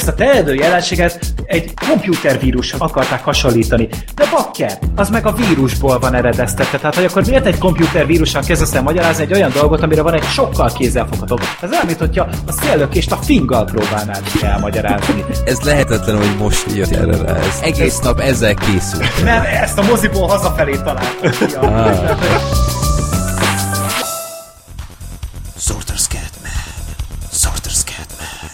ezt a terjedő jelenséget egy komputervírusra akarták hasonlítani. De bakker, az meg a vírusból van eredeztetve. Tehát, hogy akkor miért egy komputervírussal kezdesz el magyarázni egy olyan dolgot, amire van egy sokkal kézzelfoghatóbb. Ez olyan, mint hogyha a széllökést a finggal próbálnád elmagyarázni. Ez lehetetlen, hogy most jött erre rá. Ez egész nap ezzel készült. Nem, ezt a moziból hazafelé találtam. Sorter's Catman. Sorter's Catman.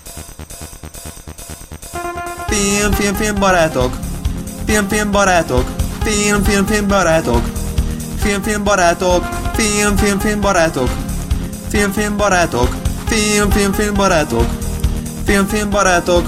Film barátok. Film barátok. Film barátok. Film barátok. Film barátok. Film barátok. Film barátok. Film barátok.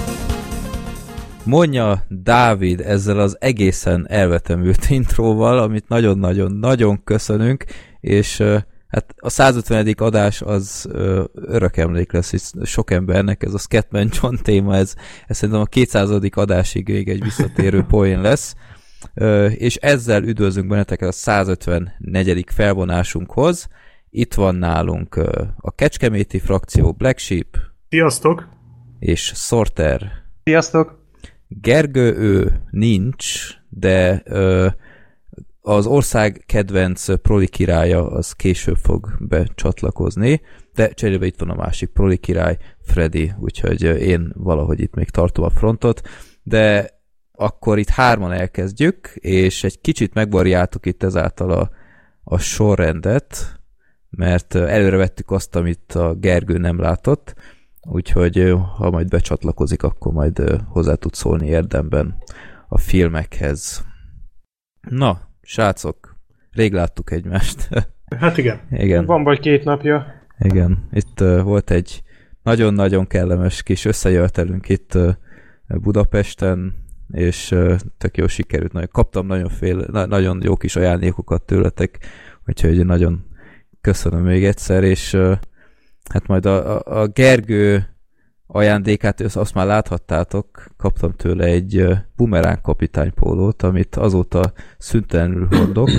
Mondja Dávid ezzel az egészen elvetemült intróval, amit nagyon-nagyon-nagyon köszönünk, és hát a 150. adás az örök emlék lesz, és sok embernek ez a Scatman John téma, ez szerintem a 200. adásig még egy visszatérő poén lesz, és ezzel üdvözlünk benneteket a 154. felvonásunkhoz. Itt van nálunk a kecskeméti frakció, Black Sheep. Sziasztok! És Sorter. Sziasztok! Gergő, ő nincs, de az ország kedvenc proli királya az később fog becsatlakozni, de cserébe itt van a másik proli király, Freddy, úgyhogy én valahogy itt még tartom a frontot, de akkor itt hárman elkezdjük, és egy kicsit megvariáltuk itt ezáltal a sorrendet, mert előre vettük azt, amit a Gergő nem látott, úgyhogy ha majd becsatlakozik, akkor majd hozzá tud szólni érdemben a filmekhez. Na, srácok, rég láttuk egymást. Hát igen. Igen. Van vagy 2 napja. Igen, itt volt egy nagyon-nagyon kellemes kis összejövetelünk itt Budapesten, és tök jó sikerült. Kaptam nagyon jó kis ajándékokat tőletek, úgyhogy nagyon köszönöm még egyszer, és hát majd a Gergő ajándékát, azt már láthattátok, kaptam tőle egy Bumerang kapitány pólót, amit azóta szüntelenül hordok.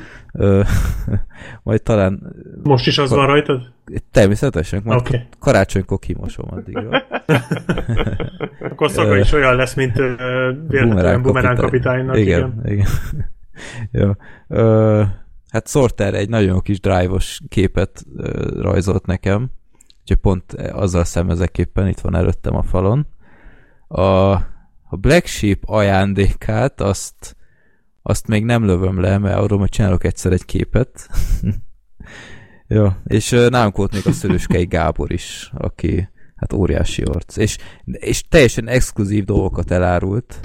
Majd talán... Most is az van rajtad? Természetesen, majd karácsonykor kimosom addigra. Akkor szaga is olyan lesz, mint Bumerang kapitánynak. Igen. Ja. Hát Sorter egy nagyon jó kis drive-os képet rajzolt nekem, úgyhogy pont azzal szemezeképpen itt van előttem a falon. A Black Sheep ajándékát azt még nem lövöm le, mert arról majd csinálok egyszer egy képet. Jó, és nálunk volt még a Szöröskei Gábor is, aki hát óriási arc. És teljesen exkluzív dolgokat elárult,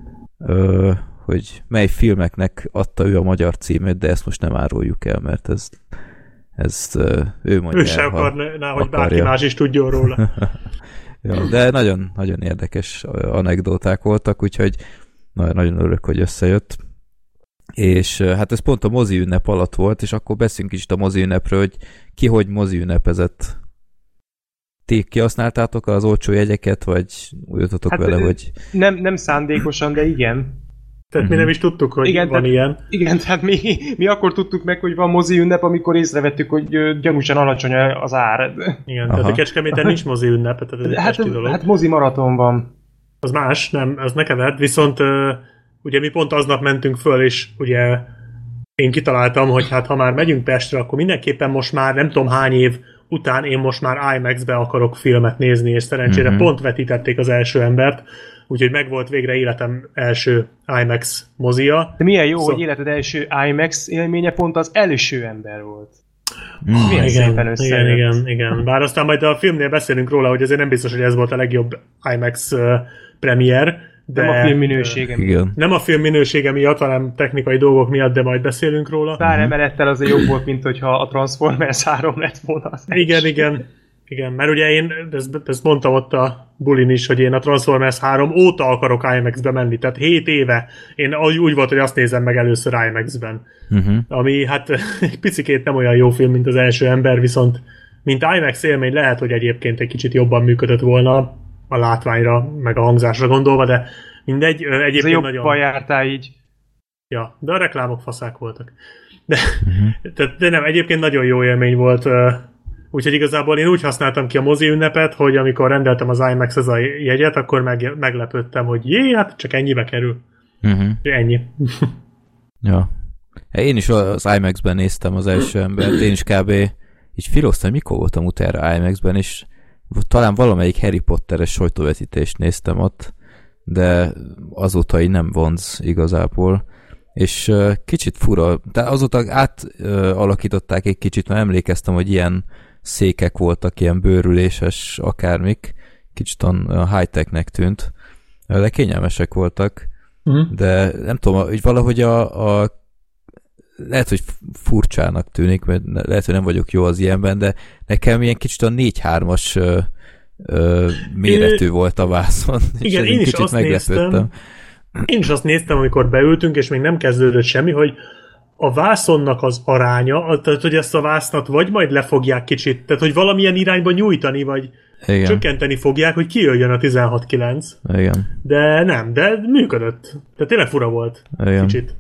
hogy mely filmeknek adta ő a magyar címét, de ezt most nem áruljuk el, mert ezt ő mondja. Ő sem akarná, hogy bárki más is tudjon róla. Ja, de nagyon, nagyon érdekes anekdóták voltak, úgyhogy nagyon örülök, hogy összejött. És hát ez pont a mozi ünnep alatt volt, és akkor beszéljünk is a mozi ünnepről, hogy ki hogy mozi ünnepezett. Ti kihasználtátok az olcsó jegyeket, vagy úgy jutotok vele, hogy... Nem szándékosan, de igen. Tehát mi nem is tudtuk, hogy igen, van ilyen. Igen, tehát mi akkor tudtuk meg, hogy van mozi ünnep, amikor észrevettük, hogy gyanúsan alacsony az ár. Igen, tehát a Kecskeméten nincs mozi ünnep, tehát ez egy esti dolog. Hát mozi maraton van. Az más, nem, az ne kevert, viszont ugye mi pont aznap mentünk föl, és ugye én kitaláltam, hogy hát ha már megyünk Pestre, akkor mindenképpen most már nem tudom hány év után én most már IMAX-be akarok filmet nézni, és szerencsére pont vetítették az első embert, úgyhogy megvolt végre életem első IMAX mozia. De milyen jó, hogy életed első IMAX élménye pont az első ember volt. Milyen szépen összejött. Igen. Bár aztán majd a filmnél beszélünk róla, hogy azért nem biztos, hogy ez volt a legjobb IMAX premier, de nem a film minősége miatt. Nem a film minősége miatt, hanem technikai dolgok miatt, de majd beszélünk róla. Pár emelettel azért jobb volt, mint hogyha a Transformers 3 lett volna. Igen, mert ugye én ezt mondtam ott a bulin is, hogy én a Transformers 3 óta akarok IMAX-be menni, tehát 7 éve én úgy volt, hogy azt nézem meg először IMAX-ben. Ami hát egy picikét nem olyan jó film, mint az első ember, viszont mint IMAX élmény lehet, hogy egyébként egy kicsit jobban működött volna a látványra, meg a hangzásra gondolva, de mindegy. Egyébként jobban nagyon... jártál így. Ja, de a reklámok faszák voltak. De nem, egyébként nagyon jó élmény volt Úgyhogy igazából én úgy használtam ki a mozi ünnepet, hogy amikor rendeltem az IMAX-ez a jegyet, akkor meglepődtem, hogy hát csak ennyibe kerül. Ennyi. Ja. Én is az IMAX-ben néztem az első embert, én is kb. Így filoztam, mikor voltam utána IMAX-ben, és talán valamelyik Harry Potteres sajtóvetítést néztem ott, de azóta így nem vonz igazából. És kicsit fura, de azóta átalakították egy kicsit, mert emlékeztem, hogy ilyen székek voltak, ilyen bőrüléses akármik, kicsit olyan high-technek tűnt, de kényelmesek voltak, de nem tudom, hogy valahogy lehet, hogy furcsának tűnik, mert lehet, hogy nem vagyok jó az ilyenben, de nekem ilyen kicsit a 4:3-as méretű volt a vászon. Igen, én is azt néztem. Én is azt néztem, amikor beültünk, és még nem kezdődött semmi, hogy a vászonnak az aránya, tehát hogy ezt a vásznat vagy majd lefogják kicsit, tehát hogy valamilyen irányba nyújtani, vagy igen, csökkenteni fogják, hogy kijöjjön a 16:9. Igen. De nem, de működött. Tehát tényleg fura volt. Igen. Kicsit.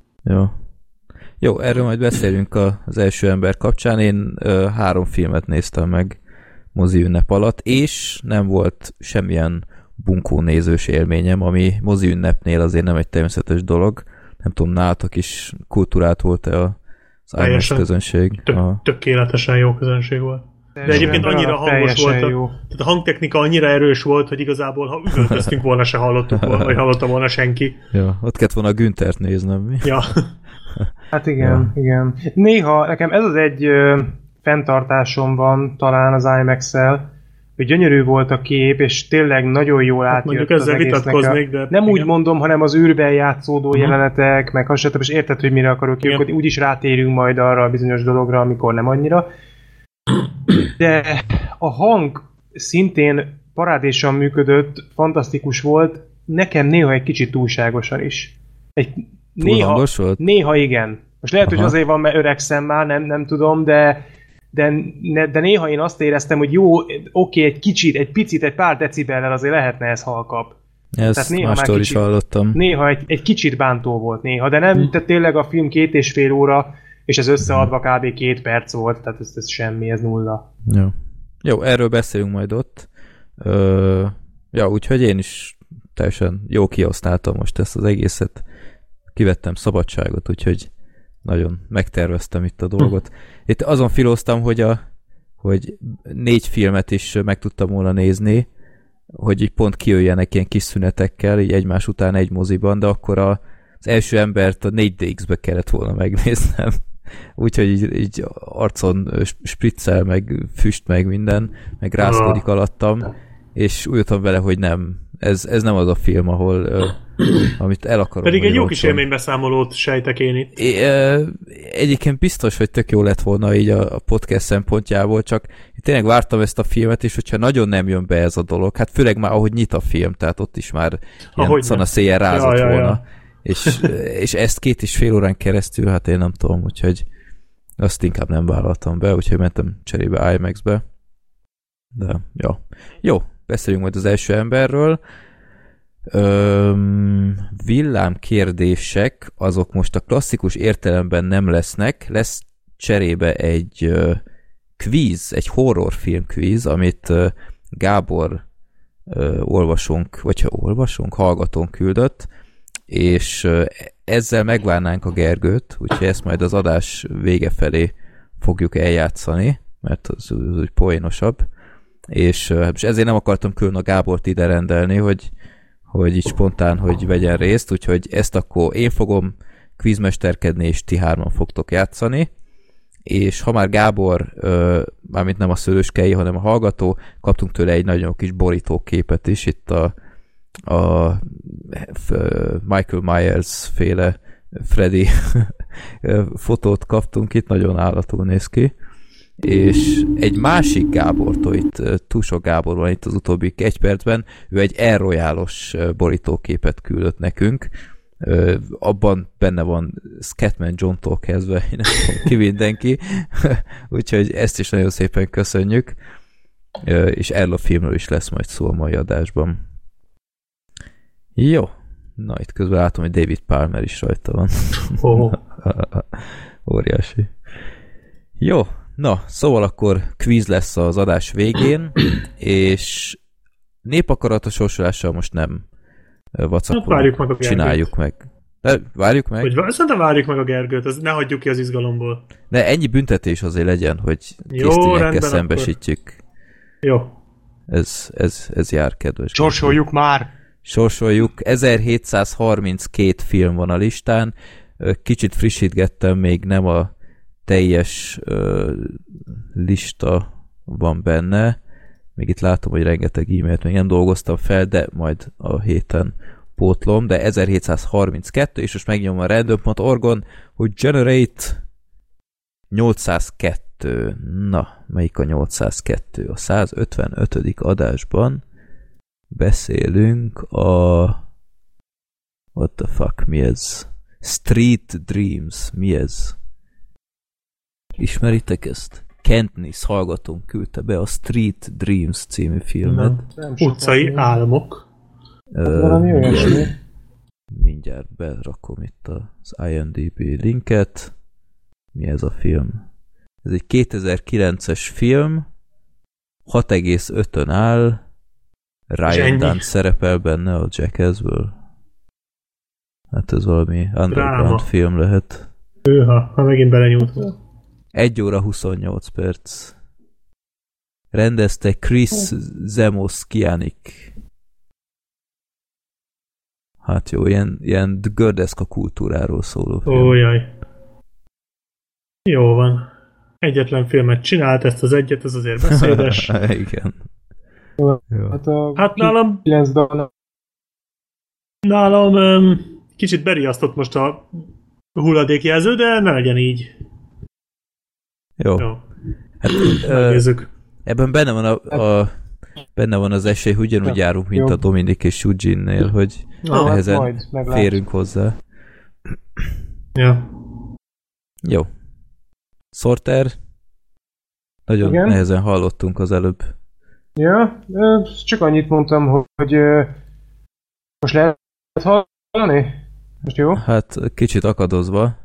Jó, erről majd beszélünk az első ember kapcsán. Én 3 filmet néztem meg mozi ünnep alatt, és nem volt semmilyen bunkó nézős élményem, ami mozi ünnepnél azért nem egy természetes dolog. Nem tudom, nálatok is kultúrált volt-e az IMAX közönség? Tökéletesen jó közönség volt. De egyébként annyira hangos volt, tehát a hangtechnika annyira erős volt, hogy igazából, ha üvöltöztünk volna, se hallottuk volna, vagy hallotta volna senki. Ja, ott kellett volna a Günthert néznem, mi? Ja. Hát igen, igen. Néha nekem ez az egy fenntartásom van talán az IMAX-el, hogy gyönyörű volt a kép, és tényleg nagyon jól átjött az egésznek. De nem úgy mondom, hanem az űrben játszódó jelenetek, meg hasonlóan, és érted, hogy mire akarok ki, úgyis rátérünk majd arra a bizonyos dologra, amikor nem annyira. De a hang szintén parádésan működött, fantasztikus volt, nekem néha egy kicsit túlságosan is. Túlhangos volt? Néha igen. Most lehet, hogy azért van, mert öregszem már, nem tudom, de néha én azt éreztem, hogy jó, oké, egy picit, egy pár decibellel azért lehetne ez halkabb. Ezt mástól is hallottam. Néha egy kicsit bántó volt néha, de nem, tehát tényleg a film 2,5 óra, és ez összeadva kb. 2 perc volt, tehát ez semmi, ez nulla. Jó, erről beszélünk majd ott. Úgyhogy én is teljesen jó kihasználtam most ezt az egészet. Kivettem szabadságot, úgyhogy nagyon megterveztem itt a dolgot. Itt azon filóztam, hogy 4 filmet is meg tudtam volna nézni, hogy így pont kijöjjenek ilyen kis szünetekkel, így egymás után egy moziban, de akkor az első embert a 4DX-be kellett volna megnéznem. Úgyhogy így arcon spriccel, meg füst, meg minden, meg rázkodik alattam, és úgy jöttem vele, hogy nem. Ez nem az a film, amit el akarom. Pedig egy jó kis élménybeszámolót sejtek én itt. Egyébként biztos, hogy tök jó lett volna így a podcast szempontjából, csak én tényleg vártam ezt a filmet, és hogyha nagyon nem jön be ez a dolog, hát főleg már ahogy nyit a film, tehát ott is már ilyen szanaszéjjel rázott volna. És ezt 2,5 órán keresztül, hát én nem tudom, úgyhogy azt inkább nem vállaltam be, úgyhogy mentem cserébe IMAX-be. De, jó, beszéljünk majd az első emberről. Villámkérdések, azok most a klasszikus értelemben nem lesznek, lesz cserébe egy kvíz, egy horrorfilm kvíz, amit Gábor hallgatónk küldött, és ezzel megvárnánk a Gergőt, úgyhogy ezt majd az adás vége felé fogjuk eljátszani, mert az úgy poénosabb, és ezért nem akartam külön a Gábort ide rendelni, hogy így spontán, hogy vegyen részt, úgyhogy ezt akkor én fogom kvízmesterkedni, és ti 3-an fogtok játszani, és ha már Gábor, mármint nem a Szőlőskei, hanem a hallgató, kaptunk tőle egy nagyon kis borítóképet is, itt a Michael Myers féle Freddy fotót kaptunk itt, nagyon állatul néz ki, és egy másik Gábortól, itt túl sok Gábor van itt az utóbbi 1 percben, ő egy elrojálos borítóképet küldött nekünk, abban benne van Scatman John-tól kezdve, én nem tudom ki mindenki, úgyhogy ezt is nagyon szépen köszönjük, és erről a filmről is lesz majd szó a mai adásban. Jó, na itt közben látom, hogy David Palmer is rajta van. Óriási. Jó, Na, szóval akkor kvíz lesz az adás végén, és népakarata sorsolással most nem vacakolunk, meg csináljuk meg. De várjuk meg. Szerintem várjuk meg a Gergőt, ne hagyjuk ki az izgalomból. De ennyi büntetés azért legyen, hogy jó, késztényekkel szembesítjük. Jó. Ez jár, kedves. Sorsoljuk már! Sorsoljuk. 1732 film van a listán. Kicsit frissítgettem, még nem a teljes lista van benne. Még itt látom, hogy rengeteg e-mailt még nem dolgoztam fel, de majd a héten pótlom, de 1732, és most megnyomom a random.org-on, hogy generate 802. Na, melyik a 802? A 155. adásban beszélünk a... What the fuck, mi ez? Street Dreams, mi ez? Ismeritek ezt? Kentnis hallgatónk küldte be a Street Dreams című filmet. Utcai álmok. Mindjárt berakom itt az IMDb linket. Mi ez a film? Ez egy 2009-es film, 6,5-ön áll, Ryan Dunn szerepel benne a Jackassből. Hát ez valami underground film lehet. Ha megint belenyújtva. 1 óra 28 perc. Rendezte Chris Zemoszkianik. Hát jó, ilyen gördeszka kultúráról szóló film. Ó, jaj. Jó van. Egyetlen filmet csinált, ezt az egyet, ez azért beszédes. Igen. Jó. Hát nálam kicsit beriasztott most a hulladékjelző, de ne legyen így. Jó. Hát, ebben benne van az esély, hogy ugyanúgy járunk, mint a Dominik és Eugene-nél, hogy nehezen férünk hozzá. Ja. Jó. Sorter. Nagyon nehezen hallottunk az előbb. Ja, csak annyit mondtam, hogy most lehet hallani? Most jó? Hát kicsit akadozva.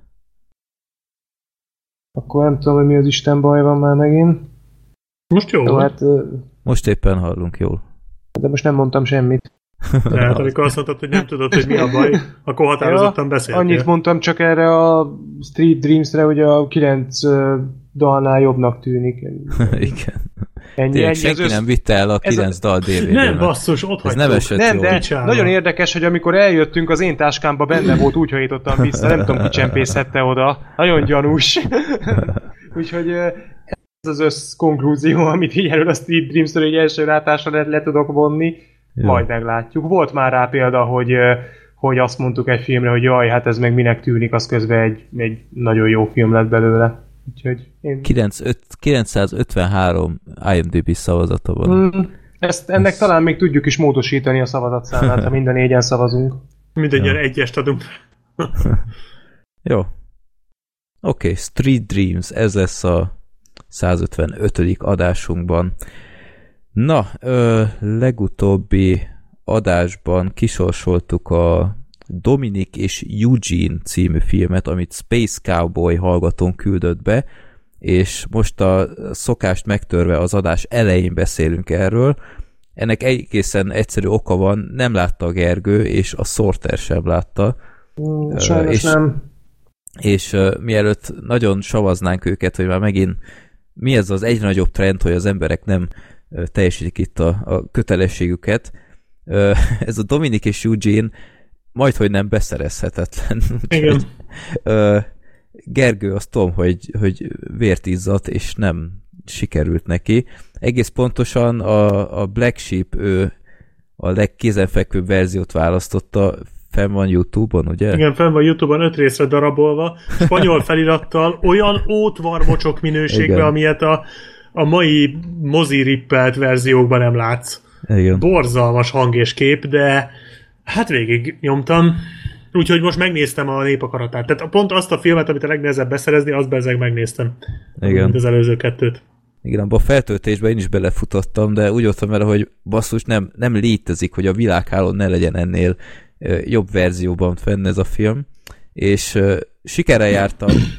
Akkor nem tudom, hogy mi az Isten baj van már megint. Most jó. Hát, most éppen hallunk jól. De most nem mondtam semmit. Tehát amikor azt mondtad, hogy nem tudod, hogy mi a baj, akkor határozottan beszéltél. Annyit mondtam csak erre a Street Dreams-re, hogy a 9 dalnál jobbnak tűnik. Igen. Ennyi, senki nem vitte el a 9 dal DVD-ben. Nem, basszus, ott hagytuk. Nem esett nem, jól. de nagyon érdekes, hogy amikor eljöttünk, az én táskámba benne volt, úgy hajítottam vissza, nem tudom, ki csempészhette oda. Nagyon gyanús. Úgyhogy ez az összkonklúzió, amit így erről a Street Dreams-ről egy első látásra le tudok vonni. Jó. Majd meglátjuk. Volt már rá példa, hogy azt mondtuk egy filmre, hogy jaj, hát ez meg minek tűnik, az közben egy nagyon jó film lett belőle. Úgyhogy én... 953 IMDb szavazata van. Ennek talán még tudjuk is módosítani a szavazatszámát, ha minden négyen szavazunk. Mindennyian egyest adunk. Jó. Oké, Street Dreams, ez lesz a 155. adásunkban. Na, legutóbbi adásban kisorsoltuk a Dominik és Eugene című filmet, amit Space Cowboy hallgatón küldött be, és most a szokást megtörve az adás elején beszélünk erről. Ennek egészen egyszerű oka van, nem látta a Gergő, és a Sorter sem látta. Sajnos nem. És mielőtt nagyon savaznánk őket, hogy már megint mi ez az egyre nagyobb trend, hogy az emberek nem teljesítik itt a kötelességüket. Ez a Dominik és Eugene majdhogy nem beszerezhetetlen. Igen. Gergő, azt tudom, hogy vért izzadt, és nem sikerült neki. Egész pontosan a Black Sheep ő a legkézenfekvőbb verziót választotta, fenn van YouTube-on, ugye? Igen, fenn van YouTube-on 5 részre darabolva, spanyol felirattal, olyan ótvarmocsok minőségben, igen, amilyet a mai mozi-rippelt verziókban nem látsz. Igen. Borzalmas hang és kép, de hát végig nyomtam. Úgyhogy most megnéztem a Népakaratát. Tehát pont azt a filmet, amit a legnehezebb beszerezni, azt bezzeg megnéztem. Igen. Mint az előző kettőt. Igen, abban a feltöltésben én is belefutottam, de úgy voltam vele, hogy basszus, nem létezik, hogy a világhálón ne legyen ennél jobb verzióban fenn ez a film. És sikerrel jártam,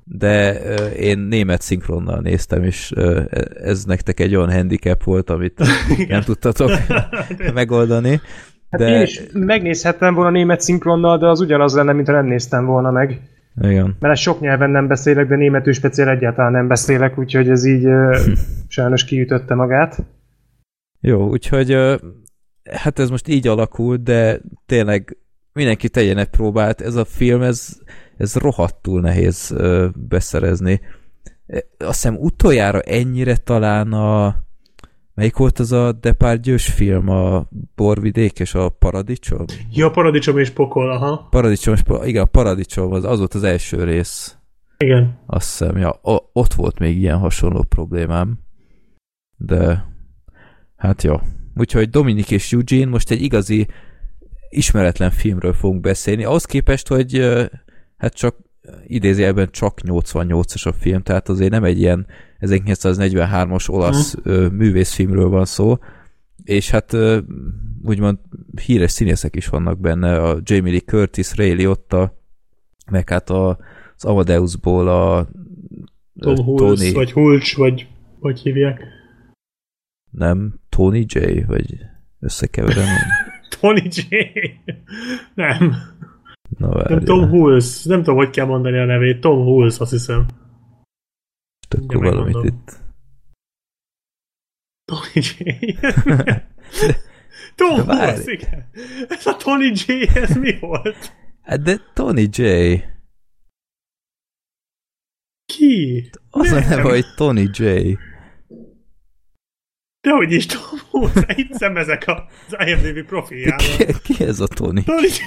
de én német szinkronnal néztem, és ez nektek egy olyan handicap volt, amit nem tudtatok megoldani. Hát én is megnézhettem volna német szinkronnal, de az ugyanaz lenne, mint ha nem néztem volna meg. Igen. Mert sok nyelven nem beszélek, de németül speciál egyáltalán nem beszélek, úgyhogy ez így sajnos kiütötte magát. Jó, úgyhogy hát ez most így alakult, de tényleg mindenki tegyen egy próbát. Ez a film, ez rohadtul nehéz beszerezni. Azt hiszem utoljára ennyire talán melyik volt az a Depardieu-s film, a Borvidék és a Paradicsom? Ja, Paradicsom és Pokol, aha. Igen, a Paradicsom az volt az első rész. Igen. Azt hiszem, ja, ott volt még ilyen hasonló problémám. De hát jó. Úgyhogy Dominik és Eugene most egy igazi ismeretlen filmről fogunk beszélni. Ahhoz képest, hogy hát csak idézőjelben csak 88-as a film, tehát azért nem egy ilyen 1943-as olasz művészfilmről van szó, és hát úgymond híres színészek is vannak benne, a Jamie Lee Curtis, Ray Liotta, meg hát az Amadeusból a Tom Hulce, Tony, vagy Hulcs, vagy hogy hívják? Nem, Tony J, vagy összekeverem. Tony J. Nem. Nem Tom Hulce. Nem tudom, hogy kell mondani a nevét. Tom Hulce, azt hiszem. Akkor valamit itt. Tony J. Tom Hulce, igen. Ez a Tony J, ez mi volt? Hát de Tony J. Ki? Az a neve, hogy Tony J. Dehogy is Tom Hulce. Itt szemezek az IMDb profiljával. Ki ez a Tony? Tony J.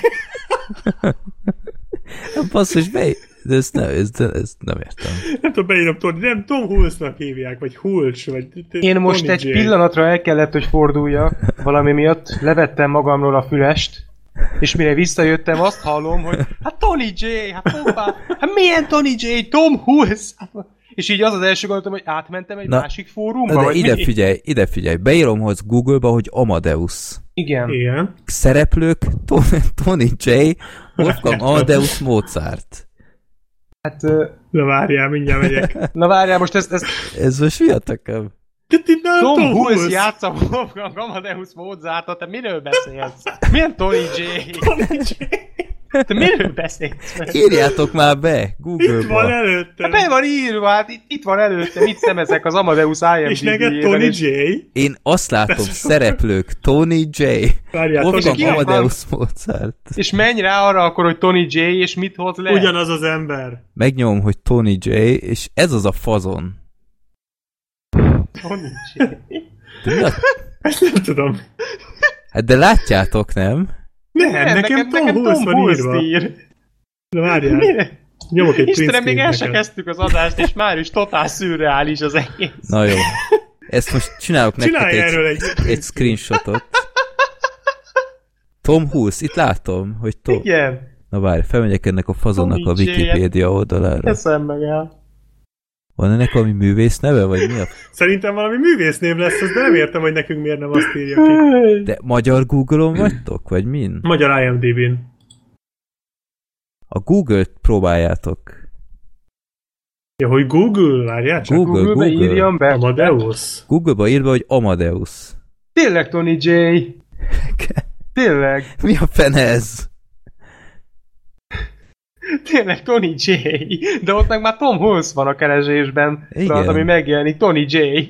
Basszus, de ezt nem értem. Nem tudom, beírom Tony, nem Tom Hulce-nak hívják, vagy Hulcs, vagy Én most Tony egy J. pillanatra el kellett, hogy forduljak valami miatt, levettem magamról a fülest, és mire visszajöttem, azt hallom, hogy hát Tony J, hát hoppá, hát milyen Tony J, Tom Hulce? És így az első gondolatom, hogy átmentem egy másik fórumba, de ide figyelj, beírom hogy Google-ba, hogy Amadeus. Igen. Szereplők, Tony J, Wolfgang Amadeus Mozart. Hát... Na várjál, mindjárt megyek. Na várjál, most ezt... Ez most mi a tököm? Tom Hulce játsza Wolfgang Amadeus Mozartot, te miről beszélsz? Milyen Tony J? Tony J. Te miről beszélsz? Írjátok már be Google-ba. Itt van előttem. Be van írva, hát itt van előttem, itt szemezek az Amadeus IMDb-jében. És neked Tony J? Én azt látom, szereplők, Tony J. Wolfgang Amadeus Mozart. És menj rá arra akkor, hogy Tony J, és mit hoz le? Ugyanaz az ember. Megnyomom, hogy Tony J, és ez az a fazon. Tony J. Ezt nem tudom. Hát de látjátok, nem? Nem, nekem Tom Hulce van írva. Na várjál. Mire? Nyomok egy Istenem, még el se kezdtük az adást, és már is totál szürreális az egész. Na jó. Ezt most csinálok nektek egy screenshotot. Tom Hulce, itt látom, hogy Tom... Igen. Na várj, felmegyek ennek a fazonnak a Wikipédia oldalára. Eszem meg el. Van ennek valami művész neve, vagy mi a... Szerintem valami művésznév lesz, de nem értem, hogy nekünk miért nem azt írja ki. De magyar Google-on vagytok, vagy min? Magyar IMDb-n. A Google-t próbáljátok. Ja, hogy Google, várjál csak. Google-be írjam be. Amadeus. Google-ba írva, hogy Amadeus. Tényleg Tony J. Tényleg. Mi a fene ez? Tényleg Tony J. De ott meg már Tom Hulce van a keresésben. Tehát, ami megjelenik. Tony J.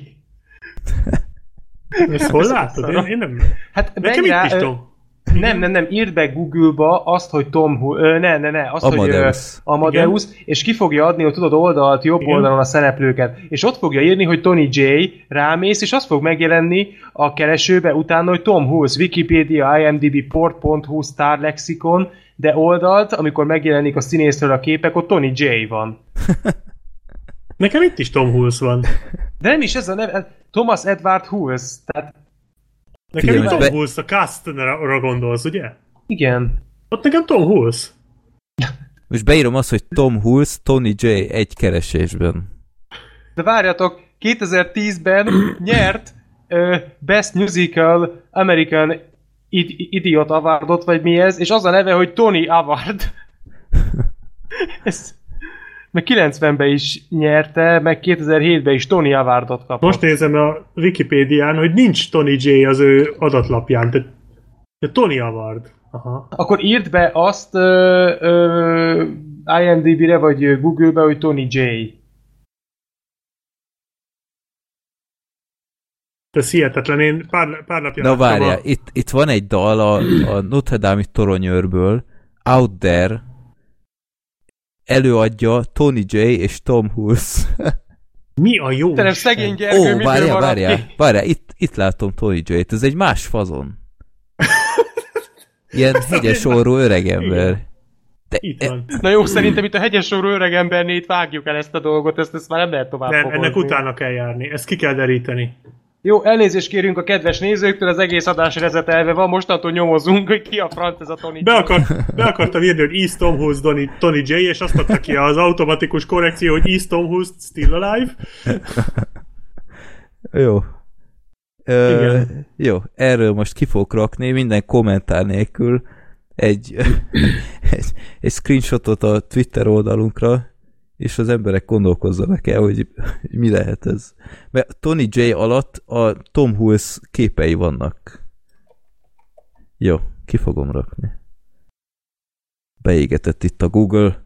Ezt hol látod? Én nem... Hát nekem itt is Tom. Nem, írd be Google-ba azt, hogy Tom Hulce, azt, Amadeus. hogy Amadeus, és ki fogja adni, hogy tudod oldalt, jobb oldalon a szereplőket. És ott fogja írni, hogy Tony J, rámész, és azt fog megjelenni a keresőbe utána, hogy Tom Hulce, Wikipedia, IMDb, port.hu, Star Lexicon, de oldalt, amikor megjelenik a színészről a képek, ott Tony J van. Nekem itt is Tom Hulce van. De nem is ez a neve, Thomas Edward Hulce, tehát... Nekem itt Tom Hulce, a Castnerra gondolsz, ugye? Igen. Ott nekem Tom Hulce. Most beírom azt, hogy Tom Hulce, Tony J egy keresésben. De várjatok, 2010-ben nyert Best Musical American Idiot Awardot, vagy mi ez, és az a neve, hogy Tony Award. meg 90-ben is nyerte, meg 2007-ben is Tony Awardot kapott. Most nézem a Wikipédián, hogy nincs Tony J az ő adatlapján, de Tony Award. Aha. Akkor írd be azt IMDb-re vagy Google-be, hogy Tony J. Ez hihetetlen, én pár napja Na várjál, itt van egy dal a Notre Dame-i toronyőrből, Out There, előadja Tony J és Tom Hulce. Mi a jó? Te nem szegény Gergő, Ó, várjál, itt látom Tony J-t, ez egy más fazon. Ilyen hegyes orrú öregember. Itt van. Na jó, szerintem itt a hegyes sorú öregembernél vágjuk el ezt a dolgot, ezt már nem lehet tovább Nem, fogadni. ennek utána kell járni, ezt ki kell deríteni. Jó, elnézést kérünk a kedves nézőktől, az egész adás rezetelve van, mostantól nyomozunk, hogy ki a franc ez a Tony J. Be akartam írni, hogy East Tom Hulce Tony J, és azt adta ki az automatikus korrekció, hogy East Tom Hulce still alive. Jó. Igen. Jó, erről most ki fogok rakni minden kommentár nélkül egy screenshotot a Twitter oldalunkra, és az emberek gondolkozzanak el, hogy mi lehet ez. Mert Tony J alatt a Tom Hulce képei vannak. Jó, ki fogom rakni. Beégetett itt a Google.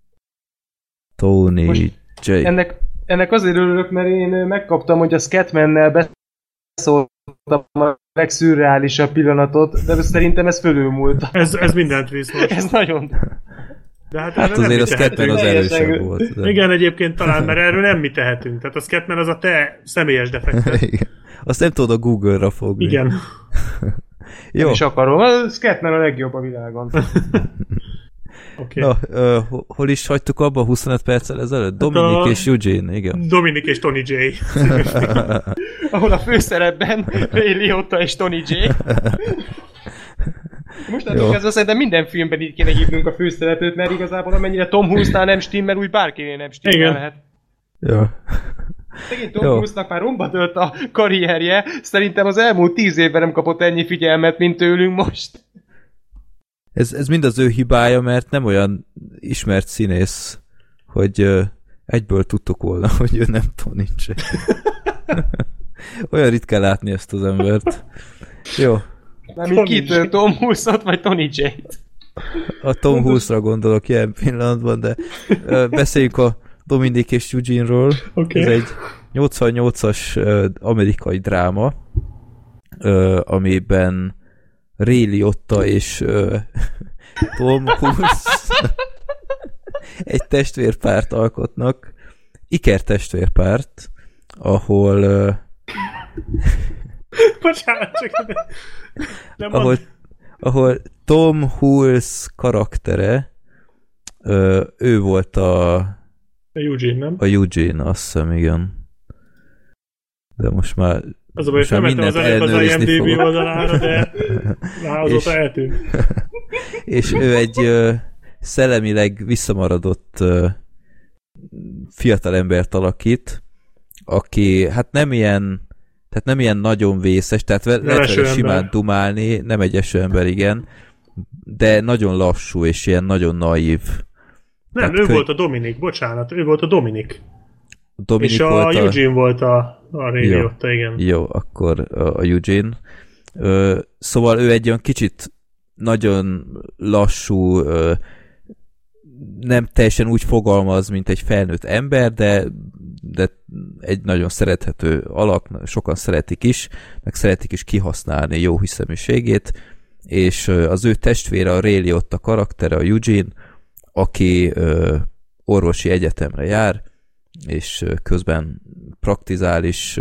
Tony Most J. Ennek azért örülök, mert én megkaptam, hogy a Scatmannel beszóltam a legszürreálisabb pillanatot, de szerintem ez fölülmúlt. Ez mindent visz most. Ez nagyon... De hát azért a Scatman az Teljesen- erősebb volt. De... Igen, egyébként talán, mert erről nem mi tehetünk. Tehát a Scatman az a te személyes defekted. Igen. Azt nem tudod a Google-ra fogni. Igen. Jó. És akarom. A Scatman a legjobb a világon. Okay. Na, hol is hagytuk abba 25 perccel ezelőtt? Dominik és Eugene, igen. Dominik és Tony J. Ahol a főszerepben Ray Liotta és Tony J. Mostantól kezdve szerintem minden filmben így kéne hívnunk a főszereplőt, mert igazából amennyire Tom Hulce-nál nem stimmel, úgy bárkinél nem stimmelhet. Jó. Szegény Tom Hulce-nak már romba dőlt a karrierje, szerintem az elmúlt 10 évben nem kapott ennyi figyelmet, mint tőlünk most. Ez mind az ő hibája, mert nem olyan ismert színész, hogy egyből tudtuk volna, hogy ő nem Tony J. Olyan ritkán látni ezt az embert. Jó. Mármint kitől, Tom Hulce-ot vagy Tony J-t? A Tom Hulce-ra gondolok ilyen pillanatban, de beszéljünk a Dominik és Eugene-ról. Okay. Ez egy 88-as amerikai dráma, amiben Ray Liotta és Tom Hulce egy testvérpárt alkotnak, ikertestvérpárt, ahol Bocsánat, csak nem ahol Tom Hulce karaktere ő volt a Eugene, nem? a Eugene, azt hiszem, igen. De most már Az a baj, hogy felmentem az előbb az IMDb oldalára, de azóta eltűnt. És ő egy szellemileg visszamaradott fiatalembert alakít, aki hát nem ilyen nagyon vészes, tehát lehet vele simán dumálni, nem egy esőember, igen, de nagyon lassú, és ilyen nagyon naív. Nem, tehát ő volt a Dominik, bocsánat, ő volt a Dominik. És volt Eugene volt a Ray Liotta, igen. Jó, akkor a Eugene. Szóval ő egy olyan kicsit nagyon lassú, nem teljesen úgy fogalmaz, mint egy felnőtt ember, de egy nagyon szerethető alak, sokan szeretik is, meg szeretik is kihasználni jó hiszeműségét, és az ő testvére, a Ray Liotta karaktere, a Eugene, aki orvosi egyetemre jár, és közben praktizál is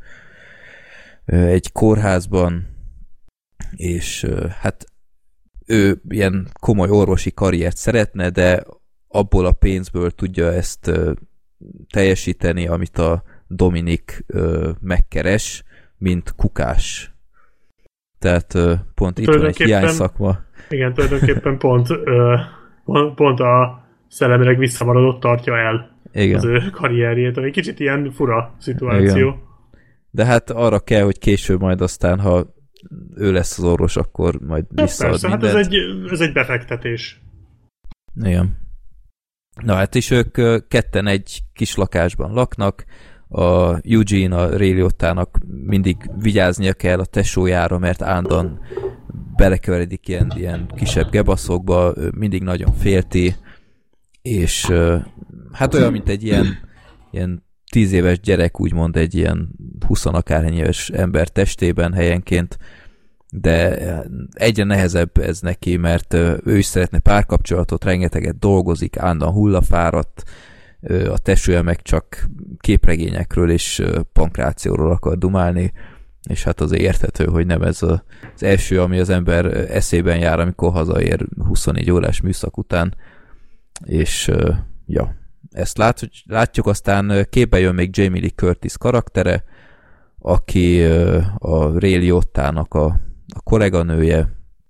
egy kórházban, és hát ő ilyen komoly orvosi karriert szeretne, de abból a pénzből tudja ezt teljesíteni, amit a Dominik megkeres, mint kukás. Tehát pont itt van egy hiányszakma. Igen, tulajdonképpen pont a szellemileg visszamaradott tartja el. Igen. Az ő karrierjét, ami kicsit ilyen fura szituáció. Igen. De hát arra kell, hogy később majd aztán, ha ő lesz az orvos, akkor majd visszaad persze, mindent. Hát ez egy befektetés. Igen. Na hát és ők ketten egy kis lakásban laknak, a Eugene, a Ray Liotta-nak mindig vigyáznia kell a tesójára, mert állandóan belekeveredik ilyen kisebb gebaszokba, mindig nagyon félti, és hát olyan, mint egy ilyen 10 éves gyerek, úgymond egy ilyen 20 akárhány éves ember testében helyenként, de egyre nehezebb ez neki, mert ő is szeretne párkapcsolatot, rengeteget dolgozik, állandóan hullafáradt, a tesója meg csak képregényekről és pankrációról akar dumálni, és hát azért érthető, hogy nem ez az első, ami az ember eszében jár, amikor hazaér 24 órás műszak után, és ja, ezt látjuk, aztán képbe jön még Jamie Lee Curtis karaktere, aki a Ray Liotta-nak a kolléganője,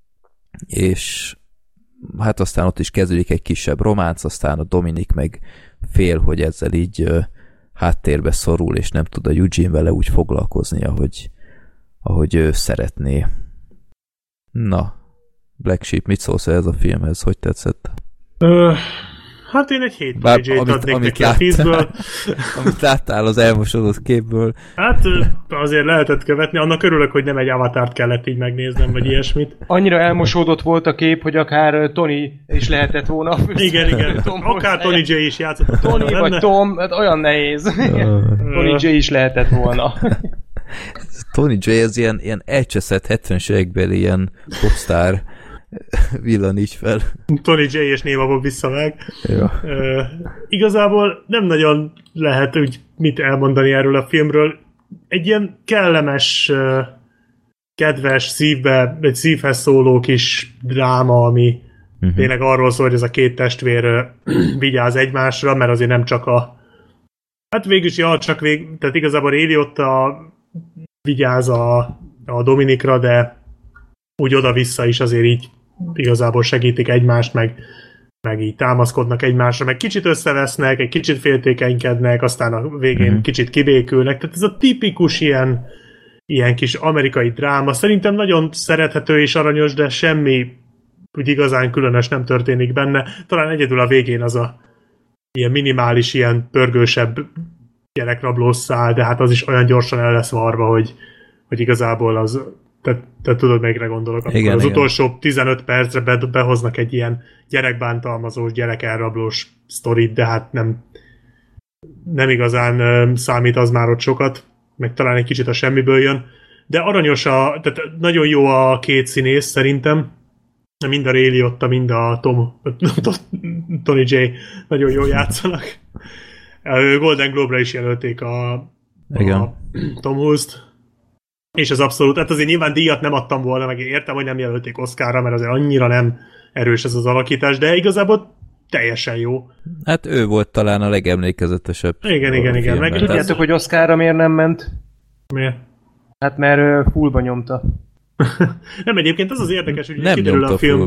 és hát aztán ott is kezdődik egy kisebb románc, aztán a Dominik meg fél, hogy ezzel így háttérbe szorul, és nem tud a Eugene vele úgy foglalkozni, ahogy ő szeretné. Na, Black Sheep, mit szólsz ez a filmhez? Hogy tetszett? Hát én egy 7 PJ-t adnék neki a 10-ből. Amit láttál az elmosodott képből. Hát azért lehetett követni, annak örülök, hogy nem egy avatárt kellett így megnéznem, vagy ilyesmit. Annyira elmosódott volt a kép, hogy akár Tony is lehetett volna. Igen. Akár Tony J is játszott. Tony vagy Tom, hát olyan nehéz. Tony J is lehetett volna. Tony J ez ilyen elcseszett 70-es évekbeli ilyen popstar villaníts fel. Tony J és névabból vissza meg. Ja. Igazából nem nagyon lehet úgy mit elmondani erről a filmről. Egy ilyen kellemes, kedves, szívhez szóló kis dráma, ami tényleg arról szól, hogy ez a két testvér vigyáz egymásra, mert azért nem csak hát végülis, tehát igazából Ray Liotta vigyáz a Dominikra, de úgy oda-vissza is azért így igazából segítik egymást, meg így támaszkodnak egymásra, meg kicsit összevesznek, egy kicsit féltékenykednek, aztán a végén kicsit kibékülnek. Tehát ez a tipikus ilyen kis amerikai dráma. Szerintem nagyon szerethető és aranyos, de semmi úgy igazán különös nem történik benne. Talán egyedül a végén az a ilyen minimális, ilyen pörgősebb gyerekrablós szál, de hát az is olyan gyorsan el lesz varva, hogy igazából az te tudod, melyikre gondolok. Igen, az igen. utolsó 15 percre behoznak egy ilyen gyerekbántalmazós, gyerekelrablós sztorit, de hát nem igazán számít az már ott sokat, meg talán egy kicsit a semmiből jön. De aranyos, tehát nagyon jó a két színész szerintem. Mind a Ray Liotta, mind a Tony J nagyon jól játszanak. Golden Globe-ra is jelölték a Tom Hulce-t. És az abszolút, hát azért nyilván díjat nem adtam volna, meg én értem, hogy nem jelölték Oscarra, mert azért annyira nem erős ez az alakítás, de igazából teljesen jó. Hát ő volt talán a legemlékezetesebb. Igen. Meg tudjátok, hogy Oscarra miért nem ment? Miért? Hát mert fullba nyomta. Nem, egyébként az érdekes, hogy nem kiderül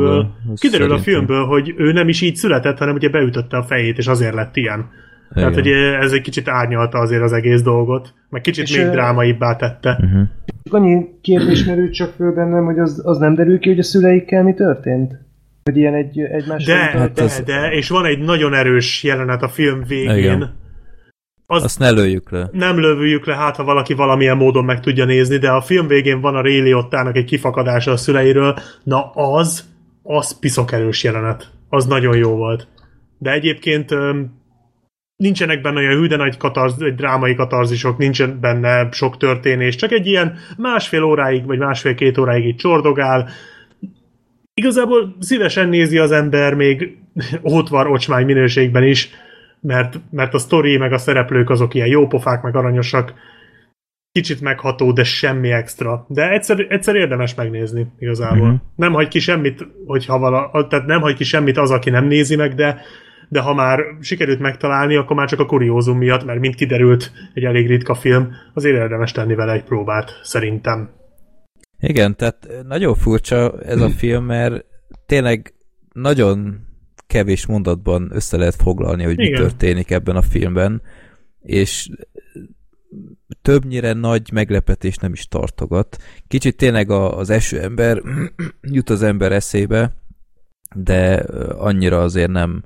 a filmből, hogy ő nem is így született, hanem ugye beütötte a fejét, és azért lett ilyen. Tehát, hogy ez egy kicsit árnyalta azért az egész dolgot, meg kicsit és még drámaibbá tette. Annyi kérdés merült csak föl bennem, hogy az nem derül ki, hogy a szüleikkel mi történt? Hogy ilyen egymás... De, és van egy nagyon erős jelenet a film végén. Igen. Azt ne lőjük le. Nem lövőjük le, hát ha valaki valamilyen módon meg tudja nézni, de a film végén van a Ray Liotta-nak egy kifakadása a szüleiről. Na az piszok erős jelenet. Az nagyon jó volt. De egyébként nincsenek benne olyan hű, de nagy egy drámai katarzisok, nincsen benne sok történés, csak egy ilyen másfél óráig, vagy másfél-két óráig így csordogál. Igazából szívesen nézi az ember még ótvar ocsmány minőségben is, mert a sztori meg a szereplők azok ilyen jópofák, meg aranyosak, kicsit megható, de semmi extra. De egyszer érdemes megnézni igazából. Nem hagy ki semmit, tehát nem hagy ki semmit az, aki nem nézi meg, de ha már sikerült megtalálni, akkor már csak a kuriózum miatt, mert mint kiderült, egy elég ritka film, azért érdemes tenni vele egy próbát, szerintem. Igen, tehát nagyon furcsa ez a film, mert tényleg nagyon kevés mondatban össze lehet foglalni, hogy mi történik ebben a filmben, és többnyire nagy meglepetés nem is tartogat. Kicsit tényleg az első ember jut az ember eszébe, de annyira azért nem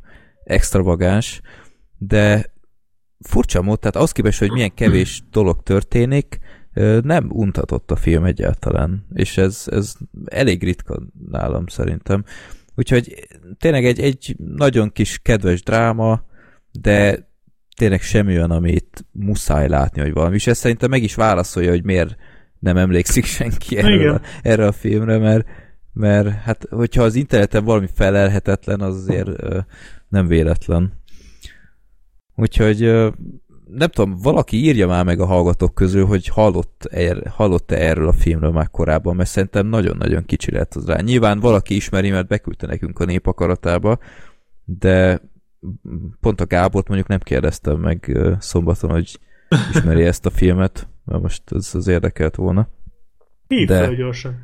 extravagáns, de furcsa mód, tehát az képest, hogy milyen kevés dolog történik, nem untatott a film egyáltalán, és ez elég ritka nálam szerintem. Úgyhogy tényleg egy nagyon kis kedves dráma, de tényleg semmi olyan, amit muszáj látni, hogy valami. És ezt szerintem meg is válaszolja, hogy miért nem emlékszik senki erre a filmre, mert hát, hogyha az interneten valami felelhetetlen, az azért nem véletlen. Úgyhogy nem tudom, valaki írja már meg a hallgatók közül, hogy hallott-e erről a filmről már korábban, mert szerintem nagyon-nagyon kicsi lett az rá. Nyilván valaki ismeri, mert beküldte nekünk a Népakaratába, de pont a Gábort mondjuk nem kérdeztem meg szombaton, hogy ismeri ezt a filmet, mert most ez az érdekelt volna. Hívd fel gyorsan.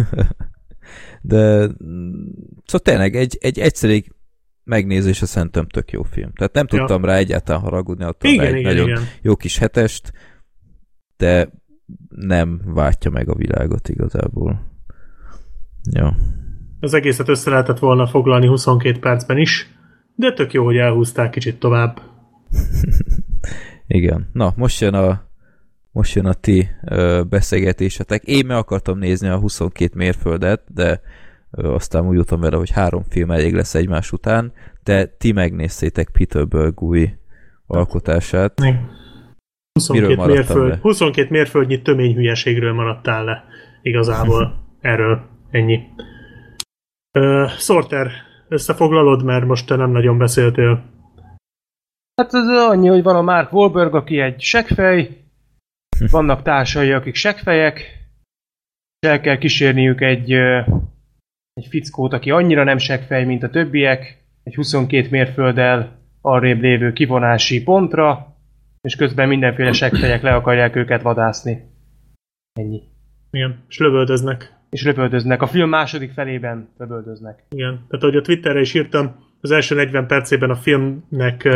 De szóval tényleg egy egyszerű megnézése szerintem tök jó film. Tehát nem tudtam rá egyáltalán haragudni, attól egy nagyon jó kis hetest, de nem váltja meg a világot igazából. Ja. Az egészet össze lehetett volna foglalni 22 percben is, de tök jó, hogy elhúzták kicsit tovább. Igen. Na, most jön a ti beszélgetésetek. Én meg akartam nézni a 22 mérföldet, de aztán úgy jutom vele, hogy 3 film elég lesz egymás után, de ti megnéztétek Peter Berg új alkotását. 22 mérföldnyi töményhülyeségről maradtál le igazából. Erről ennyi. Sorter, összefoglalod, mert most te nem nagyon beszéltél. Hát ez annyi, hogy van a Mark Wahlberg, aki egy seggfej, vannak társai, akik seggfejek, és el kell kísérniük egy fickót, aki annyira nem seggfej, mint a többiek, egy 22 mérfölddel arrébb lévő kivonási pontra, és közben mindenféle seggfejek le akarják őket vadászni. Ennyi. Igen, és lövöldöznek. És lövöldöznek. A film második felében lövöldöznek. Igen, tehát ahogy a Twitterre is írtam, az első 40 percében a filmnek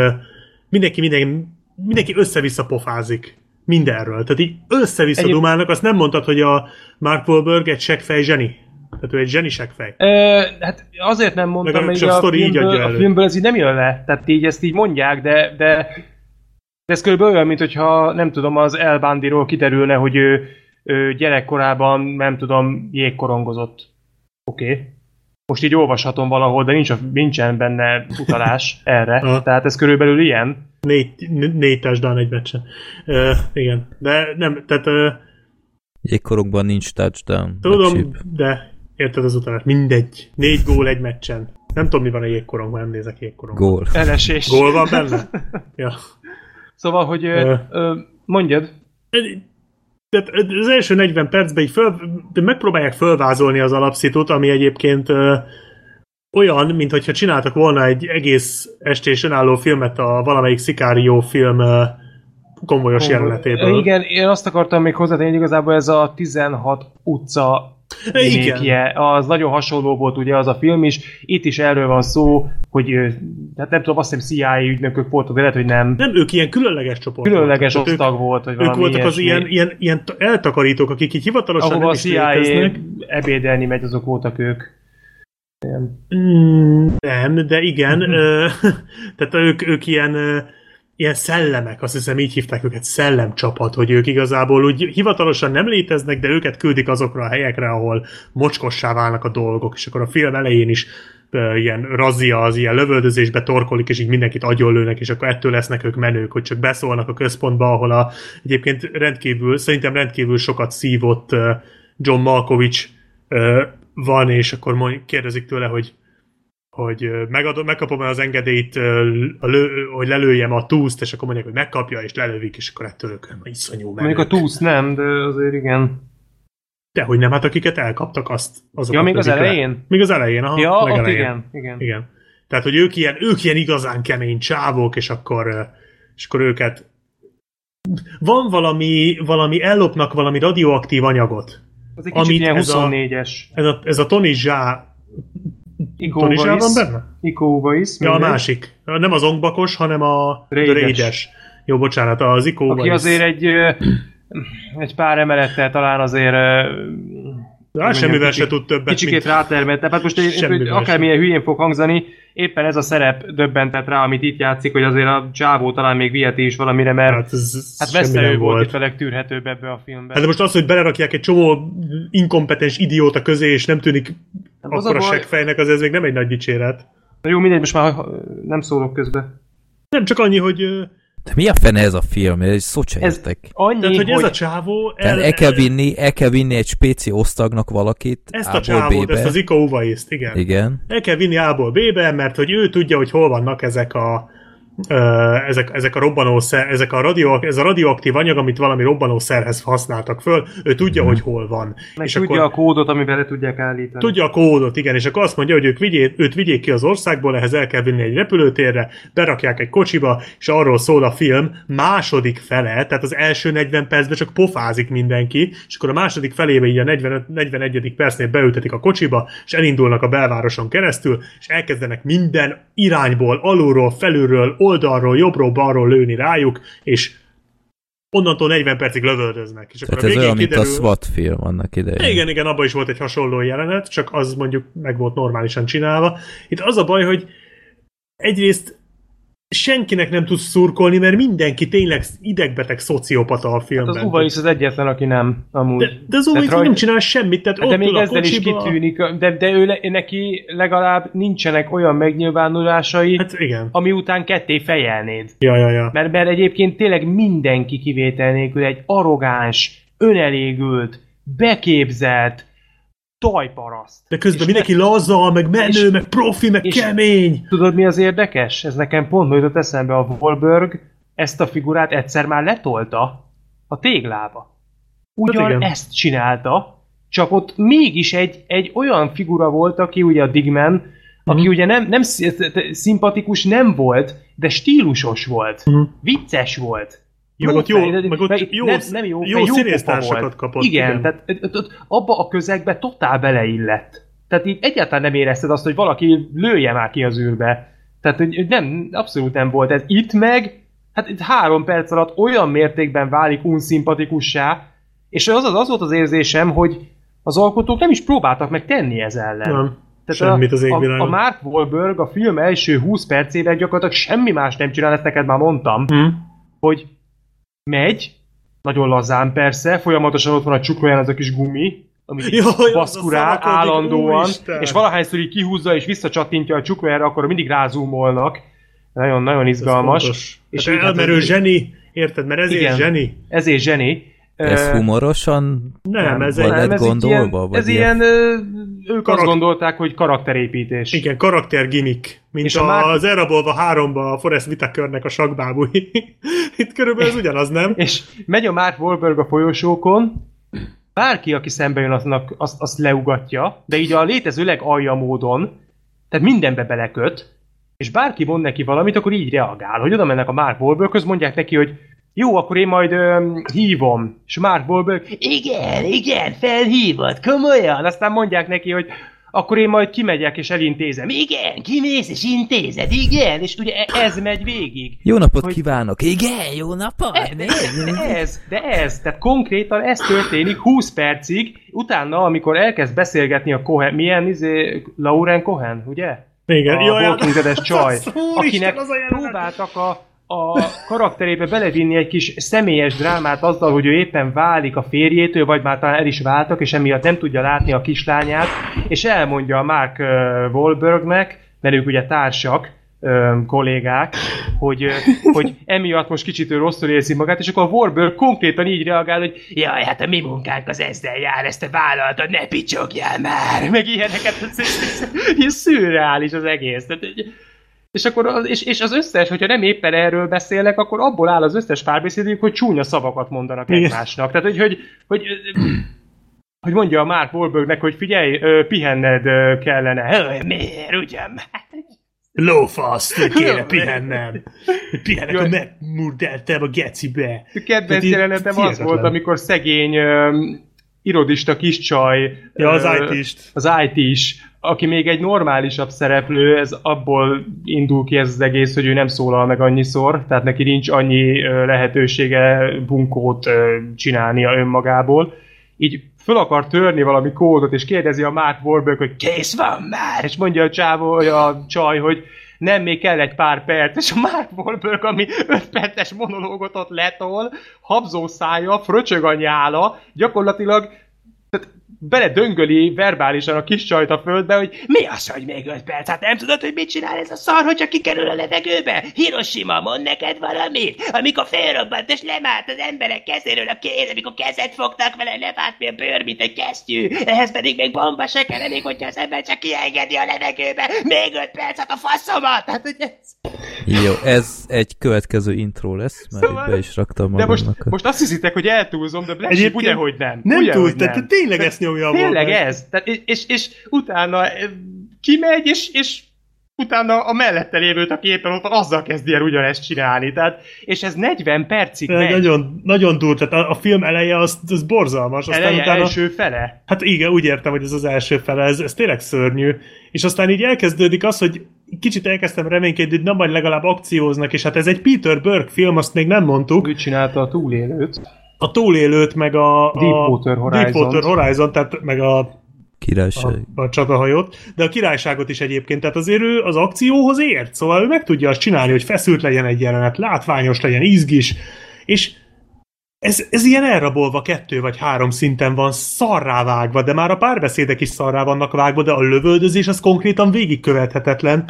mindenki össze-vissza pofázik. Mindenről. Tehát így össze-vissza dumálnak, azt nem mondtad, hogy a Mark Wahlberg egy seggfej zseni. Tehát ő egy zseni seggfej. Hát azért nem mondtam, mert a filmből ez így nem jön le. Tehát így ezt így mondják, de ez körülbelül olyan, mint hogyha nem tudom, az El Bundyról kiderülne, hogy ő gyerekkorában, nem tudom, jégkorongozott. Oké. Most így olvashatom valahol, de nincsen benne utalás erre. Tehát ez körülbelül ilyen. 4 touchdown egy meccsen. Igen. De nem, tehát... Jégkorongban nincs touchdown. Tudom, de érted az utalás. Mindegy. 4 gól egy meccsen. Nem tudom, mi van a jégkorongban, nem nézek jégkorongban. Gól. Elesés. Gól van benne? Ja. Szóval, hogy mondjad. Tehát az első 40 percben így megpróbálják fölvázolni az alapszitut, ami egyébként olyan, mintha csináltak volna egy egész estés önálló filmet a valamelyik Sicario film konvojos jelenetéből. Igen, én azt akartam még hozzátenni, hogy igazából ez a 16 utca remake-je, az nagyon hasonló volt ugye az a film is. Itt is erről van szó, hogy hát nem tudom, azt hiszem CIA ügynökök voltak, de lehet, hogy nem. Nem, ők ilyen különleges csoport. Különleges osztag volt, vagy valami ők voltak az ilyen eltakarítók, akik így hivatalosan ahova nem is léteznek. Ebédelni megy, azok voltak ők. Nem, de igen. Tehát ők ilyen szellemek, azt hiszem így hívták őket, szellemcsapat, hogy ők igazából úgy hivatalosan nem léteznek, de őket küldik azokra a helyekre, ahol mocskossá válnak a dolgok, és akkor a film elején is ilyen razzia, az ilyen lövöldözésbe torkolik, és így mindenkit agyonlőnek, és akkor ettől lesznek ők menők, hogy csak beszólnak a központba, ahol egyébként szerintem rendkívül sokat szívott John Malkovich van, és akkor kérdezik tőle, hogy megkapom az engedélyt, hogy lelőjem a túszt, és akkor mondják, hogy megkapja, és lelövik, és akkor ettől ők iszonyú menők. Mondjuk a túsz nem, de azért igen. Dehogy nem, hát akiket elkaptak, azokat. Ja, még az elején? Még az elején, aha. Ja, ott igen. Tehát, hogy ők ilyen igazán kemény csávok, és akkor őket van valami ellopnak valami radioaktív anyagot. Az egy kicsit ilyen 24-es. Ez a Tony Zsá Tony Zsá van benne? Iko Uwais. Ja, a másik. Nem az ongbakos, hanem a Raides. Jó, bocsánat, az Iko Uwais. Aki azért egy pár emelettel talán azért Semmivel se tud többet, kicsikét rátermette. Hát most semmivel akármilyen hülyén fog hangzani, éppen ez a szerep döbbentett rá, amit itt játszik, hogy azért a csávó talán még viheti is valamire, mert hát Veszterő volt itt a legtűrhetőbb ebbe a filmben. Hát most az, hogy belerakják egy csomó inkompetens idióta közé, és nem tűnik akkora seggfejnek, az ez még nem egy nagy dicséret. Na jó, mindegy, most már nem szólok közbe. Nem, csak annyi, hogy... De mi a fene ez a film? Ez szót se értek. Annyi, tehát, hogy ez a csávó... El kell vinni egy spéci osztagnak valakit ezt a csávót, ezt az Iko Uwaist, igen. Igen. El kell vinni A-ból B-be, mert hogy ő tudja, hogy hol vannak ezek a ez a radioaktív anyag, amit valami robbanószerhez használtak föl, ő tudja, hogy hol van. Meg és tudja akkor, a kódot, amiben le tudják állítani. Tudja a kódot, igen, és akkor azt mondja, hogy őt vigyék ki az országból, ehhez el kell vinni egy repülőtérre, berakják egy kocsiba, és arról szól a film második fele, tehát az első 40 percben csak pofázik mindenki, és akkor a második felébe így a 41. percnél beültetik a kocsiba, és elindulnak a belvároson keresztül, és elkezdenek minden irányból, alulról, felülről, oldalról, jobbról, balról lőni rájuk, és onnantól 40 percig lövöldöznek. És tehát ez olyan, mint a SWAT film annak idején. Igen, abban is volt egy hasonló jelenet, csak az mondjuk meg volt normálisan csinálva. Itt az a baj, hogy egyrészt senkinek nem tudsz szurkolni, mert mindenki tényleg idegbeteg szociopata a filmben. Hát az Uwaist az egyetlen, aki nem, amúgy. De az Uwaist nem csinál semmit, tehát de még ezzel is kitűnik, de neki legalább nincsenek olyan megnyilvánulásai, hát igen, ami után ketté fejelnéd. Ja. Mert egyébként tényleg mindenki kivétel nélkül egy arrogáns, önelégült, beképzelt, tajparaszt. De közben mindenki laza, meg menő, meg profi, meg kemény. Tudod, mi az érdekes? Ez nekem pont jutott eszembe, a Wahlberg ezt a figurát egyszer már letolta a téglába. Ezt csinálta, csak ott mégis egy olyan figura volt, aki ugye a Digman, aki ugye nem szimpatikus nem volt, de stílusos volt. Vicces volt. Jó színésztársakat kapott. Igen, tehát abba a közegbe totál beleillett. Tehát így egyáltalán nem érezted azt, hogy valaki lője már ki az űrbe. Tehát hogy nem, abszolút nem volt ez. Itt meg, hát itt 3 perc alatt olyan mértékben válik unszimpatikussá, és az volt az érzésem, hogy az alkotók nem is próbáltak meg tenni ez ellen. Nem. Tehát semmit az égvilágon. A Mark Wahlberg a film első 20 percében gyakorlatilag semmi más nem csinál, ezt neked már mondtam, hogy megy, nagyon lazán persze, folyamatosan ott van a csuklóján az a kis gumi, amit baszkurál állandóan, és valahányszor így kihúzza és visszacsattintja a csuklójára, akkor mindig rázúmolnak. Nagyon izgalmas. És hát mert ő zseni, érted? Mert ezért zseni. Ezért zseni. Ez humorosan lett gondolva? Ez ilyen ők azt gondolták, hogy karakterépítés. Igen, karaktergimmick. Mint és az Elrabolva 3-ba a Forrest Whitakernek a sakkbábúi. Itt körülbelül ez ugyanaz, nem? És megy a Mark Wahlberg a folyosókon, bárki, aki szembe jön, azt leugatja, de így a létező legalja módon, tehát mindenbe beleköt, és bárki mond neki valamit, akkor így reagál, hogy oda mennek a Mark Wahlberghöz, mondják neki, hogy jó, akkor én majd hívom. És Mark Wahlberg, igen, felhívod, komolyan. Aztán mondják neki, hogy akkor én majd kimegyek és elintézem. Igen, kimész és intézed, igen. És ugye ez megy végig. Jó napot kívánok. Igen, jó napot. Tehát konkrétan ez történik 20 percig. Utána, amikor elkezd beszélgetni a Cohen, Lauren Cohen, ugye? Igen, a Walking Dead-es csaj, akinek próbáltak a karakterébe belevinni egy kis személyes drámát azzal, hogy ő éppen válik a férjétől, vagy már talán el is váltak, és emiatt nem tudja látni a kislányát, és elmondja a Mark Wahlbergnek, mert ők ugye társak, kollégák, hogy emiatt most kicsit ő rosszul érzi magát, és akkor a Wahlberg konkrétan így reagál, hogy jaj, hát a mi munkánk az ezzel jár, ezt te vállaltad, ne picsogjál már! Meg ilyeneket, ilyen szürreális az egész. És akkor és az összes, hogyha nem éppen erről beszélnek, akkor abból áll az összes párbeszédük, hogy csúnya szavakat mondanak egymásnak. Tehát, hogy mondja a Mark Wahlbergnek, hogy figyelj, pihenned kellene. Miért, ugyan? Lófasz, kéne pihennem. Pihennek, hogy megmurdeltem a gecibe. A kedvenc jelenetem az volt, amikor szegény irodista kis csaj. Ja, az IT-st. Az IT-s, aki még egy normálisabb szereplő, ez abból indul ki ez az egész, hogy ő nem szólal meg annyiszor, tehát neki nincs annyi lehetősége bunkót csinálnia önmagából, így föl akar törni valami kódot, és kérdezi a Mark Wahlberg, hogy kész van már, és mondja a csávó, a csaj, hogy nem, még kell egy pár perc, és a Mark Wahlberg, ami 5 perces monológot ott letol, habzó szája, fröcsög a nyála, gyakorlatilag beledöngöli verbálisan a kis csajt a földbe, hogy mi az, hogy még 5 perc? Hát nem tudod, hogy mit csinál ez a szar, hogyha kikerül a levegőbe? Hiroshima, mond neked valamit? Amikor felrobbant és lemált az emberek kezéről a kéz, amikor kezet fogtak vele, levált mi a bőr, mint egy kesztyű. Ehhez pedig még bomba se kell, elég, hogyha az ember csak kiengedi a levegőbe. Még 5 percet a faszomat! Hát, hogy ez... Jó, ez egy következő intro lesz, mert szóval, be is raktam magamnak. De most azt hiszitek, hogy eltúlzom, de Black Sheep ugyehogy nem. Nem ugye, túl, tehát tényleg ezt nyomja a tényleg ez. Tehát, és utána kimegy, és utána a mellette lévőt, aki éppen ott van, azzal kezdi el ugyanezt csinálni. Tehát, és ez 40 percig megy. Nagyon, nagyon túl, tehát a film eleje az borzalmas. Eleje utána, első fele? Hát igen, úgy értem, hogy ez az első fele, ez tényleg szörnyű. És aztán így elkezdődik az, hogy kicsit elkezdtem reménykedni, hogy nem majd legalább akcióznak, és hát ez egy Peter Berg film, azt még nem mondtuk. Ő csinálta a túlélőt. A túlélőt, meg a Deepwater Horizon, tehát meg a királyság. A csatahajót, de a királyságot is egyébként, tehát azért ő az akcióhoz ért, szóval ő meg tudja azt csinálni, hogy feszült legyen egy jelenet, látványos legyen, izgis, és ez ilyen elrabolva 2 vagy 3 szinten van szarrá vágva, de már a párbeszédek is szarrá vannak vágva, de a lövöldözés az konkrétan végigkövethetetlen,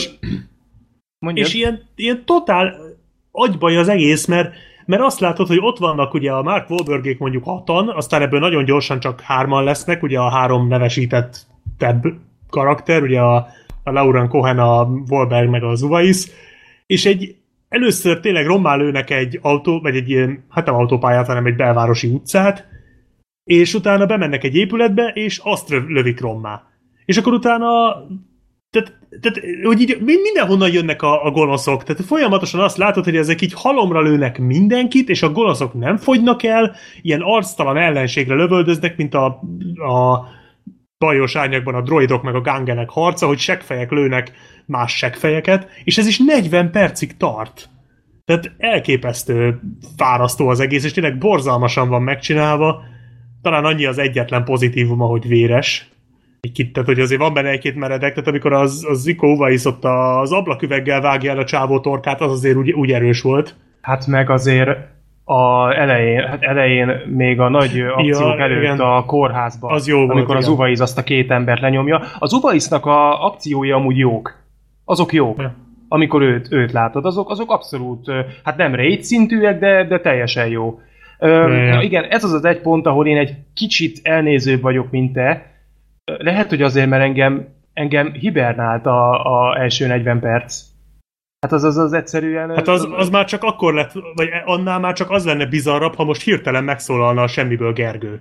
és ilyen totál agybaj az egész, mert azt látod, hogy ott vannak ugye a Mark Wahlbergék mondjuk 6-an, aztán ebből nagyon gyorsan csak 3-an lesznek, ugye a 3 nevesített tebb karakter, ugye a Lauren Cohen, a Wahlberg meg az Uwais, és először tényleg rommá lőnek egy autó, vagy egy ilyen, hát nem autópályát, hanem egy belvárosi utcát, és utána bemennek egy épületbe, és azt lövik rommá. És akkor utána tehát, hogy így mindenhonnan jönnek a gonoszok. Tehát folyamatosan azt látod, hogy ezek így halomra lőnek mindenkit, és a gonoszok nem fogynak el, ilyen arctalan ellenségre lövöldöznek, mint a bajos árnyakban a droidok meg a gangenek harca, hogy seggfejek lőnek más seggfejeket, és ez is 40 percig tart. Tehát elképesztő fárasztó az egész, és tényleg borzalmasan van megcsinálva. Talán annyi az egyetlen pozitívuma, hogy véres. Tehát, hogy azért van benne egy-két meredek, tehát amikor az Iko Uwais ott az ablaküveggel vágja el a csávó torkát, az azért úgy erős volt. Hát meg azért elején még a nagy akciók előtt igen. A kórházban, az jó volt, amikor az Uwais azt a 2 embert lenyomja. Az Uwaisnak a akciói amúgy jók. Azok jók. Ja. Amikor őt látod, azok abszolút, hát nem raid szintűek, de teljesen jó. Igen, ez az egy pont, ahol én egy kicsit elnézőbb vagyok, mint te. Lehet, hogy azért, mert engem hibernált a első 40 perc. Hát az egyszerűen... Hát az már csak akkor lett, vagy annál már csak az lenne bizarrabb, ha most hirtelen megszólalna a semmiből Gergő.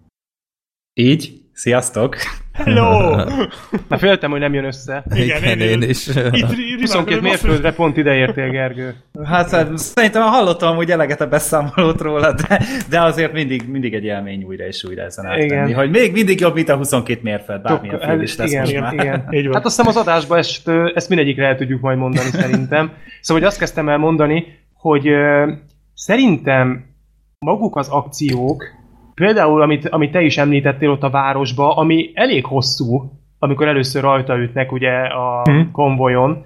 Így? Sziasztok! Hello! Már féltem, hogy nem jön össze. Igen, én is. 22 mérföldre pont ide értél, Gergő. Hát szerintem hallottam hogy eleget a beszámolót róla, de azért mindig egy élmény újra és újra ezen átvenni. Hogy még mindig jobb, mint a 22 mérföld, bármilyen film is lesz most már. Igen. Hát azt hiszem az adásban ezt mindegyikre el tudjuk majd mondani szerintem. Szóval hogy azt kezdtem el mondani, hogy szerintem maguk az akciók, például, amit te is említettél ott a városba, ami elég hosszú, amikor először rajta ütnek ugye a konvojon.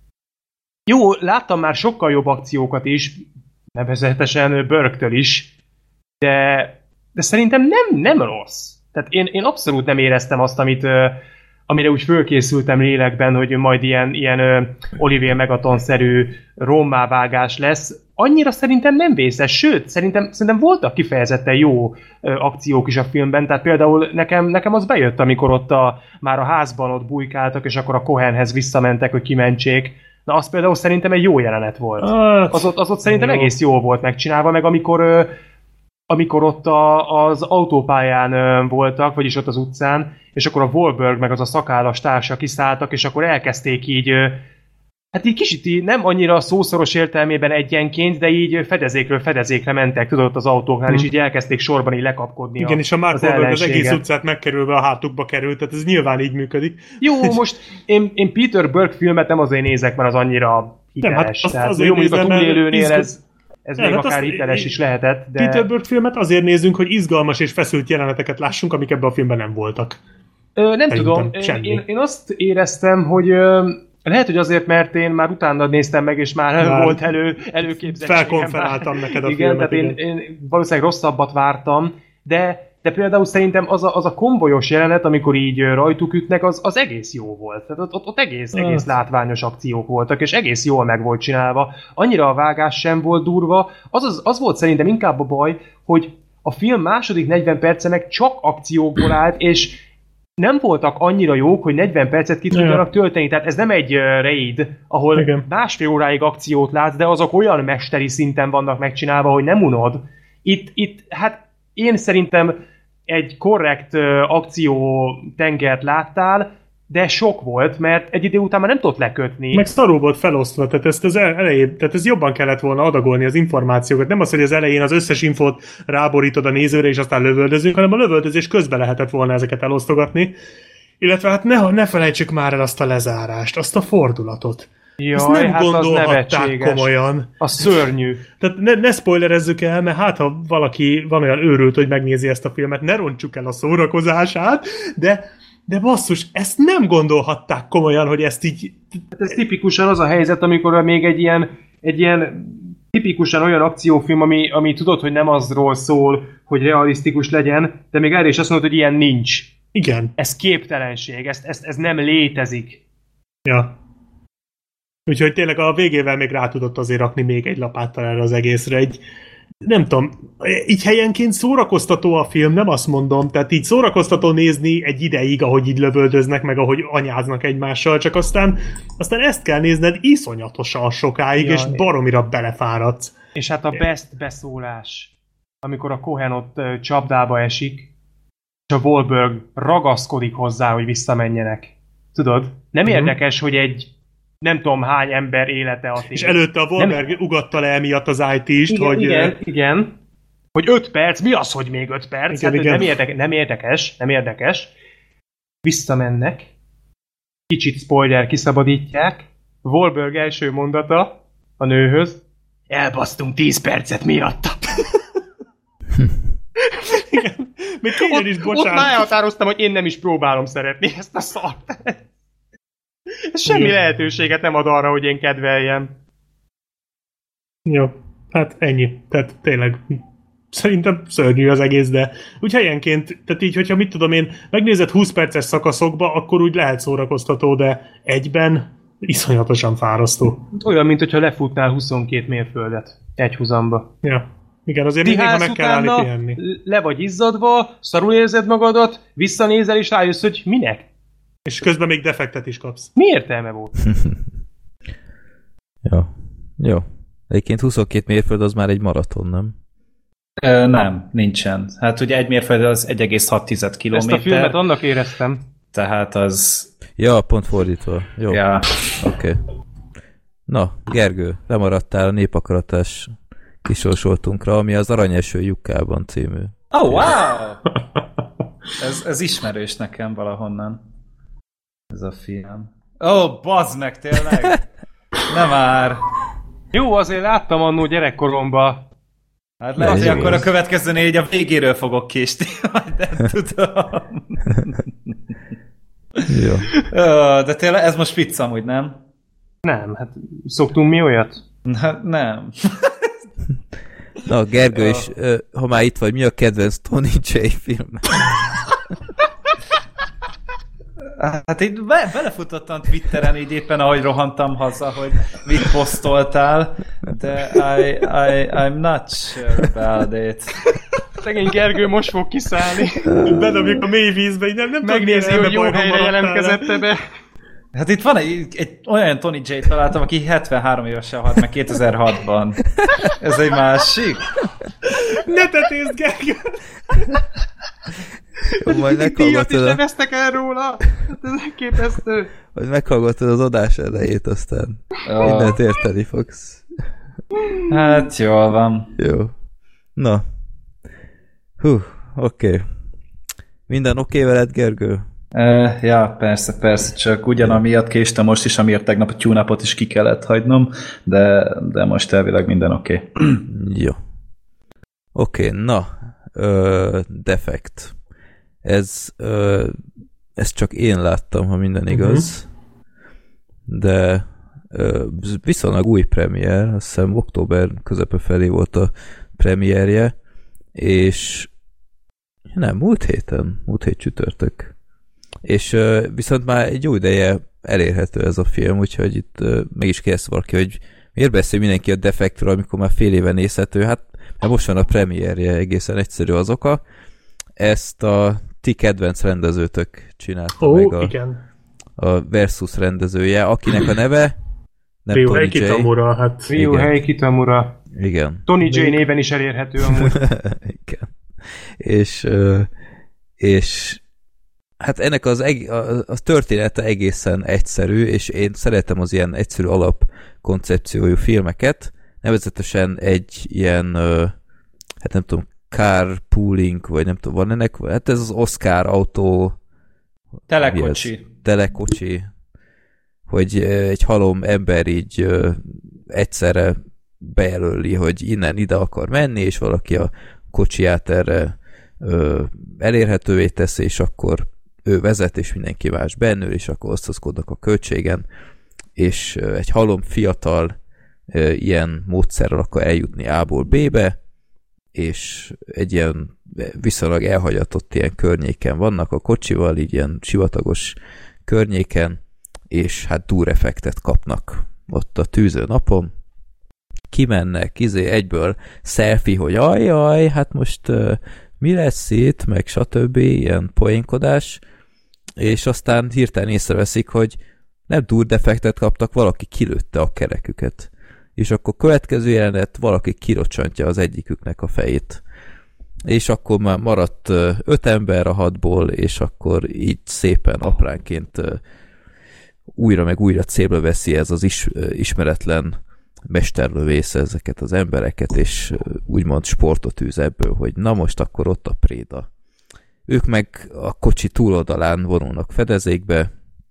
Jó, láttam már sokkal jobb akciókat is, nevezetesen Bergtől is, de szerintem nem rossz. Tehát én abszolút nem éreztem azt, amire úgy fölkészültem lélekben, hogy majd ilyen Olivier Megaton-szerű rommávágás lesz. Annyira szerintem nem vészes, sőt, szerintem voltak kifejezetten jó akciók is a filmben, tehát például nekem az bejött, amikor ott már a házban ott bujkáltak, és akkor a Cohenhez visszamentek, hogy kimentsék. Na, az például szerintem egy jó jelenet volt. Az ott szerintem egész jól volt megcsinálva, meg amikor ott az autópályán voltak, vagyis ott az utcán, és akkor a Wahlberg meg az a szakállas társa kiszálltak, és akkor elkezdték így, hát így kicsit nem annyira szószoros értelmében egyenként, de így fedezékről fedezékre mentek, tudod, ott az autóknál, és így elkezdték sorban így lekapkodni. Igen, és a Mark Wahlberg az egész utcát megkerülve a hátukba került, tehát ez nyilván így működik. Jó, most én Peter Berg filmet nem azért nézek, mert az annyira hiteles. Nem, hát tehát jó, mondjuk a túlélőnél ez... ez még akár hiteles is lehetett, de... Peter Berg filmet azért nézünk, hogy izgalmas és feszült jeleneteket lássunk, amik ebben a filmben nem voltak. Nem tudom, én azt éreztem, hogy lehet, hogy azért, mert én már utána néztem meg, és már volt előképzettségem. Felkonferáltam neked a igen, filmet. Tehát én valószínűleg rosszabbat vártam, de például szerintem az a konvojos jelenet, amikor így rajtuk ütnek, az egész jó volt. Tehát ott egész látványos akciók voltak, és egész jól meg volt csinálva. Annyira a vágás sem volt durva. Az volt szerintem inkább a baj, hogy a film második 40 perce meg csak akciókból állt, és nem voltak annyira jók, hogy 40 percet ki tudjanak tölteni. Tehát ez nem egy raid, ahol másfél óráig akciót látsz, de azok olyan mesteri szinten vannak megcsinálva, hogy nem unod. Itt hát én szerintem egy korrekt akciótengert láttál, de sok volt, mert egy idő után már nem tudott lekötni. Meg szarul volt felosztva, tehát ezt az elején, tehát ez jobban kellett volna adagolni az információkat. Nem az, hogy az elején az összes infót ráborítod a nézőre, és aztán lövöldözünk, hanem a lövöldözés közben lehetett volna ezeket elosztogatni. Illetve hát ne felejtsük már el azt a lezárást, azt a fordulatot. Jaj, ezt nem hát gondolhatták komolyan. A szörnyű. Tehát ne spoilerezzük el, mert hát ha valaki van olyan őrült, hogy megnézi ezt a filmet, ne rontsuk el a szórakozását, de basszus, ezt nem gondolhatták komolyan, hogy ezt így... Hát ez tipikusan az a helyzet, amikor még egy ilyen tipikusan olyan akciófilm, ami tudod, hogy nem azról szól, hogy realisztikus legyen, de még erre is azt mondod, hogy ilyen nincs. Igen. Ez képtelenség, ez nem létezik. Ja. Úgyhogy tényleg a végével még rá tudott azért rakni még egy lapáttal erre az egészre. Nem tudom, így helyenként szórakoztató a film, nem azt mondom, tehát így szórakoztató nézni egy ideig, ahogy így lövöldöznek, meg ahogy anyáznak egymással, csak aztán ezt kell nézned iszonyatosan sokáig, és baromira belefáradsz. És hát a best beszólás, amikor a Cohen ott csapdába esik, és a Wahlberg ragaszkodik hozzá, hogy visszamenjenek. Tudod? Nem érdekes, hogy egy nem tudom hány ember élete a tét. És előtte a Wahlberg ugatta le emiatt az IT-st, igen, hogy... Igen. Hogy 5 perc, mi az, hogy még 5 perc? Igen, hát igen. Nem érdekes. Visszamennek. Kicsit spoiler, kiszabadítják. Wahlberg első mondata a nőhöz. Elbasztunk 10 percet miatta. Igen. Még kényen is bocsánat. Ott elhatároztam, hogy én nem is próbálom szeretni ezt a szart. Ez semmi lehetőséget nem ad arra, hogy én kedveljem. Jó, hát ennyi. Tehát tényleg szerintem szörnyű az egész, de úgy helyenként, tehát így, hogyha mit tudom én, megnézed 20 perces szakaszokba, akkor úgy lehet szórakoztató, de egyben iszonyatosan fárasztó. Olyan, mint hogyha lefutnál 22 mérföldet egy húzamba. Ja. Igen, azért néha meg kell állni pihenni. Le vagy izzadva, szarul érzed magadat, visszanézel és rájössz, hogy minek? És közben még defektet is kapsz. Mi értelme volt? Jó. Egyébként 22 mérföld az már egy maraton, nem? Nem, nincsen. Hát ugye egy mérföld az 1,6 kilométer. Ezt a filmet annak éreztem. Tehát az... Ja, pont fordítva. Jó. Ja. Oké. Na, Gergő, lemaradtál a Népakaratás kisorsoltunkra, ami az Aranyeső lyukában című. Oh, wow! Ez ismerős nekem valahonnan. Ez a film. Bazd meg, tényleg? Nem már. Jó, azért láttam annó gyerekkoromban. Hát lehet, hogy akkor a következő 4 a végéről fogok késni, majd nem tudom. Jó. De tényleg ez most vicc amúgy, nem? Nem, hát szoktunk mi olyat? Nem. Na, Gergő is, ha már itt vagy, mi a kedvenc Tony J. film? Hát én belefutottam Twitteren így éppen, ahogy rohantam haza, hogy mit posztoltál, de I'm not sure about it. Szegény Gergő most fog kiszállni. Bedobjuk a mély vízbe, így nem megnézi, hogy jó helyre jelentkezette be. Hát itt van egy olyan Tony J-t találtam, aki 73 évesen halt meg 2006-ban. Ez egy másik? Ne tetézd, Gergő! Majd díjat is neveztek el róla. Ez elképesztő. Majd meghallgatod az adás elejét, aztán mindent érteni fogsz. Hát jól van. Jó. Na. Oké. Minden oké veled, Gergő? Ja, persze, csak ugyanamiatt késtem most is, amiért tegnap a tune-upot is ki kellett hagynom, de most elvileg minden oké. Jó. Oké, na, Defect. Ez csak én láttam, ha minden igaz. De viszonylag új premier, azt hiszem október közepe felé volt a premierje, és nem, múlt hét csütörtök. És viszont már egy jó ideje elérhető ez a film, úgyhogy itt meg is kérdezte valaki, hogy miért beszél mindenki a Defectről, amikor már fél éve nézhető, hát mert most van a premierje, egészen egyszerű az oka. Ezt a ti kedvenc rendezőtök csinálta meg a Versus rendezője, akinek a neve nem Ryuhei Kitamura, hát Ryuhei Kitamura. Igen. Tony J néven is elérhető amúgy. Igen. És hát ennek a története egészen egyszerű, és én szeretem az ilyen egyszerű alapkoncepciójú filmeket, nevezetesen egy ilyen, hát nem tudom, carpooling, vagy nem tudom, van ennek, hát ez az Oscar autó telekocsi, hogy egy halom ember így egyszerre bejelöli, hogy innen ide akar menni, és valaki a kocsiját erre elérhetővé teszi, és akkor ő vezet, és mindenki más bennül, és akkor osztozkodnak a költségen, és egy halom fiatal ilyen módszerrel akar eljutni A-ból B-be, és egy ilyen viszonylag elhagyatott ilyen környéken vannak a kocsival, így ilyen sivatagos környéken, és hát dúreffektet kapnak ott a tűző napon, kimennek, egyből selfie, hogy ajjaj, hát most mi lesz itt, meg stb. Ilyen poénkodás, és aztán hirtelen észreveszik, hogy nem dúrdeffektet kaptak, valaki kilőtte a kereküket. És akkor következő jelenet, valaki kirocsantja az egyiküknek a fejét. És akkor már maradt 5 ember a 6-ból, és akkor így szépen apránként újra meg újra célba veszi ez az ismeretlen mesterlövész ezeket az embereket, és úgymond sportot űz ebből, hogy na most akkor ott a préda. Ők meg a kocsi túloldalán vonulnak fedezékbe,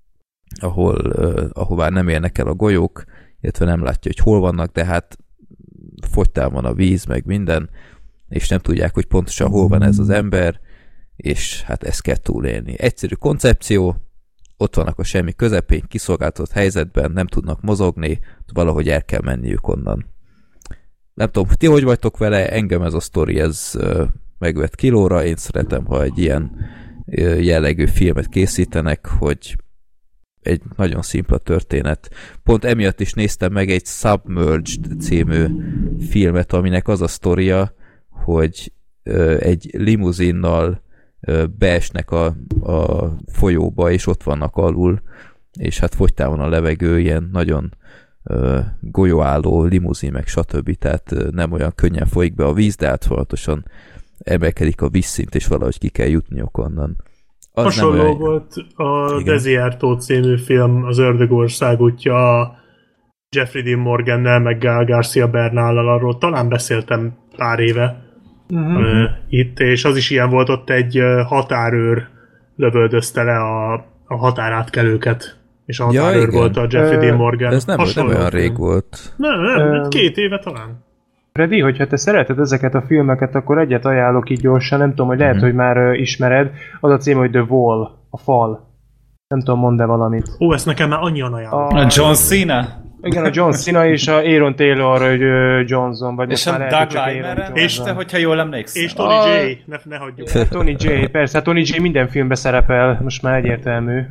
ahová nem érnek el a golyók, illetve nem látja, hogy hol vannak, de hát fogytál van a víz, meg minden, és nem tudják, hogy pontosan hol van ez az ember, és hát ezt kell túlélni. Egyszerű koncepció, ott vannak a semmi közepén, kiszolgáltatott helyzetben, nem tudnak mozogni, valahogy el kell menniük onnan. Nem tudom, ti hogy vagytok vele, engem ez a sztori, ez megvett kilóra, én szeretem, ha egy ilyen jellegű filmet készítenek, hogy egy nagyon szimpla történet. Pont emiatt is néztem meg egy Submerged című filmet, aminek az a sztoria, hogy egy limuzinnal beesnek a folyóba, és ott vannak alul, és hát fogytál van a levegő, ilyen nagyon golyóálló limuzin, meg stb. Tehát nem olyan könnyen folyik be a víz, de hát folyamatosan emelkedik a vízszint, és valahogy ki kell jutniuk onnan. Az hasonló olyan... volt a Desierto című film, az Ördögország útja, Jeffrey Dean Morgannel, meg Gal Garcia Bernállal, arról talán beszéltem pár éve itt, és az is ilyen volt, ott egy határőr lövöldözte le a határátkelőket, és a határőr volt a Jeffrey Dean Morgan. Ez nem olyan rég volt. Nem, 2 éve talán. Freddy, hogyha te szereted ezeket a filmeket, akkor egyet ajánlok így gyorsan, nem tudom, hogy lehet, hogy már ismered. Az a cím, hogy The Wall, a fal. Nem tudom, mondd-e valamit. Ó, ezt nekem már annyian ajánlom. A John Cena? Igen, a John Cena és a Aaron Taylor Johnson. Vagy és a Doug Limer-en? És te, hogyha jól emlékszel. És Tony J. Ne hagyjuk. Tony J. Persze, hát Tony J. minden filmben szerepel, most már egyértelmű.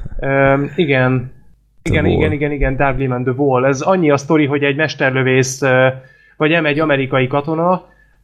Igen. Igen, Doug Liman, The Wall. Ez annyi a sztori, hogy egy mesterlövész, vagy egy amerikai katona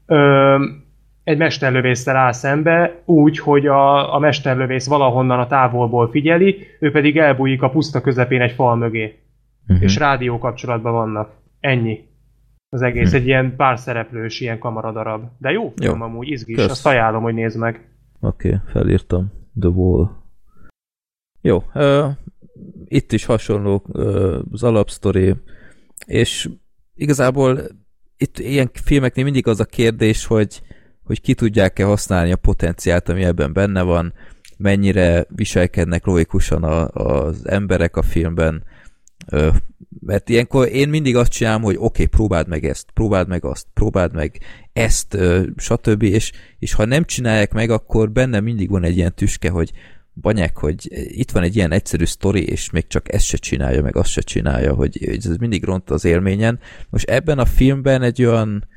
egy mesterlövésszel áll szembe, úgy, hogy a mesterlövész valahonnan a távolból figyeli, ő pedig elbújik a puszta közepén egy fal mögé. És rádió kapcsolatban vannak. Ennyi. Az egész egy ilyen pár szereplős, ilyen kamaradarab. De jó film amúgy, izgis. Kösz. Azt ajánlom, hogy nézd meg. Oké, felírtam. The Wall. Jó. Itt is hasonló az alapsztori, és igazából itt ilyen filmeknél mindig az a kérdés, hogy ki tudják-e használni a potenciált, ami ebben benne van. mennyire viselkednek logikusan az emberek a filmben, mert ilyenkor én mindig azt csinálom, hogy oké, próbáld meg ezt, próbáld meg azt, próbáld meg ezt, stb. És ha nem csinálják meg, akkor benne mindig van egy ilyen tüske, hogy banyák, hogy itt van egy ilyen egyszerű sztori, és még csak ezt se csinálja, meg azt se csinálja, hogy ez mindig ront az élményen. Most ebben a filmben egy olyan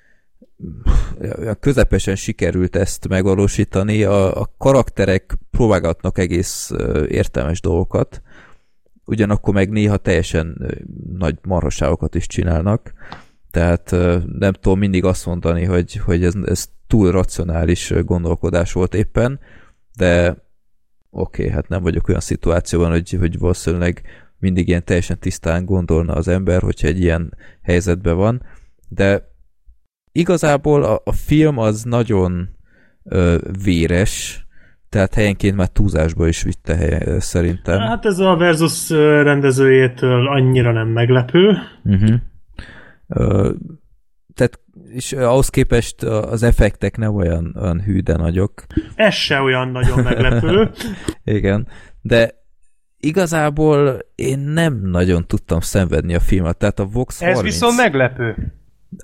közepesen sikerült ezt megvalósítani, a karakterek próbálgatnak egész értelmes dolgokat, ugyanakkor meg néha teljesen nagy marhaságokat is csinálnak, tehát nem tudom mindig azt mondani, hogy ez túl racionális gondolkodás volt éppen, de oké, hát nem vagyok olyan szituációban, hogy valószínűleg mindig ilyen teljesen tisztán gondolna az ember, hogyha egy ilyen helyzetben van, de igazából a film az nagyon véres, tehát helyenként már túlzásba is vitte szerintem. Hát ez a Versus rendezőjétől annyira nem meglepő. Tehát és ahhoz képest az effektek nem olyan hű, de nagyok. Ez se olyan nagyon meglepő. Igen, de igazából én nem nagyon tudtam szenvedni a filmet, tehát a Vox 30... Ez viszont meglepő.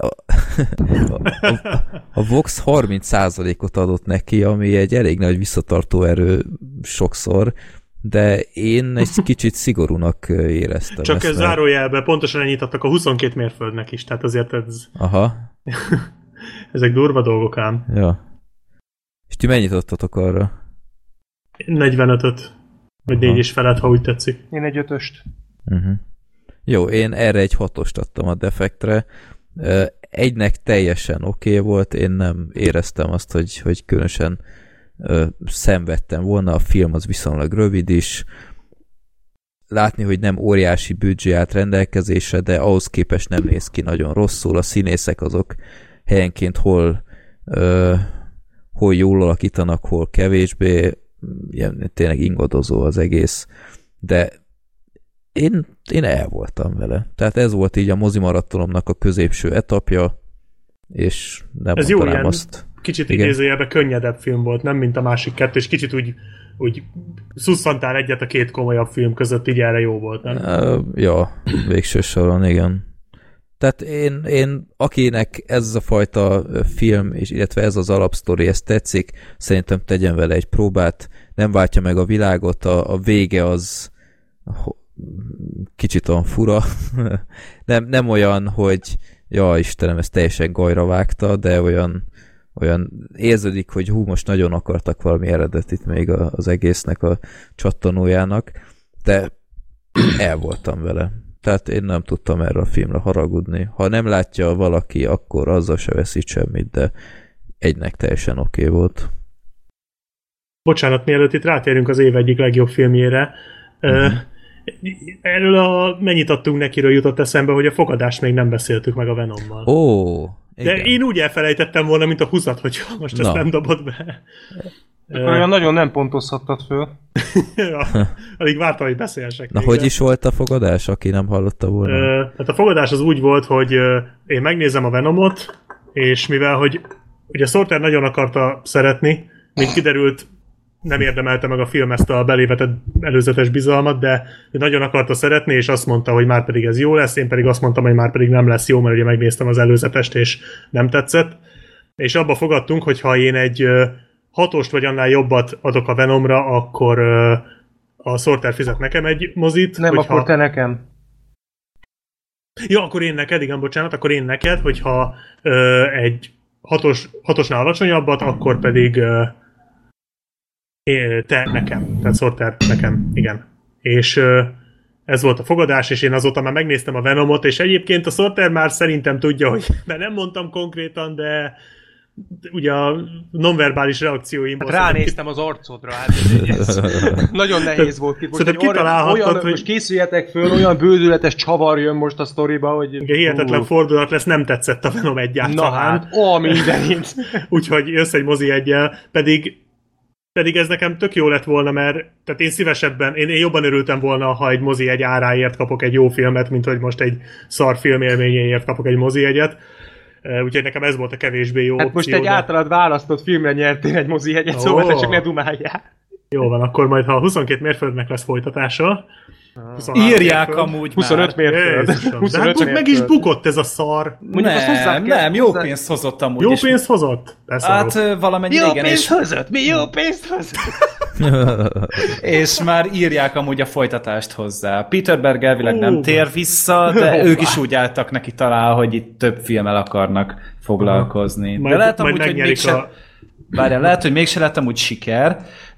A Vox 30%-ot adott neki, ami egy elég nagy visszatartó erő sokszor, de én egy kicsit szigorúnak éreztem. Csak ez zárójelben pontosan ennyit adtak a 22 mérföldnek is, tehát azért ez... Aha. Ezek durva dolgok ám. Ja. És ti mennyit adtatok arra? 45-öt. Vagy 4 és felett, ha úgy tetszik. Én egy 5-öst. Jó, én erre egy 6-ost adtam a Defektre. Egynek teljesen oké volt, én nem éreztem azt, hogy különösen szenvedtem volna, a film az viszonylag rövid is, látni, hogy nem óriási büdzsé állt rendelkezésre, de ahhoz képest nem néz ki nagyon rosszul, a színészek azok helyenként hol jól alakítanak, hol kevésbé, ilyen, tényleg ingadozó az egész, de én el voltam vele. Tehát ez volt így a mozimaratonomnak a középső etapja, és nem ez mondanám jó, azt. Kicsit idézőjelben könnyedebb film volt, nem mint a másik kettő, és kicsit úgy szusszantál egyet a két komolyabb film között, így erre jó volt, nem? Ja, végső soron, igen. Tehát én akinek ez a fajta film, és illetve ez az alapsztori, ez tetszik, szerintem tegyen vele egy próbát, nem váltja meg a világot, a vége az kicsit olyan fura. nem olyan, hogy ja, Istenem, ez teljesen gajra vágta, de olyan érződik, hogy most nagyon akartak valami eredetit még az egésznek a csattanójának, de el voltam vele. Tehát én nem tudtam erre a filmre haragudni. Ha nem látja valaki, akkor azzal se veszít semmit, de egynek teljesen oké volt. Bocsánat, mielőtt itt rátérünk az év egyik legjobb filmjére, erről mennyit adtunk nekiről jutott eszembe, hogy a Fogadást még nem beszéltük meg a Venommal. Igen. De én úgy elfelejtettem volna, mint a 20-at, hogyha most ezt nem dobod be. Akkor olyan nagyon nem pontozhattad föl. Ja, alig vártam, hogy beszélsek. Na, hogy is volt a Fogadás, aki nem hallotta volna? Hát a Fogadás az úgy volt, hogy én megnézem a Venomot, és mivel, hogy ugye Sorter nagyon akarta szeretni, mint kiderült, nem érdemelte meg a film ezt a belévetett előzetes bizalmat, de ő nagyon akarta szeretni, és azt mondta, hogy már pedig ez jó lesz, én pedig azt mondtam, hogy már pedig nem lesz jó, mert ugye megnéztem az előzetest, és nem tetszett. És abba fogadtunk, hogy ha én egy 6-ost vagy annál jobbat adok a Venomra, akkor a Sorter fizet nekem egy mozit. Nem, akkor te nekem. Ja, akkor én neked, igen, bocsánat, akkor én neked, hogyha egy 6-osnál alacsonyabbat, akkor pedig te nekem, tehát Sorter nekem, igen. És ez volt a Fogadás, és én azóta már megnéztem a Venomot, és egyébként a Sorter már szerintem tudja, hogy mert nem mondtam konkrétan, de ugye a nonverbális reakcióimból... Hát ránéztem az arcodra, hát ez nagyon nehéz volt. Most kitalálhattad, hogy... Most készüljetek föl, olyan bődületes csavar jön most a sztoriba, hogy... Igen, hihetetlen fordulat lesz, nem tetszett a Venom egyáltalán. Na hát, mindenit. Úgyhogy jössz egy mozi egyel, pedig ez nekem tök jó lett volna, mert tehát én szívesebben, én jobban örültem volna, ha egy mozi egy áráért kapok egy jó filmet, mint hogy most egy szar film élményéért kapok egy mozi egyet. Úgyhogy nekem ez volt a kevésbé jó hát opció. Most egy általad választott filmre nyertél egy mozi egyet, szóval te csak ne dumáljál. Jó van, akkor majd, ha 22 mérföldnek lesz folytatása, 23 Írják mérföld. amúgy 25 már. mérföld. Jézusom, 25 de hát meg is mérföld. bukott ez a szar. Mondjuk azt hozzá Nem, kell- nem, jó hozzá- pénzt hozott amúgy Jó is. pénzt hozott? Hát valamennyire igen, hozott? Mi jó pénzt hozott? és már írják amúgy a folytatást hozzá. Peter Berg elvileg Ó, nem tér vissza, de ők is úgy álltak neki talán, hogy itt több filmmel akarnak foglalkozni. De lehet Majd amúgy, hogy megnyerik mégse... Várjál, lehet, hogy mégse lett amúgy siker,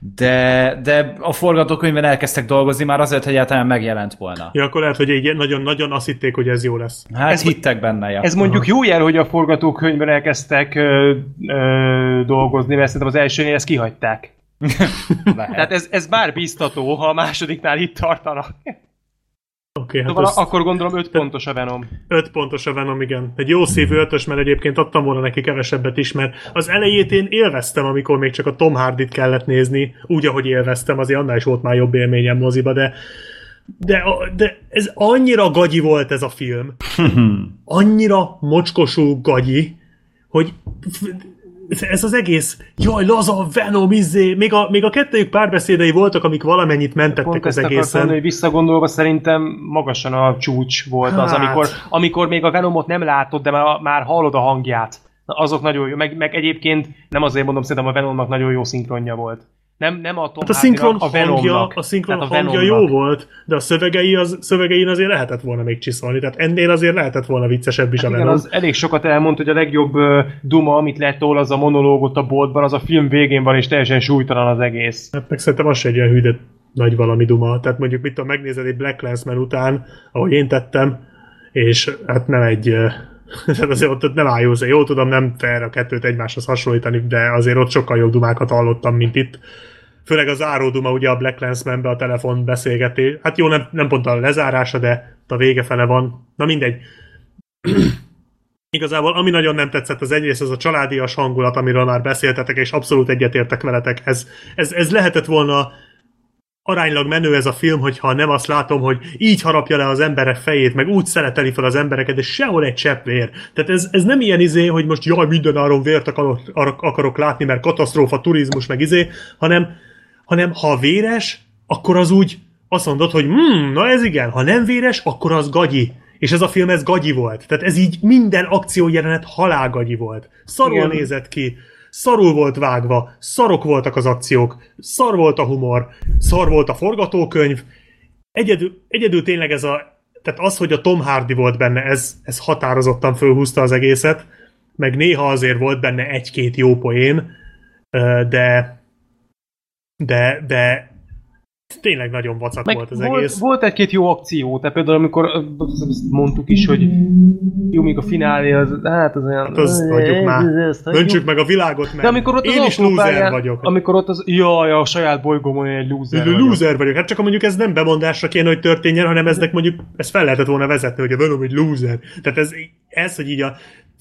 de a forgatókönyvben elkezdtek dolgozni már azért, hogy egyáltalán megjelent volna. Ja, akkor lehet, hogy így nagyon-nagyon azt hitték, hogy ez jó lesz. Hát hittek benne, ja. Ez mondjuk jó jel, hogy a forgatókönyvben elkezdtek dolgozni, mert szerintem az elsőnél ezt kihagyták. Tehát ez bár biztató, ha a másodiknál itt tartanak. Oké, hát Szóval akkor gondolom 5 pontos a Venom. 5 pontos a Venom, igen. Egy jó szívű 5-ös, mert egyébként adtam volna neki kevesebbet is, mert az elejét én élveztem, amikor még csak a Tom Hardit kellett nézni, úgy, ahogy élveztem, azért annál is volt már jobb élményem moziba, de ez annyira gagyi volt ez a film. Annyira mocskosú gagyi, hogy ez az egész, jaj, laza, Venom, még a kettőjük párbeszédei voltak, amik valamennyit mentettek Pont az ezt akartam egészen. mondani, hogy visszagondolva szerintem magasan a csúcs volt az, Hát. amikor még a Venomot nem látod, de már hallod a hangját. Na, azok nagyon jó, meg egyébként nem azért mondom, szerintem a Venomnak nagyon jó szinkronja volt. Nem a Tom Hát a szinkron Hardynak, a hangja, Venomnak. a szinkron Tehát a hangja Venomnak. jó volt, de a szövegein azért lehetett volna még csiszolni, tehát ennél azért lehetett volna viccesebb is a Igen, Venom. az elég sokat elmond, hogy a legjobb duma, amit lettól, az a monológot a boltban, az a film végén van, és teljesen súlytalan az egész. Hát meg szerintem az se egy olyan hűde nagy valami duma. Tehát mondjuk mit tudom, megnézed egy Black Landsman után, ahogy én tettem, és hát nem egy... Tehát azért ott nem áll hozzá. Jó tudom, nem fair a kettőt egymáshoz hasonlítani, de azért ott sokkal jobb dumákat hallottam, mint itt. Főleg a záró duma, ugye a Black Landsman-be a telefon beszélgetés. Hát jó, nem pont a lezárása, de a vége fele van. Na mindegy. Igazából ami nagyon nem tetszett az egyrészt, az a családias hangulat, amiről már beszéltetek, és abszolút egyetértek veletek. Ez lehetett volna aránylag menő ez a film, hogyha nem azt látom, hogy így harapja le az emberek fejét, meg úgy szeleteli fel az embereket, és sehol egy csepp vér. Tehát ez nem ilyen hogy most jaj, mindenáron vért akarok látni, mert katasztrófa, turizmus, meg hanem ha véres, akkor az úgy azt mondod, hogy na ez igen, ha nem véres, akkor az gagyi. És ez a film, ez gagyi volt. Tehát ez így minden akciójelenet halálgagyi volt. Szarul Igen. nézett ki, szarul volt vágva, szarok voltak az akciók, szar volt a humor, szar volt a forgatókönyv. Egyedül tényleg tehát az, hogy a Tom Hardy volt benne, ez határozottan fölhúzta az egészet, meg néha azért volt benne egy-két jó poén, de tényleg nagyon vacak Meg volt az egész. volt egy-két jó akció, tehát például amikor azt mondtuk is, hogy jó, még a finálé az, hát az olyan... Hát az hagyjuk már. Öntsük meg a világot, mert De amikor ott én az is loser autópályán, vagyok. amikor ott az, jaj, a saját bolygómon egy loser vagyok. Loser vagyok. Hát csak mondjuk ez nem bemondásra kéne, hogy történjen, hanem eznek mondjuk, ezt fel lehetett volna vezetni, hogy a Venom egy loser. Tehát ez hogy így a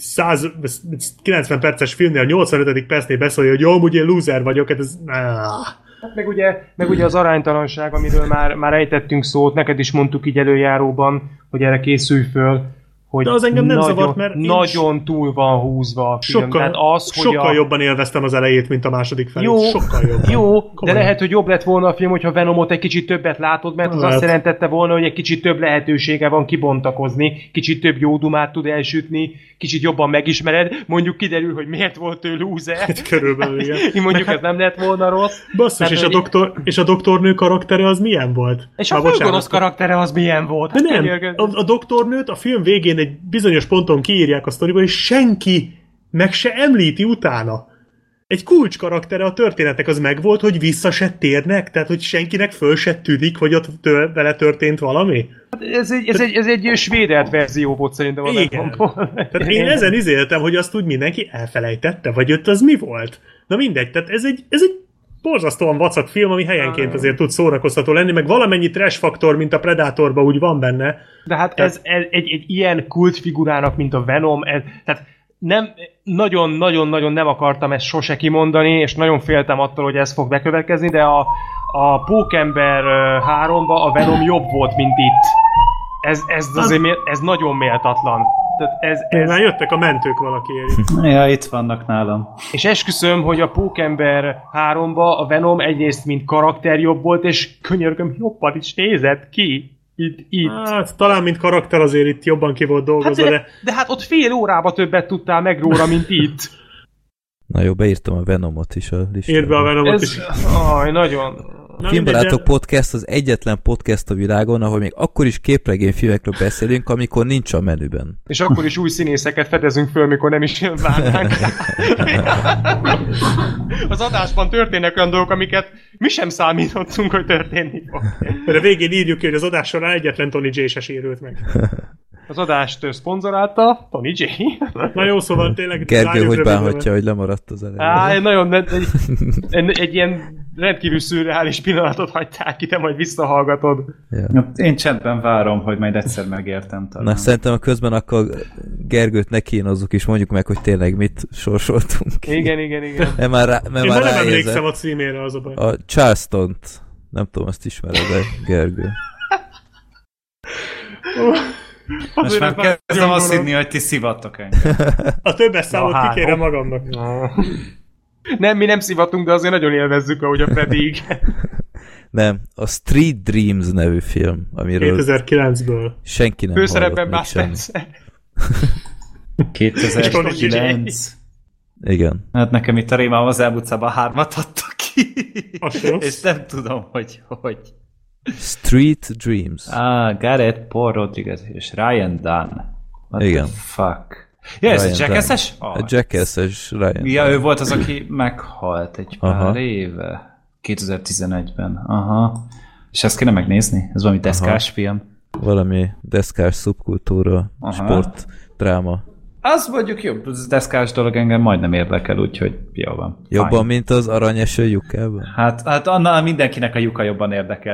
90 perces filmnél, a 85. percnél beszélje, hogy jó, amúgy én loser vagyok, hát ez... Meg ugye az aránytalanság, amiről már ejtettünk szót, neked is mondtuk így előjáróban, hogy erre készülj föl, hogy de az engem nem nagyon, zavart, mert nagyon túl van húzva a film. Tehát az, hogy sokkal jobban élveztem az elejét, mint a második felét. Jó, sokkal jobban. jó, de Komolyan. lehet, hogy jobb lett volna a film, hogyha Venomot egy kicsit többet látod, mert az Lehet. azt jelentette volna, hogy egy kicsit több lehetősége van kibontakozni, kicsit több jó dumát tud elsütni, kicsit jobban megismered, mondjuk kiderül, hogy miért volt ő loser. Körülbelül, igen. Mondjuk ez nem lett volna rossz. Basszus, Tehát, és a doktornő karaktere az milyen volt? És a Már bocsánat. főgonosz karaktere az milyen volt? De nem, Könyörgöm. a doktornőt a film végén egy bizonyos ponton kiírják a sztoriba, és senki meg se említi utána. Egy kulcs karaktere a történetnek az megvolt, hogy vissza se térnek, tehát hogy senkinek föl se tűnik, hogy ott vele történt valami. Ez egy svédelt verzió volt szerintem. A Igen. Venomból. Tehát én ezen izéltem, hogy azt úgy mindenki elfelejtette, vagy ott az mi volt. Na mindegy, tehát ez egy borzasztóan vacak film, ami helyenként azért tud szórakoztató lenni, meg valamennyi trash faktor, mint a Predatorban úgy van benne. De hát ez egy ilyen kultfigurának, mint a Venom, tehát nem, nagyon-nagyon nem akartam ezt sose kimondani, és nagyon féltem attól, hogy ez fog bekövetkezni, de a Pókember 3-ba a Venom jobb volt, mint itt. Ez azért ez nagyon méltatlan. Tehát Már jöttek a mentők valakiért. Ja, itt vannak nálam. És esküszöm, hogy a Pókember 3-ba a Venom egyrészt mint karakter jobb volt, és könyörgöm jobban is nézett ki. Itt. Hát, talán mint karakter azért itt jobban ki volt dolgozva, de hát ott fél órába többet tudtál meg róla, mint itt. Na jó, beírtam a Venomot is a listába. Írd be a Venomot is. Nagyon. Filmbarátok Podcast az egyetlen podcast a világon, ahol még akkor is képregényfilmekről beszélünk, amikor nincs a menüben. És akkor is új színészeket fedezünk föl, mikor nem is várnánk. Az adásban történnek olyan dolgok, amiket mi sem számítottunk, hogy történni fog. Mert a végén írjuk ki, hogy az adás során egyetlen Tony J se sérült meg. Az adást szponzorálta Tony J. Na jó, szóval tényleg... Gergő, hogy bánhatja, hogy lemaradt az elején. Nagyon egy ilyen rendkívül szürreális pillanatot hagytál ki, te majd visszahallgatod. Ja. Én csendben várom, hogy majd egyszer megértem talán. Na, szerintem a közben akkor Gergőt ne kínozzuk, és mondjuk meg, hogy tényleg mit sorsoltunk. Igen. Mert már Én már nem emlékszem a címére, az a baj. A Charleston-t. Nem tudom, azt ismered, de Gergő. Most már kezdem azt hinni, hogy ti szivattok engem. A többes számot kikérem magamnak. Nem, mi nem szivatunk, de azért nagyon élvezzük, ahogy a Freddy. Nem, a Street Dreams nevű film, amiről 2009-ből. Senki nem főszerepben hallott még Spencer. 2009. Igen. Hát nekem itt a Rémám az elbucában 3-at adtak ki. És nem tudom, hogy... Street Dreams. Gareth Paul Rodriguez és Ryan Dunn. What Igen. the fuck? Ja, ez a Jackass-es? A Jackass-es Ryan. Ja, ő volt az, aki meghalt egy pár éve. 2011-ben. Aha. És ezt kéne megnézni? Ez valami deszkás film? Valami deszkás szubkultúra, sport, dráma. Az mondjuk jobb, az deszkás dolog engem majdnem érdekel, úgyhogy jó van. Jobban, fine. mint az aranyeső lyukában? Hát annál mindenkinek a lyuka jobban érdekel.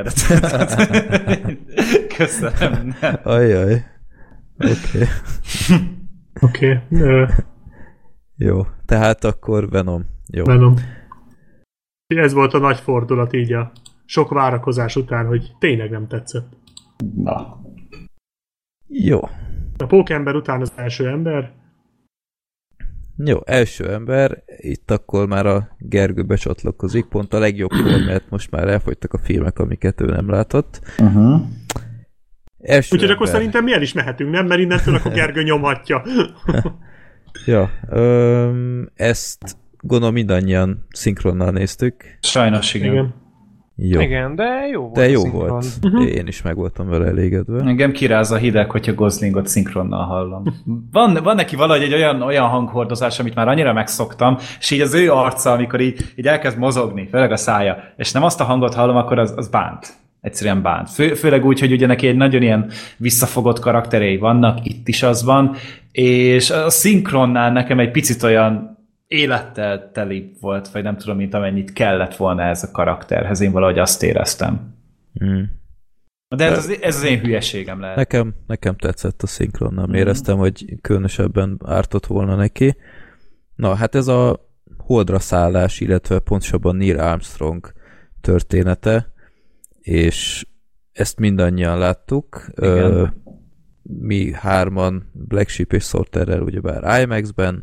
Köszönöm. Ajjaj. Oké. Oké. Jó, tehát akkor Venom. Jó. Venom. Ez volt a nagy fordulat így a sok várakozás után, hogy tényleg nem tetszett. Na. Jó. A Pókember után az első ember. Jó, első ember. Itt akkor már a Gergő becsatlakozik. Pont a legjobbkor, mert most már elfogytak a filmek, amiket ő nem látott. Úgyhogy akkor szerintem mi el is mehetünk, nem? Mert innentől akkor Gergő nyomhatja. Ja, ezt gondolom mindannyian szinkronnal néztük. Sajnos igen. Jó. Igen, de jó volt. De jó volt. Én is meg voltam vele elégedve. Engem kiráz a hideg, hogyha Goslingot szinkronnal hallom. Van neki valahogy egy olyan hanghordozás, amit már annyira megszoktam, és így az ő arca, amikor így elkezd mozogni, főleg a szája, és nem azt a hangot hallom, akkor az bánt. Egyszerűen bánt. Főleg úgy, hogy ugye neki egy nagyon ilyen visszafogott karakterei vannak, itt is az van, és a szinkronnál nekem egy picit olyan élettel teli volt, vagy nem tudom, mint amennyit kellett volna ez a karakterhez. Én valahogy azt éreztem. De ez az én hülyeségem lehet. Nekem tetszett a szinkron, nem éreztem, hogy különösebben ártott volna neki. Na, hát ez a holdra szállás, illetve pontosabban Neil Armstrong története, és ezt mindannyian láttuk. Mi hárman, Black Sheep és Sorterrel ugyebár IMAX-ben,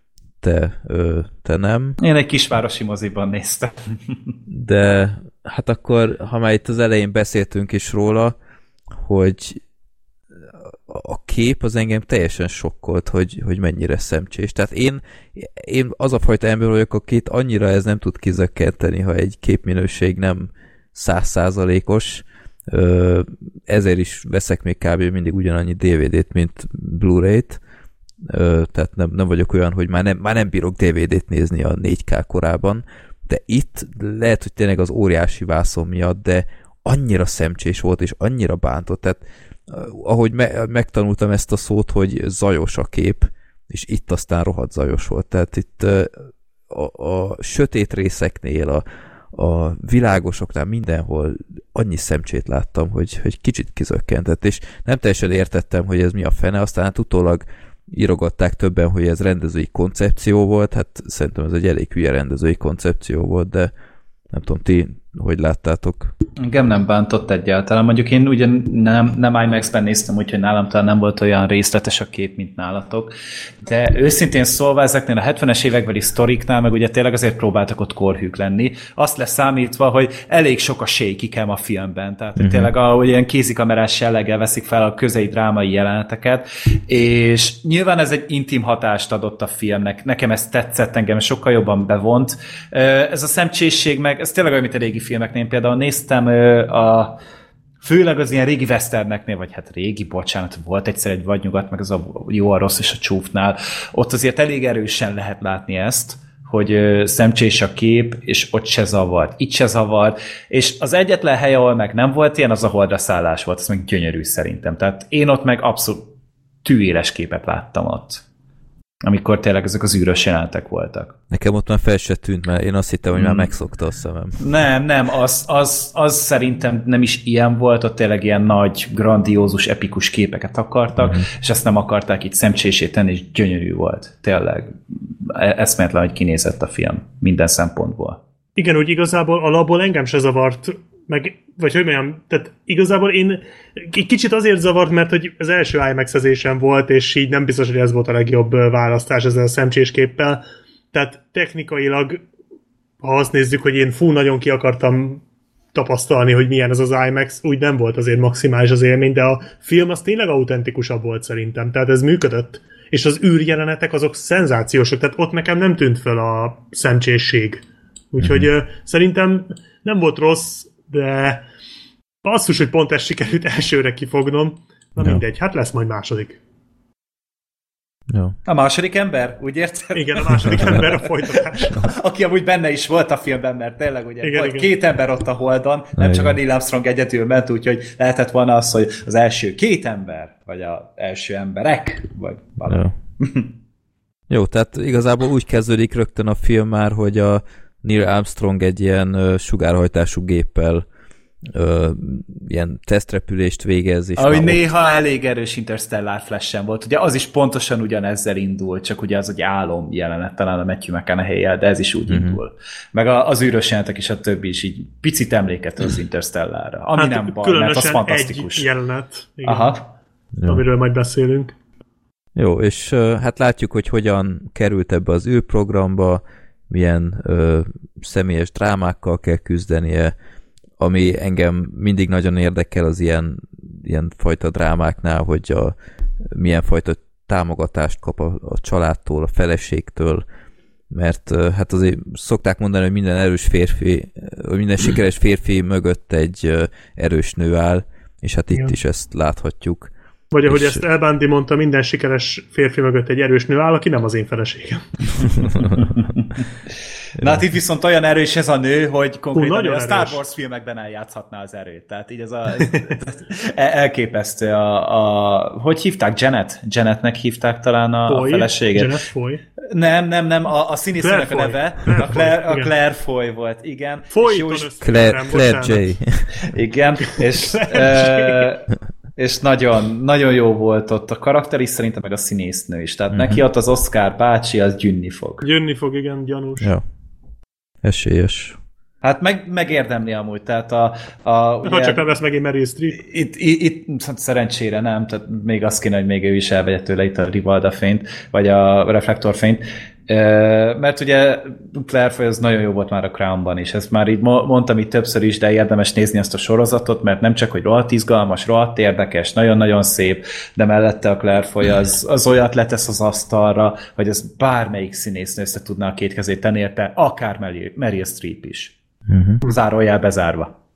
te nem. Én egy kisvárosi moziban néztem. De hát akkor, ha már itt az elején beszéltünk is róla, hogy a kép az engem teljesen sokkolt, hogy mennyire szemcsés. Tehát én az a fajta ember vagyok, akit annyira ez nem tud kizökkenteni, ha egy képminőség nem 100%-os. Ezért is veszek még kb. Mindig ugyanannyi DVD-t, mint Blu-ray-t. Tehát nem vagyok olyan, hogy már nem bírok DVD-t nézni a 4K korában, de itt lehet, hogy tényleg az óriási vászon miatt, de annyira szemcsés volt, és annyira bántott, tehát ahogy megtanultam ezt a szót, hogy zajos a kép, és itt aztán rohadt zajos volt, tehát itt a sötét részeknél, a világosoknál mindenhol annyi szemcsét láttam, hogy kicsit kizökkentett, és nem teljesen értettem, hogy ez mi a fene, aztán hát utólag írogatták többen, hogy ez rendezői koncepció volt, hát szerintem ez egy elég hülye rendezői koncepció volt, de nem tudom, ti hogy láttátok? Engem nem bántott egyáltalán. Mondjuk én ugye nem IMAX-ben néztem, úgyhogy nálam talán nem volt olyan részletes a kép, mint nálatok. De őszintén szólva ezeknél a 70-es évekbeli sztoriknál, meg ugye tényleg azért próbáltak ott korhűk lenni. Azt leszámítva, hogy elég sok a shaky cam a filmben. Tehát tényleg ahogy ilyen kézikamerás jelleggel veszik fel a közeli drámai jeleneteket, és nyilván ez egy intim hatást adott a filmnek. Nekem ez tetszett, engem sokkal jobban bevont. Ez a szemcsészség meg, ez tényleg olyan, mint a régi filmeknél. Én például néztem főleg az ilyen régi westerneknél, vagy hát régi, bocsánat, volt egyszer egy vadnyugat, meg az a jó, a rossz és a csúfnál, ott azért elég erősen lehet látni ezt, hogy szemcsés a kép, és ott se zavart, itt se zavart, és az egyetlen hely, ahol meg nem volt ilyen, az a holdra szállás volt, az meg gyönyörű szerintem. Tehát én ott meg abszolút tűéles képet láttam ott, amikor tényleg ezek az űrös jelenetek voltak. Nekem ott már fel se tűnt, mert én azt hittem, hogy már megszokta a szemem. Nem, az szerintem nem is ilyen volt, ott tényleg ilyen nagy, grandiózus, epikus képeket akartak, és ezt nem akarták így szemcsését tenni, és gyönyörű volt. Tényleg eszméletlen, hogy kinézett a film minden szempontból. Igen, úgy igazából alapból engem se zavart, vagy hogy mondjam, tehát igazából én kicsit azért zavart, mert hogy az első IMAX-ezésem volt, és így nem biztos, hogy ez volt a legjobb választás ezzel a szemcsésképpel. Tehát technikailag, ha azt nézzük, hogy én nagyon ki akartam tapasztalni, hogy milyen ez az IMAX, úgy nem volt azért maximális az élmény, de a film az tényleg autentikusabb volt szerintem, tehát ez működött. És az űrjelenetek azok szenzációsok, tehát ott nekem nem tűnt fel a szemcsésség. Úgyhogy szerintem nem volt rossz, de basszus, hogy pont ezt sikerült elsőre kifognom. Na mindegy, hát lesz majd második. Jó. A második ember, úgy érted? Igen, a második ember a folytatás. Aki amúgy benne is volt a filmben, mert tényleg ugye igen, volt igen. 2 ember ott a Holdon, nem csak a Neil Armstrong egyedül ment, úgyhogy lehetett volna az, hogy az első 2 ember, vagy az első emberek, vagy valami. Jó, tehát igazából úgy kezdődik rögtön a film már, hogy a Neil Armstrong egy ilyen sugárhajtású géppel ilyen tesztrepülést végez. És ahogy néha elég erős Interstellar Flash-en volt. Ugye az is pontosan ugyanezzel indul, csak ugye az egy álom jelenet, talán a Matthew McConaughey-jel, de ez is úgy indul. Meg az űrös jelenetek és a többi is így picit emléket az Interstellarra. Ami hát nem baj, mert az fantasztikus. Egy jelenet, igen, aha. Amiről majd beszélünk. Jó, és hát látjuk, hogy hogyan került ebbe az űrprogramba, milyen személyes drámákkal kell küzdenie, ami engem mindig nagyon érdekel az ilyen fajta drámáknál, hogy milyen fajta támogatást kap a családtól, a feleségtől, mert hát azért szokták mondani, hogy minden erős férfi, minden sikeres férfi mögött egy erős nő áll, és hát itt is ezt láthatjuk. Vagy ahogy ezt El Bundy mondta, minden sikeres férfi mögött egy erős nő áll, aki nem az én feleségem. Na hát itt viszont olyan erős ez a nő, hogy konkrétan a Star erős. Wars filmekben eljátszhatná az erőt. Tehát így ez elképesztő. Hogy hívták? Janetnek hívták talán a feleséget. Janet Foy. Nem, a színésznőnek a neve. Claire Foy volt, igen. Claire J. Igen, és nagyon, nagyon jó volt ott a karakter is, szerintem meg a színésznő is. Tehát neki ott az Oscar bácsi, az gyűnni fog. Gyűnni fog, igen, gyanús. Ja. Esélyes. Hát megérdemli amúgy, tehát ha csak nem lesz megint Meryl Streep. Itt szerencsére nem, tehát még azt kéne, hogy még ő is elvegye tőle itt a Rivalda fényt, vagy a reflektorfényt, mert ugye Claire Foy az nagyon jó volt már a Crownban is, ezt már így mondtam itt többször is, de érdemes nézni ezt a sorozatot, mert nem csak, hogy rohadt izgalmas, rohadt érdekes, nagyon-nagyon szép, de mellette a Claire Foy az olyat letesz az asztalra, hogy ez bármelyik színésznő össze tudná a 2 kezét tenni érte, akár Meryl Streep is. Zárójel bezárva.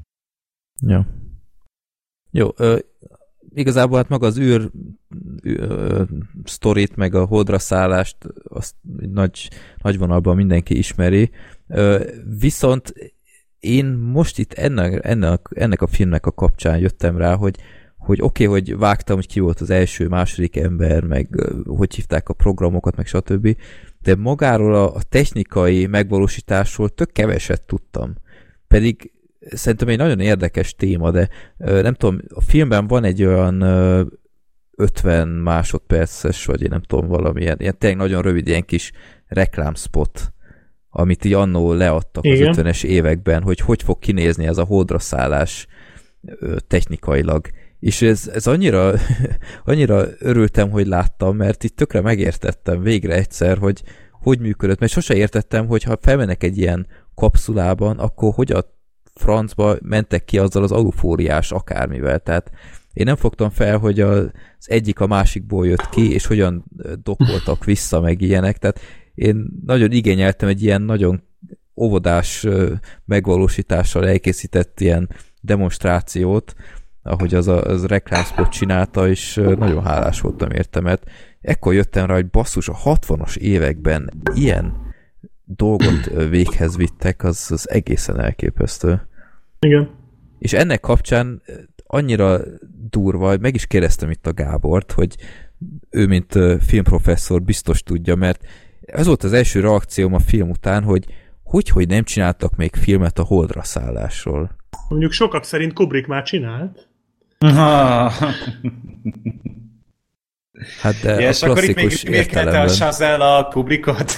Jó, igazából hát maga az űr sztorit, meg a holdra szállást azt nagy vonalban mindenki ismeri. Viszont én most itt ennek a filmnek a kapcsán jöttem rá, hogy oké, hogy vágtam, hogy ki volt az első, második ember, meg hogy hívták a programokat, meg stb. De magáról a technikai megvalósításról tök keveset tudtam. Pedig szerintem egy nagyon érdekes téma, de nem tudom, a filmben van egy olyan 50 másodperces, vagy én nem tudom, valamilyen, ilyen tényleg nagyon rövid, ilyen kis reklámspot, amit így annó leadtak az 50-es években, hogy fog kinézni ez a holdra szállás technikailag. És ez annyira, annyira örültem, hogy láttam, mert itt tökre megértettem végre egyszer, hogy működött, mert sose értettem, hogy ha felmennek egy ilyen kapszulában, akkor hogy a francba mentek ki azzal az alufóriás akármivel. Tehát én nem fogtam fel, hogy az egyik a másikból jött ki, és hogyan dokkoltak vissza, meg ilyenek. Tehát én nagyon igényeltem egy ilyen nagyon óvodás megvalósítással elkészített ilyen demonstrációt, ahogy az reklámspot csinálta, és nagyon hálás voltam érte, mert ekkor jöttem rá, hogy basszus, a 60-as években ilyen dolgot véghez vittek, az egészen elképesztő. Igen. És ennek kapcsán annyira durva, meg is kérdeztem itt a Gábort, hogy ő, mint filmprofesszor biztos tudja, mert ez volt az első reakcióm a film után, hogy nem csináltak még filmet a holdra szállásról. Mondjuk sokak szerint Kubrick már csinált. Hát de és a akkor itt klasszikus még értelemben. a Chazelle a Kubrickot.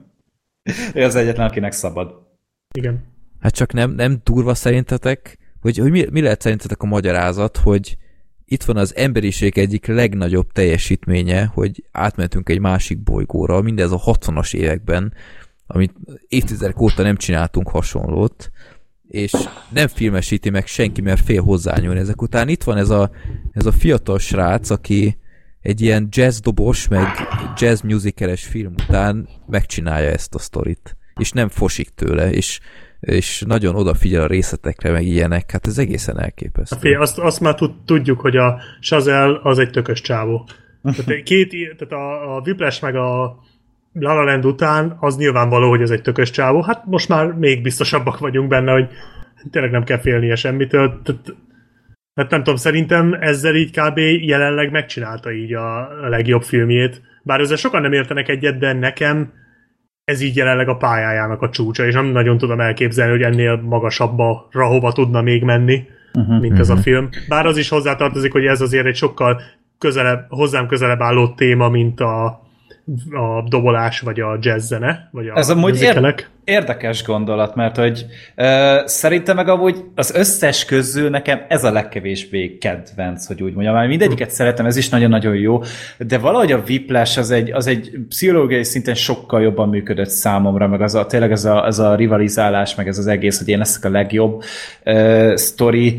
Ő az egyetlen, akinek szabad. Igen. Hát csak nem durva szerintetek, hogy mi lehet szerintetek a magyarázat, hogy itt van az emberiség egyik legnagyobb teljesítménye, hogy átmentünk egy másik bolygóra, mindez a 60-as években, amit évtizedek óta nem csináltunk hasonlót, és nem filmesíti meg senki, mert fél hozzányúlni. Ezek után itt van ez a fiatal srác, aki egy ilyen jazzdobos, meg jazz musical-es film után megcsinálja ezt a sztorit, és nem fosik tőle, és nagyon odafigyel a részletekre, meg ilyenek. Hát ez egészen elképesztő. Azt már tudjuk, hogy a Chazelle az egy tökös csávó. Tehát a Whiplash meg a La La Land után az nyilvánvaló, hogy ez egy tökös csávó. Hát most már még biztosabbak vagyunk benne, hogy tényleg nem kell félnie semmitől. Hát nem tudom, szerintem ezzel így kb. Jelenleg megcsinálta így a legjobb filmjét. Bár ezzel sokan nem értenek egyet, de nekem ez így jelenleg a pályájának a csúcsa, és nem nagyon tudom elképzelni, hogy ennél magasabbra hova tudna még menni, mint ez a film. Bár az is hozzátartozik, hogy ez azért egy sokkal hozzám közelebb álló téma, mint a dobolás, vagy a jazz zene, vagy a ez amúgy érdekes gondolat, mert hogy szerintem meg amúgy az összes közül nekem ez a legkevésbé kedvenc, hogy úgy mondjam. Már mindegyiket szeretem, ez is nagyon-nagyon jó, de valahogy a Whiplash az egy pszichológiai szinten sokkal jobban működött számomra, meg tényleg ez a rivalizálás, meg ez az egész, hogy én leszek a legjobb sztori,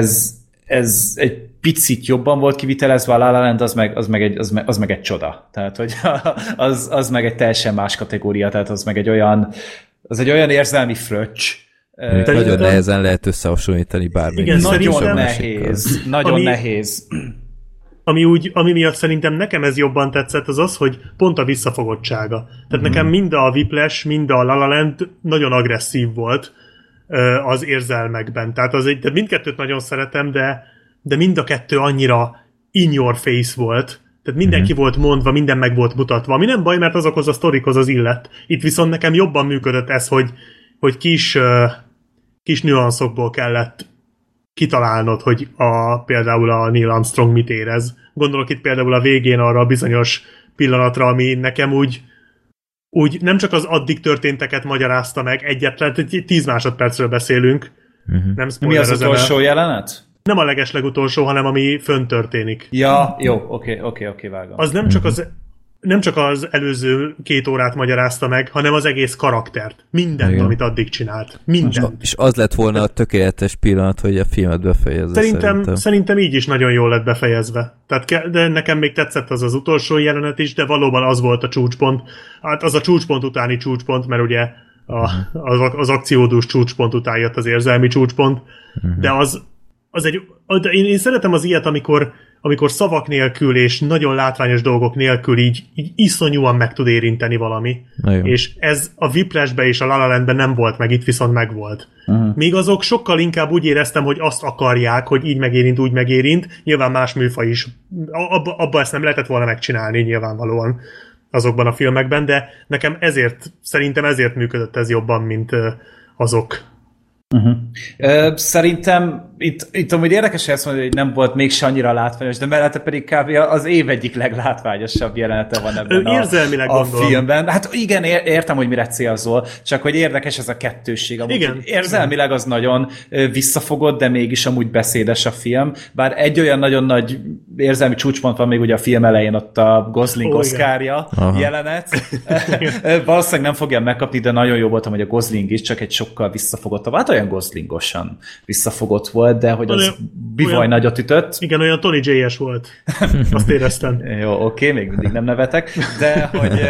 ez egy picit jobban volt kivitelezve, a La La Land az meg egy csoda. Tehát, hogy az meg egy teljesen más kategória, tehát az meg egy olyan érzelmi fröccs. Nagyon nehezen lehet összehasonlítani bármilyen. Igen, nagyon nehéz. Nagyon nehéz. Ami miatt szerintem nekem ez jobban tetszett, az, hogy pont a visszafogottsága. Tehát nekem mind a Whiplash, mind a La La Land nagyon agresszív volt az érzelmekben. Tehát mindkettőt nagyon szeretem, de mind a kettő annyira in your face volt. Tehát mindenki volt mondva, minden meg volt mutatva. Ami nem baj, mert azokhoz a sztorikhoz az illet. Itt viszont nekem jobban működött ez, hogy kis nüanszokból kellett kitalálnod, hogy például a Neil Armstrong mit érez. Gondolok itt például a végén arra a bizonyos pillanatra, ami nekem úgy nem csak az addig történteket magyarázta meg, egyetlen 10 másodpercről beszélünk. Nem mi az utolsó jelenet? Nem a legeslegutolsó, hanem ami fönn történik. Ja, jó, oké, vágom. Az nem csak az előző 2 órát magyarázta meg, hanem az egész karaktert. Mindent, igen, amit addig csinált. Mindent. És az lett volna a tökéletes pillanat, hogy a filmet befejezze. Szerintem így is nagyon jól lett befejezve. De nekem még tetszett az utolsó jelenet is, de valóban az volt a csúcspont. Hát az a csúcspont utáni csúcspont, mert ugye az akciódús csúcspont után jött az érzelmi csúcspont. De én szeretem az ilyet, amikor szavak nélkül és nagyon látványos dolgok nélkül így iszonyúan meg tud érinteni valami. És ez a Whiplashben és a La La Landben nem volt meg, itt viszont megvolt. Még azok sokkal inkább úgy éreztem, hogy azt akarják, hogy így megérint, úgy megérint. Nyilván más műfaj is. Abba ezt nem lehetett volna megcsinálni nyilvánvalóan azokban a filmekben, de nekem szerintem ezért működött ez jobban, mint azok. Szerintem itt amúgy érdekes, hogy ezt mondani, hogy nem volt mégse annyira látványos, de mellette pedig kb. Az év egyik leglátványosabb jelenete van ebben a filmben. Hát igen, értem, hogy mire célzol, csak hogy érdekes ez a kettősség. Amúgy, igen. Érzelmileg az nagyon visszafogott, de mégis amúgy beszédes a film. Bár egy olyan nagyon nagy érzelmi csúcspont van még ugye a film elején, ott a Gosling Oscarja jelenet. Valószínűleg nem fogja megkapni, de nagyon jó voltam, hogy a Gosling is, csak egy sokkal visszafogottabb. Hát olyan Goslingosan visszafogott volt, de hogy az bivaj nagyot ütött. Igen, olyan Tony J-es volt. Azt éreztem. Jó, oké, még mindig nem nevetek, de hogy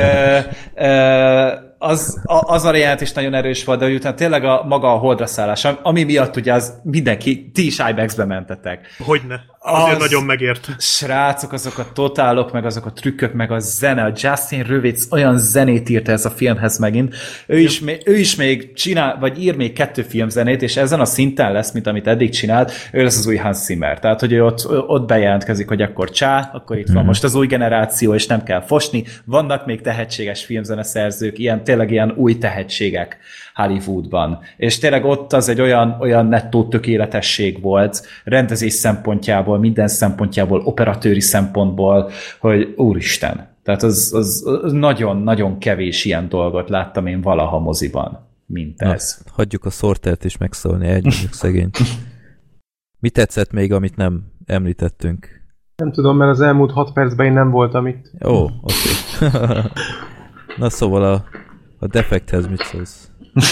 az a jelenet is nagyon erős volt, de utána tényleg maga a holdra szállás, ami miatt ugye az mindenki, ti is IMAX-be mentetek. Hogyne. Azért nagyon megért. Srácok, azok a totálok, meg azok a trükkök, meg a zene, a Justin Rövic olyan zenét írta ez a filmhez megint. Ő is még csinál, vagy ír még 2 filmzenét, és ezen a szinten lesz, mint amit eddig csinált, ő lesz az új Hans Zimmer. Tehát, hogy ő ott bejelentkezik, hogy akkor akkor itt van most az új generáció, és nem kell fosni. Vannak még tehetséges filmzeneszerzők, tényleg ilyen új tehetségek Hollywoodban. És tényleg ott az egy olyan nettó tökéletesség volt, rendezés szempontjából, minden szempontjából, operatőri szempontból, hogy úristen. Tehát az nagyon-nagyon kevés ilyen dolgot láttam én valaha moziban, mint ez. Hagyjuk a Sortert is megszólni, mondjuk szegény. Mi tetszett még, amit nem említettünk? Nem tudom, mert az elmúlt 6 percben én nem voltam itt. Ó, oké. Na szóval a Defecthez mit szólsz?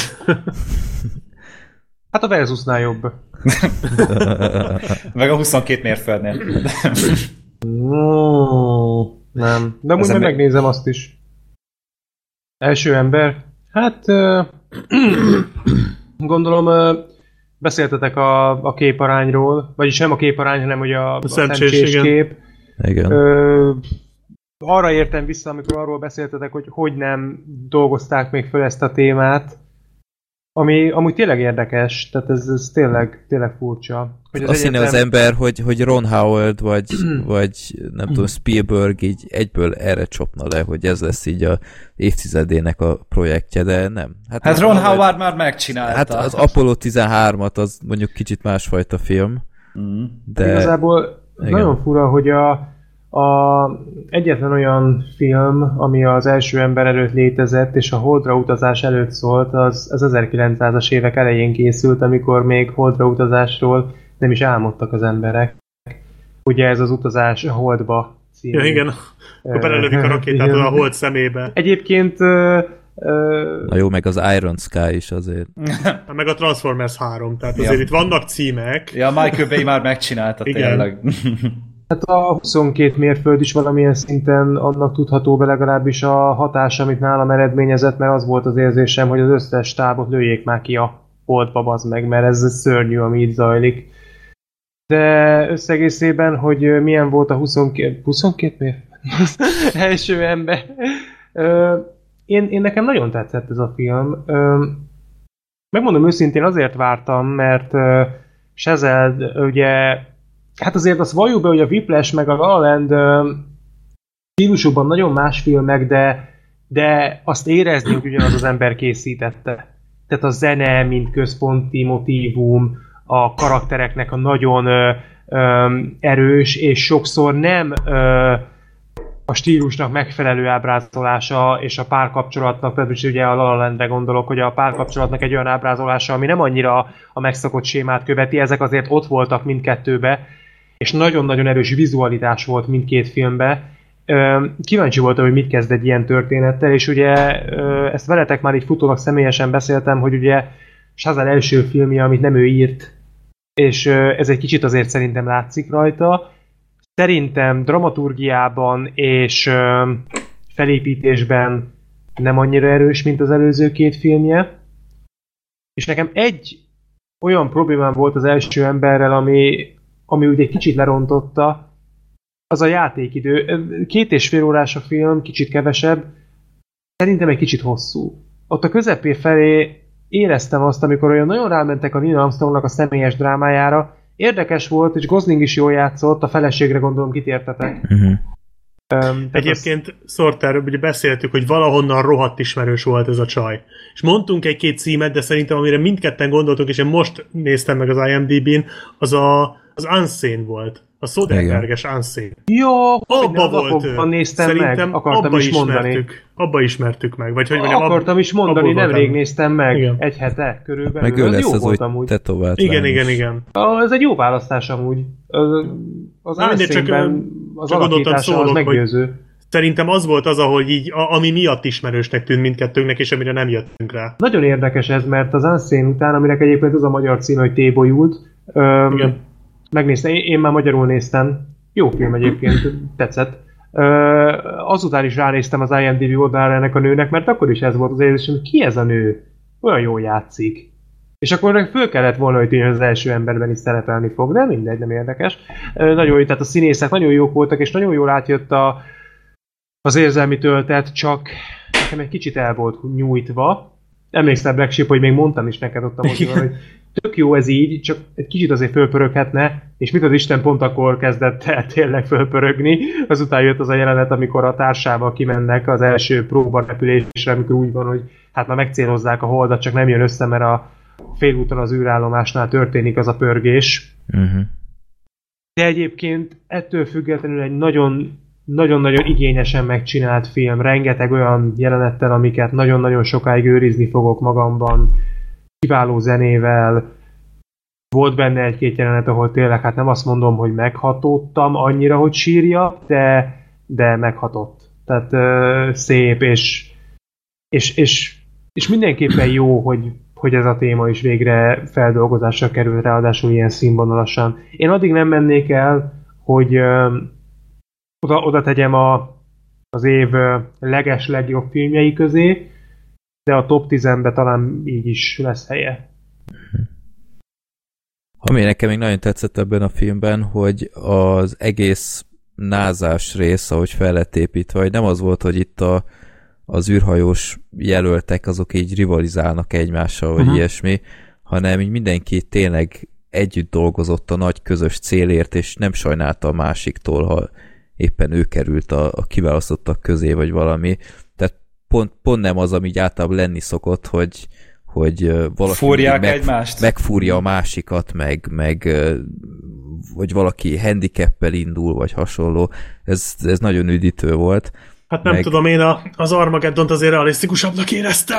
Hát a Versusnál jobb. Meg a 22 mérföldnél. Nem. De most megnézem azt is. Első ember. Hát gondolom beszéltetek a képarányról, vagyis nem a képarány, hanem hogy a szemcsés kép. Igen. Arra értem vissza, amikor arról beszéltetek, hogy nem dolgozták még föl ezt a témát, ami amúgy tényleg érdekes, tehát ez tényleg furcsa. Hogy azt hinné az ember, hogy Ron Howard vagy nem tudom, Spielberg így egyből erre csopna le, hogy ez lesz így a évtizedének a projektje, de nem. Hát Ron Howard már megcsinálta. Hát az Apollo 13-at az mondjuk kicsit másfajta film. De igazából nagyon fura, hogy egyetlen olyan film, ami az első ember előtt létezett, és a Holdra utazás előtt szólt, az 1900-as évek elején készült, amikor még Holdra utazásról nem is álmodtak az emberek. Ugye ez az utazás a Holdba című. Ja, igen. Akkor belelövik a rakétát a Hold szemébe. Egyébként... Na jó, meg az Iron Sky is azért. Meg a Transformers 3, tehát azért itt vannak címek. Ja, Michael Bay már megcsinálta tényleg. Hát a 22 mérföld is valamilyen szinten annak tudható be legalábbis a hatás, amit nálam eredményezett, mert az volt az érzésem, hogy az összes tábot lőjék már ki a Holdba, bazd meg, mert ez szörnyű, ami itt zajlik. De összegészében, hogy milyen volt a 22 mérföld? Első ember. Én nekem nagyon tetszett ez a film. Megmondom őszintén, azért vártam, mert Chazelle ugye hát azért azt valljuk be, hogy a Whiplash meg a La La Land stílusukban nagyon más filmek, de azt érezni, hogy ugyanaz az ember készítette. Tehát a zene, mint központi motívum, a karaktereknek a nagyon erős, és sokszor nem a stílusnak megfelelő ábrázolása, és a párkapcsolatnak, például ugye a La La Landre gondolok, hogy a párkapcsolatnak egy olyan ábrázolása, ami nem annyira a megszokott sémát követi, ezek azért ott voltak mindkettőbe, és nagyon-nagyon erős vizualitás volt mindkét filmben. Kíváncsi voltam, hogy mit kezd egy ilyen történettel, és ugye ezt veletek már így futólag személyesen beszéltem, hogy ugye Chazelle első filmje, amit nem ő írt, és ez egy kicsit azért szerintem látszik rajta. Szerintem dramaturgiában és felépítésben nem annyira erős, mint az előző két filmje. És nekem egy olyan problémám volt az első emberrel, ami ugye egy kicsit lerontotta, az a játékidő. 2,5 órás a film, kicsit kevesebb, szerintem egy kicsit hosszú. Ott a közepé felé éreztem azt, amikor olyan nagyon rámentek a Neil Armstrongnak a személyes drámájára, érdekes volt, és Gosling is jól játszott, a feleségre gondolom kitértetek. Egyébként Sorter, ugye beszéltük, hogy valahonnan rohadt ismerős volt ez a csaj. És mondtunk egy-két címet, de szerintem amire mindketten gondoltunk, és én most néztem meg az IMDb-n, az Unsane volt. A Soderberghes Unsane. Jó, abba volt ő. Néztem szerintem meg, akartam is mondani. Abba ismertük meg. Vagy hogy mondjam, akartam is mondani, nemrég néztem meg. Igen. Egy hete körülbelül. Meg ő lesz jó az volt új amúgy. tetovált. Igen. Ez egy jó választás amúgy. Az Unsane-ben az alakítása az meggyőző. Szerintem az volt az, ahogy így, ami miatt ismerősnek tűnt mindkettőnknek, és amire nem jöttünk rá. Nagyon érdekes ez, mert az Unsane után, aminek egyébként az a magyar cím, hogy Tébolyult, megnéztem, én már magyarul néztem, jó film egyébként, tetszett. Azután is ránéztem az IMDb oldalára ennek a nőnek, mert akkor is ez volt az érzésem, hogy ki ez a nő? Olyan jól játszik. És akkor föl kellett volna, hogy az első emberben is szerepelni fog, de mindegy, nem érdekes. Nagyon jó, tehát a színészek nagyon jók voltak, és nagyon jól átjött az érzelmi töltet, csak nekem egy kicsit el volt nyújtva. Emlékszel, Black Sheep, hogy még mondtam is neked ott a moziban, hogy tök jó ez így, csak egy kicsit azért fölpöröghetne, és mit az Isten pont akkor kezdett el tényleg fölpörögni. Azután jött az a jelenet, amikor a társával kimennek az első próbarepülésre, amikor úgy van, hogy hát már megcélozzák a holdat, csak nem jön össze, mert a félúton az űrállomásnál történik az a pörgés. De egyébként ettől függetlenül egy nagyon-nagyon igényesen megcsinált film, rengeteg olyan jelenettel, amiket nagyon-nagyon sokáig őrizni fogok magamban, kiváló zenével, volt benne egy-két jelenet, ahol tényleg, hát nem azt mondom, hogy meghatódtam annyira, hogy sírja, de meghatott. Tehát szép, és mindenképpen jó, hogy ez a téma is végre feldolgozásra kerül, ráadásul ilyen színvonalasan. Én addig nem mennék el, hogy oda tegyem az év legjobb filmjei közé, de a top 10-ben talán így is lesz helye. Ami nekem még nagyon tetszett ebben a filmben, hogy az egész názás rész, ahogy fel lett építve, hogy nem az volt, hogy itt az űrhajós jelöltek, azok így rivalizálnak egymással, vagy ilyesmi, hanem így mindenki tényleg együtt dolgozott a nagy közös célért, és nem sajnálta a másiktól, ha éppen ő került a kiválasztottak közé, vagy valami. Tehát pont nem az, ami így általában lenni szokott, hogy valaki megfúrja a másikat, meg vagy valaki handicappel indul, vagy hasonló. Ez nagyon üdítő volt. Hát nem tudom, én az Armageddont azért realisztikusabbnak éreztem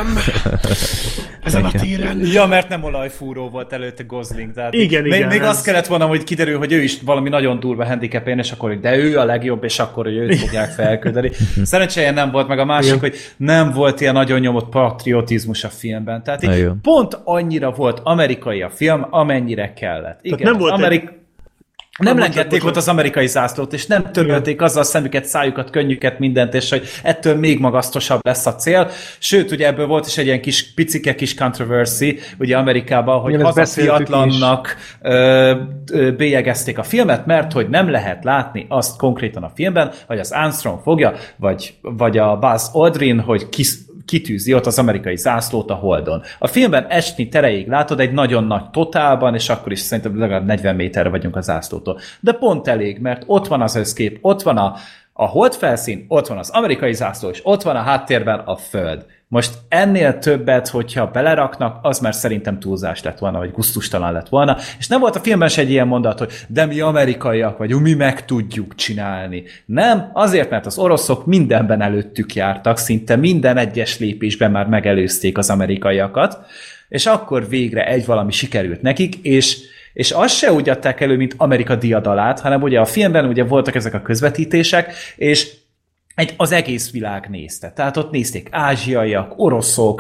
ezen a téren. Ja, mert nem olajfúró volt előtte Gosling. Tehát igen. Még azt kellett volna, hogy kiderül, hogy ő is valami nagyon durva handicapén, és akkor, de ő a legjobb, és akkor, hogy őt fogják felküldeni. Szerencsére nem volt, meg a másik, hogy nem volt ilyen nagyon nyomott patriotizmus a filmben. Tehát így pont annyira volt amerikai a film, amennyire kellett. Igen, nem volt nem lengették ott az amerikai zászlót, és nem törölték azzal a szemüket, szájukat, könnyüket, mindent, és hogy ettől még magasztosabb lesz a cél. Sőt, ugye ebből volt is egy ilyen picike kis controversy, ugye Amerikában, hogy hazafiatlannak bélyegezték a filmet, mert hogy nem lehet látni azt konkrétan a filmben, hogy az Armstrong fogja, vagy a Buzz Aldrin, hogy kitűzi ott az amerikai zászlót a Holdon. A filmben esni tereig látod egy nagyon nagy totálban, és akkor is szerintem legalább 40 méterre vagyunk a zászlótól. De pont elég, mert ott van az összkép, ott van a hold felszín, ott van az amerikai zászló, és ott van a háttérben a Föld. Most ennél többet, hogyha beleraknak, az már szerintem túlzás lett volna, vagy gusztustalan lett volna, és nem volt a filmben se egy ilyen mondat, hogy de mi amerikaiak vagyunk, mi meg tudjuk csinálni. Nem, azért, mert az oroszok mindenben előttük jártak, szinte minden egyes lépésben már megelőzték az amerikaiakat, és akkor végre valami sikerült nekik, és azt se úgy adták elő, mint Amerika diadalát, hanem ugye a filmben ugye voltak ezek a közvetítések, és az egész világ nézte. Tehát ott nézték ázsiaiak, oroszok,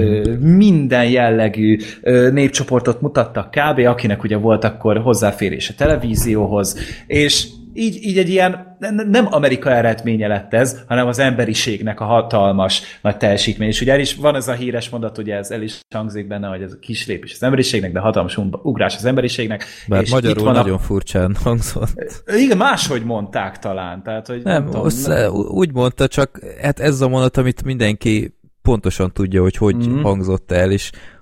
minden jellegű népcsoportot mutattak kb., akinek ugye volt akkor hozzáférés a televízióhoz, és így egy ilyen, nem Amerika eredménye lett ez, hanem az emberiségnek a hatalmas nagy teljesítmény. És ugye el is van ez a híres mondat, ugye ez el is hangzik benne, hogy ez a kis lépés az emberiségnek, de hatalmas ugrás az emberiségnek. Bár és magyarul van nagyon furcsán hangzott. Igen, máshogy mondták talán. Tehát, hogy nem úgy mondta, csak hát ez a mondat, amit mindenki pontosan tudja, hogy hangzott el, és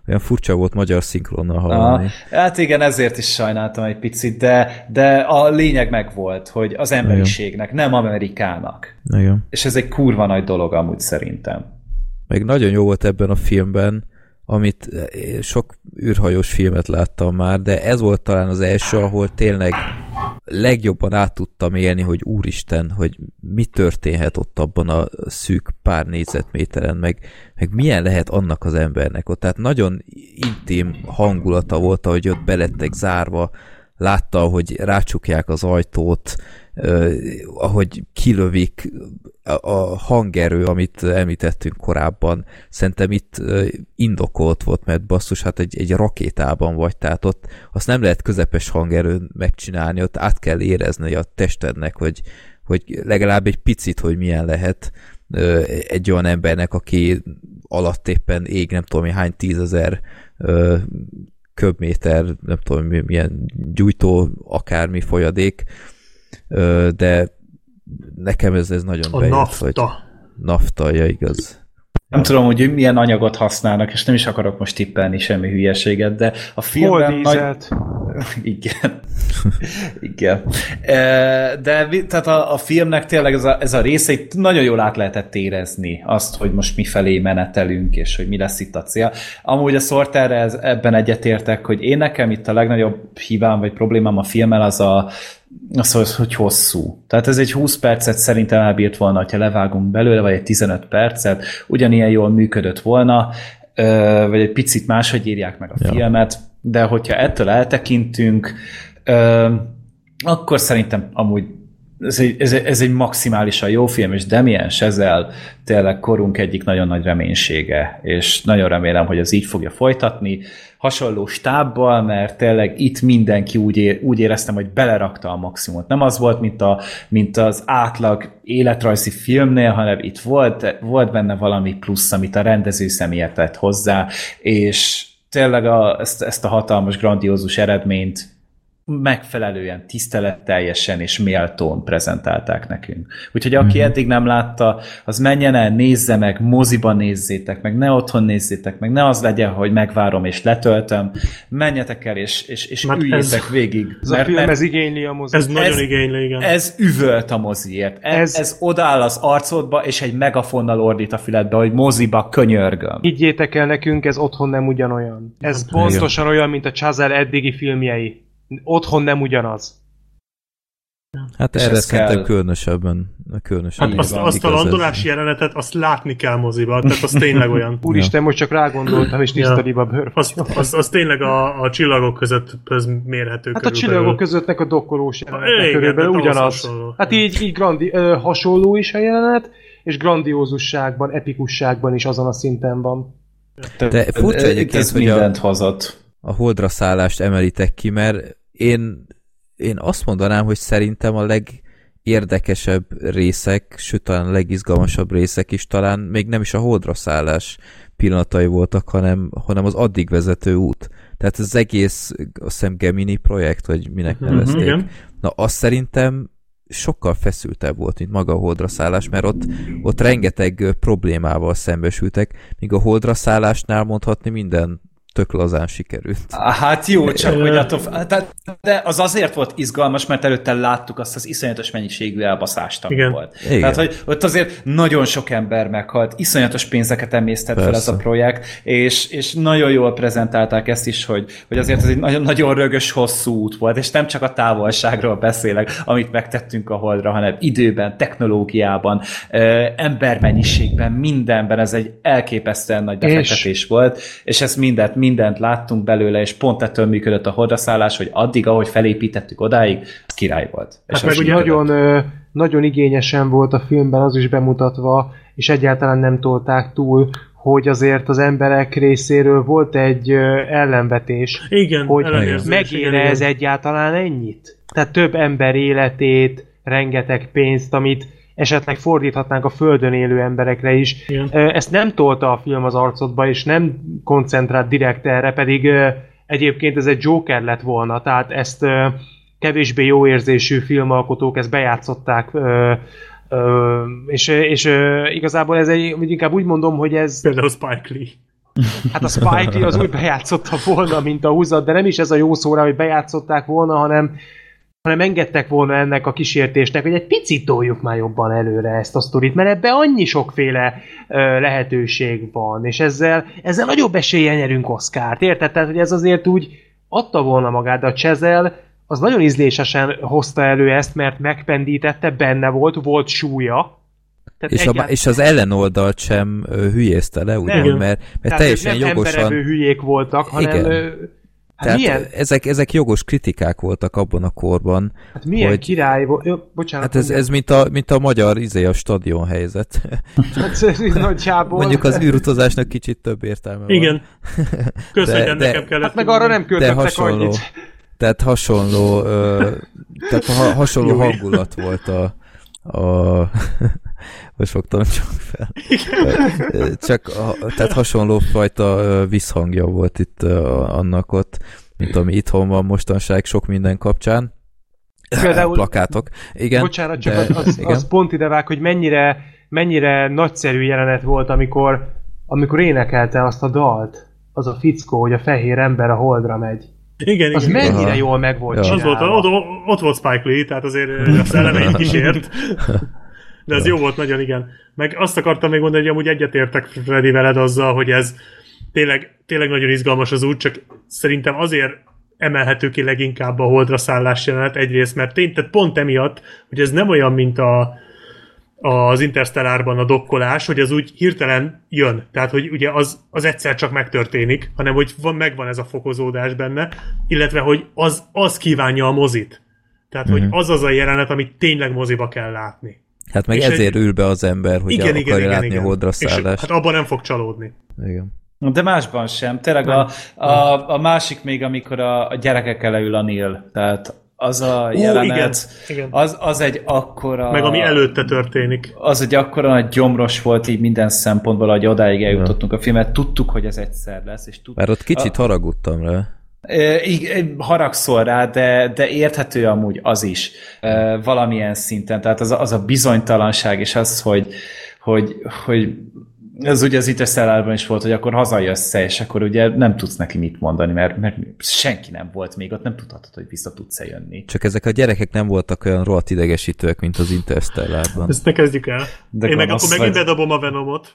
olyan furcsa volt magyar szinkronnal hallani. Hát igen, ezért is sajnáltam egy picit, de a lényeg megvolt, hogy az emberiségnek, nem Amerikának. Igen. És ez egy kurva nagy dolog amúgy szerintem. Meg nagyon jó volt ebben a filmben, amit sok űrhajós filmet láttam már, de ez volt talán az első, ahol tényleg legjobban át tudtam élni, hogy úristen, hogy mi történhet ott abban a szűk pár négyzetméteren, meg milyen lehet annak az embernek ott. Tehát nagyon intim hangulata volt, ahogy ott belettek zárva, látta, hogy rácsukják az ajtót, ahogy kilövik a hangerő, amit említettünk korábban. Szerintem itt indokolt volt, mert basszus, hát egy rakétában vagy, tehát ott azt nem lehet közepes hangerőn megcsinálni, ott át kell érezni a testednek, hogy legalább egy picit, hogy milyen lehet egy olyan embernek, aki alatt éppen ég nem tudom hány 10 000 köbméter, nem tudom milyen gyújtó, akármi folyadék, de nekem ez nagyon bejött, nafta. hogy nafta, ja, igaz. Nem tudom, hogy milyen anyagot használnak, és nem is akarok most tippelni semmi hülyeséget, de a filmben... Igen. Igen. De tehát a filmnek tényleg ez a része itt nagyon jól át lehetett érezni azt, hogy most mifelé menetelünk, és hogy mi lesz itt a cél. Amúgy a Sorterre ebben egyetértek, hogy én nekem itt a legnagyobb hibám, vagy problémám a filmmel az, hogy hosszú. Tehát ez egy 20 percet szerintem elbírt volna, hogyha levágunk belőle, vagy egy 15 percet, ugyanilyen jól működött volna, vagy egy picit máshogy írják meg a filmet, de hogyha ettől eltekintünk, akkor szerintem amúgy ez egy maximálisan jó film, és Damien Chazelle tényleg korunk egyik nagyon nagy reménysége, és nagyon remélem, hogy az így fogja folytatni, hasonló stábbal, mert tényleg itt mindenki úgy éreztem, hogy belerakta a maximumot. Nem az volt, mint az átlag életrajzi filmnél, hanem itt volt benne valami plusz, amit a rendező személyet tett hozzá, és tényleg ezt a hatalmas, grandiózus eredményt megfelelően, tiszteletteljesen és méltón prezentálták nekünk. Úgyhogy aki eddig nem látta, az menjen el, nézze meg, moziban nézzétek meg, ne otthon nézzétek meg, ne az legyen, hogy megvárom és letöltöm, menjetek el és üljétek végig. Ez igényli a mozi. Ez nagyon igényli, igen. Ez üvölt a moziért. Ez odaáll az arcodba, és egy megafonnal ordít a füledbe, hogy moziba könyörgöm. Higgyétek el nekünk, ez otthon nem ugyanolyan. Ez pontosan olyan, mint a Chazelle eddigi filmjei. Otthon nem ugyanaz. Hát erre szerintem különösebben hát azt a landolási jelenetet, azt látni kell moziba, tehát az tényleg olyan. Úristen, most csak rágondoltam, és tiszta liba bőr. Az tényleg a csillagok között mérhető. Hát a csillagok közöttnek a dokkolós jelenet körülbelül ugyanaz. Hasonló. Hát így hasonló is a jelenet, és grandiózusságban, epikusságban is azon a szinten van. De furcsa egyébként, hogy mindent hozott. A holdra szállást emelitek ki, mert én azt mondanám, hogy szerintem a legérdekesebb részek, sőt talán a legizgalmasabb részek is talán még nem is a holdra szállás pillanatai voltak, hanem az addig vezető út. Tehát az egész, azt hiszem Gemini projekt, vagy minek nevezték. Na, azt szerintem sokkal feszültebb volt, mint maga a holdra szállás, mert ott rengeteg problémával szembesültek, míg a holdra szállásnál mondhatni minden tök lazán sikerült. Hát jó, csak hogy attól... De az azért volt izgalmas, mert előtte láttuk azt az iszonyatos mennyiségű elbaszást, ami volt. Igen. Tehát, hogy ott azért nagyon sok ember meghalt, iszonyatos pénzeket emésztett fel ez a projekt, és nagyon jól prezentálták ezt is, hogy azért ez egy nagyon rögös, hosszú út volt, és nem csak a távolságról beszélek, amit megtettünk a holdra, hanem időben, technológiában, embermennyiségben, mindenben ez egy elképesztően nagy befektetés volt, és ezt mindent láttunk belőle, és pont ettől működött a hordaszállás, hogy addig, ahogy felépítettük odáig, az király volt. Hát meg ugye nagyon igényesen volt a filmben az is bemutatva, és egyáltalán nem tolták túl, hogy azért az emberek részéről volt egy ellenvetés, igen, hogy megér ez egyáltalán ennyit? Tehát több ember életét, rengeteg pénzt, amit esetleg fordíthatnánk a földön élő emberekre is. Igen. Ezt nem tolta a film az arcodba, és nem koncentrált direkt erre, pedig egyébként ez egy Joker lett volna, tehát ezt kevésbé jó érzésű filmalkotók ezt bejátszották, és igazából ez inkább úgy mondom, hogy ez... Például Spike Lee. Hát a Spike Lee az úgy bejátszotta volna, mint a húzat, de nem is ez a jó szóra, hogy bejátszották volna, hanem engedtek volna ennek a kísértésnek, hogy egy picit toljuk már jobban előre ezt a sztorit, mert ebbe annyi sokféle lehetőség van, és ezzel nagyobb eséllyel nyerünk Oscart, érted? Tehát, hogy ez azért úgy adta volna magát, de a Chazelle az nagyon ízlésesen hozta elő ezt, mert megpendítette, benne volt súlya. És az ellenoldalt sem hülyézte le, ugye? Mert teljesen nem jogosan... Nem emberevő hülyék voltak, hanem... Tehát milyen? Ezek jogos kritikák voltak abban a korban. Hát milyen király volt... Bocsánat. Hát ez mint a magyar a stadion helyzet. Hát nagyjából. Mondjuk az űrutazásnak kicsit több értelme van. Igen. Köszönöm, nekem kellett. Hát meg arra nem költöttek annyit. Tehát hasonló hangulat volt most fogtam csak fel. Tehát hasonló fajta visszhangja volt itt annak ott, mint ami itthon van mostanság sok minden kapcsán. Például, plakátok. Igen. Bocsánat, csak az pont idevág, hogy mennyire nagyszerű jelenet volt, amikor énekelte azt a dalt, az a fickó, hogy a fehér ember a holdra megy. Igen, az igen. mennyire jól meg volt csinálva. Ott volt Spike Lee, tehát azért a szellemeit kísért. De ez jó volt nagyon, igen. Meg azt akartam még mondani, hogy amúgy egyetértek Freddy veled azzal, hogy ez tényleg nagyon izgalmas az út, csak szerintem azért emelhető ki leginkább a holdra szállás jelenet egyrészt, mert tehát pont emiatt, hogy ez nem olyan, mint az Interstellárban a dokkolás, hogy az úgy hirtelen jön. Tehát, hogy ugye az egyszer csak megtörténik, hanem hogy megvan ez a fokozódás benne, illetve, hogy az kívánja a mozit. Tehát, hogy az a jelenet, amit tényleg moziba kell látni. Hát meg és ezért ül be az ember, hogy akarja látni a holdra szállást. Hát abban nem fog csalódni. Igen. De másban sem. Tényleg a másik még, amikor a gyerekekkel leül a Neil. Tehát az a jelenet, igen. Az egy akkora... Meg ami előtte történik. Az egy akkora nagy gyomros volt így minden szempontból, hogy odáig eljutottunk a filmet. Tudtuk, hogy ez egyszer lesz. És mert ott kicsit haragudtam rá. Haragszol rá, de érthető amúgy az is valamilyen szinten. Tehát az a bizonytalanság, és az, hogy ez ugye az Interstellárban is volt, hogy akkor hazajössz, és akkor ugye nem tudsz neki mit mondani, mert senki nem volt még ott, nem tudhatod, hogy vissza tudsz jönni. Csak ezek a gyerekek nem voltak olyan rohadt idegesítőek, mint az Interstellárban. Ezt ne kezdjük el. De én meg akkor megint bedobom a Venomot.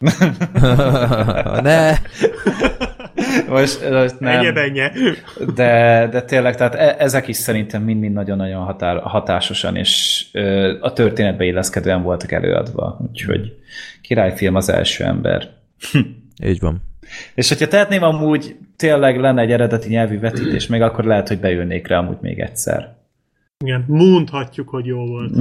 Ne! Most nem. Ennyi. De tényleg, tehát ezek is szerintem mind-mind nagyon-nagyon hatásosan, és a történetbe illeszkedően voltak előadva. Úgyhogy királyfilm az első ember. Így van. És hogyha tehetném amúgy tényleg lenne egy eredeti nyelvű vetítés, még akkor lehet, hogy beülnék rá amúgy még egyszer. Igen, mondhatjuk, hogy jó volt.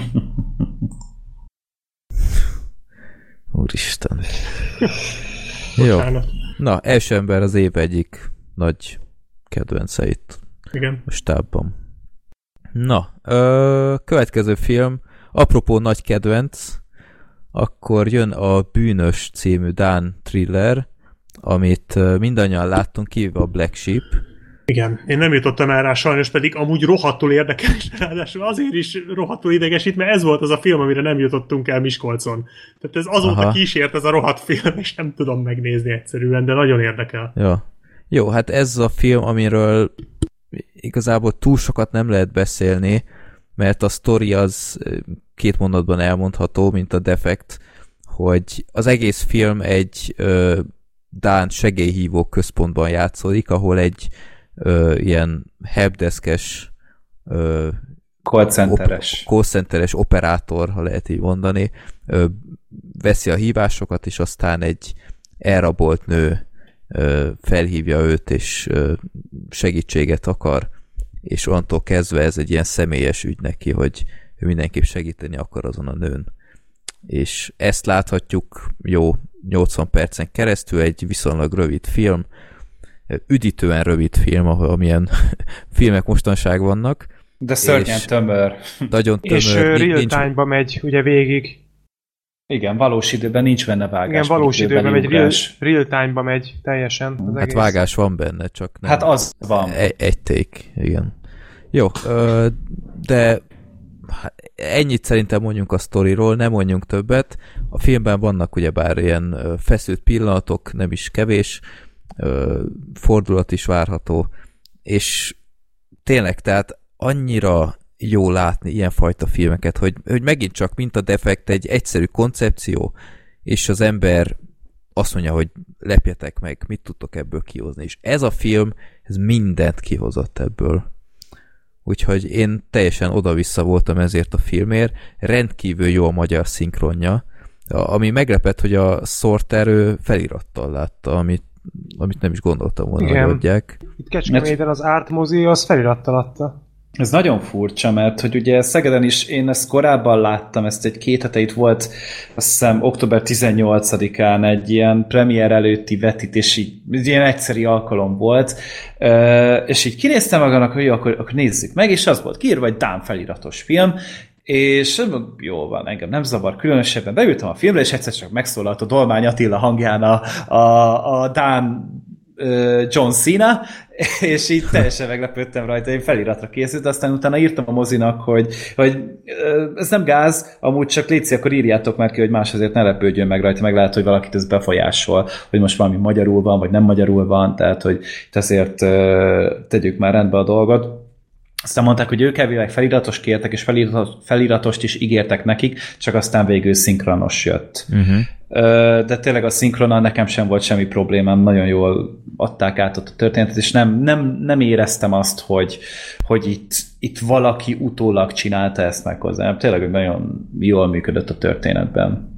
Úristen. Jó. Na, első ember az év egyik nagy kedvenceit. Igen. A stábban. Na, következő film, apropó nagy kedvenc, akkor jön a Bűnös című dán thriller, amit mindannyian láttunk, kivéve a Black Sheep. Igen, én nem jutottam el rá sajnos, pedig amúgy rohadtul érdekes, ráadásul azért is rohadtul idegesít, mert ez volt az a film, amire nem jutottunk el Miskolcon. Tehát ez azóta kísért ez a rohadt film, és nem tudom megnézni egyszerűen, de nagyon érdekel. Ja. Jó, hát ez a film, amiről igazából túl sokat nem lehet beszélni, mert a sztori az 2 mondatban elmondható, mint a Defekt, hogy az egész film egy dán segélyhívó központban játszódik, ahol egy ilyen helpdeskes callcenteres operátor, ha lehet így mondani, veszi a hívásokat, és aztán egy elrabolt nő felhívja őt, és segítséget akar, és onnantól kezdve ez egy ilyen személyes ügy neki, hogy ő mindenképp segíteni akar azon a nőn. És ezt láthatjuk jó 80 percen keresztül, egy viszonylag rövid film, üdítően rövid film, ahol amilyen filmek mostanság vannak. De szörnyen tömör. Nagyon tömör. És real-time-ba megy ugye végig. Igen, valós időben nincs benne vágás. Igen, valós időben megy, real-time-ba megy teljesen. Az hát egész. Vágás van benne, csak nem. Hát az van. Egy take, igen. Jó, de ennyit szerintem mondjunk a sztoriról, nem mondjunk többet. A filmben vannak ugyebár ilyen feszült pillanatok, nem is kevés, fordulat is várható, és tényleg, tehát annyira jó látni ilyenfajta filmeket, hogy megint csak mint a Defekt egy egyszerű koncepció, és az ember azt mondja, hogy lepjetek meg, mit tudtok ebből kihozni. És ez a film, ez mindent kihozott ebből. Úgyhogy én teljesen oda-vissza voltam ezért a filmért. Rendkívül jó a magyar szinkronja. Ami meglepett, hogy a Sorter felirattal látta, amit nem is gondoltam volna, hogy adják. Itt Kecskeméten az Art Mozi az felirattal adta. Ez nagyon furcsa, mert hogy ugye Szegeden is én ezt korábban láttam, ezt egy 2 hete itt volt, azt hiszem október 18-án egy ilyen premier előtti vetítési, ilyen egyszeri alkalom volt, és így kinéztem magának, hogy jó, akkor nézzük meg, és az volt kiírva, vagy Dán feliratos film, és jó van, engem nem zavar különösebben, beültem a filmre, és egyszer csak megszólalt a Dolmány Attila hangján a Dán John Cena, és így teljesen meglepődtem rajta, én feliratra készült, aztán utána írtam a mozinak, hogy ez nem gáz, amúgy csak létszi, akkor írjátok már ki, hogy más azért ne lepődjön meg rajta, meg lehet, hogy valakit ez befolyásol, hogy most valami magyarul van, vagy nem magyarul van, tehát hogy ezért tegyük már rendbe a dolgot. Aztán mondták, hogy ők elvileg feliratos kértek, és feliratost is ígértek nekik, csak aztán végül szinkronos jött. De tényleg a szinkronnal nekem sem volt semmi problémám, nagyon jól adták át ott a történetet, és nem éreztem azt, hogy itt valaki utólag csinálta ezt meg hozzá. Tényleg nagyon jól működött a történetben.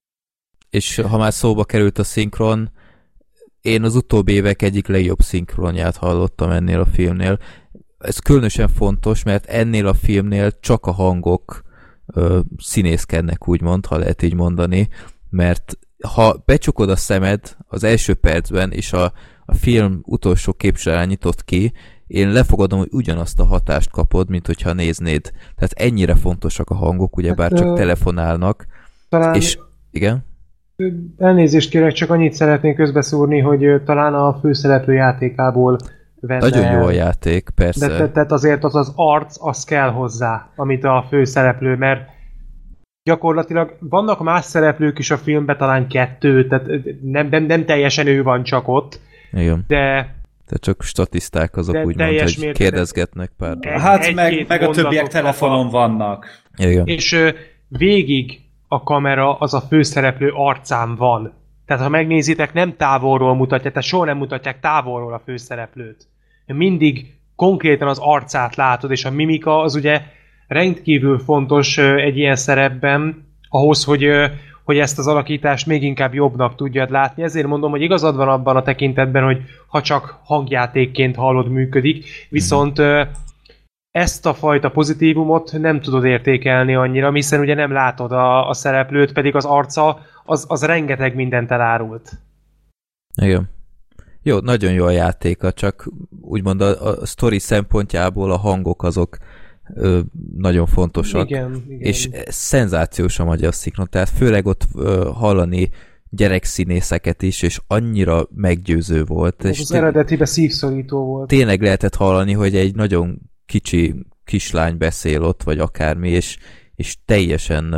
És ha már szóba került a szinkron, én az utóbbi évek egyik legjobb szinkronját hallottam ennél a filmnél. Ez különösen fontos, mert ennél a filmnél csak a hangok színészkednek, úgymond, ha lehet így mondani, mert ha becsukod a szemed az első percben, és a film utolsó képsorán nyitott ki, én lefogadom, hogy ugyanazt a hatást kapod, mint hogyha néznéd. Tehát ennyire fontosak a hangok, ugyebár csak telefonálnak. Talán... És igen? Elnézést kérek, csak annyit szeretnék közbeszúrni, hogy talán a főszereplő játékából venne... Nagyon jó a játék, persze. De tehát azért az arc, az kell hozzá, amit a főszereplő, mert gyakorlatilag vannak más szereplők is a filmben, talán 2, tehát nem teljesen ő van csak ott. Igen. De csak statiszták azok úgymond, hogy kérdezgetnek pár. Hát meg a többiek telefonon vannak. Igen. És végig a kamera az a főszereplő arcán van. Tehát ha megnézitek, nem távolról mutatják, tehát soha nem mutatják távolról a főszereplőt. Mindig konkrétan az arcát látod, és a mimika az ugye rendkívül fontos egy ilyen szerepben, ahhoz, hogy ezt az alakítást még inkább jobbnak tudjad látni. Ezért mondom, hogy igazad van abban a tekintetben, hogy ha csak hangjátékként hallod, működik, viszont ezt a fajta pozitívumot nem tudod értékelni annyira, hiszen ugye nem látod a szereplőt, pedig az arca az rengeteg mindent elárult. Igen. Jó, nagyon jó a játéka, csak úgymond a sztori szempontjából a hangok azok nagyon fontosak. Igen. És szenzációs a magyar szinkron, tehát főleg ott hallani gyerekszínészeket is, és annyira meggyőző volt. És az eredetiben szívszorító volt. Tényleg lehetett hallani, hogy egy nagyon kicsi kislány beszél ott, vagy akármi, és teljesen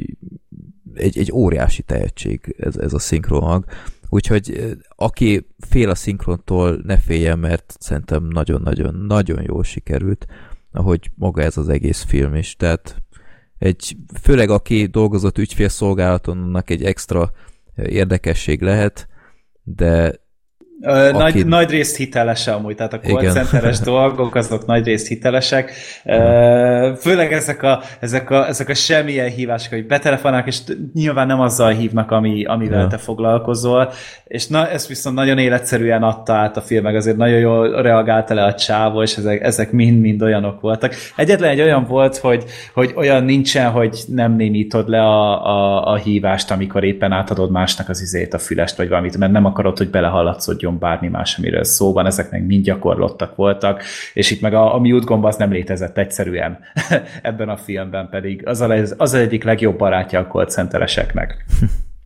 egy óriási tehetség ez a szinkronhang. Úgyhogy aki fél a szinkrontól, ne féljen, mert szerintem nagyon-nagyon jól sikerült, ahogy maga ez az egész film is. Tehát főleg aki dolgozott ügyfélszolgálaton, annak egy extra érdekesség lehet, de nagy részt hiteles amúgy, tehát a call centeres dolgok, azok nagy részt hitelesek. Főleg ezek a semmilyen hívások, hogy betelefonálnak, és nyilván nem azzal hívnak, amivel te foglalkozol, és ezt viszont nagyon életszerűen adta át a film, meg azért nagyon jól reagálta le a csávó, és ezek mind olyanok voltak. Egyetlen egy olyan volt, hogy olyan nincsen, hogy nem némítod le a hívást, amikor éppen átadod másnak az izét, a fülest, vagy valamit, mert nem akarod, hogy belehallatszódjon bármi más, amiről szó van, ezek meg mind gyakorlottak voltak, és itt meg a mute gomb az nem létezett egyszerűen ebben a filmben, pedig az egyik legjobb barátja a call centereseknek.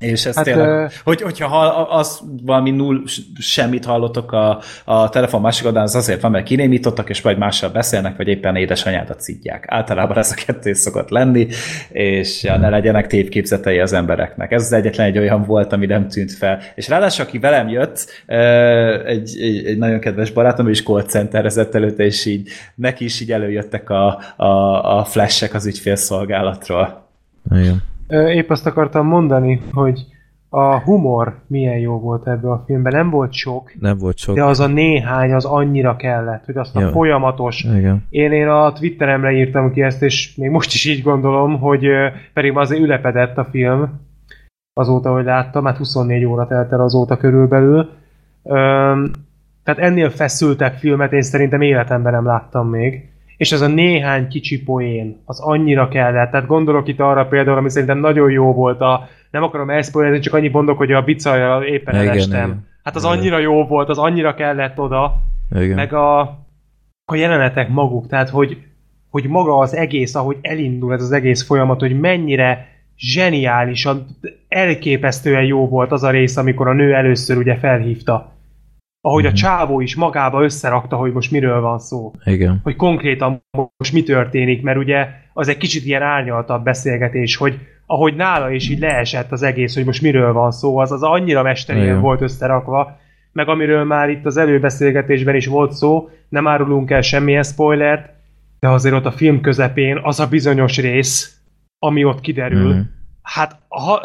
És ez tényleg, hogyha az valami semmit hallottok a telefon másik oldalán, az azért van, mert kinémítottak, és vagy mással beszélnek, vagy éppen édesanyádat szidják. Általában ez a kettő szokott lenni, és ne legyenek tévképzetei az embereknek. Ez az egyetlen egy olyan volt, ami nem tűnt fel. És ráadásul, aki velem jött, egy nagyon kedves barátom, is call centerezett előtte, és így neki is így előjöttek a flashek az ügyfélszolgálatról. Igen. Épp azt akartam mondani, hogy a humor milyen jó volt ebben a filmben. Nem volt sok, de az a néhány az annyira kellett, hogy azt a folyamatos... Igen. Én a Twitteremre írtam ki ezt, és még most is így gondolom, hogy pedig azért ülepedett a film azóta, hogy láttam, hát 24 óra telt el azóta körülbelül. Tehát ennél feszültebb filmet én szerintem életemben nem láttam még. És ez a néhány kicsi poén, az annyira kellett. Tehát gondolok itt arra például, ami szerintem nagyon jó volt, nem akarom elszpoilerezni, csak annyit mondok, hogy a bicajjal éppen elestem. Igen. Hát az annyira jó volt, az annyira kellett oda. Igen. Meg a jelenetek maguk, tehát hogy maga az egész, ahogy elindul ez az egész folyamat, hogy mennyire zseniálisan, elképesztően jó volt az a rész, amikor a nő először ugye felhívta. Ahogy a csávó is magába összerakta, hogy most miről van szó. Igen. Hogy konkrétan most mi történik, mert ugye az egy kicsit ilyen árnyaltabb beszélgetés, hogy ahogy nála is így leesett az egész, hogy most miről van szó, az annyira mesterien volt összerakva, meg amiről már itt az előbeszélgetésben is volt szó, nem árulunk el semmilyen spoilert, de azért ott a film közepén az a bizonyos rész, ami ott kiderül, hát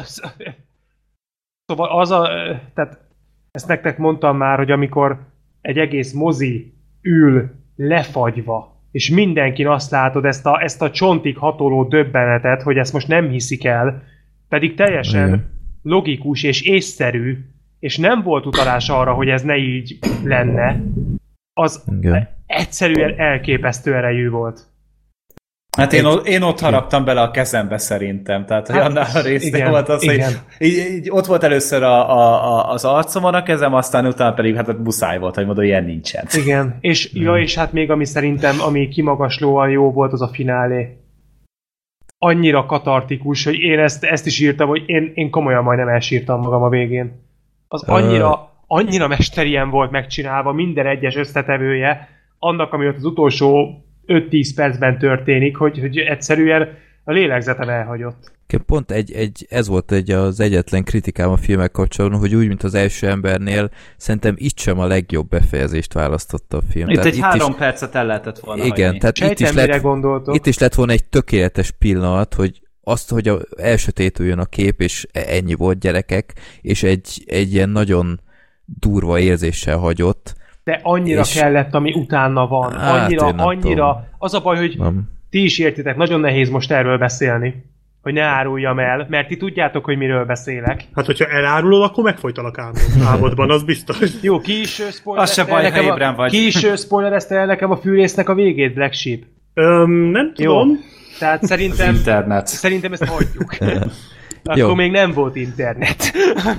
szóval tehát ezt nektek mondtam már, hogy amikor egy egész mozi ül lefagyva, és mindenkin azt látod, ezt a csontig hatoló döbbenetet, hogy ezt most nem hiszik el, pedig teljesen logikus és észszerű, és nem volt utalás arra, hogy ez ne így lenne, az egyszerűen elképesztő erejű volt. Hát én ott haraptam bele a kezembe szerintem, tehát hogy annál a résznél volt az, hogy így ott volt először az arcomon a kezem, aztán utána pedig hát muszáj volt, hogy mondom, ilyen nincsen. Igen, és hát még ami szerintem, ami kimagaslóan jó volt, az a finálé. Annyira katartikus, hogy én ezt is írtam, hogy én komolyan majdnem elsírtam magam a végén. Az annyira mesterien volt megcsinálva, minden egyes összetevője, annak, ami ott az utolsó 5-10 percben történik, hogy egyszerűen a lélegzetem elhagyott. Pont ez volt az egyetlen kritikám a filmek kapcsolatban, hogy úgy, mint az első embernél, szerintem itt sem a legjobb befejezést választotta a film. Itt tehát egy 3 percet el lehetett volna igen, hagyni. Tehát itt is lett volna egy tökéletes pillanat, hogy azt, hogy elsötétüljön a kép, és ennyi volt, gyerekek, és egy ilyen nagyon durva érzéssel hagyott. De annyira kellett, ami utána van. Annyira. Az a baj, hogy ti is értitek, nagyon nehéz most erről beszélni, hogy ne áruljam el, mert ti tudjátok, hogy miről beszélek. Hát, hogyha elárulod, akkor megfojtalak álmodban, az biztos. Jó, ki is spoilerezte el nekem a fűrésznek a végét, Black Sheep? Nem tudom. Jó. Tehát szerintem ezt hagyjuk. Akkor még nem volt internet.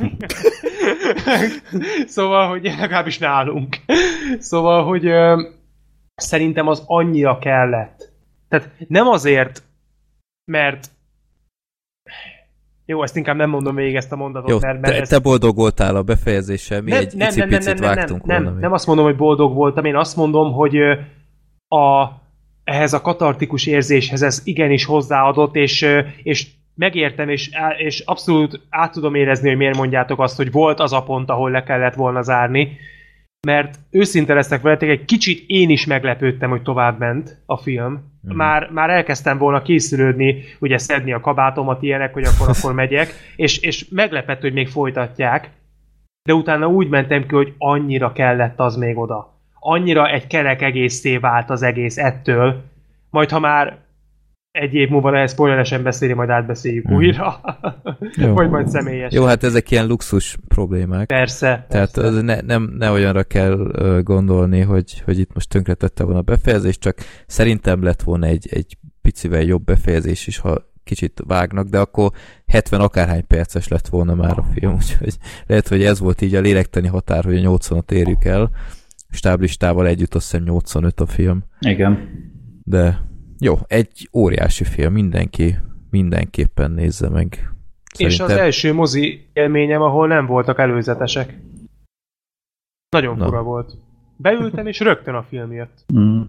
Szóval, hogy legalábbis nálunk. Szóval, hogy szerintem az annyira kellett. Tehát nem azért, mert jó, ezt inkább nem mondom végig ezt a mondatot, jó, mert te boldog voltál a befejezéssel, mi egy icipicit vágtunk volna. Nem azt mondom, hogy boldog voltam, én azt mondom, hogy ehhez a katartikus érzéshez ez igenis hozzáadott, és megértem, és abszolút át tudom érezni, hogy miért mondjátok azt, hogy volt az a pont, ahol le kellett volna zárni, mert őszinte leszek veletek, egy kicsit én is meglepődtem, hogy továbbment a film. Már elkezdtem volna készülődni, ugye szedni a kabátomat, ilyenek, hogy akkor megyek, és meglepett, hogy még folytatják, de utána úgy mentem ki, hogy annyira kellett az még oda. Annyira egy kerek egészé vált az egész ettől, majd ha már egy év múlva lehet spoileresen beszélni, majd átbeszéljük újra. Vagy majd személyesen. Jó, hát ezek ilyen luxus problémák. Persze. Tehát ne olyanra kell gondolni, hogy itt most tönkretette volna a befejezés, csak szerintem lett volna egy picivel jobb befejezés is, ha kicsit vágnak, de akkor 70 akárhány perces lett volna már a film, úgyhogy lehet, hogy ez volt így a lélektani határ, hogy a 80-at érjük el. Stáblistával együtt azt hiszem 85 a film. Igen. De jó, egy óriási film, mindenképpen nézze meg. És az első mozi élményem, ahol nem voltak előzetesek. Nagyon fura volt. Beültem, és rögtön a film jött.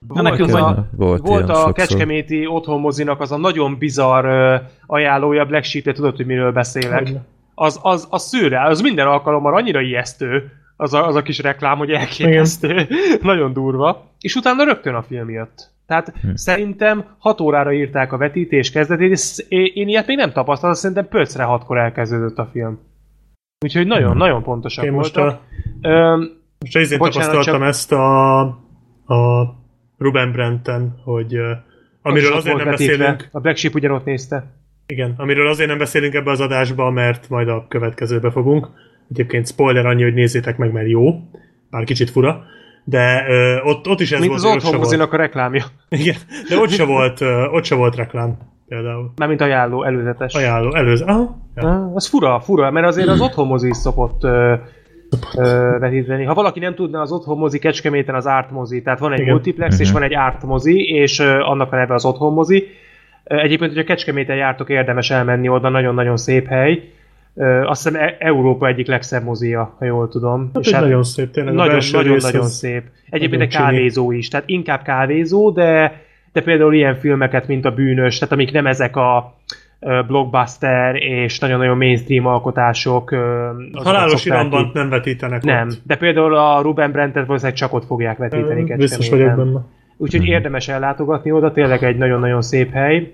Volt a kecskeméti otthonmozinak az a nagyon bizarr ajánlója, Black Sheep-re, tudod, hogy miről beszélek. Az szürreál, az minden alkalommal annyira ijesztő, az a kis reklám, hogy elképesztő. Nagyon durva. És utána rögtön a film jött. Tehát szerintem 6 órára írták a vetítés kezdetét, és én ilyet még nem tapasztaltam, szerintem percre 6-kor elkezdődött a film. Úgyhogy nagyon pontosak én voltak. Most én tapasztaltam ezt a Ruben Brenten, hogy amiről azért nem beszélünk. A Black Sheep ugyanott nézte. Igen, amiről azért nem beszélünk ebbe az adásba, mert majd a következőbe fogunk. Egyébként spoiler annyi, hogy nézzétek meg, mert jó. Bár kicsit fura. De ott is ez mint volt. Mint az otthonmozinak a reklámja. Igen, de ott se volt reklám például. Mármint ajánló, előzetes. Aha. Ja. Az fura, mert azért az otthonmozi is szokott vetíteni. Ha valaki nem tudna, az otthonmozi Kecskeméten az ártmozi. Tehát van egy multiplex, és van egy ártmozi, és annak a neve az otthonmozi. Egyébként, hogyha Kecskeméten jártok, érdemes elmenni oda, nagyon-nagyon szép hely. Azt hiszem Európa egyik legszebb mozia, ha jól tudom. Hát és nagyon szép, tényleg. Nagyon szép. Egyébként egy kávézó is, tehát inkább kávézó, de például ilyen filmeket, mint a Bűnös, tehát amik nem ezek a blockbuster és nagyon-nagyon mainstream alkotások. Halálos iramban nem vetítenek nem, ott. De például a Ruben Brentet valószínűleg csak ott fogják vetíteni Kecskeméten. Biztos vagyok benne. Úgyhogy érdemes ellátogatni oda, tényleg egy nagyon-nagyon szép hely.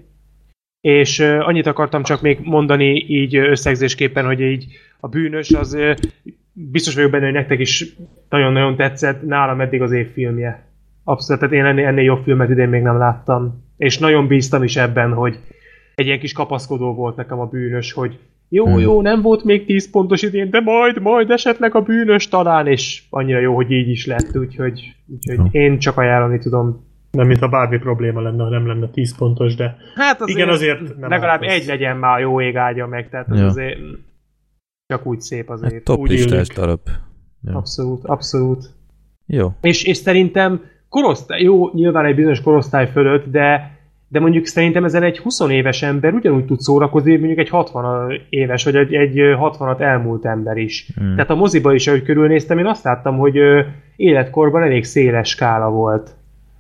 És annyit akartam csak még mondani így összegzésképpen, hogy így a Bűnös az biztos vagyok benne, hogy nektek is nagyon-nagyon tetszett, nálam eddig az év filmje. Abszolút, tehát én ennél jobb filmet idén még nem láttam. És nagyon bíztam is ebben, hogy egy ilyen kis kapaszkodó volt nekem a Bűnös, hogy jó, nem volt még 10 pontos idén, de majd esetleg a Bűnös talán, és annyira jó, hogy így is lett, úgyhogy én csak ajánlani tudom. Nem, mintha bármi probléma lenne, ha nem lenne 10 pontos, de hát azért igen, azért nem legalább egy legyen már, jó ég áldja meg, tehát az azért csak úgy szép azért. Hát top listás darab. Ja. Abszolút. Jó. És szerintem korosztály, jó, nyilván egy bizonyos korosztály fölött, de mondjuk szerintem ezen egy 20 éves ember ugyanúgy tud szórakozni, mondjuk egy 60 éves, vagy egy 60-at elmúlt ember is. Tehát a moziba is, ahogy körülnéztem, én azt láttam, hogy életkorban elég széles skála volt.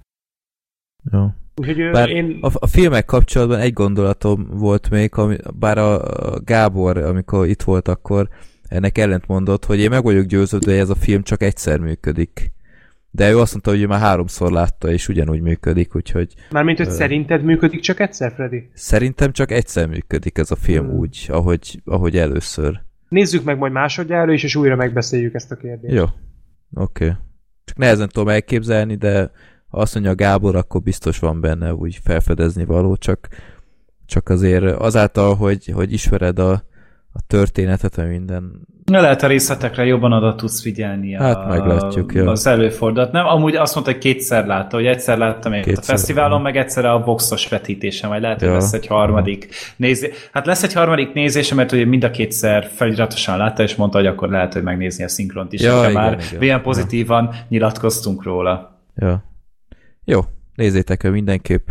Jó. Bár a filmek kapcsolatban egy gondolatom volt még, bár a Gábor, amikor itt volt, akkor ennek ellent mondott, hogy én meg vagyok győződve, hogy ez a film csak egyszer működik. De ő azt mondta, hogy ő már 3-szor látta, és ugyanúgy működik, úgyhogy... Mármint, hogy szerinted működik csak egyszer, Freddy? Szerintem csak egyszer működik ez a film úgy, ahogy először. Nézzük meg majd másodjára is, és újra megbeszéljük ezt a kérdést. Jó. Oké. Csak nehezen tudom elképzelni, de ha azt mondja a Gábor, akkor biztos van benne úgy felfedezni való, csak azért azáltal, hogy ismered a történetet, vagy minden... Lehet a részletekre jobban oda tudsz figyelni meglátjuk, az előfordulat. Nem, amúgy azt mondta, hogy 2-szer látta, hogy egyszer láttam én a fesztiválon, meg egyszer a boxos vetítésen, vagy lehet, hogy lesz egy harmadik nézés. Hát lesz egy harmadik nézése, mert ugye mind a 2-szer feliratosan látta, és mondta, hogy akkor lehet, hogy megnézni a szinkront is. Igen, már milyen pozitívan nyilatkoztunk róla. Ja. Jó, nézzétek el mindenképp.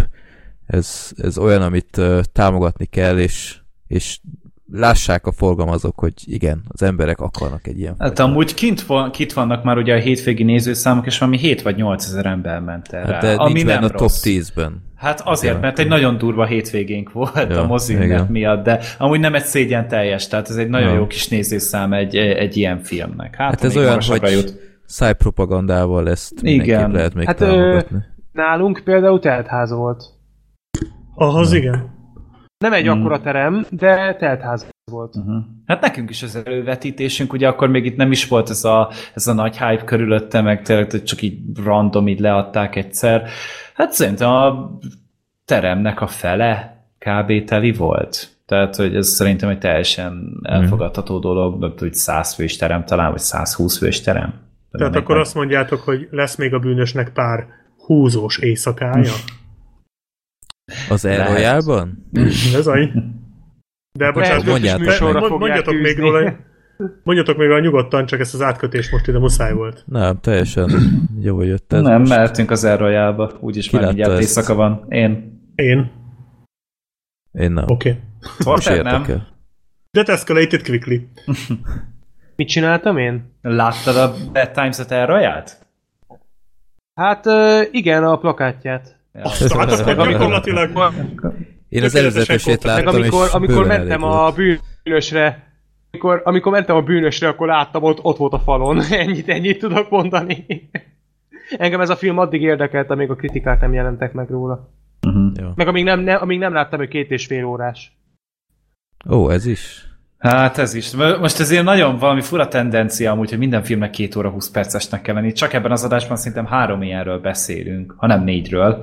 Ez olyan, amit támogatni kell, és lássák a forgalmazók, hogy igen, az emberek akarnak egy ilyen. Hát amúgy kint vannak már ugye a hétvégi nézőszámok, és valami 7 vagy 8 ezer ember ment el rá. De ami nincs nem a rossz. top 10-ben. Hát azért, mert egy nagyon durva hétvégénk volt a moziünnep miatt, de amúgy nem egy szégyen teljes, tehát ez egy nagyon jó kis nézőszám egy ilyen filmnek. Hát ez olyan, hogy szájpropagandával ezt mindenképp lehet még támogatni. Nálunk például teltház volt. Ahhoz igen. Nem egy akkora terem, de teltház volt. Hát nekünk is az elővetítésünk, ugye akkor még itt nem is volt ez a nagy hype körülötte, meg tényleg csak így random így leadták egyszer. Hát szerintem a teremnek a fele kb. Teli volt. Tehát, hogy ez szerintem egy teljesen elfogadható dolog, hogy 100 fős terem talán, vagy 120 fős terem. Tehát akkor azt mondjátok, hogy lesz még a Bűnösnek pár húzós éjszakája? Az Elroyalban? Ez annyi. De bocsánat, mondjatok még róla. Mondjatok még a nyugodtan, csak ezt az átkötést most ide muszáj volt. Nem, teljesen jó jött ez. Nem, mehetünk az Elroyalba. Úgyis már mindjárt éjszaka van. Én nem. Oké. Most értek el. That escalated quickly. Mit csináltam én? Láttad a Bad Times-et elraját? Hát igen, a plakátját. Hát akkor gyakorlatilag... Én az előzetesét Meg láttam, amikor mentem a bűnösre, amikor mentem a bűnösre, akkor láttam, ott volt a falon. Ennyit tudok mondani. Engem ez a film addig érdekelt, amíg a kritikák nem jelentek meg róla. Jó. Meg amíg nem láttam, hogy 2,5 órás. Ó, ez is. Hát ez is. Most ez ilyen nagyon valami fura tendencia amúgy, hogy minden filmnek 2 óra 20 percesnek kell lenni. Csak ebben az adásban szerintem 3 ilyenről beszélünk, ha nem 4-ről.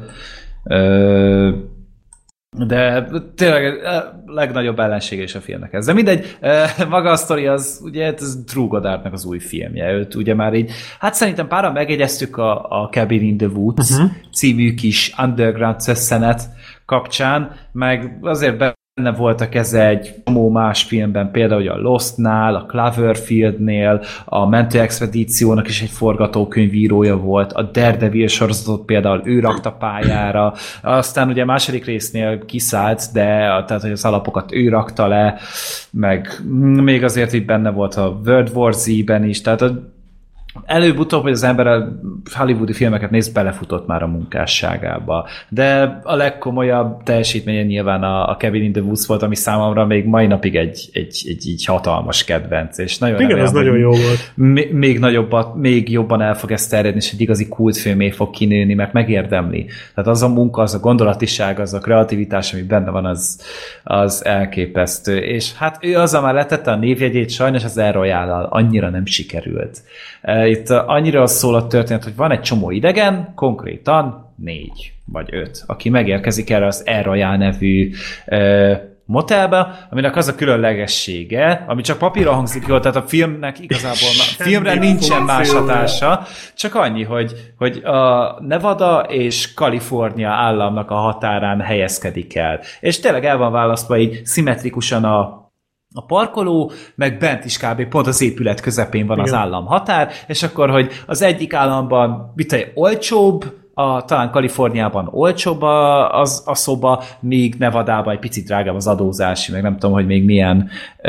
De tényleg a legnagyobb ellensége is a filmnek ez. De mindegy, maga a sztori az, ugye ez Drew Goddardnak az új filmje. Őt ugye már így, hát szerintem páran megjegyeztük a Cabin in the Woods című kis underground szösszenet kapcsán, meg azért benne voltak ez egy csomó más filmben, például a Lostnál, a Cloverfieldnél, a Mentő Expedíciónak is egy forgatókönyvírója volt, a Daredevil sorozatot például ő rakta pályára, aztán ugye a második résznél kiszállt, de tehát, hogy az alapokat ő rakta le, meg még azért itt benne volt a World War Z-ben is, tehát előbb-utóbb, hogy az ember a hollywoodi filmeket néz, belefutott már a munkásságába. De a legkomolyabb teljesítménye nyilván a Cabin in the Woods volt, ami számomra még mai napig egy hatalmas kedvenc. És nagyon igen, remélem, ez nagyon jó volt. Még jobban el fog ezt terjedni, és egy igazi kultfilmé fog kinőni, mert megérdemli. Tehát az a munka, az a gondolatiság, az a kreativitás, ami benne van, az elképesztő. És hát ő azzal már letette a névjegyét, sajnos az Air Royale-al annyira nem sikerült. Itt annyira szól a történet, hogy van egy csomó idegen, konkrétan 4 vagy 5, aki megérkezik erre az Air Royale nevű motelbe, aminek az a különlegessége, ami csak papíron hangzik jól, tehát a filmnek igazából a filmre nincsen más hatása, csak annyi, hogy a Nevada és Kalifornia államnak a határán helyezkedik el. És tényleg el van választva így szimmetrikusan a parkoló, meg bent is kb. Pont az épület közepén van az állam határ, és akkor, hogy az egyik államban olcsóbb, talán Kaliforniában olcsóbb a szoba, míg Nevadában egy picit drágább az adózási, meg nem tudom, hogy még milyen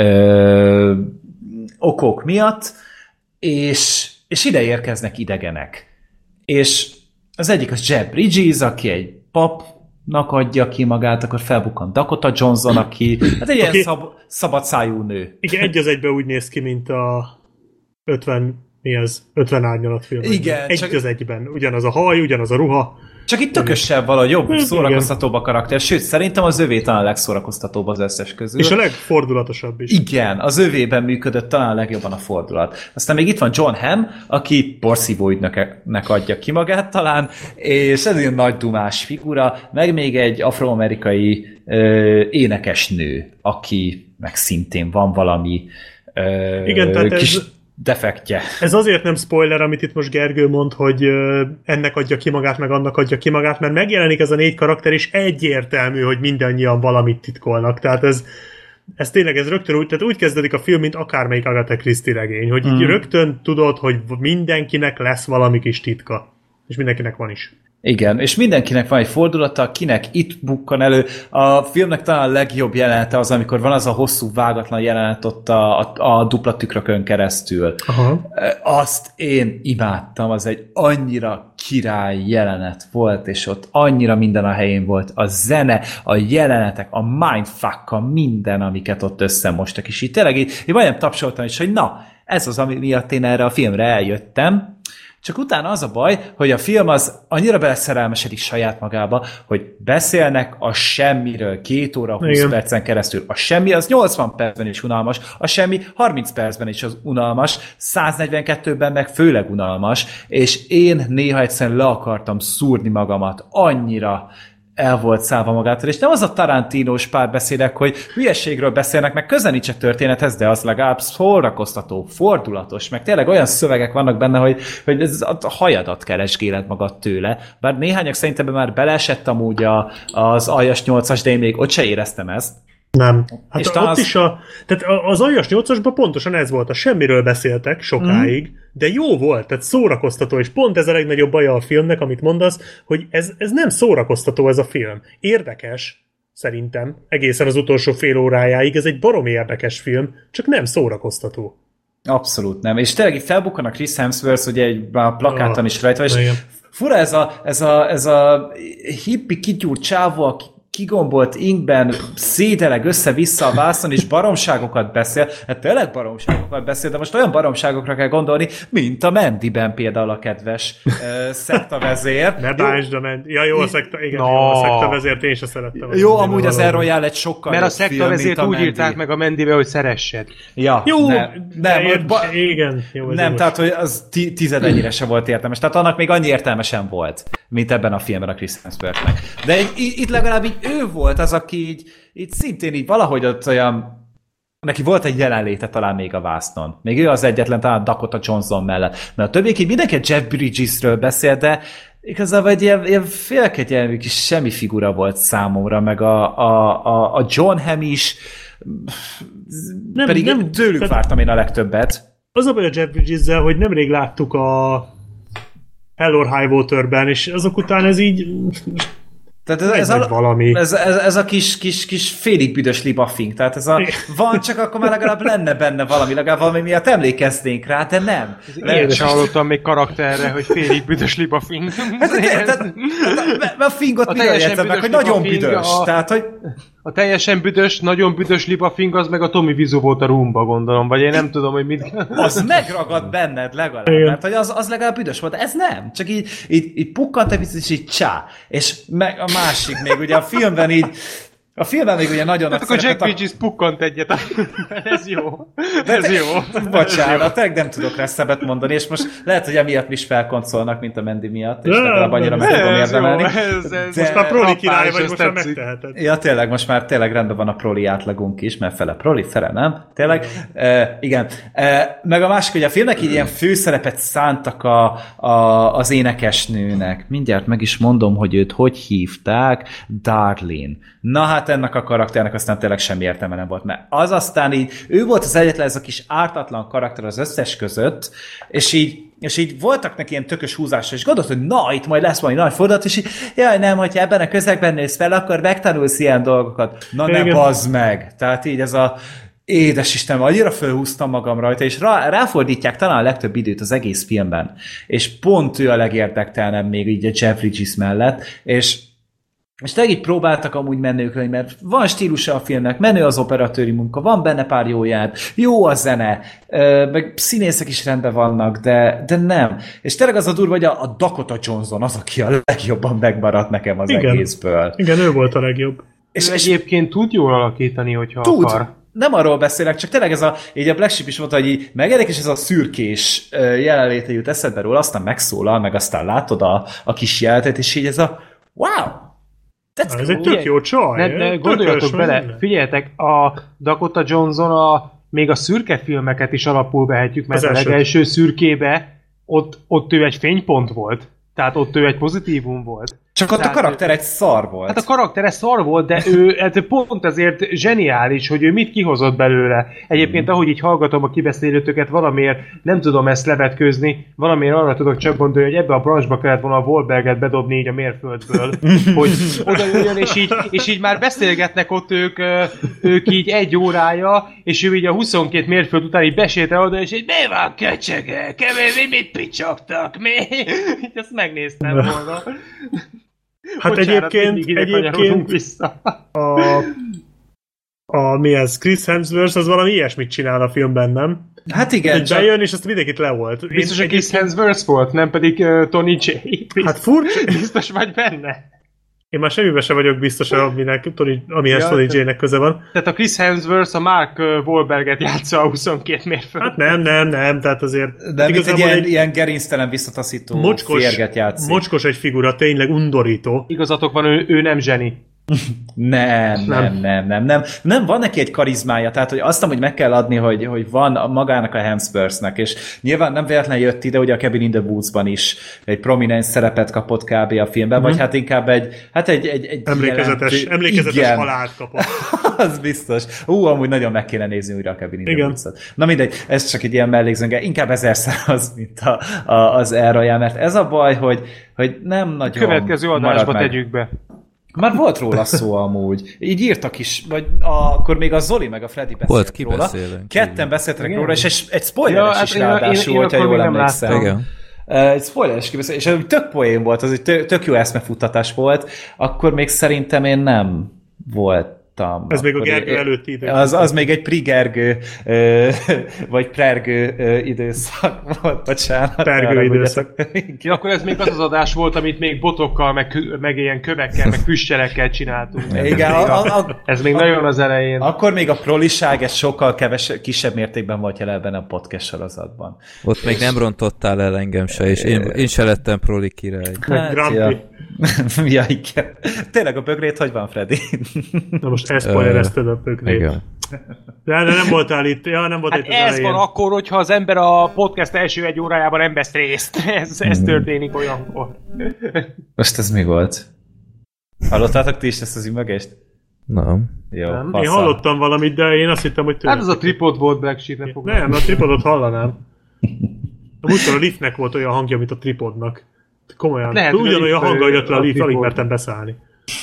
okok miatt, és ide érkeznek idegenek. És az egyik az Jeff Bridges, aki egy papnak adja ki magát, akkor felbukkan Dakota Johnson, aki hát egy ilyen szabadszájú nő. Igen, egy az egyben úgy néz ki, mint a 50 árnyalat film. Igen. Egy az egyben. Ugyanaz a haj, ugyanaz a ruha. Csak itt tökösebb valahogy jobb, szórakoztatóbb a karakter. Sőt, szerintem az övé talán a legszórakoztatóbb az összes közül. És a legfordulatosabb is. Igen, az övében működött talán legjobban a fordulat. Aztán még itt van John Hamm, aki porszívó ügynöknek adja ki magát talán, és ez egy nagy dumás figura, meg még egy afroamerikai énekesnő, aki meg szintén van valami igen, tehát kis defektje. Ez azért nem spoiler, amit itt most Gergő mond, hogy ennek adja ki magát, meg annak adja ki magát, mert megjelenik ez a 4 karakter, és egyértelmű, hogy mindannyian valamit titkolnak. Tehát ez tényleg, ez rögtön úgy kezdődik a film, mint akármelyik Agatha Christie regény, hogy így rögtön tudod, hogy mindenkinek lesz valami kis titka. És mindenkinek van is. Igen, és mindenkinek van egy fordulata, kinek itt bukkan elő. A filmnek talán a legjobb jelenete az, amikor van az a hosszú vágatlan jelenet ott a dupla tükrökön keresztül. Aha. Azt én imádtam, az egy annyira király jelenet volt, és ott annyira minden a helyén volt. A zene, a jelenetek, a mindfuck, minden, amiket ott összemostak. És így tényleg így majdnem tapsoltam is, hogy na, ez az, ami miatt én erre a filmre eljöttem. Csak utána az a baj, hogy a film az annyira beleszerelmesedik saját magába, hogy beszélnek a semmiről 2 óra 20 igen. percen keresztül. A semmi az 80 percben is unalmas, a semmi 30 percben is az unalmas, 142-ben meg főleg unalmas, és én néha egyszerűen le akartam szúrni magamat, annyira el volt szállva magától, és nem az a Tarantinos párbeszédek, hogy hülyeségről beszélnek, meg közel nincs a történethez, de az legalább szórakoztató, fordulatos, meg tényleg olyan szövegek vannak benne, hogy ez a hajadat keresgéled magad tőle. Bár néhányak szerintem már beleesett amúgy az aljas 8-as, de én még ott se éreztem ezt. Nem. Hát ott is tehát az aljas 8-asban pontosan ez volt, a semmiről beszéltek sokáig, de jó volt, tehát szórakoztató, és pont ez a legnagyobb baja a filmnek, amit mondasz, hogy ez nem szórakoztató ez a film. Érdekes, szerintem, egészen az utolsó fél órájáig. Ez egy baromi érdekes film, csak nem szórakoztató. Abszolút nem. És tényleg itt felbukkan a Chris Hemsworth, ugye egy plakáton is rajta, és igen. fura ez a hippi kigyúrt csávó, aki kigombolt inkben szédeleg össze-vissza a vászon, és baromságokat beszél. Hát tényleg baromságokat beszél, de most olyan baromságokra kell gondolni, mint a Mandyben például a kedves szektavezér. Ne bántsd a Mandy. Ja, jó, a szektavezért én se szerettem. Jó, amúgy az Royale egy sokkal mert a szektavezért úgy írták meg a Mandybe, hogy szeressed. Ja, jó, igen. Jó, nem, tehát hogy az tizedennyire se volt értelmes. Tehát annak még annyi értelmesen volt, mint ebben a filmben a Chris Hemsworthnek. De itt legalább így ő volt az, aki így szintén így valahogy ott olyan, neki volt egy jelenléte talán még a vásznon. Még ő az egyetlen, talán Dakota Johnson mellett. Mert a többiek így mindenki Jeff Bridgesről beszél, de igazából egy ilyen félkegyelmű kis semmi figura volt számomra, meg a John Hamm is, pedig tőlük vártam én a legtöbbet. Az a baj a Jeff Bridges-zel, hogy nemrég láttuk a Hell or High Water-ben, és azok után ez így... Tehát ez a kis félig büdös libafink. Tehát van, csak akkor már legalább lenne benne valami, legalább valami miatt emlékeznénk rá, de nem. Én sem hallottam még karakterre, hogy félig büdös libafink. A fingot mire jegyzem meg, hogy nagyon büdös. Tehát, hogy... A teljesen büdös, nagyon büdös libafink, az meg a Tommy Wiseau volt a Roomba, gondolom, vagy én nem tudom, hogy mit... Az megragad benned legalább, mert hogy az legalább büdös volt, de ez nem. Csak így pukkant egy és így csá. És meg a másik még, ugye a filmben így a filmben még ugye nagyon... Hát akkor Jack Bridges pukkant egyet. Ez jó. Ez jó. Bocsánat, nem tudok rá szebbet mondani, és most lehet, hogy emiatt is felkoncolnak, mint a Mandy miatt, és legalább annyira meg tudom érdemelni. Most már proli király vagy, most már megteheted. Ja, tényleg, most már tényleg rendben van a proli átlagunk is, mert fele proli, fele nem. Tényleg. Igen. Meg a másik, hogy a filmnek így ilyen főszerepet szántak az énekesnőnek. Mindjárt meg is mondom, hogy őt hogy hívták. Darlene. Na hát ennek a karakternek aztán tényleg semmi értelme nem volt, mert az aztán így, ő volt az egyetlen ez a kis ártatlan karakter az összes között, és így voltak neki ilyen tökös húzásra, és gondolt, hogy na, itt majd lesz valami nagy fordulat, és így, jaj, nem, hogyha ebben a közegben nézz fel, akkor megtanulsz ilyen dolgokat. Na ne bazd meg! Tehát így ez a édes Istenem, annyira fölhúztam magam rajta, és ráfordítják talán a legtöbb időt az egész filmben. És pont ő a legérdektelenebb még így a Jeff Bridges mellett, és tényleg így próbáltak amúgy menők lenni, mert van stílusa a filmnek, menő az operatőri munka, van benne pár jó ját, jó a zene, meg színészek is rendben vannak, de nem. És tényleg az a durva, hogy a Dakota Johnson az, aki a legjobban megmaradt nekem az egészből. Igen, ő volt a legjobb. És egyébként tud jól alakítani, hogyha akar. Nem arról beszélek, csak tényleg így a Black Sheep is mondta, hogy így megérdekes ez a szürkés jelenléte jut eszedbe róla, aztán megszólal, meg aztán látod a kis jelenetet, és így ez a wow! Ez egy tök jó csaj. Ne gondoljatok bele, figyeljetek, a Dakota Johnson még a szürke filmeket is alapul vehetjük, mert a legelső szürkébe ott ő egy fénypont volt. Tehát ott ő egy pozitívum volt. Csak ott a karakter egy szar volt. Hát a karakter egy szar volt, de ő pont ezért zseniális, hogy ő mit kihozott belőle. Egyébként, ahogy így hallgatom a kibeszélőtöket, valamiért nem tudom ezt levetkőzni, valamiért arra tudok csak gondolni, hogy ebbe a branchba kellett volna a Wahlberget bedobni így a mérföldből, hogy oda jöjjön, és így már beszélgetnek ott ők így egy órája, és ő így a 22 mérföld után így besétel oda, és így mi van, köcsögök? Mit picsogtak? Mi? Így ezt megnéztem volna. Hát bocsánat, egyébként vissza. Mi ez? Chris Hemsworth az valami ilyesmit csinál a filmben, nem? Hát igen. Csak... bejön, és azt mindenkit leolt. Biztos, hogy Chris Hemsworth volt, nem pedig Tony J. Hát furcsa. Biztos vagy benne. Én már semmiben sem vagyok biztos, amihez Tony J-nek köze van. Tehát a Chris Hemsworth a Mark Wahlberget játsza a 22 mérföld. Hát nem, tehát azért... De egy ilyen gerinctelen visszataszító férget játszik. Mocskos egy figura, tényleg undorító. Igazatok van, ő nem zseni. Nem, van neki egy karizmája, tehát hogy azt hogy meg kell adni, hogy van magának a Hemsworthnek, és nyilván nem véletlenül jött ide, ugye a Cabin in the Woods-ban is egy prominens szerepet kapott kb. A filmben, vagy hát inkább egy emlékezetes halált kapott. Az biztos. Amúgy nagyon meg kéne nézni újra a Cabin in the Woods-ot. Na mindegy, ez csak egy ilyen mellékzőnge, inkább ezerszer az, mint az Royale, mert ez a baj, hogy nem nagyon következő adásba tegyük be. Már volt róla szó amúgy. Így írtak is, vagy akkor még a Zoli meg a Freddy beszélt róla. Ketten beszéltek róla, és egy spoileres is ráadásul, hogyha jól emlékszem. Egy spoileres kibeszél, és tök poén volt, az egy tök jó eszmefuttatás volt, akkor még szerintem én nem voltam. Ez még a Gergő előtti idő. Az még egy prigergő, vagy prergő időszak volt, bocsánat. Pergő időszak. Ja, akkor ez még az adás volt, amit még botokkal, meg ilyen kövekkel, meg füstjelekkel csináltunk. Igen. Ez még nagyon az elején. Akkor még a proliság ez sokkal kisebb mértékben volt jelen ebben a podcast sorozatban. Ott még nem rontottál el engem se, és én se lettem proli király. Ja, igen. Tényleg a bögrét hogy van, Freddy? Na most ezt spoilerezted a bögrét. De nem voltál itt. Ja, nem volt hát itt az ez elején. van akkor, hogyha az ember a podcast első 1 órájában nem vesz részt. Ez történik olyankor. Most ez mi volt? Hallottátok ti is ezt az ümmögést? Nem. Jó, nem. Én hallottam valamit, de én azt hittem, hogy hát az a tripod volt, Black Sheep, nem fogom. Nem, a tripodot hallanám. A múltkor a liftnek volt olyan hangja, mint a tripodnak. Komolyan. Lehet, ugyanolyan hanggal jött le a lift, alig mertem beszállni.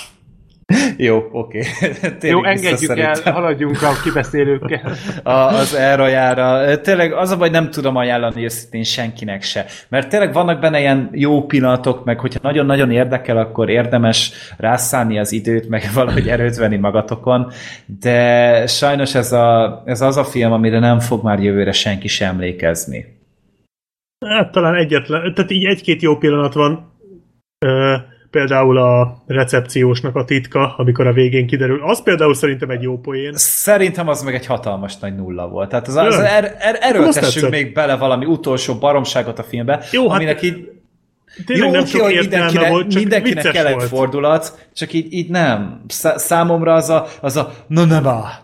Jó, oké. Jó, engedjük el, haladjunk a kibeszélőkkel. Az Air-jára. Tényleg az a baj, nem tudom ajánlani őszintén senkinek se. Mert tényleg vannak benne ilyen jó pillanatok, meg hogyha nagyon-nagyon érdekel, akkor érdemes rászánni az időt, meg valahogy erőt venni magatokon. De sajnos ez az a film, amire nem fog már jövőre senki sem emlékezni. Hát talán egyetlen, tehát így egy-két jó pillanat van. Például a recepciósnak a titka, amikor a végén kiderül. Az például szerintem egy jó poén. Szerintem az meg egy hatalmas nagy nulla volt. Tehát erőltessünk még bele valami utolsó baromságot a filmbe, jó, aminek hát, így tényleg nem sok értelme volt, csak mindenkinek kellett volt. Fordulat, csak így nem. Számomra az a nem áll.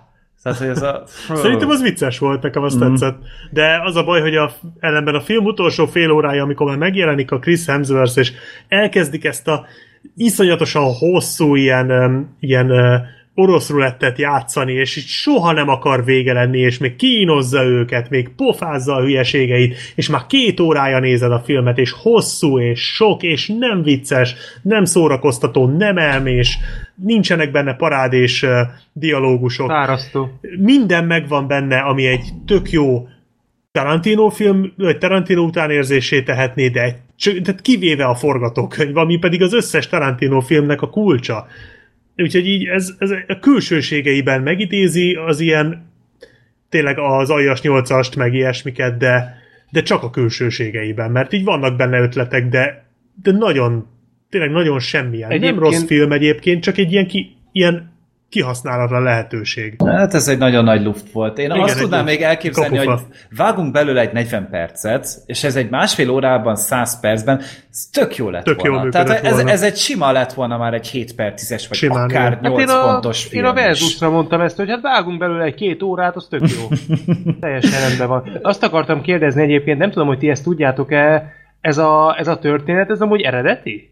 Szerintem az vicces volt, nekem azt tetszett. De az a baj, hogy ellenben a film utolsó fél órája, amikor már megjelenik a Chris Hemsworth, és elkezdik ezt a iszonyatosan hosszú ilyen orosz rulettet játszani, és így soha nem akar vége lenni, és még kínozza őket, még pofázza a hülyeségeit, és már 2 órája nézed a filmet, és hosszú, és sok, és nem vicces, nem szórakoztató, nem elmés, nincsenek benne parád és dialógusok. Fárasztó. Minden megvan benne, ami egy tök jó Tarantino film, vagy Tarantino utánérzésé tehetné, de kivéve a forgatókönyv, ami pedig az összes Tarantino filmnek a kulcsa. Úgyhogy így ez a külsőségeiben megidézi az ilyen tényleg az aljas 8-ast, meg ilyesmiket, de csak a külsőségeiben, mert így vannak benne ötletek, de nagyon, tényleg nagyon semmilyen. Egyébként... Nem rossz film egyébként, csak egy ilyen kihasználatra lehetőség. Hát ez egy nagyon nagy luft volt. Én azt tudnám még elképzelni, hogy vágunk belőle egy 40 percet, és ez egy 1,5 órában, 100 percben, ez tök jó lett volna. Tehát ez egy sima lett volna már egy 7 per 10-es, vagy simán, akár 8 pontos film. Én a Verzusra mondtam ezt, hogy hát vágunk belőle egy 2 órát, az tök jó. Teljesen rendben van. Azt akartam kérdezni egyébként, nem tudom, hogy ti ezt tudjátok-e, ez a történet, ez amúgy eredeti?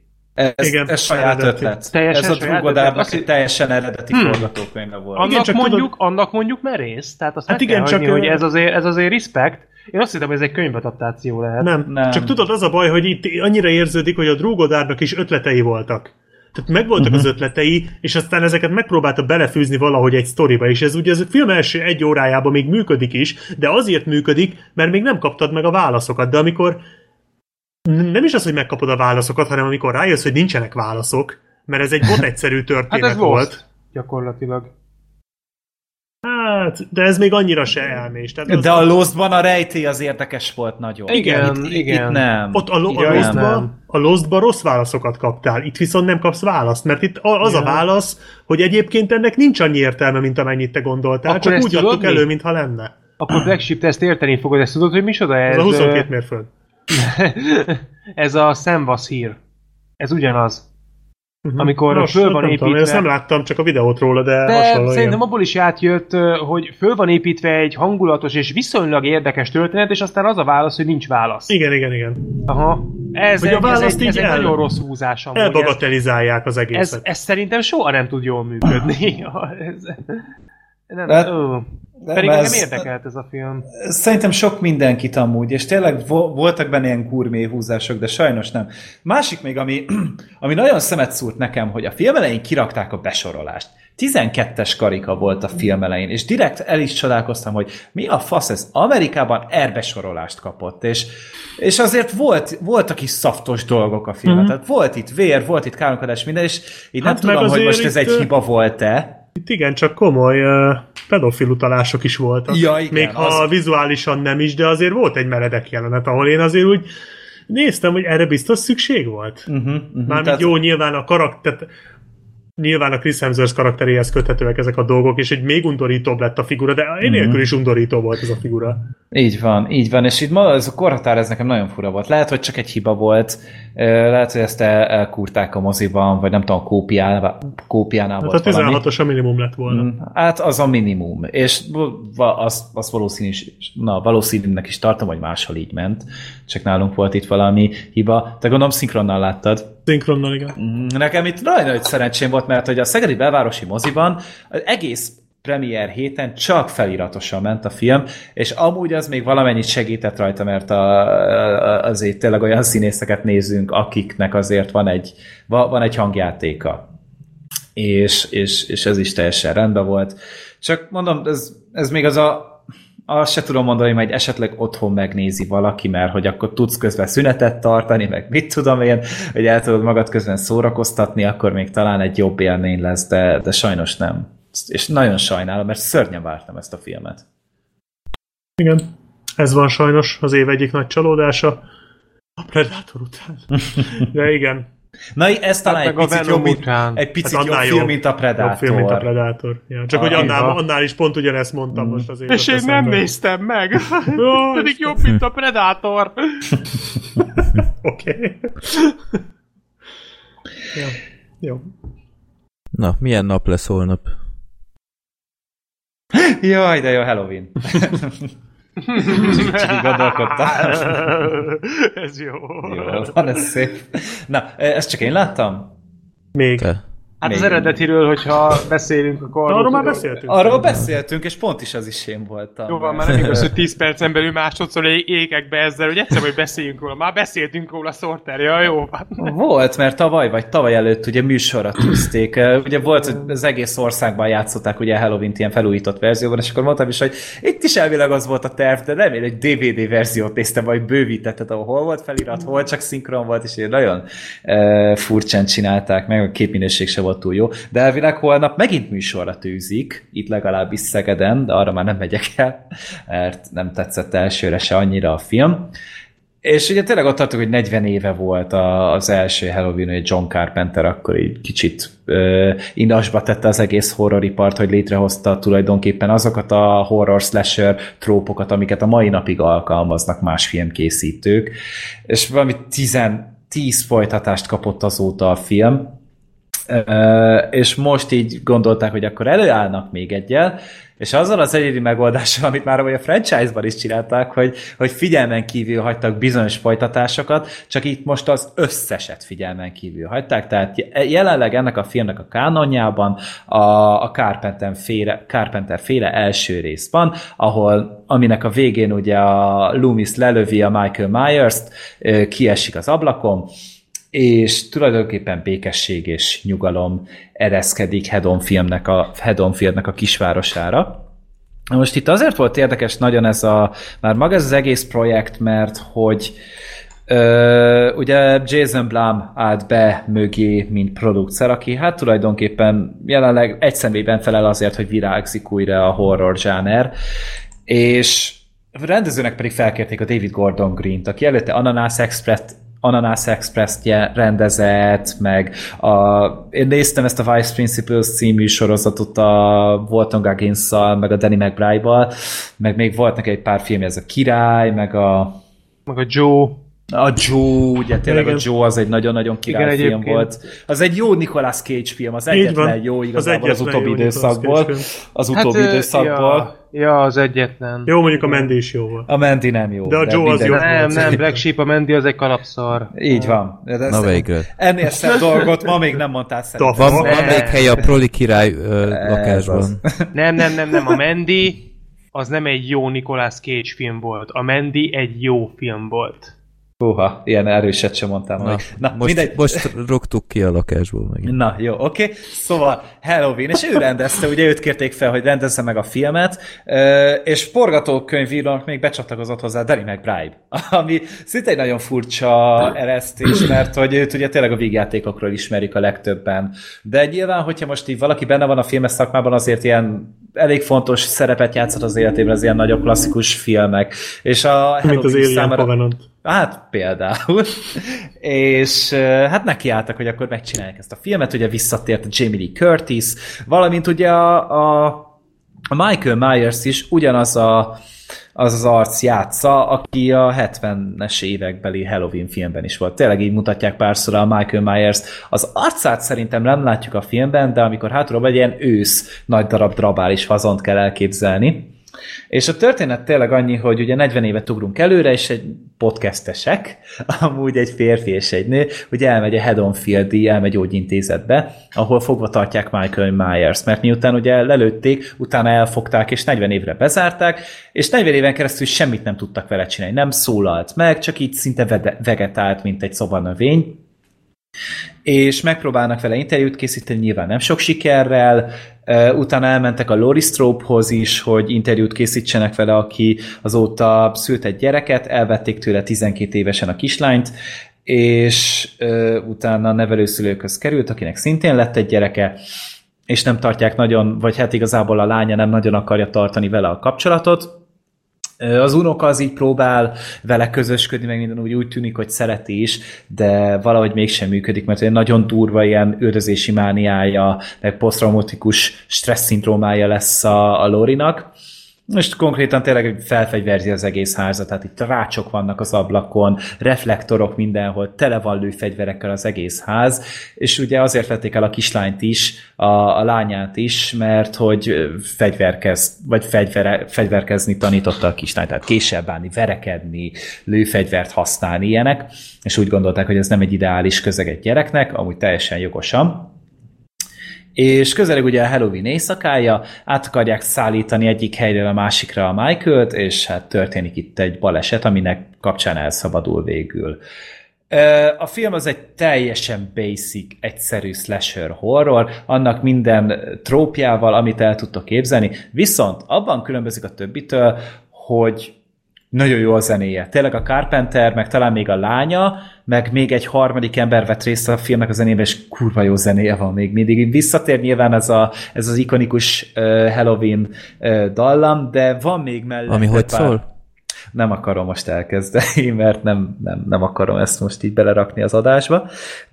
Ez saját ötlet. Ez a Drugodárnak egy teljesen eredeti forgatókönyve volt. Annak mondjuk merész. Tehát azt hát meg kell hagyni, hogy ez azért respect. Én azt hittem, hogy ez egy könyvadaptáció lehet. Nem. Csak tudod, az a baj, hogy itt annyira érződik, hogy a Drugodárnak is ötletei voltak. Tehát megvoltak az ötletei, és aztán ezeket megpróbálta belefűzni valahogy egy sztoriba, és ez ugye a film első 1 órájában még működik is, de azért működik, mert még nem kaptad meg a válaszokat. De amikor nem is az, hogy megkapod a válaszokat, hanem amikor rájössz, hogy nincsenek válaszok, mert ez egy bot egyszerű történet hát ez volt. Gyakorlatilag. Hát, de ez még annyira se elmés. Tehát de a Lostban a rejtély az érdekes volt nagyon. Igen. Itt nem. Ott a Lostban rossz válaszokat kaptál, itt viszont nem kapsz választ, mert itt az a válasz, hogy egyébként ennek nincs annyi értelme, mint amennyit te gondoltál, akkor csak úgy adtuk elő, mintha lenne. Akkor Black Sheep, te ezt érteni fogod, ezt tudod, hogy micsoda ez? Ez a 22 mérföld. Ez a Sam was here. Ez ugyanaz. Amikor föl van építve... Ezt nem láttam, csak a videót róla, de hasonló. Szerintem abból is átjött, hogy föl van építve egy hangulatos és viszonylag érdekes történet, és aztán az a válasz, hogy nincs válasz. Igen. Aha. Ez egy nagyon rossz húzás. Elbagatelizálják az egészet. Ez szerintem soha nem tud jól működni. Pedig nem érdekelt ez a film. Szerintem sok mindenkit amúgy, és tényleg voltak benne ilyen gurmé húzások, de sajnos nem. Másik még, ami nagyon szemet szúrt nekem, hogy a film elején kirakták a besorolást. 12-es karika volt a film elején, és direkt el is csodálkoztam, hogy mi a fasz ez? Amerikában besorolást kapott, és azért voltak is szaftos dolgok a filmen. Tehát volt itt vér, volt itt káromkodás, minden, és így nem tudom, hogy most ez egy hiba volt-e. Itt igen, csak komoly pedofil utalások is voltak. Ja, igen, még ha vizuálisan nem is, de azért volt egy meredek jelenet, ahol én azért úgy néztem, hogy erre biztos szükség volt. Mármint tehát... jó, nyilván a karakter... Nyilván a Chris Hemsworth karakteréhez köthetőek ezek a dolgok, és egy még undorítóbb lett a figura, de enélkül is undorító volt ez a figura. Így van, és itt ma ez a korhatár, ez nekem nagyon fura volt. Lehet, hogy csak egy hiba volt, lehet, hogy ezt elkúrták a moziban, vagy nem tudom, kópiánál hát volt a 16-os a minimum lett volna. Hát az a minimum, és azt valószínűnek is tartom, hogy máshol így ment, csak nálunk volt itt valami hiba. Te gondolom szinkronnal láttad? Szinkronnal, igen. Nekem itt nagyon nagy szerencsém volt, mert hogy a Szegedi Belvárosi Moziban egész premier héten csak feliratosan ment a film, és amúgy az még valamennyit segített rajta, mert azért tényleg olyan színészeket nézünk, akiknek azért van egy hangjátéka. És ez is teljesen rendben volt. Csak mondom, ez még azt se tudom mondani, hogy majd esetleg otthon megnézi valaki, mert hogy akkor tudsz közben szünetet tartani, meg mit tudom én, hogy el tudod magad közben szórakoztatni, akkor még talán egy jobb élmény lesz, de sajnos nem. És nagyon sajnálom, mert szörnyen vártam ezt a filmet. Igen, ez van sajnos az év egyik nagy csalódása. A Predator után. De igen. Na, ez talán egy picit jobb, jobb film, mint a Predator. Jobb film, mint a Predator. Ja, csak hogy annál is pont ugyanezt mondtam most azért. És én nem néztem meg. Pedig jobb, mint a Predator. Oké. Ja, jó. Na, milyen nap lesz holnap? Jaj, de jó, Halloween. Csak gondolkodtam. Ez jó. Jó, van, ez szép. Na, ezt csak én láttam? Még. Te. Hát még az eredetiről, hogyha beszélünk, akkor... Arról már beszéltünk. Arról beszéltünk, és pont is az is én voltam. Jó van, már nem igaz, hogy 10 percen belül másodszor égek be ezzel, hogy egyszer, hogy beszéljünk róla. Már beszéltünk róla, Sorter, ja, jó van. Volt, mert tavaly előtt ugye műsorra tűzték. Ugye volt, hogy az egész országban játszották ugye a Halloween-t ilyen felújított verzióban, és akkor mondtam is, hogy itt is elvileg az volt a terv, de remélem, hogy DVD verziót néztem, vagy bővítetted, ahol hol volt felirat, hol csak szinkron volt, és nagyon furcsán csinálták meg, a képminőség se volt túl jó, de elvileg holnap megint műsorra tűzik, itt legalábbis Szegeden, de arra már nem megyek el, mert nem tetszett elsőre se annyira a film. És ugye tényleg ott tartok, hogy 40 éve volt az első Halloween, hogy John Carpenter akkor így kicsit inasba tette az egész horroripart, hogy létrehozta tulajdonképpen azokat a horror slasher trópokat, amiket a mai napig alkalmaznak más filmkészítők. És valami 10 folytatást kapott azóta a film, és most így gondolták, hogy akkor előállnak még egyel, és azzal az egyedi megoldással, amit már a franchise-ban is csinálták, hogy figyelmen kívül hagytak bizonyos folytatásokat, csak itt most az összeset figyelmen kívül hagyták, tehát jelenleg ennek a filmnek a kánonjában a Carpenter féle első rész van, aminek a végén ugye a Loomis lelövi a Michael Myers-t, kiesik az ablakon, és tulajdonképpen békesség és nyugalom ereszkedik Haddonfieldnek a kisvárosára. Most itt azért volt érdekes nagyon már maga ez az egész projekt, mert hogy ugye Jason Blum állt be mögé, mint producer, aki hát tulajdonképpen jelenleg egy személyben felel azért, hogy virágzik újra a horror zsáner, és a rendezőnek pedig felkérték a David Gordon Greent, aki előtte Ananas Express-t rendezett, meg én néztem ezt a Vice Principals című sorozatot a Walton Goggins-szal, meg a Danny McBride-val, meg még volt neki egy pár filmje, ez a Király, meg a Joe. A Joe, ugye tényleg igen. A Joe az egy nagyon-nagyon király film volt. Az egy jó Nicolas Cage film, az egyetlen jó igazából az utóbbi időszakból. Az utóbbi időszakból. Ja, az egyetlen. Jó, mondjuk a Mandy is jó volt. A Mandy nem jó. De a Joe az jó. Nem, Black Sheep, a Mandy az egy kalapszar. Így van. Na végül. Ennél szebb dolgot ma még nem mondtál szerintem. Van még hely a Proli király lakásban. Nem, a Mandy az nem egy jó Nicolas Cage film volt. A Mandy egy jó film volt. Húha, ilyen erőset sem mondtam meg. Na, most rúgtuk ki a lakásból meg. Na, jó, oké. Szóval Halloween, és ő rendezte, ugye őt kérték fel, hogy rendezze meg a filmet, és forgatókönyvírónak még becsatlakozott hozzá Danny McBride, ami szintén nagyon furcsa eresztés, mert hogy őt ugye tényleg a vígjátékokról ismerik a legtöbben. De nyilván, hogyha most így valaki benne van a filmes szakmában, azért ilyen elég fontos szerepet játszott az életében az ilyen nagyobb klasszikus filmek. És a mint az Alien Covenant. Hát például. És hát nekiálltak, hogy akkor megcsinálják ezt a filmet, ugye visszatért a Jamie Lee Curtis, valamint ugye a Michael Myers is ugyanaz az arc játsza, aki a 70-es évekbeli Halloween filmben is volt. Tényleg így mutatják párszor a Michael Myers. Az arcát szerintem nem látjuk a filmben, de amikor hátulról egy ilyen ősz nagy darab drabális fazont kell elképzelni. És a történet tényleg annyi, hogy ugye 40 évet ugrunk előre, és egy podcastesek, amúgy egy férfi és egy nő, ugye elmegy a Haddonfieldi elmegyógyintézetbe, ahol fogva tartják Michael Myers, mert miután ugye lelőtték, utána elfogták, és 40 évre bezárták, és 40 éven keresztül semmit nem tudtak vele csinálni, nem szólalt meg, csak így szinte vegetált, mint egy szobanövény, és megpróbálnak vele interjút készíteni, nyilván nem sok sikerrel, utána elmentek a Laurie Strobehoz is, hogy interjút készítsenek vele, aki azóta szült egy gyereket, elvették tőle 12 évesen a kislányt, és utána a nevelőszülőkhöz került, akinek szintén lett egy gyereke, és nem tartják nagyon, vagy hát igazából a lánya nem nagyon akarja tartani vele a kapcsolatot. Az unoka az így próbál vele közösködni, meg minden úgy tűnik, hogy szereti is, de valahogy mégsem működik, mert egy nagyon durva ilyen üldözési mániája, meg posztraumatikus stressz-szindrómája lesz a Laurie-nak. Most konkrétan tényleg felfegyverzi az egész házat, tehát itt rácsok vannak az ablakon, reflektorok mindenhol, tele van lőfegyverekkel az egész ház, és ugye azért vették el a kislányt is, a lányát is, mert hogy fegyverkezni tanította a kislányt, tehát késsel bánni, verekedni, lőfegyvert használni, ilyenek, és úgy gondolták, hogy ez nem egy ideális közeg egy gyereknek, amúgy teljesen jogosan. És közeleg ugye a Halloween éjszakája, át akarják szállítani egyik helyről a másikra a Michaelt, és hát történik itt egy baleset, aminek kapcsán elszabadul végül. A film az egy teljesen basic, egyszerű slasher horror, annak minden trópjával, amit el tudtok képzelni, viszont abban különbözik a többitől, hogy nagyon jó a zenéje. Tényleg a Carpenter, meg talán még a lánya, meg még egy harmadik ember vett részt a filmnek a zenébe, és kurva jó zenéje van még mindig. Visszatér nyilván ez az ikonikus Halloween dallam, de van még mellette ami hogy szól? Nem akarom most elkezdeni, mert nem akarom ezt most így belerakni az adásba,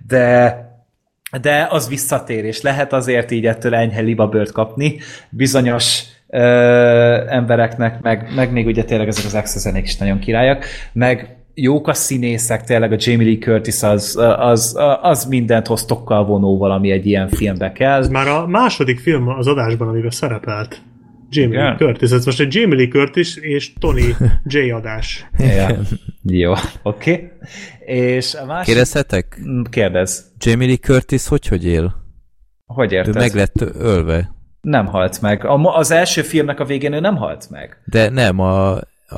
de az visszatér, és lehet azért így ettől enyhe libabőrt kapni bizonyos embereknek, meg még ugye tényleg ezek az extra zenék is nagyon királyak, meg jók a színészek, tényleg a Jamie Lee Curtis az mindent hoz tokkal vonóval, ami egy ilyen filmbe kell. Ez már a második film az adásban, amiben szerepelt Jamie Lee Curtis. Ez most egy Jamie Lee Curtis és Tony J. adás. Ja. Jó, oké. És a másik... Kérdezhetek? Kérdezz. Jamie Lee Curtis hogy él? Hogy érted? Ő meg lett ölve. Nem halt meg. Az első filmnek a végén ő nem halt meg. De nem, a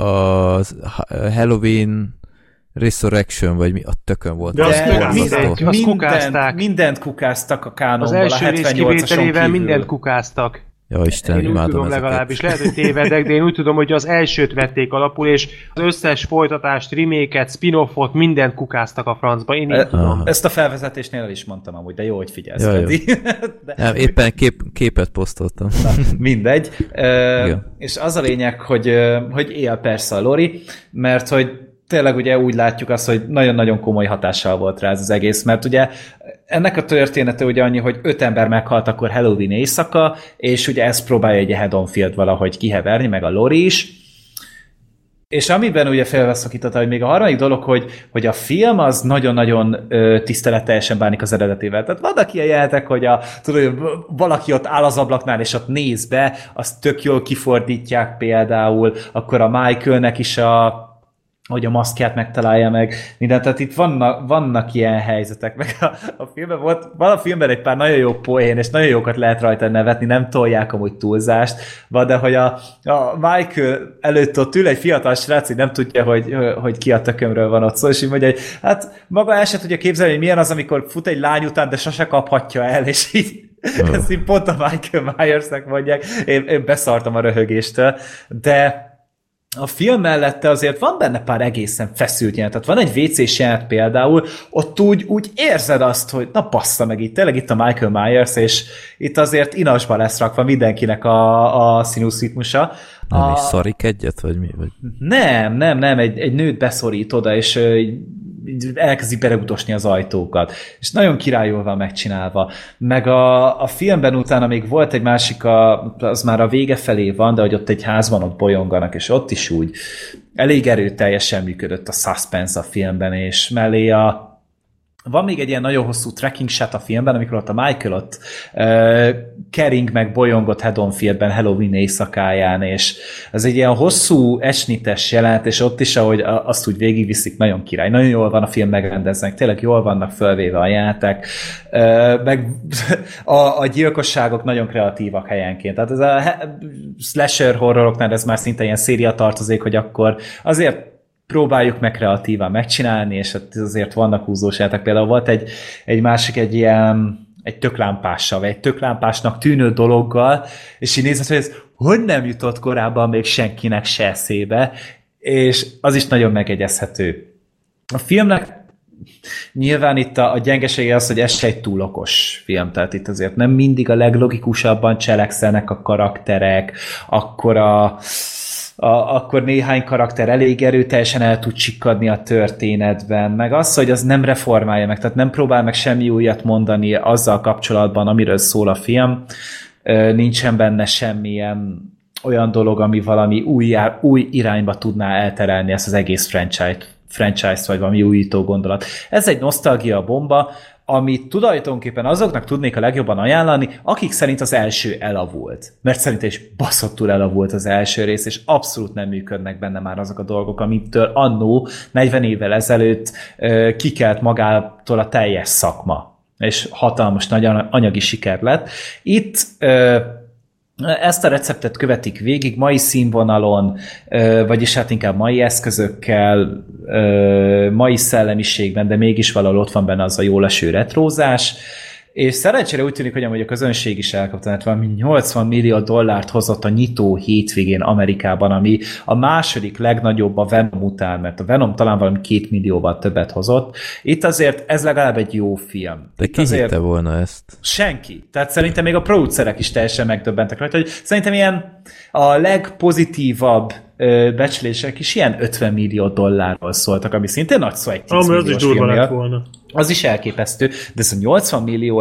Halloween Resurrection, vagy mi a tökön volt. De azt kukázták. Mindent kukáztak a kánonból. Az első rész kivételével mindent kukáztak. Ja, Isten, én úgy tudom ezeket. Legalábbis, lehet, hogy tévedek, de én úgy tudom, hogy az elsőt vették alapul, és az összes folytatást, reméket, spin-offot, mindent kukáztak a francba. Én így tudom. Ezt a felvezetésnél el is mondtam amúgy, de jó, hogy figyelsz. De... Nem, éppen képet posztoltam. Na, mindegy. És az a lényeg, hogy él persze a Laurie, mert hogy tényleg ugye úgy látjuk azt, hogy nagyon-nagyon komoly hatással volt rá ez az egész, mert ugye ennek a története ugye annyi, hogy 5 ember meghalt akkor Halloween éjszaka, és ugye ezt próbálja egy Haddonfield valahogy kiheverni, meg a Laurie is. És amiben ugye félbeszakította, hogy még a harmadik dolog, hogy a film az nagyon-nagyon tiszteletteljesen bánik az eredetével. Tehát vannak ilyen jelentek, hogy tudod, valaki ott áll az ablaknál, és ott néz be, azt tök jól kifordítják például, akkor a Michaelnek is hogy a maszkját megtalálja meg, mindent, tehát itt vannak ilyen helyzetek, meg a filmben van a filmben egy pár nagyon jó poén, és nagyon jókat lehet rajta nevetni, nem tolják amúgy túlzást, de hogy a Michael előtt ott ül egy fiatal srác, így nem tudja, hogy ki a tökömről van ott szó, és így mondja, hogy hát maga el sem tudja képzelni, hogy milyen az, amikor fut egy lány után, de sose kaphatja el, és így ezt így pont a Michael Myersnek mondják, én beszartam a röhögéstől, de a film mellette azért van benne pár egészen feszült jelent. Tehát van egy WC-s jelent például, ott úgy érzed azt, hogy na bassza meg itt, tényleg itt a Michael Myers, és itt azért inasba lesz rakva mindenkinek a színuszritmusa. Nem is szarik egyet, vagy mi? Vagy? Nem, egy nőt beszorít oda, és elkezdi bereutosni az ajtókat. És nagyon királyul van megcsinálva. Meg a filmben utána még volt egy másik, az már a vége felé van, de hogy ott egy házban ott bolyonganak, és ott is úgy elég erőteljesen működött a suspense a filmben, és mellé van még egy ilyen nagyon hosszú tracking shot a filmben, amikor ott a Michael ott kering meg bolyongott Haddonfieldben Halloween éjszakáján, és ez egy ilyen hosszú esnites jelent, és ott is, ahogy azt úgy végigviszik, nagyon király. Nagyon jól van a film megrendeznek, tényleg jól vannak fölvéve a jelenetek, meg a gyilkosságok nagyon kreatívak helyenként. Tehát ez a slasher horroroknál ez már szinte ilyen széria tartozék, hogy akkor azért próbáljuk meg kreatívan megcsinálni, és azért vannak húzós jelenetek. Például volt egy másik, egy töklámpással, vagy egy töklámpásnak tűnő dologgal, és így nézett, hogy ez hogy nem jutott korábban még senkinek se eszébe, és az is nagyon megegyezhető. A filmnek nyilván itt a gyengesége az, hogy ez se egy túl okos film, tehát itt azért nem mindig a leglogikusabban cselekszenek a karakterek, akkor néhány karakter elég erőteljesen el tud csikkadni a történetben, meg az, hogy az nem reformálja meg, tehát nem próbál meg semmi újat mondani azzal kapcsolatban, amiről szól a film, nincsen benne semmilyen olyan dolog, ami valami új irányba tudná elterelni ezt az egész franchise-t, vagy valami újító gondolat. Ez egy nosztalgia bomba, amit tulajdonképpen azoknak tudnék a legjobban ajánlani, akik szerint az első elavult. Mert szerintem is baszottul elavult az első rész, és abszolút nem működnek benne már azok a dolgok, amitől annó 40 évvel ezelőtt kikelt magától a teljes szakma. És hatalmas nagy anyagi siker lett. Itt ezt a receptet követik végig mai színvonalon, vagyis hát inkább mai eszközökkel, mai szellemiségben, de mégis valahol ott van benne az a jól eső retrózás, és szerencsére úgy tűnik, hogy a közönség is elkapta, mert valami 80 millió dollárt hozott a nyitó hétvégén Amerikában, ami a második legnagyobb a Venom után, mert a Venom talán valami 2 millióval többet hozott. Itt azért ez legalább egy jó film. De ki hitte volna ezt? Senki. Tehát szerintem még a producerek is teljesen megdöbbentek rajta, hogy szerintem ilyen a legpozitívabb becslések is ilyen 50 millió dollárról szóltak, ami szintén nagy szó egy 10 milliós filmnél. Az is elképesztő, de ez a 80 millió,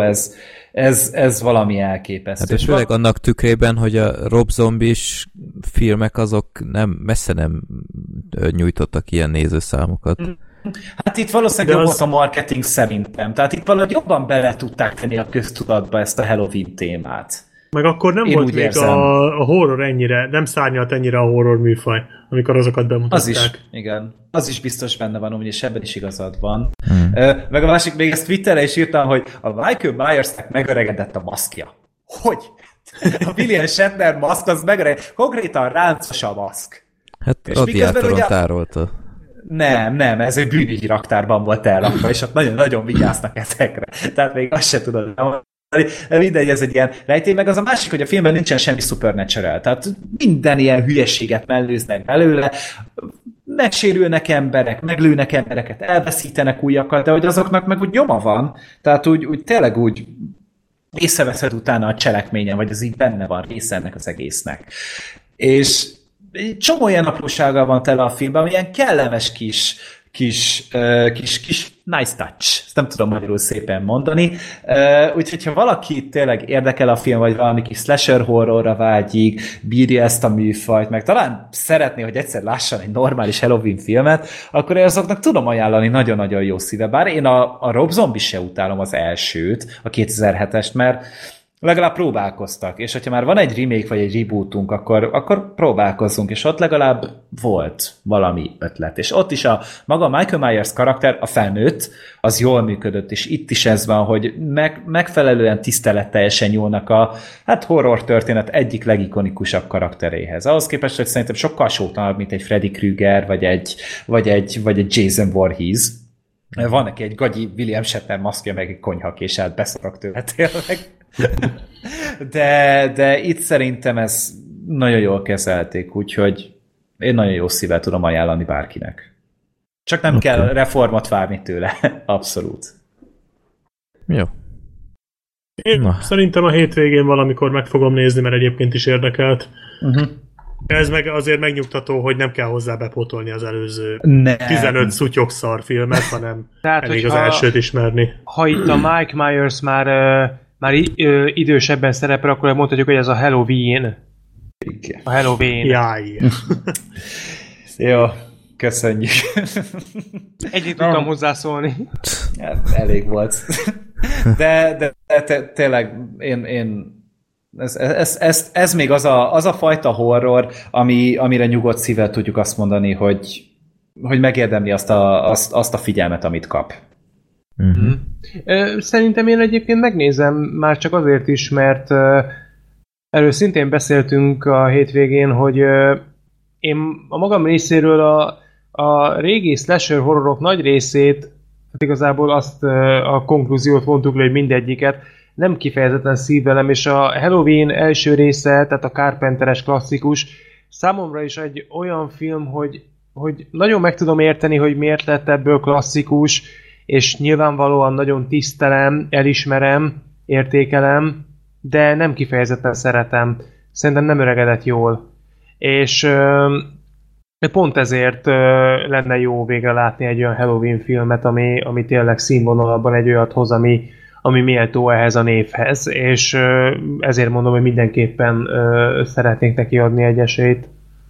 ez valami elképesztő. Hát és főleg annak tükrében, hogy a Rob Zombie-s filmek azok messze nem nyújtottak ilyen nézőszámokat. Hát itt valószínűleg jobb volt a marketing szerintem. Tehát itt valahogy jobban bele tudták tenni a köztudatba ezt a Halloween témát. Meg akkor nem volt még a horror ennyire, nem szárnyalt ennyire a horror műfaj, amikor azokat bemutatták. Az is, igen. Az is biztos benne van, és ebben is igazad van. Meg a másik, még ezt Twitterre is írtam, hogy a Michael Myersnek megöregedett a maszkja. Hogy? A William Shatner maszk az megöregedett. Konkrétan ráncos a maszk. Hát radiátoron tárolta. Nem, ez egy bűnügyi raktárban volt elrakva, és ott nagyon-nagyon vigyáznak ezekre. Tehát még azt se tudod. Mindegy, ez egy ilyen rejtély, meg az a másik, hogy a filmben nincsen semmi supernatural, tehát minden ilyen hülyeséget mellőznek belőle, megsérülnek emberek, meglőnek embereket, elveszítenek újakat, de hogy azoknak meg úgy nyoma van, tehát úgy tényleg úgy észreveszed utána a cselekményen, vagy az így benne van része ennek az egésznek. És egy csomó ilyen aprósággal van tele a filmben, ilyen kellemes kis nice touch. Ezt nem tudom magyarul szépen mondani. Úgyhogy, ha valaki tényleg érdekel a film, vagy valami kis slasher horrorra vágyik, bírja ezt a műfajt, meg talán szeretné, hogy egyszer lássan egy normális Halloween filmet, akkor azoknak tudom ajánlani nagyon-nagyon jó szíve. Bár én a Rob Zombie se utálom az elsőt, a 2007-est, mert legalább próbálkoztak, és hogyha már van egy remake vagy egy rebootunk, akkor próbálkozzunk, és ott legalább volt valami ötlet. És ott is a maga Michael Myers karakter, a felnőtt, az jól működött, és itt is ez van, hogy megfelelően tiszteletteljesen nyúlnak a horror történet egyik legikonikusabb karakteréhez. Ahhoz képest, hogy szerintem sokkal sótanabb, mint egy Freddy Krueger, vagy egy Jason Voorhees. Van neki egy gagyi William Shatner maszkja, meg egy konyhakésát, beszorok tőle tényleg. De itt szerintem ez nagyon jól kezelték, úgyhogy én nagyon jó szívvel tudom ajánlani bárkinek. Csak nem kell reformot várni tőle. Abszolút. Jó. Én szerintem a hétvégén valamikor meg fogom nézni, mert egyébként is érdekelt. Ez meg azért megnyugtató, hogy nem kell hozzá bepótolni az előző 15 szutyogszar filmet, hanem tehát, elég az elsőt ismerni. Ha itt a Mike Myers már idősebben szerepel, akkor mondhatjuk, hogy ez a Halloween. Igen. A Halloween. Jaj. Jó, köszönjük. Egyébként tudtam hozzászólni. Elég volt. De tényleg én ez még az a fajta horror, amire nyugodt szívvel tudjuk azt mondani, hogy megérdemli azt a figyelmet, amit kap. Szerintem én egyébként megnézem már csak azért is, mert erről szintén beszéltünk a hétvégén, hogy én a magam részéről a régi slasher horrorok nagy részét, hát igazából azt a konklúziót vontuk le, hogy mindegyiket nem kifejezetten szívvelem, és a Halloween első része, tehát a Carpenteres klasszikus, számomra is egy olyan film, hogy nagyon meg tudom érteni, hogy miért lett ebből klasszikus, és nyilvánvalóan nagyon tisztelem, elismerem, értékelem, de nem kifejezetten szeretem. Szerintem nem öregedett jól. És pont ezért lenne jó végre látni egy olyan Halloween filmet, ami tényleg színvonalban egy olyat hoz, ami méltó ehhez a névhez, és ezért mondom, hogy mindenképpen szeretnénk neki adni egy esélyt.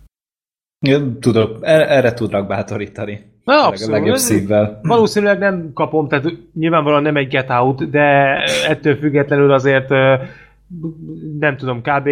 Tudok, erre tudlak bátorítani. Na, abszolút. A legjobb szívvel. Valószínűleg nem kapom, tehát nyilvánvalóan nem egy Get Out, de ettől függetlenül azért nem tudom, kb.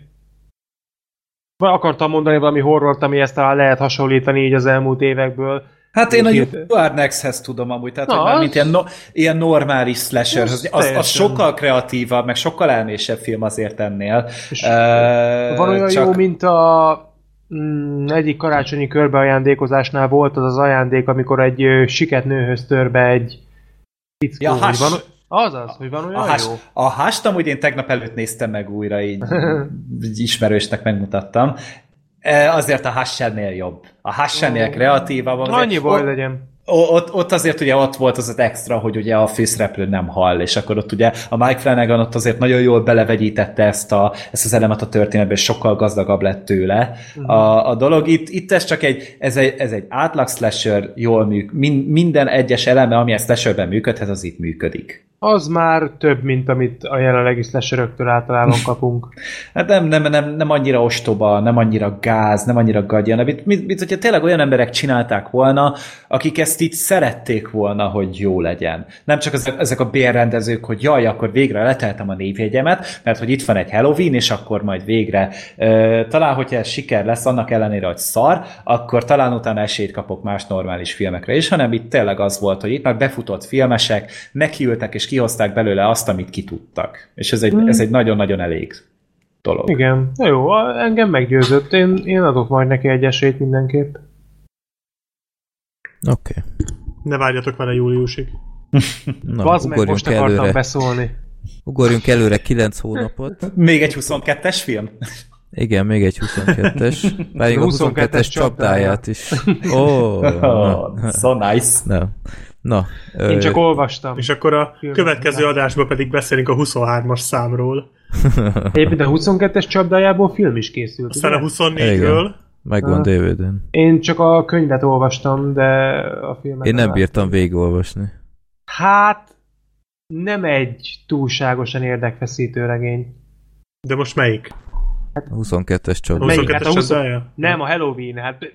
Akartam mondani valami horrort, ami ezt talán lehet hasonlítani így az elmúlt évekből. Hát én a You Are Next-hez tudom amúgy, tehát hogy már mint ilyen normális slasher, az sokkal kreatívabb, meg sokkal elmésebb film azért ennél. Van olyan jó, mint egyik karácsonyi körbeajándékozásnál volt az ajándék, amikor egy siket nőhöz tör be egy fickó. Ja, azaz, hogy van olyan jó. A Hust amúgy én tegnap előtt néztem meg újra, így ismerősnek megmutattam. Azért a Hussernél jobb. A Hussernél kreatívabb. Annyi baj legyen. Ott azért ugye ott volt az extra, hogy ugye a főszereplő nem hall, és akkor ott ugye a Mike Flanagan ott azért nagyon jól belevegyítette ezt az elemet a történetbe, és sokkal gazdagabb lett tőle. A dolog itt ez csak ez egy átlag slasher jól minden egyes eleme, ami a slasherben működhet, az itt működik. Az már több, mint amit a jelenlegi slasheröktől általában kapunk. Hát nem annyira ostoba, nem annyira gáz, nem annyira gagyi, hanem mint hogyha tényleg olyan emberek csinálták volna, akik ezt így szerették volna, hogy jó legyen. Nem csak ezek a bérrendezők, hogy jaj, akkor végre leteltem a névjegyemet, mert hogy itt van egy Halloween, és akkor majd végre talán, hogyha ez siker lesz, annak ellenére, hogy szar, akkor talán utána esélyt kapok más normális filmekre is, hanem itt tényleg az volt, hogy itt már befutott filmesek, nekiültek és kihozták belőle azt, amit ki tudtak. És ez egy nagyon-nagyon elég dolog. Igen. Jó, engem meggyőzött. Én adok majd neki egy esélyt mindenképp. Oké. Ne várjatok vele júliusig. Na, Bazd meg, most akartam beszólni. Ugorjunk előre 9 hónapot. Még egy 22-es film? Igen, még egy 22-es. Várjunk a 22-es csapdáját is. So nice. Na, én csak olvastam. És akkor a következő adásban pedig beszélünk a 23-as számról. Egyébként a 22-es csapdájából film is készült. Aztán a 24-ről. Megvan DVD-n. Én csak a könyvet olvastam, de a filmet... Én nem bírtam végigolvasni. Hát, nem egy túlságosan érdekfeszítő regény. De most melyik? A 22-es csapda. 22-es csapdája? Nem, a Halloween, hát...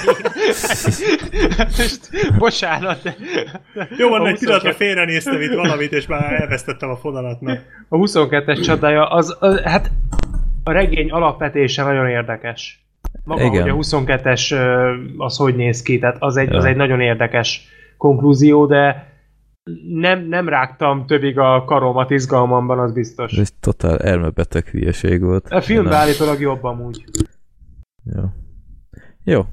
Most, bocsánat. Jó, van, egy pillanatra félrenéztem itt valamit, és már elvesztettem a fonalatnak. A 22-es csapdája, hát a regény alapvetése nagyon érdekes. Maga, igen. hogy a 22-es az hogy néz ki, tehát az egy nagyon érdekes konklúzió, de nem rágtam többig a karomat izgalmamban, az biztos. Ez totál elmebeteg hülyeség volt. A filmben állítólag jobb amúgy. Jó.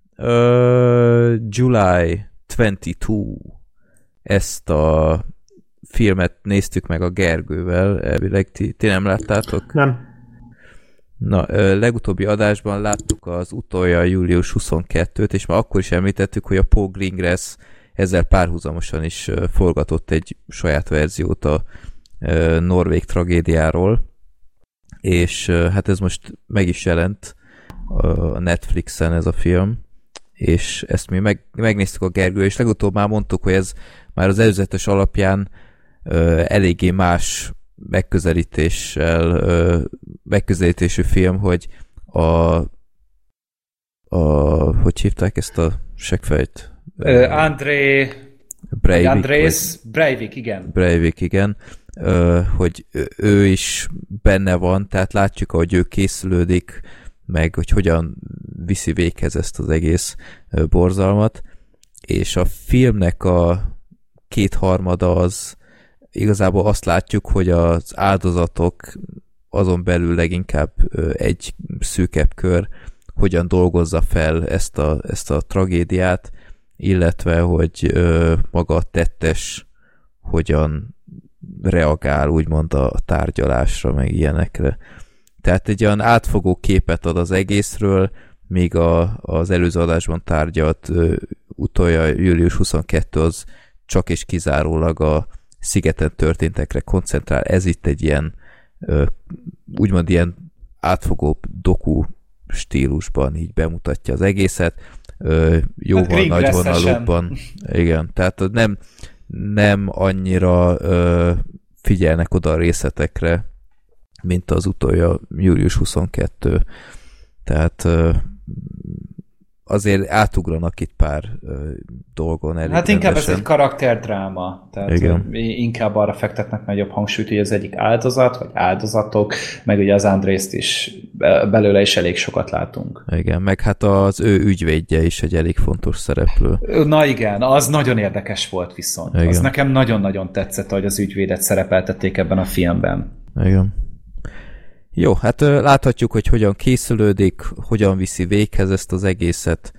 July 22. Ezt a filmet néztük meg a Gergővel, elvileg ti nem láttátok? Nem. Na, legutóbbi adásban láttuk az utolja július 22-t, és már akkor is említettük, hogy a Paul Greengrass ezzel párhuzamosan is forgatott egy saját verziót a norvég tragédiáról, és hát ez most meg is jelent a Netflixen ez a film, és ezt mi megnéztük a Gergő, és legutóbb már mondtuk, hogy ez már az előzetes alapján eléggé más megközelítésű film, hogy hogy hívták ezt a seggfejt? André Breivik, igen. Breivik, igen. Hogy ő is benne van, tehát látjuk, hogy ő készülődik, meg hogy hogyan viszi véghez ezt az egész borzalmat, és a filmnek a 2/3 az igazából azt látjuk, hogy az áldozatok azon belül leginkább egy szűkebb kör hogyan dolgozza fel ezt a tragédiát, illetve hogy maga a tettes hogyan reagál úgymond a tárgyalásra, meg ilyenekre. Tehát egy olyan átfogó képet ad az egészről, míg az előző adásban tárgyalt utolja július 22 az csak és kizárólag a szigeten történtekre koncentrál. Ez itt egy ilyen úgymond ilyen átfogó doku stílusban így bemutatja az egészet, jóval nagy vonalúbban. Igen, tehát nem annyira figyelnek oda a részletekre, mint az utolja július 22. Tehát azért átugranak itt pár dolgon elég. Hát inkább ez egy karakterdráma. Tehát igen. Inkább arra fektetnek nagyobb hangsúlyt, hogy az egyik áldozat, vagy áldozatok, meg ugye az Andrészt is belőle is elég sokat látunk. Igen, meg hát az ő ügyvédje is egy elég fontos szereplő. Na igen, az nagyon érdekes volt viszont. Igen. Az nekem nagyon-nagyon tetszett, hogy az ügyvédet szerepeltették ebben a filmben. Igen. Jó, hát láthatjuk, hogy hogyan készülődik, hogyan viszi véghez ezt az egészet.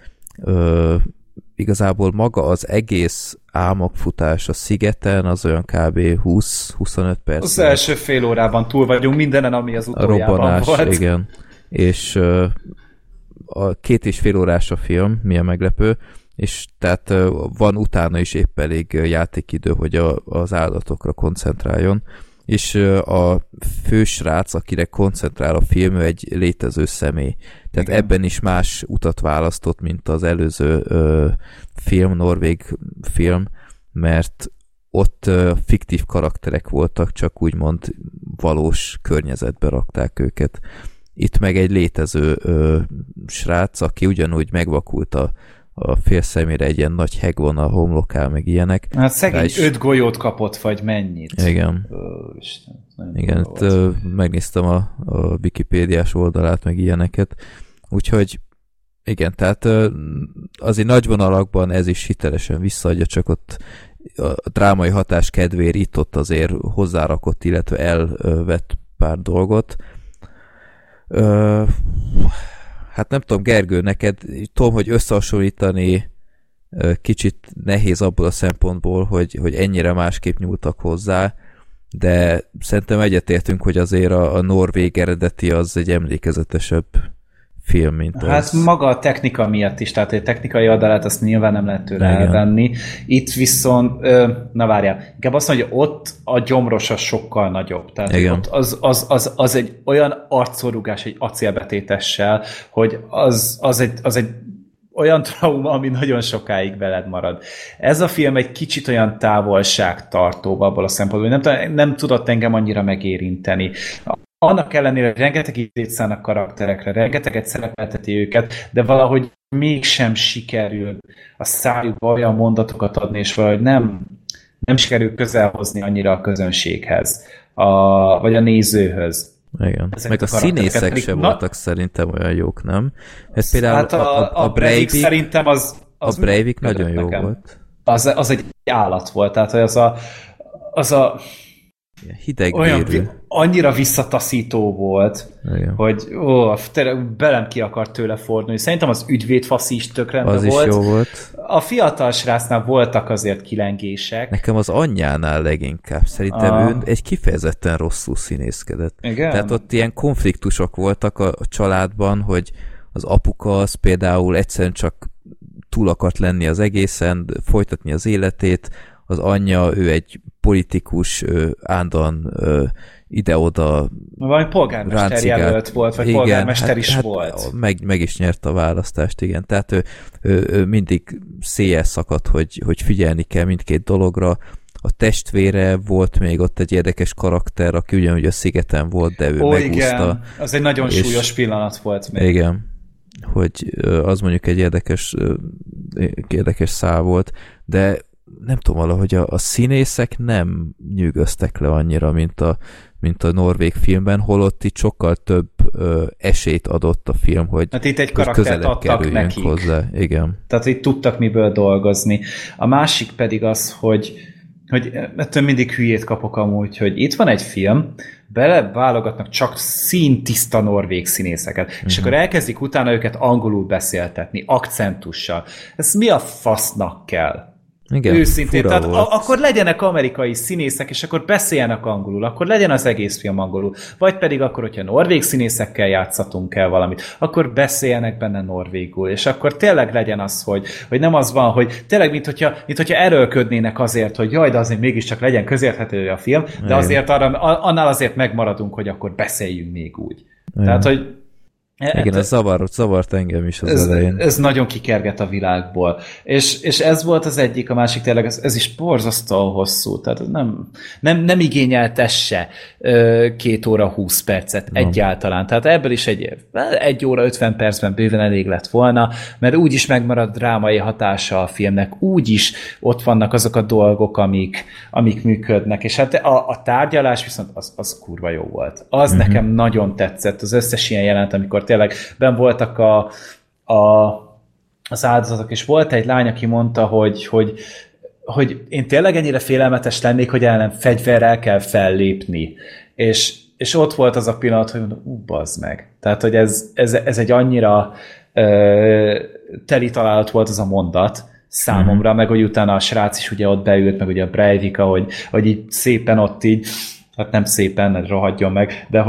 Igazából maga az egész álmokfutás a szigeten, az olyan kb. 20-25 perc. Az első fél órában túl vagyunk mindenen, ami az utoljában robbanás, volt. Igen. És a 2,5 órás a film, milyen meglepő, és tehát van utána is épp elég játékidő, hogy az állatokra koncentráljon. És a fősrác, akire koncentrál a film, ő egy létező személy. Tehát igen. Ebben is más utat választott, mint az előző norvég film, mert ott fiktív karakterek voltak, csak úgymond valós környezetbe rakták őket. Itt meg egy létező srác, aki ugyanúgy megvakult a fél szemére, egy ilyen nagy heg van a homlokán, meg ilyenek. Hát szegény 5 golyót kapott, vagy mennyit? Igen. Isten, igen, megnéztem a Wikipédiás oldalát, meg ilyeneket. Úgyhogy igen, tehát azért nagy vonalakban ez is hitelesen visszaadja, csak ott a drámai hatás kedvéért itt-ott azért hozzárakott, illetve elvett pár dolgot. Hát nem tudom, Gergő, neked tudom, hogy összehasonlítani kicsit nehéz abból a szempontból, hogy ennyire másképp nyúltak hozzá, de szerintem egyetértünk, hogy azért a norvég eredeti az egy emlékezetesebb film, mint az. Hát maga a technika miatt is, tehát egy technikai oldalát azt nyilván nem lehet tőle elvenni. Itt viszont, na várjál, inkább azt mondja, hogy ott a gyomros az sokkal nagyobb. Tehát igen. Ott az egy olyan arcszórugás, egy acélbetétessel, hogy az egy olyan trauma, ami nagyon sokáig veled marad. Ez a film egy kicsit olyan távolságtartó abból a szempontból, hogy nem tudott engem annyira megérinteni. annak ellenére rengeteg időt szánnak karakterekre, rengeteget szerepelteti őket, de valahogy mégsem sikerül a szájukba olyan mondatokat adni, és valahogy nem sikerül közel hozni annyira a közönséghez, vagy a nézőhöz. Igen. Meg a színészek se voltak szerintem olyan jók, nem? Ez például hát a Breivik szerintem az a Breivik nagyon jó volt. Az egy állat volt, tehát hogy az a hidegvérű. Annyira visszataszító volt, igen. hogy belem ki akart tőle fordulni. Szerintem az ügyvédfasz is tök rendben az volt. Is jó volt. A fiatal srácnál voltak azért kilengések. Nekem az anyjánál leginkább. Szerintem ő egy kifejezetten rosszul színészkedett. Igen? Tehát ott ilyen konfliktusok voltak a családban, hogy az apuka az például egyszerűen csak túl akart lenni az egészen, folytatni az életét, az anyja, ő egy politikus, állandóan ide-oda valami polgármester jelölt volt, vagy igen, polgármester is volt. Meg is nyert a választást, igen. Tehát ő mindig széjjel szakadt, hogy figyelni kell mindkét dologra. A testvére volt még ott egy érdekes karakter, aki ugyanúgy a szigeten volt, de ő megúszta. Igen, az egy nagyon súlyos pillanat volt még. Igen, hogy az mondjuk egy érdekes szál volt, de nem tudom, valahogy a színészek nem nyűgöztek le annyira, mint a norvég filmben, holott itt sokkal több esélyt adott a film, hogy hát itt egy karaktert adtak nekik. Hozzá. Igen. Tehát itt tudtak miből dolgozni. A másik pedig az, hogy ettől mindig hülyét kapok amúgy, hogy itt van egy film, beleválogatnak csak színtiszta norvég színészeket, és akkor elkezdik utána őket angolul beszéltetni, akcentussal. Ez mi a fasznak kell? Igen, őszintén, tehát akkor legyenek amerikai színészek, és akkor beszéljenek angolul, akkor legyen az egész film angolul. Vagy pedig akkor, hogyha norvég színészekkel játszatunk el valamit, akkor beszéljenek benne norvégul, és akkor tényleg legyen az, hogy nem az van, hogy tényleg, mint hogyha erőlködnének azért, hogy jaj, de azért mégiscsak legyen közérthető a film, de azért annál azért megmaradunk, hogy akkor beszéljünk még úgy. Igen. Tehát, hogy igen, ez zavart engem is az elején. Ez nagyon kikerget a világból. És ez volt az egyik, a másik tényleg, ez is borzasztóan hosszú. Tehát nem igényelt ez se 2 óra 20 percet egyáltalán. Tehát ebből is 1 óra 50 percben bőven elég lett volna, mert úgyis megmarad drámai hatása a filmnek, úgyis ott vannak azok a dolgok, amik működnek. És hát a tárgyalás viszont az kurva jó volt. Az nekem nagyon tetszett, az összes ilyen jelent, amikor tényleg benn voltak az áldozatok, és volt egy lány, aki mondta, hogy én tényleg ennyire félelmetes lennék, hogy ellen fegyverrel kell fellépni. És ott volt az a pillanat, hogy mondom, bazd meg. Tehát, hogy ez egy annyira teli találat volt az a mondat számomra, meg hogy utána a srác is ugye ott beült, meg ugye a Breivik, hogy így szépen ott így, hát nem szépen, rohadjon meg, de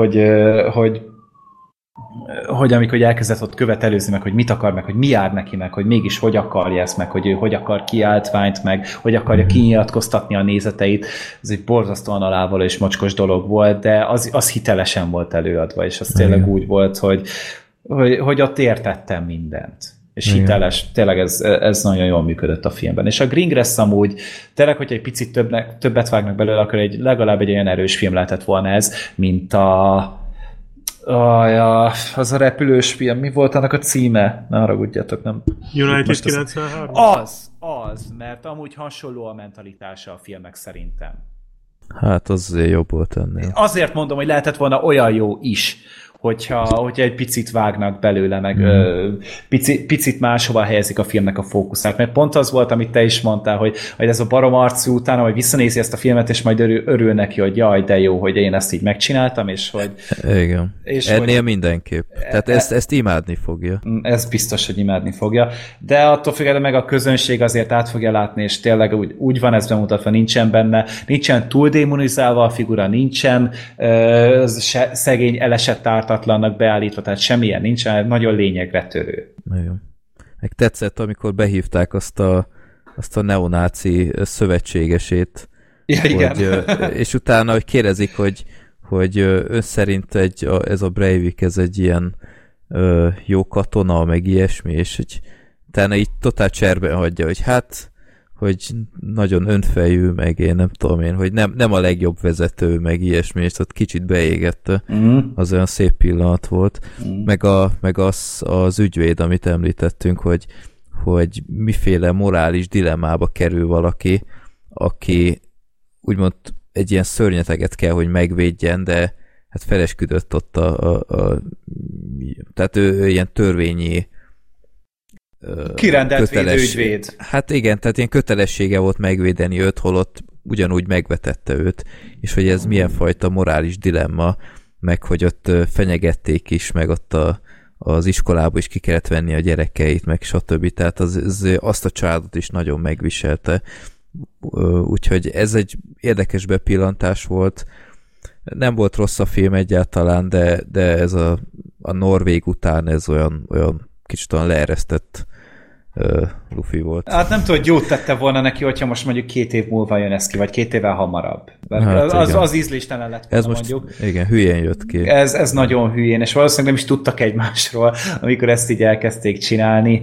hogy amikor elkezdett ott követelőzni meg, hogy mit akar meg, hogy mi jár neki meg, hogy mégis hogy akarja ezt meg, hogy ő hogy akar kiáltványt meg, hogy akarja kinyilatkoztatni a nézeteit, ez egy borzasztóan alávaló és mocskos dolog volt, de az hitelesen volt előadva, és az tényleg úgy volt, hogy ott értettem mindent. És hiteles, tényleg ez nagyon jól működött a filmben. És a Greengrass amúgy, tényleg, hogyha egy picit többet vágnak belőle, akkor legalább egy olyan erős film lehetett volna ez, mint az a repülős film, mi volt annak a címe? Ne haragudjatok, nem. United 93? Az, mert amúgy hasonló a mentalitása a filmek szerintem. Hát az jobb volt ennél. Azért mondom, hogy lehetett volna olyan jó is, hogyha egy picit vágnak belőle, meg picit máshova helyezik a filmnek a fókuszát. Mert pont az volt, amit te is mondtál, hogy ez a barom arcú utána, hogy visszanézi ezt a filmet, és majd örül neki, hogy jaj, de jó, hogy én ezt így megcsináltam, és hogy... Igen. És ennél mindenképp. Tehát ezt imádni fogja. Ez biztos, hogy imádni fogja. De attól függetlenül meg a közönség azért át fogja látni, és tényleg úgy van ez bemutatva, nincsen túl démonizálva a figura, nincsen szegény elesett ártatlannak beállítva, tehát semmilyen nincsen, nagyon lényegre törő. Nagyon. Meg tetszett, amikor behívták azt a neonáci szövetségesét, és utána, hogy kérdezik, hogy ön szerint ez a Breivik, ez egy ilyen jó katona, meg ilyesmi, és hogy utána így totál cserben hagyja, hogy hát hogy nagyon önfejű, meg én nem tudom én, hogy nem a legjobb vezető, meg ilyesmi, és ott kicsit beégette. Az olyan szép pillanat volt. Meg az ügyvéd, amit említettünk, hogy miféle morális dilemmába kerül valaki, aki úgymond egy ilyen szörnyeteget kell, hogy megvédjen, de hát felesküdött ott tehát ő ilyen törvényi kirendelt védőügyvéd. Hát igen, tehát ilyen kötelessége volt megvédeni őt, holott ugyanúgy megvetette őt, és hogy ez milyen fajta morális dilemma, meg hogy ott fenyegették is, meg ott az iskolába is ki kellett venni a gyerekeit, meg stb. Tehát azt a családot is nagyon megviselte. Úgyhogy ez egy érdekes bepillantás volt. Nem volt rossz a film egyáltalán, de ez a Norvég után ez olyan kicsit olyan leeresztett lufi volt. Hát nem tudom, hogy jót tette volna neki, hogyha most mondjuk 2 év múlva jön ez ki, vagy 2 évvel hamarabb. Hát az ízléstelen lett volna, ez most, mondjuk. Igen, hülyén jött ki. Ez nagyon hülyén, és valószínűleg nem is tudtak egymásról, amikor ezt így elkezdték csinálni.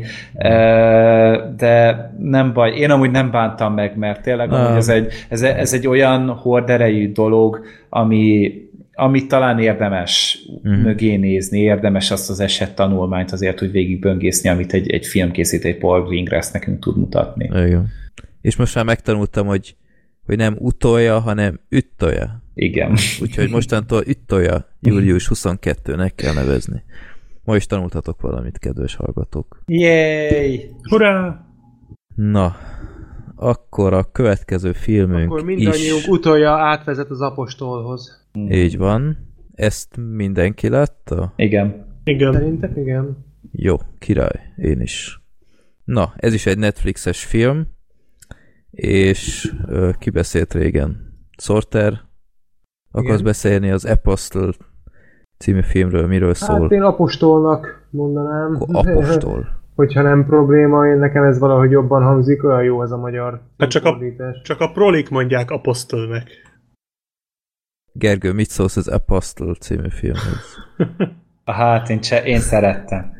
De nem baj, én amúgy nem bántam meg, mert tényleg ez egy olyan horderejű dolog, amit talán érdemes mögé nézni, érdemes azt az esettanulmányt azért úgy végigböngészni, amit egy filmkészítő Paul Greengrass nekünk tud mutatni. Igen. És most már megtanultam, hogy nem utolja, hanem üttolja. Igen. Úgyhogy mostantól üttolja július 22-nek kell nevezni. Ma is tanultatok valamit, kedves hallgatók. Yay! Hurrá! Na, akkor a következő filmünk akkor mindannyiunk utolja átvezet az apostolhoz. Így van. Ezt mindenki látta? Igen. Szerintem igen. Jó, király. Én is. Na, ez is egy Netflixes film, és ki beszélt régen? Sorter? Akarsz beszélni az Apostle című filmről? Miről szól? Hát én apostolnak mondanám. Apostol. Hogyha nem probléma, én nekem ez valahogy jobban hangzik, olyan jó ez a magyar csak a prolik mondják apostolnek. Gergő, mit szólsz az Apostle című filmhez? Hát én szerettem.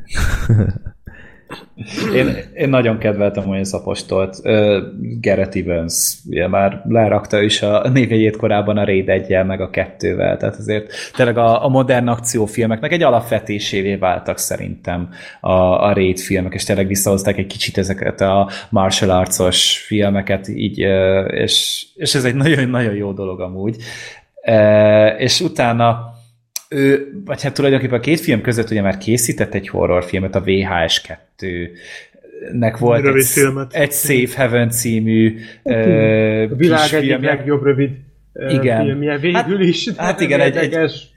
Én nagyon kedveltem olyan az apostolt. Gareth Evans ugye már lerakta is a névjegyét korábban a Raid 1-jel, meg a 2-vel, tehát azért tényleg a modern akciófilmeknek egy alapvetésévé váltak szerintem a Raid filmek, és tényleg visszahozták egy kicsit ezeket a martial arts-os filmeket, így, és ez egy nagyon-nagyon jó dolog amúgy. És utána vagy hát tulajdonképpen a 2 film között ugye már készített egy horrorfilmet, a VHS 2-nek volt egy Safe Haven című a világ egyik legjobb rövid filmje végül is. Hát igen, egy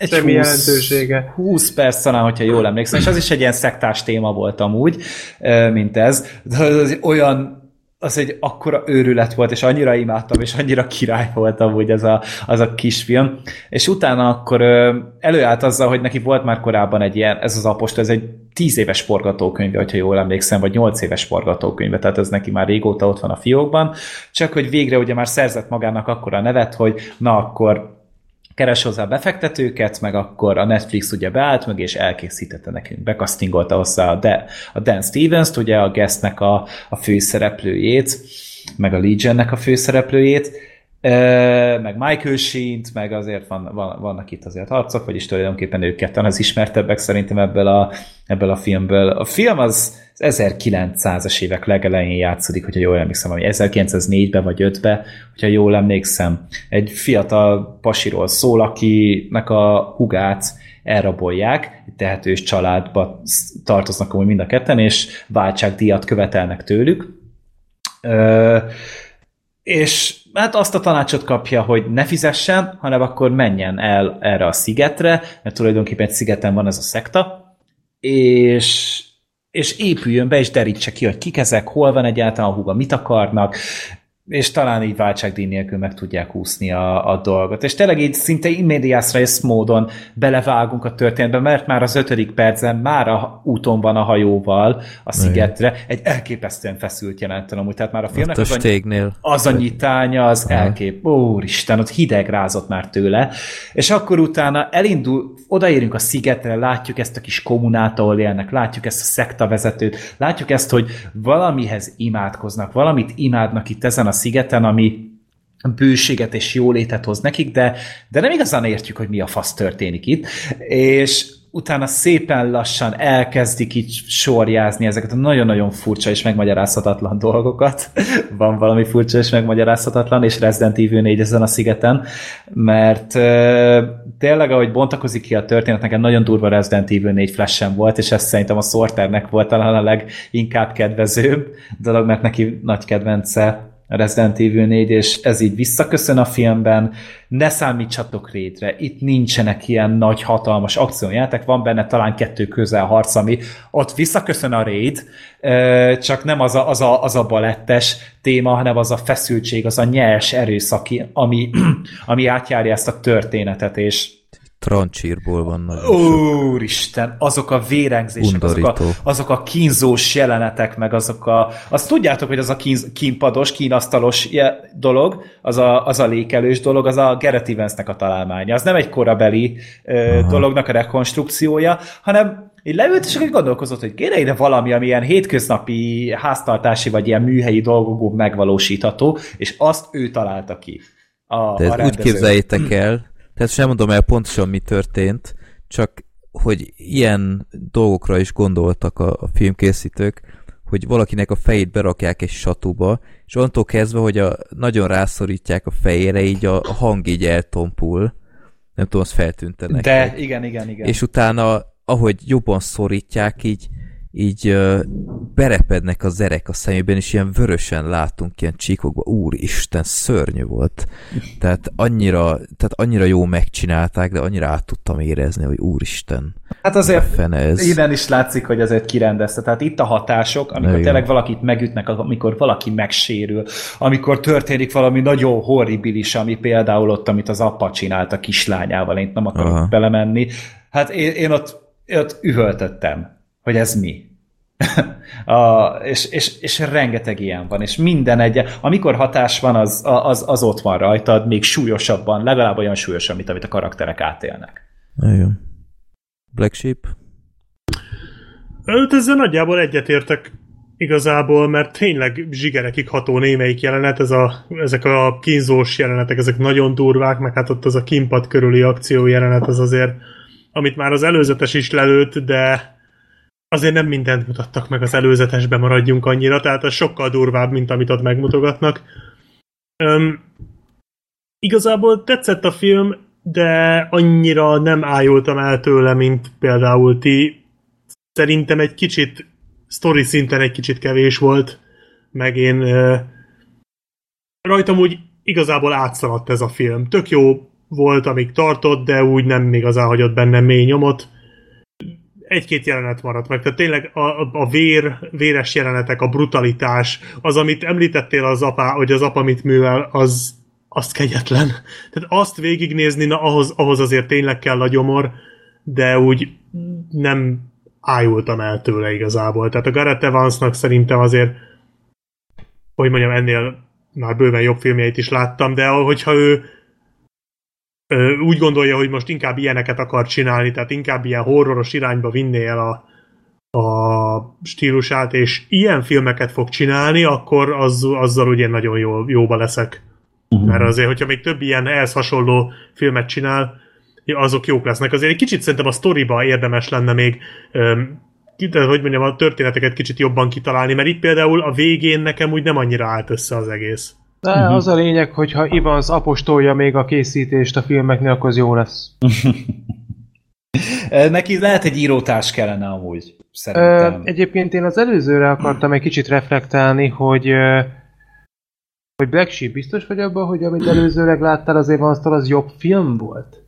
20 perc talán, hogyha jól emlékszem, és az is egy ilyen szektás téma volt amúgy, mint ez. De az az egy akkora őrület volt, és annyira imádtam, és annyira király volt amúgy az a kisfilm. És utána akkor előállt azzal, hogy neki volt már korábban egy ilyen, ez az apostol, ez egy 10 éves forgatókönyve, hogyha jól emlékszem, vagy 8 éves forgatókönyve, tehát ez neki már régóta ott van a fiókban, csak hogy végre ugye már szerzett magának akkora nevet, hogy na akkor keres hozzá befektetőket, meg akkor a Netflix ugye beállt meg, és elkészítette nekünk, bekasztingolta hozzá a Dan Stevens-t, ugye a Guestnek a főszereplőjét, meg a Legionnek a főszereplőjét, meg Michael Sheen-t, meg azért vannak itt azért arcok, vagyis tulajdonképpen ők ketten az ismertebbek szerintem ebből a filmből. A film az 1900-as évek legelején játszódik, hogyha jól emlékszem, ami 1904-ben vagy 5-ben, hogyha jól emlékszem. Egy fiatal pasiról szól, akinek a hugát elrabolják, tehetős családba tartoznak amúgy mind a ketten, és váltságdíjat követelnek tőlük. És hát azt a tanácsot kapja, hogy ne fizessen, hanem akkor menjen el erre a szigetre, mert tulajdonképpen egy szigeten van ez a szekta, és épüljön be, és derítse ki, hogy kik ezek, hol van egyáltalán a húga, mit akarnak, és talán így váltságdíj nélkül meg tudják úszni a dolgot. És tényleg így szinte immediate res módon belevágunk a történetbe, mert már az 5. percen már a úton van a hajóval a szigetre. Egy elképesztően feszült jelenten amúgy. Tehát már a filmnek az a nyitánya, az Úristen, ott hideg rázott már tőle. És akkor utána elindul, odaérünk a szigetre, látjuk ezt a kis kommunát, ahol élnek, látjuk ezt a szektavezetőt, látjuk ezt, hogy valamihez imádkoznak, valamit imádnak itt ezen a szigeten, ami bőséget és jólétet hoz nekik, de nem igazán értjük, hogy mi a fasz történik itt, és utána szépen lassan elkezdik így sorjázni ezeket a nagyon-nagyon furcsa és megmagyarázhatatlan dolgokat. Van valami furcsa és megmagyarázhatatlan, és Resident Evil 4 ezen a szigeten, mert tényleg, ahogy bontakozik ki a történet, nekem nagyon durva Resident Evil 4 flash-em volt, és ez szerintem a Sorternek volt talán a leginkább kedvezőbb dolog, mert neki nagy kedvence Resident Evil 4, és ez így visszaköszön a filmben. Ne számítsatok Raidre, itt nincsenek ilyen nagy, hatalmas akciójáték, van benne talán 2 közelharc, ami ott visszaköszön a Raid, csak nem az a balettes téma, hanem az a feszültség, az a nyers erőszak, ami átjárja ezt a történetet, és Trancsírból van nagyon Úristen, azok a vérengzések, azok a kínzós jelenetek, meg azt tudjátok, hogy az a kínpados, kínasztalos dolog, az a lékelős dolog, az a Gareth Evansnek a találmánya. Az nem egy korabeli dolognak a rekonstrukciója, hanem így leült, és akkor gondolkozott, hogy kéne ide valami, ami ilyen hétköznapi háztartási, vagy ilyen műhelyi dolgokból megvalósítható, és azt ő találta ki. De úgy képzeljétek el, tehát sem mondom el pontosan, mi történt, csak hogy ilyen dolgokra is gondoltak a filmkészítők, hogy valakinek a fejét berakják egy satúba, és onnantól kezdve, hogy nagyon rászorítják a fejére, így a hang így eltompul. Nem tudom, azt feltűnte neki. De igen. És utána, ahogy jobban szorítják, így berepednek a zerek a szemében, és ilyen vörösen látunk ilyen csíkokba. Úristen, szörnyű volt. Tehát annyira jó megcsinálták, de annyira át tudtam érezni, hogy úristen. Hát azért innen is látszik, hogy azért kirendezte. Tehát itt a hatások, amikor tényleg valakit megütnek, amikor valaki megsérül, amikor történik valami nagyon horribilis, ami például ott, amit az apa csinált a kislányával, én nem akarok belemenni. Hát én ott üvöltöttem, hogy ez mi. És rengeteg ilyen van, és minden amikor hatás van, az ott van rajtad, még súlyosabban, legalább olyan súlyosabb, mint amit a karakterek átélnek. Igen. Black Sheep? Ezzel nagyjából egyetértek igazából, mert tényleg zsigerekig ható némelyik jelenet, ezek a kínzós jelenetek, ezek nagyon durvák, meg hát ott az a kínpad körüli akció jelenet, az azért, amit már az előzetes is lelőtt, de azért nem mindent mutattak meg az előzetesbe, maradjunk annyira, tehát az sokkal durvább, mint amit ott megmutogatnak. Igazából tetszett a film, de annyira nem ájultam el tőle, mint például ti. Szerintem egy kicsit, sztori szinten egy kicsit kevés volt, meg én rajtam úgy igazából átszaladt ez a film. Tök jó volt, amíg tartott, de úgy nem igazán hagyott bennem mély nyomot. Egy-két jelenet maradt meg. Tehát tényleg a véres jelenetek, a brutalitás, az, amit említettél hogy az apa mit művel, az kegyetlen. Tehát azt végignézni, na ahhoz azért tényleg kell a gyomor, de úgy nem ájultam el tőle igazából. Tehát a Gareth Evansnak szerintem azért, hogy mondjam, ennél már bőven jobb filmjeit is láttam, de hogyha ő úgy gondolja, hogy most inkább ilyeneket akar csinálni, tehát inkább ilyen horroros irányba vinné el a stílusát, és ilyen filmeket fog csinálni, akkor azzal ugye nagyon jóba leszek. Mert azért, hogyha még több ilyen ehhez hasonló filmet csinál, azok jók lesznek. Azért egy kicsit szerintem a sztoriba érdemes lenne még hogy mondjam, a történeteket kicsit jobban kitalálni, mert itt például a végén nekem úgy nem annyira állt össze az egész. De az a lényeg, hogyha Evans apostolja még a készítést a filmeknél, akkor az jó lesz. Neki lehet egy írótárs kellene amúgy, szerintem. Egyébként én az előzőre akartam egy kicsit reflektálni, hogy Black Sheep biztos vagy abban, hogy amit előzőleg láttál az Evans-tól, az jobb film volt?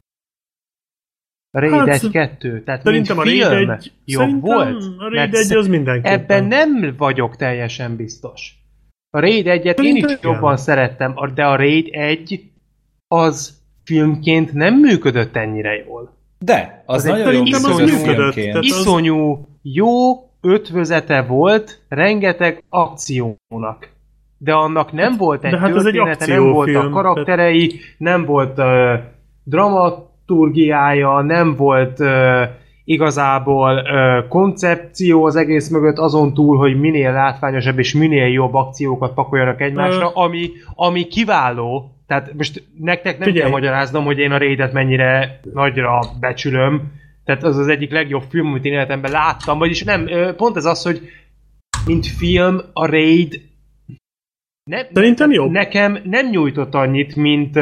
Raid 1-2, tehát szerintem mint film jobb volt? A Raid 1 az mindenképpen. Ebben nem vagyok teljesen biztos. A Raid 1-et én is jobban szerettem, de a Raid 1 az filmként nem működött ennyire jól. De, az nagyon jó működött. Iszonyú jó ötvözete volt rengeteg akciónak. De annak nem volt egy története, nem voltak karakterei, nem volt dramaturgiája, nem volt igazából koncepció az egész mögött, azon túl, hogy minél látványosabb és minél jobb akciókat pakoljanak egymásra, ami kiváló. Tehát most nektek nem kell magyaráznom, hogy én a Raidet mennyire nagyra becsülöm. Tehát az az egyik legjobb film, amit én életemben láttam. Vagyis nem, pont ez az, hogy mint film a Raid szerintem jobb. Nekem nem nyújtott annyit, mint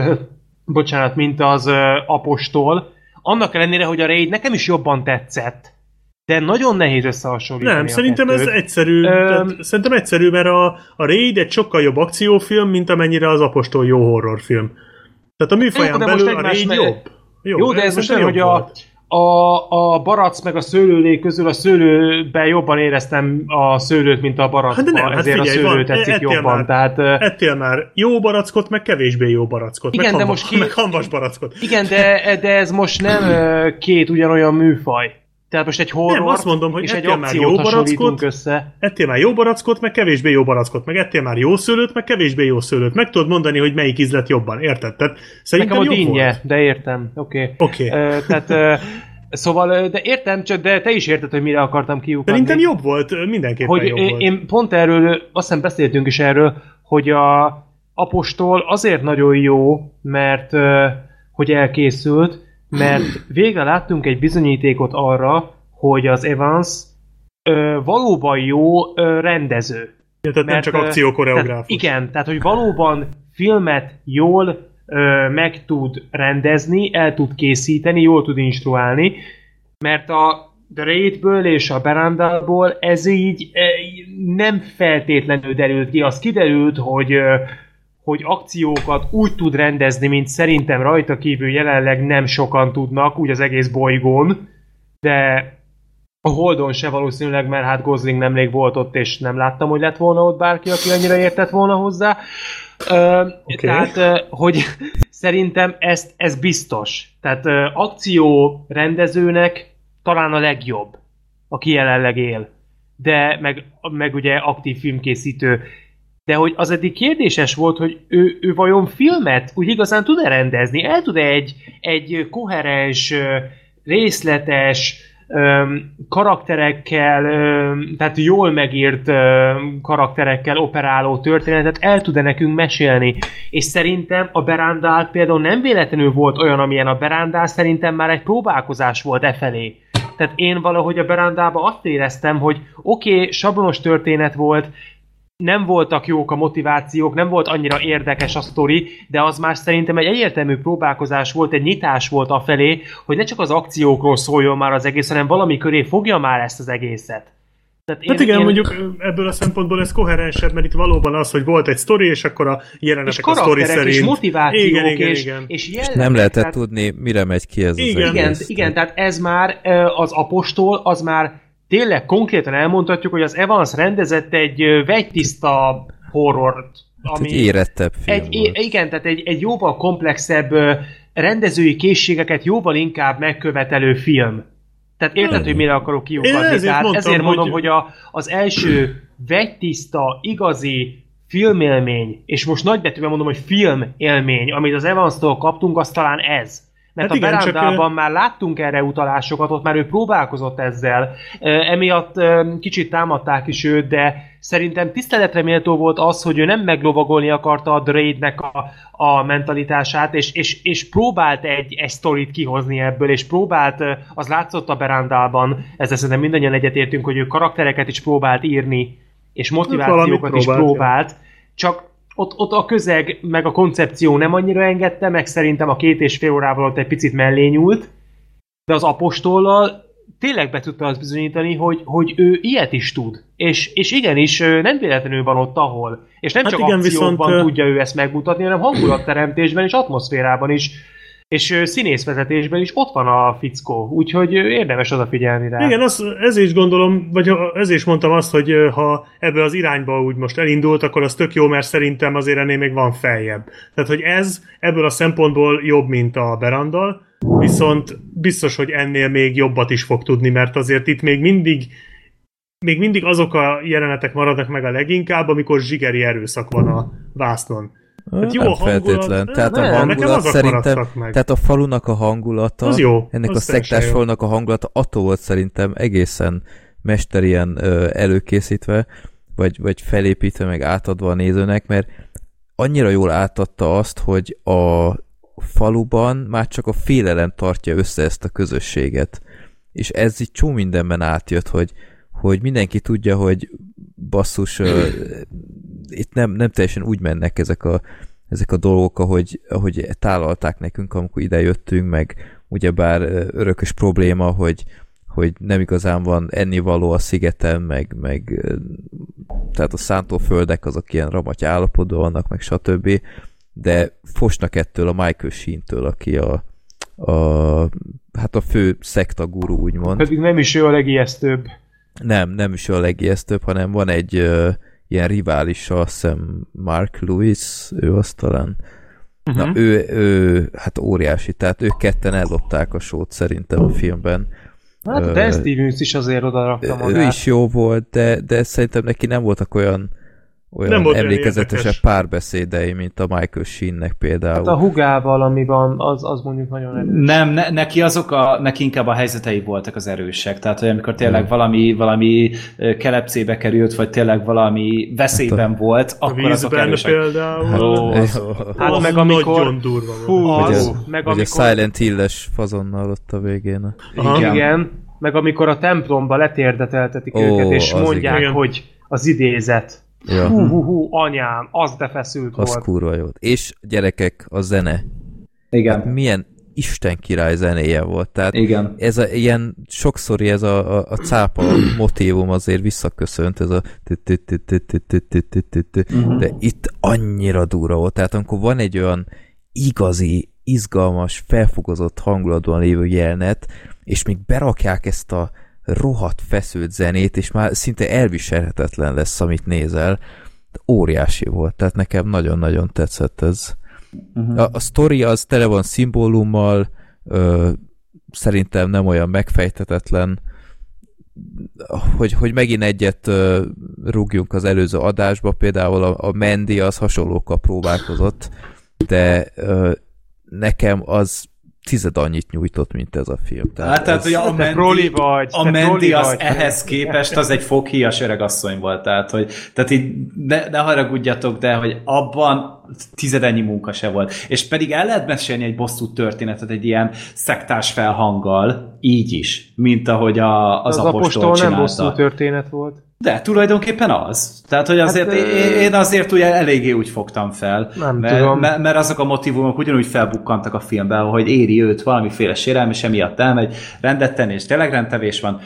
az Apostol. Annak ellenére, hogy a Raid nekem is jobban tetszett. De nagyon nehéz összehasonlítani. Nem, szerintem ez egyszerű. Szerintem egyszerű, mert a Raid egy sokkal jobb akciófilm, mint amennyire az Apostol jó horrorfilm. Tehát a műfaján belül a Raid jobb. Jó, de ez most nem, hogy a barack meg a szőlőlé közül a szőlőben jobban éreztem a szőlőt, mint a barackban, ezért figyelj, a szőlő tetszik jobban. Ettél már jó barackot, meg kevésbé jó barackot, igen, meg hamvas barackot. Igen, de ez most nem két ugyanolyan műfaj. Tehát most egy horror nem, azt mondom, hogy és egy akciót hasonlítunk össze. Ettél már jó barackot, meg kevésbé jó barackot, meg ettél már jó szőlőt, meg kevésbé jó szőlőt. Meg tudod mondani, hogy melyik ízlet jobban, érted? Tehát szerintem nekem a jobb dinnye, volt. De értem, oké. Tehát szóval, de értem, de te is érted, hogy mire akartam kiukadni. Szerintem jobb volt, mindenképpen jobb volt. Én pont erről, azt hiszem beszéltünk is erről, hogy a Apostol azért nagyon jó, mert hogy elkészült, mert végre láttunk egy bizonyítékot arra, hogy az Evans valóban jó rendező. Ja, tehát nem csak akciókoreográfus. Igen, tehát hogy valóban filmet jól meg tud rendezni, el tud készíteni, jól tud instruálni, mert a The Raidből és a Berandalból ez így nem feltétlenül derült ki. Az kiderült, hogy akciókat úgy tud rendezni, mint szerintem rajta kívül jelenleg nem sokan tudnak, úgy az egész bolygón, de a Holdon se valószínűleg, mert hát Gosling nemrég volt ott, és nem láttam, hogy lett volna ott bárki, aki annyira értett volna hozzá. Okay. Tehát, hogy szerintem ez biztos. Tehát akció rendezőnek talán a legjobb, aki jelenleg él. De meg ugye aktív filmkészítő. De hogy az eddig kérdéses volt, hogy ő vajon filmet úgy igazán tud-e rendezni? El tud-e egy koherens, részletes, karakterekkel, tehát jól megírt karakterekkel operáló történetet el tud-e nekünk mesélni? És szerintem a Berandal például nem véletlenül volt olyan, amilyen a Berandal, szerintem már egy próbálkozás volt e felé. Tehát én valahogy a Berandalban azt éreztem, hogy oké, sablonos történet volt, nem voltak jók a motivációk, nem volt annyira érdekes a sztori, de az már szerintem egy egyértelmű próbálkozás volt, egy nyitás volt afelé, hogy ne csak az akciókról szóljon már az egész, hanem valami köré fogja már ezt az egészet. Tehát igen, mondjuk ebből a szempontból ez koherensebb, mert itt valóban az, hogy volt egy sztori, és akkor a jelenetek a sztori szerint... És motivációk, igen. és jellegek. Nem lehetett tudni, mire megy ki ez az egész. Igen, tehát ez már az Apostol, az már tényleg konkrétan elmondhatjuk, hogy az Evans rendezett egy vegytiszta horrort. Ami egy érettebb film igen, tehát egy jóval komplexebb rendezői készségeket jóval inkább megkövetelő film. Tehát érted, hogy mire akarok kiukadni. Ezért mondom, hogy az első vegytiszta, igazi filmélmény, és most nagybetűben mondom, hogy filmélmény, amit az Evans-tól kaptunk, az talán ez. Mert hát a Berandalban már láttunk erre utalásokat, ott már ő próbálkozott ezzel. Emiatt kicsit támadták is őt, de szerintem tiszteletre méltó volt az, hogy ő nem meglovagolni akarta a Raidnek a mentalitását, és próbált egy sztorit kihozni ebből, és próbált, az látszott a Berandalban, ezzel szerintem mindannyian egyetértünk, hogy ő karaktereket is próbált írni, és motivációkat is próbált, csak ott a közeg, meg a koncepció nem annyira engedte, meg szerintem a 2,5 órával ott egy picit mellé nyúlt, de az Apostollal tényleg be tudta azt bizonyítani, hogy ő ilyet is tud. És igenis nem véletlenül van ott, ahol. És nem csak akcióban tudja ő ezt megmutatni, hanem hangulatteremtésben és atmoszférában is. És színészvezetésben is ott van a fickó, úgyhogy érdemes odafigyelni rá. Igen, ezért is gondolom, vagy ezért is mondtam azt, hogy ha ebbe az irányba úgy most elindult, akkor az tök jó, mert szerintem azért ennél még van feljebb. Tehát, hogy ez ebből a szempontból jobb, mint a Berandal, viszont biztos, hogy ennél még jobbat is fog tudni, mert azért itt még mindig azok a jelenetek maradnak meg a leginkább, amikor zsigeri erőszak van a vásznon. Hát jó, nem feltétlen. Tehát a hangulat szerintem, tehát a falunak a hangulata, az jó, ennek a szektás falunak a hangulata attól volt szerintem egészen mesterien előkészítve, vagy felépítve, meg átadva a nézőnek, mert annyira jól átadta azt, hogy a faluban már csak a félelem tartja össze ezt a közösséget. És ez így csó mindenben átjött, hogy mindenki tudja, hogy basszus, itt nem teljesen úgy mennek ezek a dolgok, ahogy tálalták nekünk, amikor ide jöttünk, meg ugyebár örökös probléma, hogy nem igazán van ennivaló a szigeten, meg tehát a szántóföldek azok ilyen ramaty állapotban vannak, meg stb. De fosnak ettől a Michael Sheen-től, aki hát a fő szektaguru, úgymond. Pedig nem is ő a legijesztőbb. Nem is ő a legijesztőbb, hanem van egy ilyen riválisa, azt hiszem Mark Lewis, ő azt talán. Na, ő hát óriási, tehát ők ketten ellopták a sót szerintem a filmben. Hát Dan Stevens is azért oda rakta magát. Ő is jó volt, de szerintem neki nem voltak olyan emlékezetesebb párbeszédei, mint a Michael Sheen-nek például. Hát a hugával, ami van, az mondjuk nagyon erős. Nem, neki inkább a helyzetei voltak az erősek. Tehát, hogy amikor tényleg valami kelepcébe került, vagy tényleg valami veszélyben volt, akkor azok erősek. Például. Hát meg amikor... Nagyon durva volt. Vagy a Silent Hill-es fazonnal ott a végén. Igen. Meg amikor a templomba letérdeteltetik őket, és mondják, igen, hogy az idézet. Ja. Anyám, az de feszült volt. Az kurva jó. És gyerekek, a zene. Igen. Hát milyen Isten király zenéje volt. Tehát igen. Ez ilyen sokszor ez a cápa motívum azért visszaköszönt, ez a de itt annyira durva volt. Tehát amikor van egy olyan igazi, izgalmas, felfogozott hangulatban lévő jelenet, és még berakják ezt a rohadt feszült zenét, és már szinte elviselhetetlen lesz, amit nézel. Óriási volt, tehát nekem nagyon-nagyon tetszett ez. A sztori az tele van szimbólummal, szerintem nem olyan megfejtetetlen, hogy megint egyet rúgjunk az előző adásba, például a Mandy az hasonlókkal próbálkozott, de nekem az 10 annyit nyújtott, mint ez a film. Tehát ugye a Mandy az ehhez képest az egy foghíjas öregasszony volt. Tehát így ne haragudjatok, de hogy abban 10 munka se volt. És pedig el lehet mesélni egy bosszú történetet egy ilyen szektás felhanggal, így is, mint ahogy az apostol csinálta. Nem bosszú történet volt. De tulajdonképpen az. Tehát, hogy azért én azért ugye eléggé úgy fogtam fel. Mert azok a motivumok ugyanúgy felbukkantak a filmben, hogy éri őt valamiféle sérelem, és emiatt elmegy rendet tenni, és tényleg rendtevés van.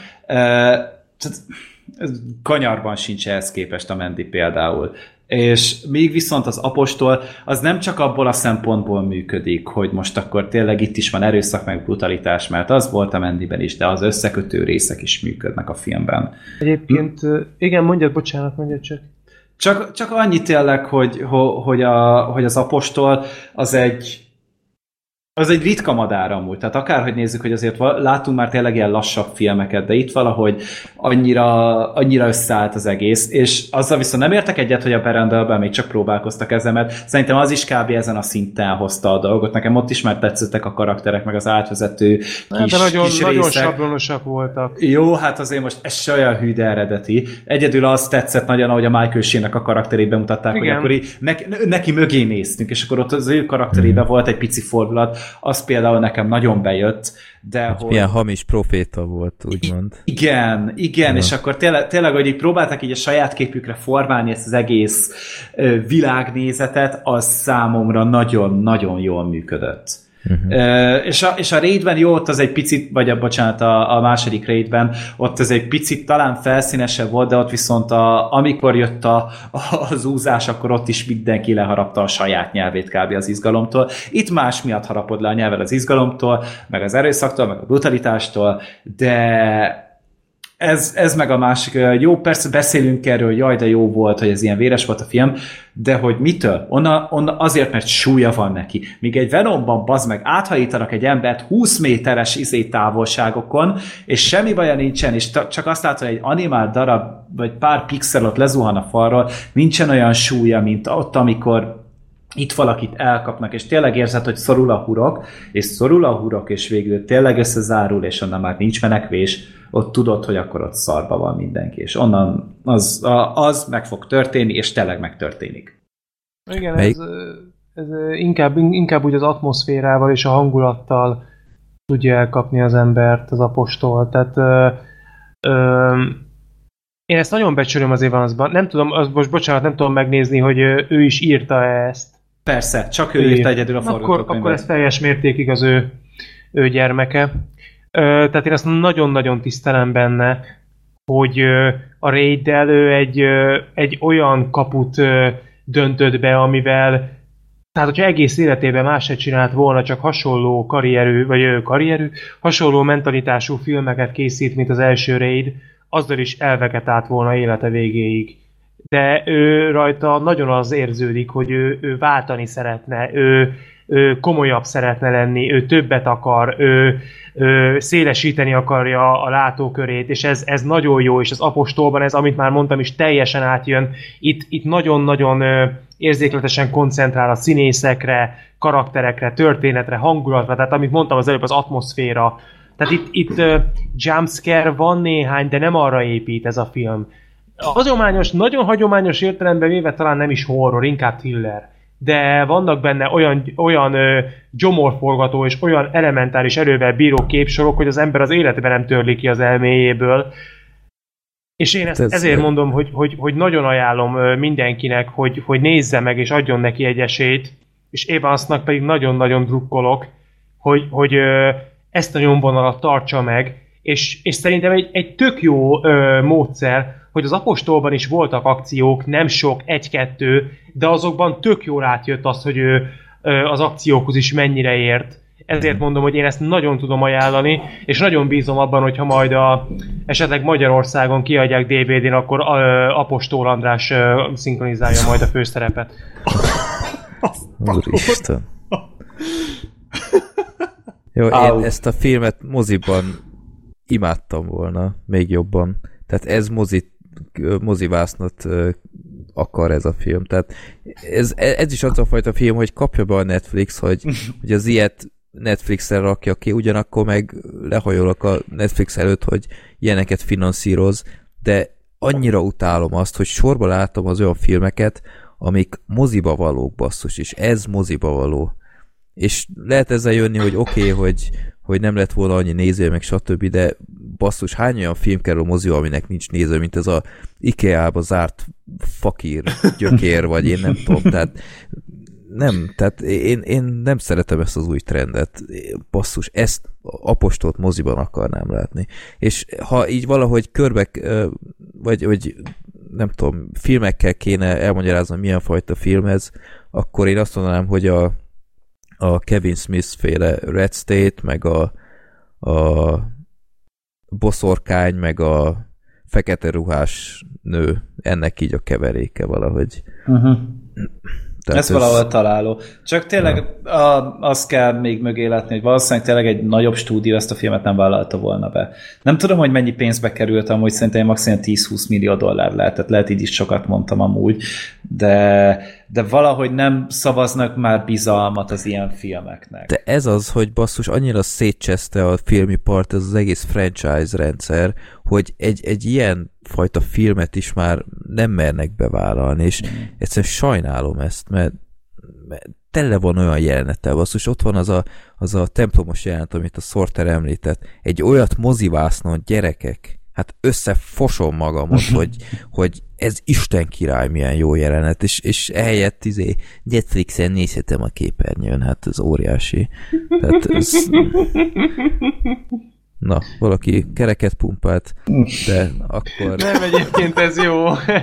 Kanyarban sincs ehhez képest a Mandy például. És még viszont az apostol az nem csak abból a szempontból működik, hogy most akkor tényleg itt is van erőszak meg brutalitás, mert az volt a Mandyben is, de az összekötő részek is működnek a filmben. Egyébként, igen, mondjad csak. Csak annyi tényleg, hogy az apostol az egy ritka madár amúgy. Tehát akárhogy nézzük, hogy azért látunk már tényleg ilyen lassabb filmeket, de itt valahogy annyira összeállt az egész, és azzal viszont nem értek egyet, hogy a Berandalban még csak próbálkoztak ezzel, mert szerintem az is kb. Ezen a szinten hozta a dolgot. Nekem ott is már tetszettek a karakterek, meg az átvezető kis nagyon sablonosak voltak. Jó, hát azért most ez se olyan hű, de eredeti. Egyedül az tetszett nagyon, ahogy a Michael Sheen-nek a karakterét bemutatták, igen, hogy akkor így neki mögé néztünk, és akkor ott az ő karakterében volt egy pici fordulat, az például nekem nagyon bejött, de hogy... Milyen hamis proféta volt, úgymond. Igen, ja. És akkor tényleg, hogy így próbálták így a saját képükre formálni ezt az egész világnézetet, az számomra nagyon-nagyon jól működött. És a raidben jó, ott az egy picit, vagy bocsánat, a második raidben, ott ez egy picit talán felszínesebb volt, de ott viszont amikor jött az úzás, akkor ott is mindenki leharapta a saját nyelvét kb. Az izgalomtól. Itt más miatt harapod le a nyelved az izgalomtól, meg az erőszaktól, meg a brutalitástól, de ez meg a másik. Jó, persze beszélünk erről, jaj, de jó volt, hogy ez ilyen véres volt a film, de hogy mitől? Onnan azért, mert súlya van neki. Míg egy Venomban, bazd meg, áthajítanak egy embert 20 méteres távolságokon, és semmi baja nincsen, és csak azt látod, hogy egy animált darab, vagy pár pixel ott lezuhan a falról, nincsen olyan súlya, mint ott, amikor itt valakit elkapnak, és tényleg érzed, hogy szorul a hurok, és végül tényleg összezárul, és onnan már nincs menekvés, ott tudod, hogy akkor ott szarba van mindenki, és onnan az meg fog történni, és tényleg megtörténik. Igen, ez inkább úgy az atmoszférával és a hangulattal tudja elkapni az embert, az apostol. Tehát én ezt nagyon becsülöm az Evansban. Nem tudom, most bocsánat, nem tudom megnézni, hogy ő is írta ezt. Persze, csak ő írta egyedül a forgatókönyvet. Akkor ez teljes mértékig az ő gyermeke. Tehát én ezt nagyon-nagyon tisztelem benne, hogy a Raiddel ő egy olyan kaput döntött be, amivel, tehát hogyha egész életében más se csinált volna, csak hasonló hasonló mentalitású filmeket készít, mint az első Raid, azzal is elveket át volna élete végéig. De ő rajta nagyon az érződik, hogy ő váltani szeretne, ő komolyabb szeretne lenni, ő többet akar, ő szélesíteni akarja a látókörét, és ez nagyon jó, és az apostolban ez, amit már mondtam is, teljesen átjön. Itt nagyon-nagyon érzékletesen koncentrál a színészekre, karakterekre, történetre, hangulatra, tehát amit mondtam az előbb, az atmoszféra. Tehát itt jumpscare van néhány, de nem arra épít ez a film. Nagyon hagyományos értelemben véve talán nem is horror, inkább thriller. De vannak benne olyan gyomorforgató és olyan elementáris erővel bíró képsorok, hogy az ember az életben nem törli ki az elméjéből. És én ezért mondom, hogy nagyon ajánlom mindenkinek, hogy nézze meg és adjon neki egy esélyt, és Evansnak pedig nagyon-nagyon drukkolok, hogy ezt a nyomvonalat tartsa meg, és szerintem egy tök jó módszer, hogy az apostolban is voltak akciók, nem sok, egy-kettő, de azokban tök jól átjött az, hogy az akciókhoz is mennyire ért. Ezért mondom, hogy én ezt nagyon tudom ajánlani, és nagyon bízom abban, hogyha majd esetleg Magyarországon kiadják DVD-n, akkor Apostol András szinkronizálja majd a főszerepet. Úristen. Jó, én ezt a filmet moziban imádtam volna, még jobban. Tehát ez mozivásznat akar ez a film. Tehát ez is az a fajta film, hogy kapja be a Netflix, hogy az ilyet Netflixre rakja ki, ugyanakkor meg lehajolok a Netflix előtt, hogy ilyeneket finanszíroz, de annyira utálom azt, hogy sorba látom az olyan filmeket, amik moziba valók, basszus, és ez moziba való. És lehet ezzel jönni, hogy oké, hogy nem lett volna annyi néző, meg stb., de basszus, hány olyan film kerül moziba, aminek nincs néző, mint ez a IKEA-ba zárt fakír gyökér, vagy én nem tudom, tehát én nem szeretem ezt az új trendet. Basszus, ezt apostolt moziban akarnám látni. És ha így valahogy körbe, vagy nem tudom, filmekkel kéne elmagyarázni, milyen fajta film ez, akkor én azt mondanám, hogy a Kevin Smith féle Red State, meg a boszorkány, meg a fekete ruhás nő, ennek így a keveréke valahogy. Ez valahol találó. Csak tényleg azt kell még mögé látni, hogy valószínűleg tényleg egy nagyobb stúdió ezt a filmet nem vállalta volna be. Nem tudom, hogy mennyi pénzbe került, amúgy szerintem maximum 10-20 millió dollár lehetett. Lehet, így is sokat mondtam amúgy, de valahogy nem szavaznak már bizalmat az ilyen filmeknek. De ez az, hogy basszus, annyira szétcseszte a filmipart ez az egész franchise rendszer, hogy egy ilyen fajta filmet is már nem mernek bevállalni, és egyszerűen sajnálom ezt, mert tele van olyan jelenettel, basszus, ott van az a templomos jelenet, amit a Sorter említett, egy olyat mozivásznon, gyerekek, hát összefosom magamot, hogy ez Isten király, milyen jó jelenet, és ehelyett Netflixen nézhetem a képernyőn, hát ez óriási. Tehát ez... Na, valaki kereket pumpált, de akkor... Nem, egyébként ez jó.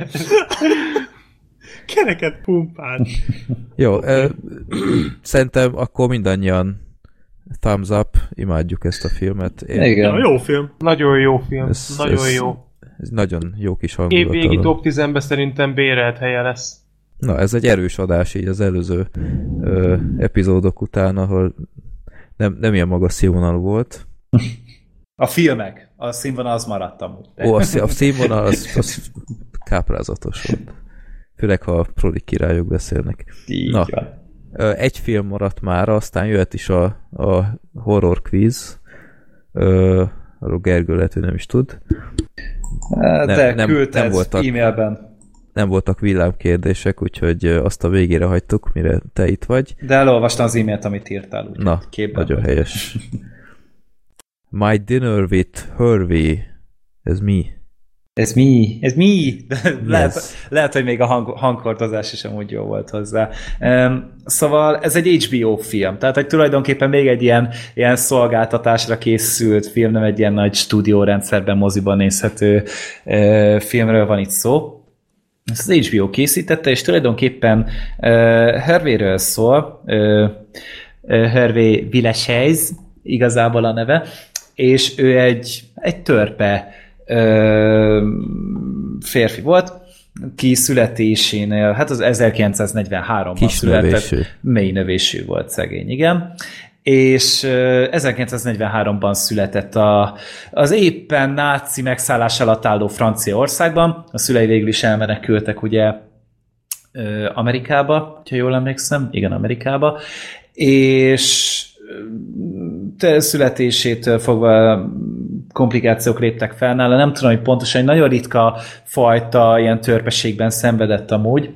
Kereket pumpált. Jó, szerintem akkor mindannyian thumbs up, imádjuk ezt a filmet. Igen. Ja, jó film. Nagyon jó film. Nagyon jó. Ez nagyon jó kis hangulat. Évvégi top 10-ben szerintem bérelt helye lesz. Na, ez egy erős adás így az előző epizódok után, ahol nem ilyen magas színvonalú volt. A filmek, a színvonal az maradt amúgy. Ó, a színvonal az káprázatos volt. Főleg, ha a proli királyok beszélnek. Így na, van. egy film maradt már, aztán jöhet is a horror quiz. Arról Gergő lehet, hogy nem is tud. De küldted e-mailben. Nem voltak villámkérdések, úgyhogy azt a végére hagytuk, mire te itt vagy. De elolvastam az e-mailt, amit írtál. Úgy, na, nagyon helyes. My dinner with Hervey. Ez mi? Ez mi? Lehet, hogy még a hangkordozás is amúgy jó volt hozzá. Szóval ez egy HBO film, tehát hogy tulajdonképpen még egy ilyen szolgáltatásra készült film, nem egy ilyen nagy stúdiórendszerben, moziban nézhető filmről van itt szó. Ezt az HBO készítette, és tulajdonképpen Herveyről szól, Hervey Villechaize igazából a neve, és ő egy törpe férfi volt, ki születésénél, hát az 1943-ban született, mély növésű volt szegény, igen, és 1943-ban született az éppen náci megszállás alatt álló Franciaországban, a szülei végül is elmenekültek ugye Amerikába, ha jól emlékszem, igen, Amerikába, és születésétől fogva komplikációk léptek fel nála. Nem tudom, hogy pontosan egy nagyon ritka fajta ilyen törpeségben szenvedett amúgy.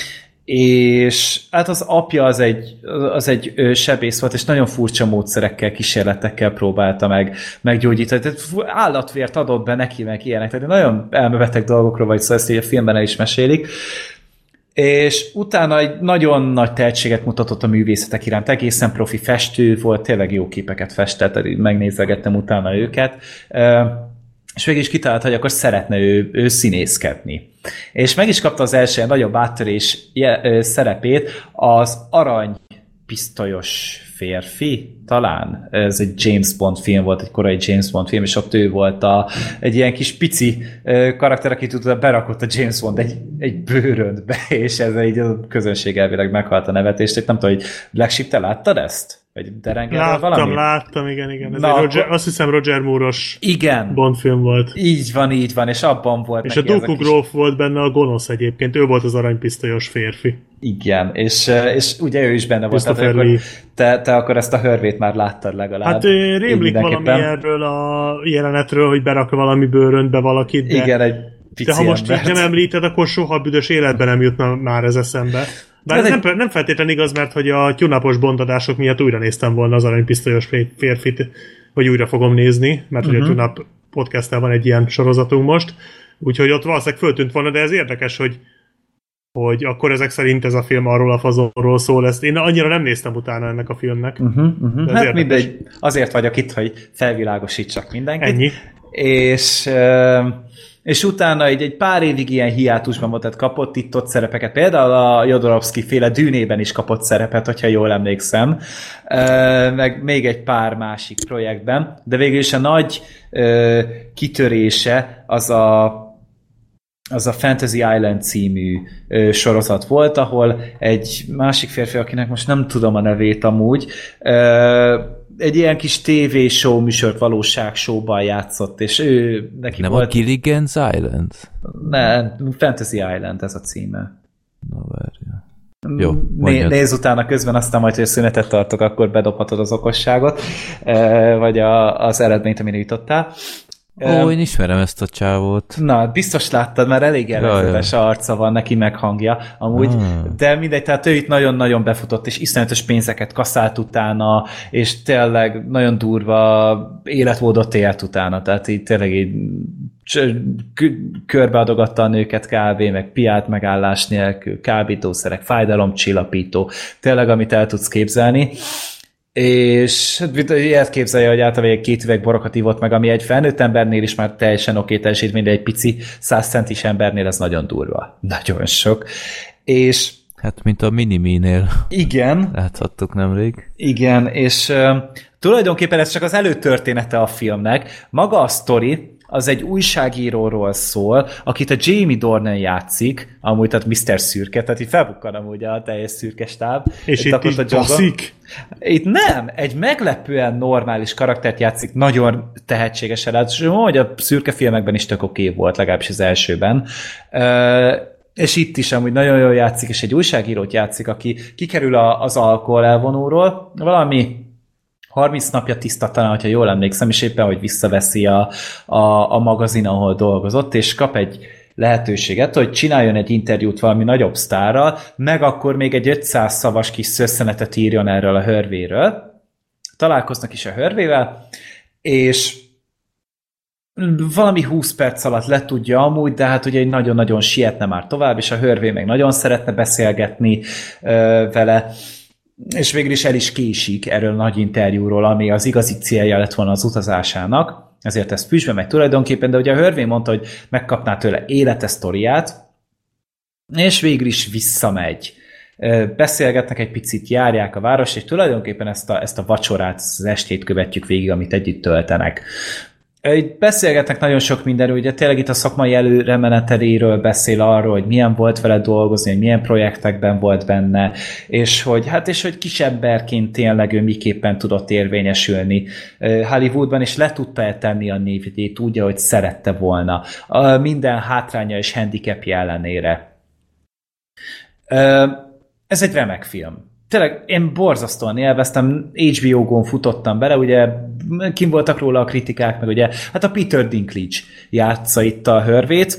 És hát az apja az egy sebész volt, és nagyon furcsa módszerekkel, kísérletekkel próbálta meggyógyítani. Tehát állatvért adott be neki, meg ilyenek. Tehát nagyon elmebeteg dolgokról vagy szó, ezt így a filmben el is mesélik. És utána egy nagyon nagy tehetséget mutatott a művészetek iránt, egészen profi festő volt, tényleg jó képeket festett, megnézegettem utána őket, és végig is kitalált, hogy akkor szeretne ő színészkedni. És meg is kapta az első nagyobb áttörés szerepét, az Arany pisztolyos férfi, talán. Ez egy James Bond film volt, egy korai James Bond film, és ott ő volt egy ilyen kis pici karakter, akit utána berakott a James Bond egy bőröntbe, és ez így a közönség elvileg meghalt a nevetést. Nem tudom, hogy Black Sheep, te láttad ezt? Vagy Derengerről valami? Láttam, igen. Ez azt hiszem Roger Moore-os Bond film volt. Így van, és abban volt. És a Dooku Gróf volt benne a gonosz egyébként, ő volt az aranypisztolyos férfi. Igen, és ugye ő is benne volt. Tehát te akkor ezt a Herveyt már láttad legalább. Hát rémlik valami erről a jelenetről, hogy berak valami bőröntbe valakit, de, igen, egy de ha most így nem említed, akkor soha büdös életben nem jutna már ez eszembe. Bár ez nem feltétlen igaz, mert hogy a tyunapos bontadások miatt újra néztem volna az aranypisztolyos férfit, vagy újra fogom nézni, mert hogy a Tunap podcasttel van egy ilyen sorozatunk most, úgyhogy ott valószínűleg föltűnt volna, de ez érdekes, hogy akkor ezek szerint ez a film arról a fazonról szól. Ezt én annyira nem néztem utána ennek a filmnek. Hát mindegy, azért vagyok itt, hogy felvilágosítsak mindenkit. Ennyi. És utána egy pár évig ilyen hiátusban volt, tehát kapott itt-ott szerepeket. Például a Jodorowsky féle Dűnében is kapott szerepet, hogyha jól emlékszem. Meg még egy pár másik projektben. De végül is a nagy kitörése az a Fantasy Island című sorozat volt, ahol egy másik férfi, akinek most nem tudom a nevét amúgy, egy ilyen kis TV-show műsort, valóságshow-ban játszott, és ő neki nem volt... Nem a Gilligan's Island? Nem, Fantasy Island ez a címe. Na, várja. Jó, nézz utána közben, aztán majd, hogy szünetet tartok, akkor bedobhatod az okosságot, vagy az eredményt, amire jutottál. Én ismerem ezt a csávót. Na, biztos láttad, mert elég jellegzetes arca van neki, meg hangja amúgy, de mindegy, tehát ő itt nagyon-nagyon befutott, és iszonyatos pénzeket kaszált utána, és tényleg nagyon durva életmódot élt utána, tehát így tényleg így körbeadogatta a nőket kb., meg piát megállás nélkül, kábítószerek, fájdalomcsillapító, tényleg, amit el tudsz képzelni. És ilyet képzelje, hogy általában 2 üveg borokat ivott meg, ami egy felnőtt embernél is már teljesen oké teljesítmény, de egy pici 100 centis embernél ez nagyon durva. Nagyon sok. És hát, mint a Miniminél. igen. Láthattuk nemrég. Igen, és tulajdonképpen ez csak az előtörténete a filmnek. Maga a sztori, az egy újságíróról szól, akit a Jamie Dornan játszik, amúgy tehát Mr. Szürke, tehát itt felbukkan amúgy a teljes szürke stáb. És itt is baszik? Itt nem, egy meglepően normális karaktert játszik, nagyon tehetségesen, és hogy a szürke filmekben is tök oké volt, legalábbis az elsőben. És itt is amúgy nagyon jól játszik, és egy újságírót játszik, aki kikerül az alkohol elvonóról, valami 30 napja tisztatalan, hogyha jól emlékszem, és éppen, hogy visszaveszi a magazin, ahol dolgozott, és kap egy lehetőséget, hogy csináljon egy interjút valami nagyobb sztárral, meg akkor még egy 500 szavas kis szösszenetet írjon erről a Harveyről. Találkoznak is a Harveyvel, és valami 20 perc alatt letudja amúgy, de hát ugye nagyon-nagyon sietne már tovább, és a Harvey meg nagyon szeretne beszélgetni vele, és végül is el is késik erről a nagy interjúról, ami az igazi célja lett volna az utazásának, ezért ez füstbe megy tulajdonképpen, de ugye a Harvey mondta, hogy megkapná tőle élete sztoriát, és végül is visszamegy. Beszélgetnek egy picit, járják a várost, és tulajdonképpen ezt a vacsorát, az estét követjük végig, amit együtt töltenek. Itt beszélgetnek nagyon sok mindenről, ugye tényleg itt a szakmai előremeneteléről beszél arról, hogy milyen volt vele dolgozni, hogy milyen projektekben volt benne, és hogy kisemberként tényleg ő miképpen tudott érvényesülni Hollywoodban, és le tudta tenni a névjegyét úgy, ahogy szerette volna. Minden hátránya és handicapja ellenére. Ez egy remek film. Tényleg én borzasztóan élveztem, HBO-gon futottam bele, ugye kim voltak róla a kritikák, meg ugye, hát a Peter Dinklage játsza itt a Harveyt,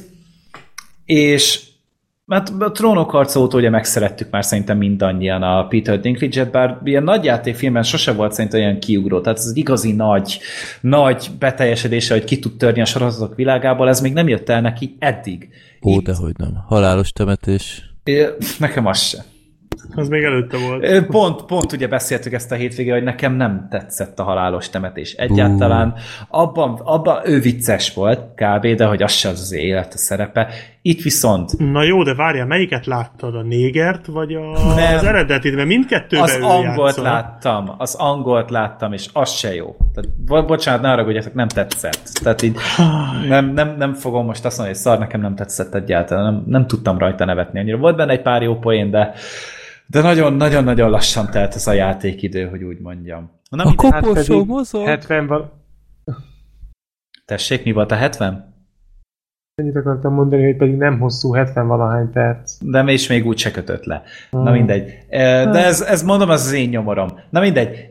és hát a Trónok harca óta ugye megszerettük már szerintem mindannyian a Peter Dinklage-et, bár ilyen nagyjátékfilmben sose volt szerintem olyan kiugró, tehát ez az igazi nagy beteljesedése, hogy ki tud törni a sorozatok világából, ez még nem jött el neki eddig. Ó, dehogy nem. Halálos temetés. Nekem az se. Az még előtte volt. Pont ugye beszéltük ezt a hétvégén, hogy nekem nem tetszett a halálos temetés. Egyáltalán abban ő vicces volt, kb., de hogy az se az élet a szerepe. Itt viszont... Na jó, de várjál, melyiket láttad? A négert, vagy az eredetit? Mert mindkettőben az angolt láttam, és az se jó. Tehát, bocsánat, ne haragudjatok, nem tetszett. Tehát így nem fogom most azt mondani, hogy szar, nekem nem tetszett egyáltalán. Nem tudtam rajta nevetni annyira. Volt benne egy pár jó poén, de nagyon-nagyon lassan telt ez a játékidő, hogy úgy mondjam. Na, a koporsó mozog! 70 Tessék, mi volt a 70? Ennyit akartam mondani, hogy pedig nem hosszú, 70-valahány perc. De és még úgy se kötött le. Na mindegy. De ez mondom, az én nyomorom. Na mindegy.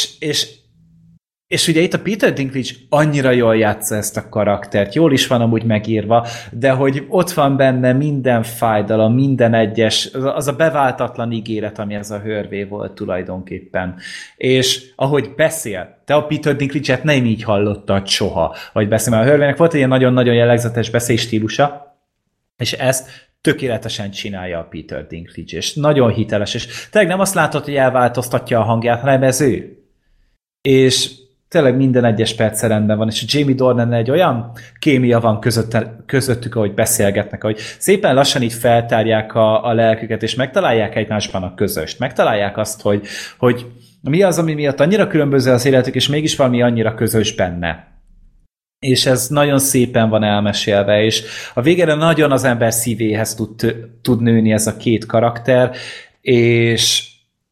És ugye itt a Peter Dinklage annyira jól játsza ezt a karaktert, jól is van amúgy megírva, de hogy ott van benne minden fájdalom, minden egyes, az a beváltatlan ígéret, ami ez a Harvey volt tulajdonképpen. És ahogy beszél, te a Peter Dinklage-et nem így hallottad soha, ahogy beszél, mert a Harveynek volt egy ilyen nagyon-nagyon jellegzetes beszélstílusa, és ezt tökéletesen csinálja a Peter Dinklage, és nagyon hiteles, és tényleg nem azt látod, hogy elváltoztatja a hangját, hanem ez ő. És tényleg minden egyes perccel rendben van, és a Jamie Dornan egy olyan kémia van közöttük, ahogy beszélgetnek, ahogy szépen lassan így feltárják a lelküket, és megtalálják egymásban a közöst. Megtalálják azt, hogy mi az, ami miatt annyira különböző az életük, és mégis valami annyira közös benne. És ez nagyon szépen van elmesélve, és a végére nagyon az ember szívéhez tud nőni ez a két karakter, és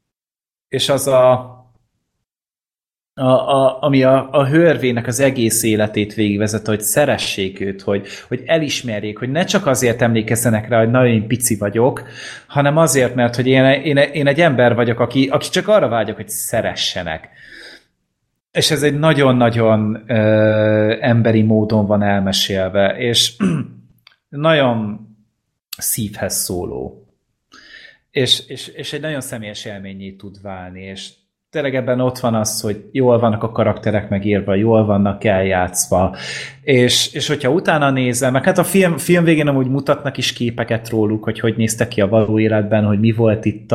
az ami a Harveynek az egész életét végigvezet, hogy szeressék őt, hogy elismerjék, hogy ne csak azért emlékezzenek rá, hogy nagyon pici vagyok, hanem azért, mert hogy én egy ember vagyok, aki csak arra vágyok, hogy szeressenek. És ez egy nagyon-nagyon emberi módon van elmesélve, és nagyon szívhez szóló. És egy nagyon személyes élményé tud válni, és tényleg ebben ott van az, hogy jól vannak a karakterek megírva, jól vannak eljátszva, és hogyha utána nézem, meg hát a film végén amúgy mutatnak is képeket róluk, hogy néztek ki a való életben, hogy mi volt itt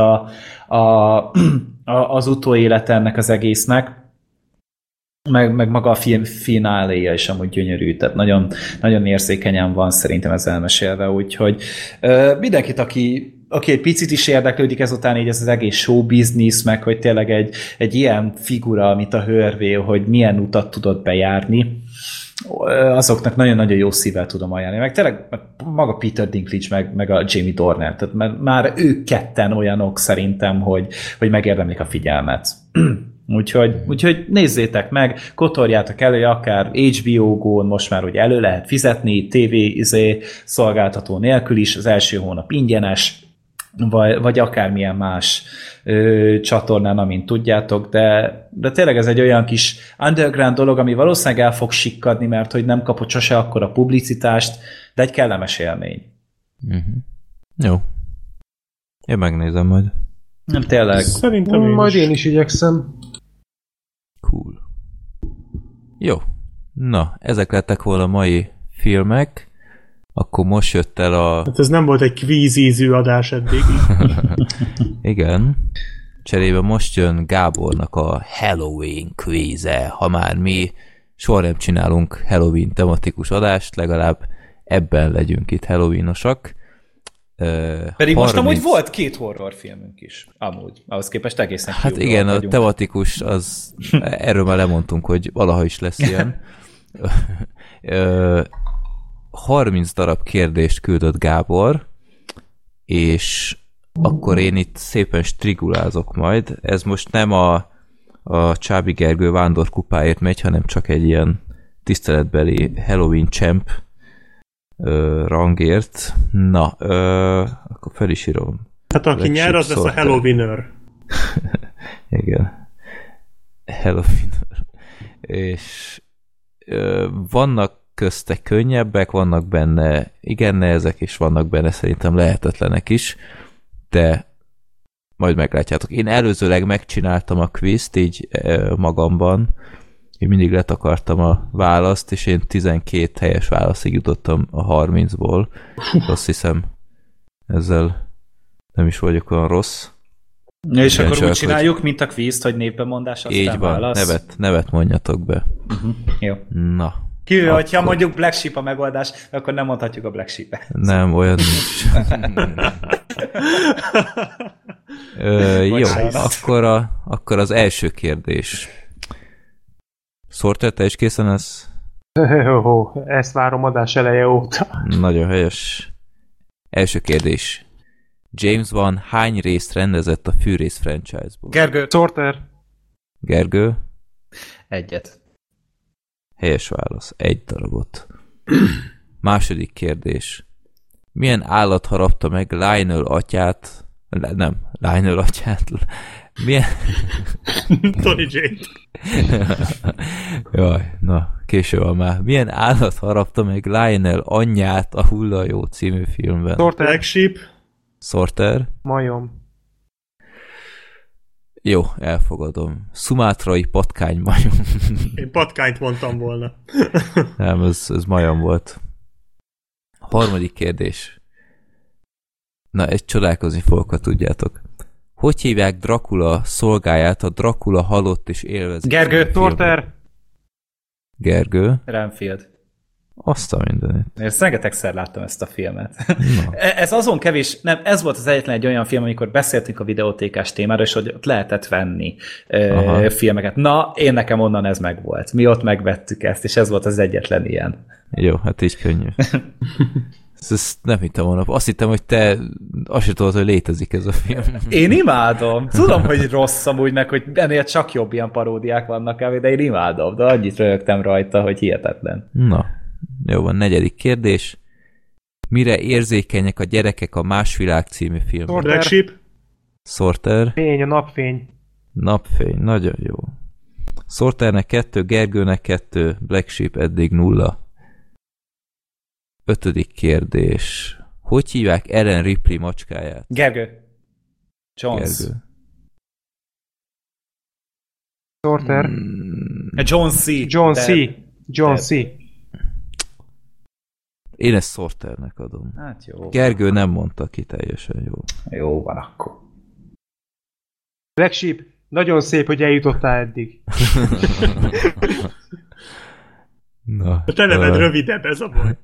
az utóélete ennek az egésznek, meg maga a film fináléja is amúgy gyönyörű, tehát nagyon, nagyon érzékenyen van szerintem ez elmesélve, úgyhogy mindenkit, aki egy picit is érdeklődik ezután így ez az egész show business, meg hogy tényleg egy ilyen figura, mint a Harvey, hogy milyen utat tudott bejárni, azoknak nagyon-nagyon jó szívvel tudom ajánlani. Meg tényleg maga Peter Dinklage, meg a Jamie Dornan, tehát már ők ketten olyanok szerintem, hogy megérdemlik a figyelmet. Úgyhogy nézzétek meg, kotorjátok elő, akár HBO Go-n most már ugye elő lehet fizetni, TV szolgáltató nélkül is, az első hónap ingyenes, vagy akármilyen más csatornán, amint tudjátok, de tényleg ez egy olyan kis underground dolog, ami valószínűleg el fog sikkadni, mert hogy nem kapott sose akkora publicitást, de egy kellemes élmény. Uh-huh. Jó. Én megnézem majd. Nem, tényleg. Szerintem majd én is igyekszem. Cool. Jó. Na, ezek lettek volna a mai filmek. Akkor most jött el a... Hát ez nem volt egy kvízízű adás eddig. Igen. Cserébe most jön Gábornak a Halloween kvíze. Ha már mi soha nem csinálunk Halloween tematikus adást, legalább ebben legyünk itt Halloweenosak. Pedig most amúgy volt 2 horrorfilmünk is, amúgy. Ahhoz képest egészen hát igen, vagyunk. A tematikus, erről már lemondtunk, hogy valaha is lesz ilyen. 30 darab kérdést küldött Gábor, és akkor én itt szépen strigulázok majd. Ez most nem a Csábi Gergő vándorkupáért megy, hanem csak egy ilyen tiszteletbeli Halloween champ rangért. Na, akkor fel is írom. Hát aki nyer, az lesz a Halloweener. Igen. Halloweener. És vannak közte könnyebbek, vannak benne igen nehezek, és vannak benne szerintem lehetetlenek is, de majd meglátjátok. Én előzőleg megcsináltam a quizt így magamban, én mindig letakartam a választ, és én 12 helyes válaszig jutottam a 30-ból. Azt hiszem, ezzel nem is vagyok olyan rossz. Ja, és akkor úgy csináljuk, mint a quizt, hogy névbemondás, aztán így van, válasz. nevet mondjatok be. Jó. Na. Kivéve, hogyha mondjuk Black Sheep a megoldás, akkor nem mondhatjuk a Black Sheep-et. Nem, olyan nincs. Jó, akkor az első kérdés. Sorter, te is készen lesz? Ezt várom adás eleje óta. Nagyon helyes. Első kérdés. James Wan hány részt rendezett a Fűrész franchise-ból? Gergő. Sorter. Gergő? 1. Helyes válasz. 1 darabot. Második kérdés. Milyen állat harapta meg Lionel atyát? Nem, Lionel atyát. Milyen... Tony J. Jaj, na, késő van már. Milyen állat harapta meg Lionel anyját a Hullajó című filmben? Sorter. Black Sheep. Sorter. Majom. Jó, elfogadom. Szumátrai patkánymajom. Én patkányt mondtam volna. Nem, ez majom volt. Harmadik kérdés. Na, egy csodálkozni fogok, ha tudjátok. Hogy hívják Dracula szolgáját a Dracula halott és élvezik? Gergő. Sorter. Gergő. Renfield. Azt a mindenit. Én rengetegszer láttam ezt a filmet. Ez azon kevés, nem, ez volt az egyetlen egy olyan film, amikor beszéltünk a videótékás témára, és hogy ott lehetett venni filmeket. Na, én nekem onnan ez megvolt. Mi ott megvettük ezt, és ez volt az egyetlen ilyen. Jó, hát így könnyű. Ezt nem hittem volna. Azt hittem, hogy te azt sem tudod, hogy létezik ez a film. Én imádom. Tudom, hogy rossz amúgy, meg hogy ennél csak jobb ilyen paródiák vannak el, de én imádom. De annyit röhögtem rajta, hogy hihetetlen. Na, jó van, negyedik kérdés. Mire érzékenyek a gyerekek a Más világ című filmben? Black Sheep. Sorter. Fény, a napfény. Napfény, nagyon jó. Sorternek 2, Gergőnek 2, Black Sheep eddig 0. Ötödik kérdés. Hogy hívják Ellen Ripley macskáját? Gergő. Jones. Gergő. Sorter. John C. John C. Én ezt Sorternek adom. Hát jó. Gergő nem mondta ki teljesen jól. Jó van akkor. Black Sheep, nagyon szép, hogy eljutottál eddig. Na, A te neved rövidebb, ez a baj.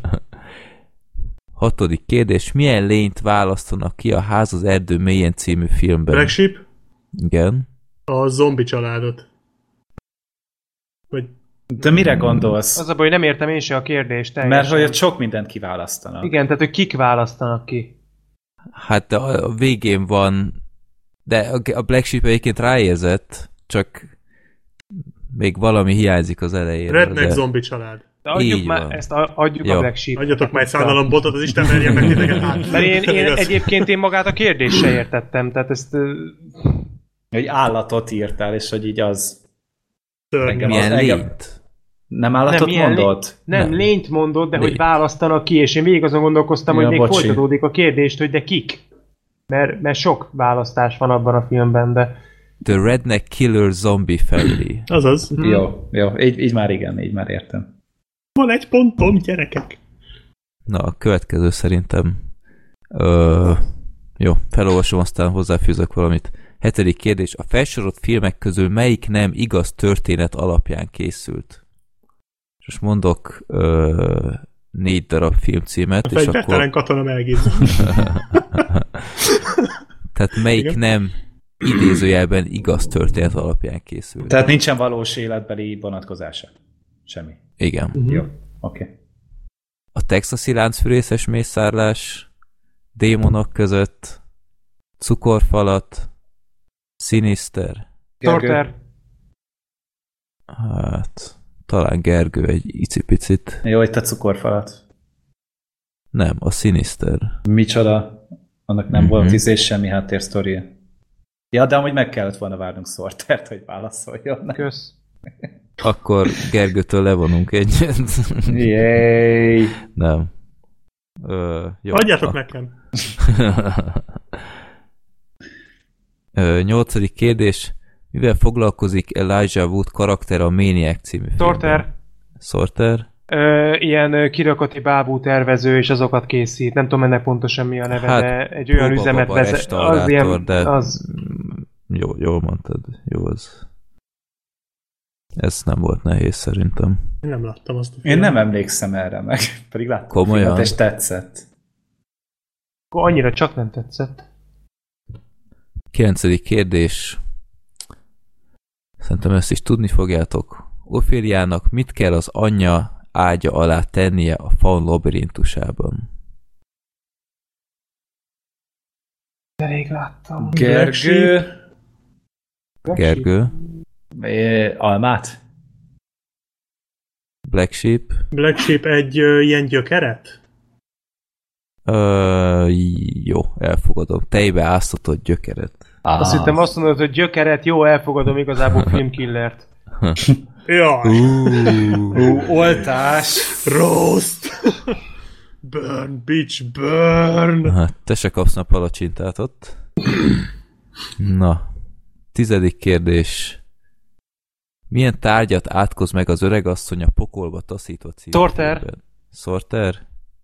6. kérdés. Milyen lényt választanak ki a Ház az erdő mélyén című filmben? Black Sheep? Igen. A zombi családot. Vagy... De mire gondolsz? Az a baj, hogy nem értem én se a kérdést. Mert teljesen. hogy ott sok mindent kiválasztanak. Igen, tehát hogy kik választanak ki. Hát a végén van, de a Black Sheep egyébként ráérzett, csak még valami hiányzik az elején. Redneck zombi család. De adjuk Így már, van. ezt adjuk Jó. a Black Sheep. Adjatok már egy szállalombotot, az Isten merjen meg titeket át. Mert én Igaz? egyébként én magát a kérdést se értettem, tehát ezt... Hogy állatot írtál, és hogy így az... Szörnyű. Engem Milyen engem- lényt? Nem állatot milyen mondott? Nem, lényt mondott, de hogy Lényt. választanak ki, és én végig azon gondolkoztam, Ja, hogy még bocsi. folytatódik a kérdést, hogy de kik? Mert sok választás van abban a filmben, de... The Redneck Killer Zombie Family. Azaz. Jó, így már igen, így már értem. Van egy pontom, gyerekek. Na, a következő szerintem... Jó, felolvasom, aztán hozzáfűzök valamit. 7. kérdés. A felsorolt filmek közül melyik nem igaz történet alapján készült? És most mondok 4 darab filmcímet, A és akkor... fegyvertelen katona megízza. Tehát melyik Igen. nem idézőjelben igaz történet alapján készült? Tehát nincsen valós életbeli vonatkozása. Semmi. Igen. Jó, oké. A texasi láncfűrészes mészárlás, démonok között, cukorfalat, Sinister. Sorter. Hát, talán Gergő egy icipicit. Jó, itt a cukorfalat. Nem, a Sinister. Micsoda? Annak nem volt és semmi háttérsztoria. Ja, de amúgy meg kellett volna várnunk Sortert, hogy válaszoljon. Kösz. Akkor Gergőtől levonunk egyet. Jéj! Nem. Jó. Adjátok nekem. 8. kérdés. Mivel foglalkozik Elijah Wood karakter a Maniac című filmben? Sorter. Sorter? Ilyen kirakati bábú tervező, és azokat készít. Nem tudom ennek pontosan mi a neve, Hát, de egy olyan üzemet vezet. restaurátor, Az ilyen, de az... jól mondtad. Jó az. Ez nem volt nehéz szerintem. Én nem láttam azt a Én filmet. nem emlékszem erre meg. Pedig láttam Komolyan? a filmet, és tetszett. Akkor annyira csak nem tetszett. 9. kérdés. Szerintem ezt is tudni fogjátok. Oféliának mit kell az anyja ágya alá tennie a faun labirintusában? Elég láttam. Gergő... Gergő? Almát? Black Sheep? Black Sheep egy ilyen gyökeret? Jó, elfogadom. Tejbe áztatott gyökeret. Azt hittem azt mondod, hogy gyökeret, jó, elfogadom igazából filmkillert. Jaj! Oltás! Roast! Burn, bitch, burn! Hát, te se kapsz a palacsintát ott. Na, 10. kérdés. Milyen tárgyat átkoz meg az öregasszony a pokolba taszítva című Sorter. filmben? Sorter?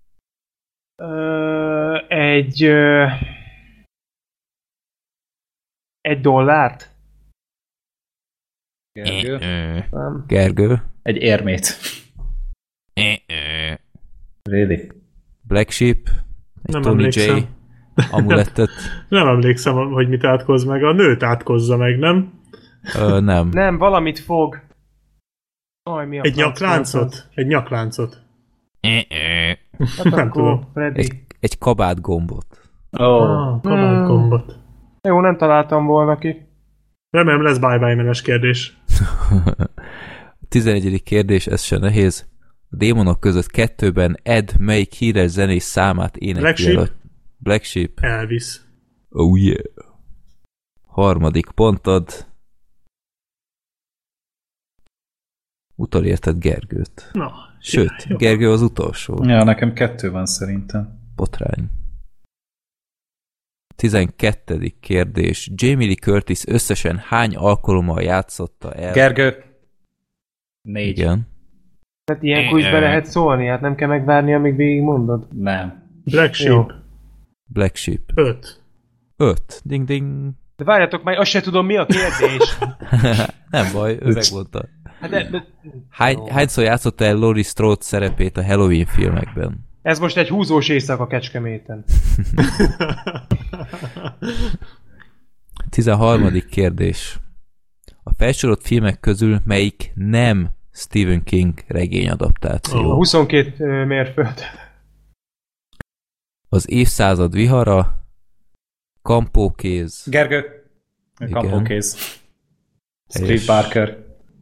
Egy dollárt? Gergő? Nem. Gergő? Egy érmét. Really? Black Sheep? Egy Nem Tony J. emlékszem. amulettet? Nem emlékszem, hogy mit átkoz meg. A nőt átkozza meg, nem? Nem. Nem, valamit fog. Aj, mi a Egy franc volt nyakláncot? az? Egy nyakláncot. Hát Nem akkor, tudom. Freddy. Egy kabát gombot. Command Combat. Jó, nem találtam volna ki. Remélem lesz bye-bye menes kérdés. 11. kérdés, ez se nehéz. A démonok között 2-ben Ed melyik híres zenés számát énekli Black el Sheep? a... Black Sheep. Elvis. Oh yeah. 3. pontod. Utolérted Gergőt. Na. Sőt, jó. Gergő az utolsó. Ja, nekem 2 van szerintem. Botrány. 12. kérdés. Jamie Lee Curtis összesen hány alkalommal játszotta el? Gergő. 4. Igen. Hát ilyenkor is be lehet szólni, hát nem kell megvárni, amíg végig mondod. Nem. Black Sheep. Black Sheep. 5. 5. Ding ding. De várjatok, már azt se tudom, mi a kérdés. Nem baj, ő megmondta. Hát de... Hányszor játszotta el Laurie Strode szerepét a Halloween filmekben? Ez most egy húzós éjszaka Kecskeméten. 13. kérdés. A felsorolt filmek közül melyik nem Stephen King regényadaptáció? A 22 mérföld. Az évszázad vihara, Kampókéz. Gergő. Igen. Kampókéz. Helyes. Steve Barker.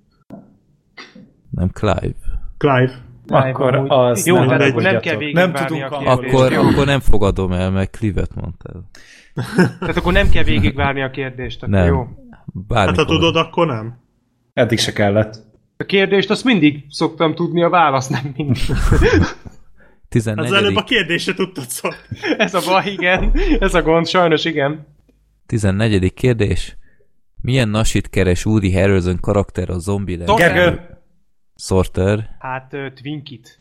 Nem Clive. Clive. Akkor Amúgy. az Jó, nem tehát akkor nem tudjátok. kell végigvárni Nem tudunk a angolul. kérdést. Akkor nem fogadom el, meg Clive-et mondtál. Tehát akkor nem kell végigvárni a kérdést. Akkor Nem. jó. Hát Bármikor. ha tudod, akkor nem. Eddig se kellett. A kérdést azt mindig szoktam tudni, a választ nem mindig. 14. Az előbb a kérdésre tudtad szólni. Ez a baj, igen. Ez a gond, sajnos igen. 14. kérdés. Milyen nasit keres Woody Harrelson karakter a Zombieland? Sorter. Gergő. Sorter. Hát Twinkit.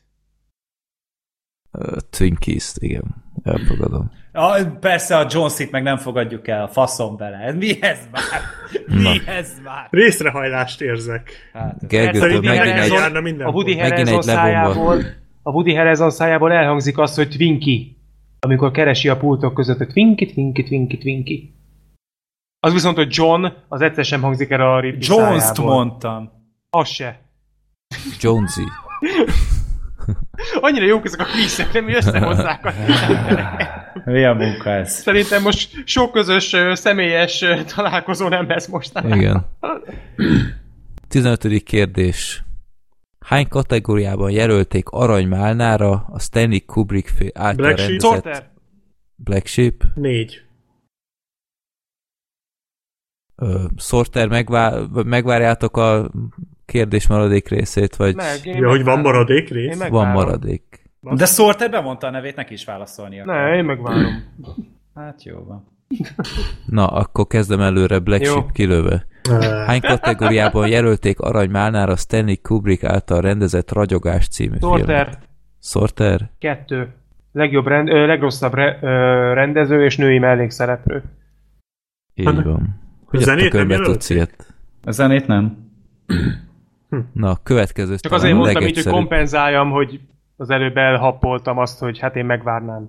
Twinkies-t, igen. Elfogadom. Persze a Jones-it meg nem fogadjuk el. Faszom bele. Mi ez már? Mi ez már? Részrehajlást érzek. Hát, Gergőtől Szerintem megint ez egy... járna minden. A Woody Megint Harrelson egy lebomba. szájából, a Woody Harrelson szájából elhangzik az, hogy Twinkie, amikor keresi a pultok között, hogy Twinkie. Az viszont, hogy John, az egyszer sem hangzik el a Ripley Jones-t szájából. mondtam. Az se. Jonesy. Annyira jók ezek a kvízek, nem, hogy összehozzák a Milyen munka ez? Szerintem most sok közös, személyes találkozó nem lesz mostanában. Igen. 15. kérdés. Hány kategóriában jelölték aranymálnára a Stanley Kubrick által Black Sheep. rendezett Sorter. Black Sheep? 4. Sorter, megvárjátok a kérdés maradék részét, vagy Ja, hogy van maradék rész? van maradék? De Sorter bemondta a nevét, neki is válaszolnia. Ne, én megvárom. Hát jó van. Na, akkor kezdem előre Black Jó. Sheep kilőve. Hány kategóriában jelölték aranymálnára a Stanley Kubrick által rendezett Ragyogás című filmet? Sorter. Sorter? 2. Legrosszabb rendező és női mellékszereplő. Így van. Hogy A zenét a körbe nem tudsz jelölték? ilyet? A zenét nem. Na, a következő Csak azért mondtam így, hogy legegyszerűbb. kompenzáljam, hogy az előbb elhappoltam azt, hogy hát én megvárnám.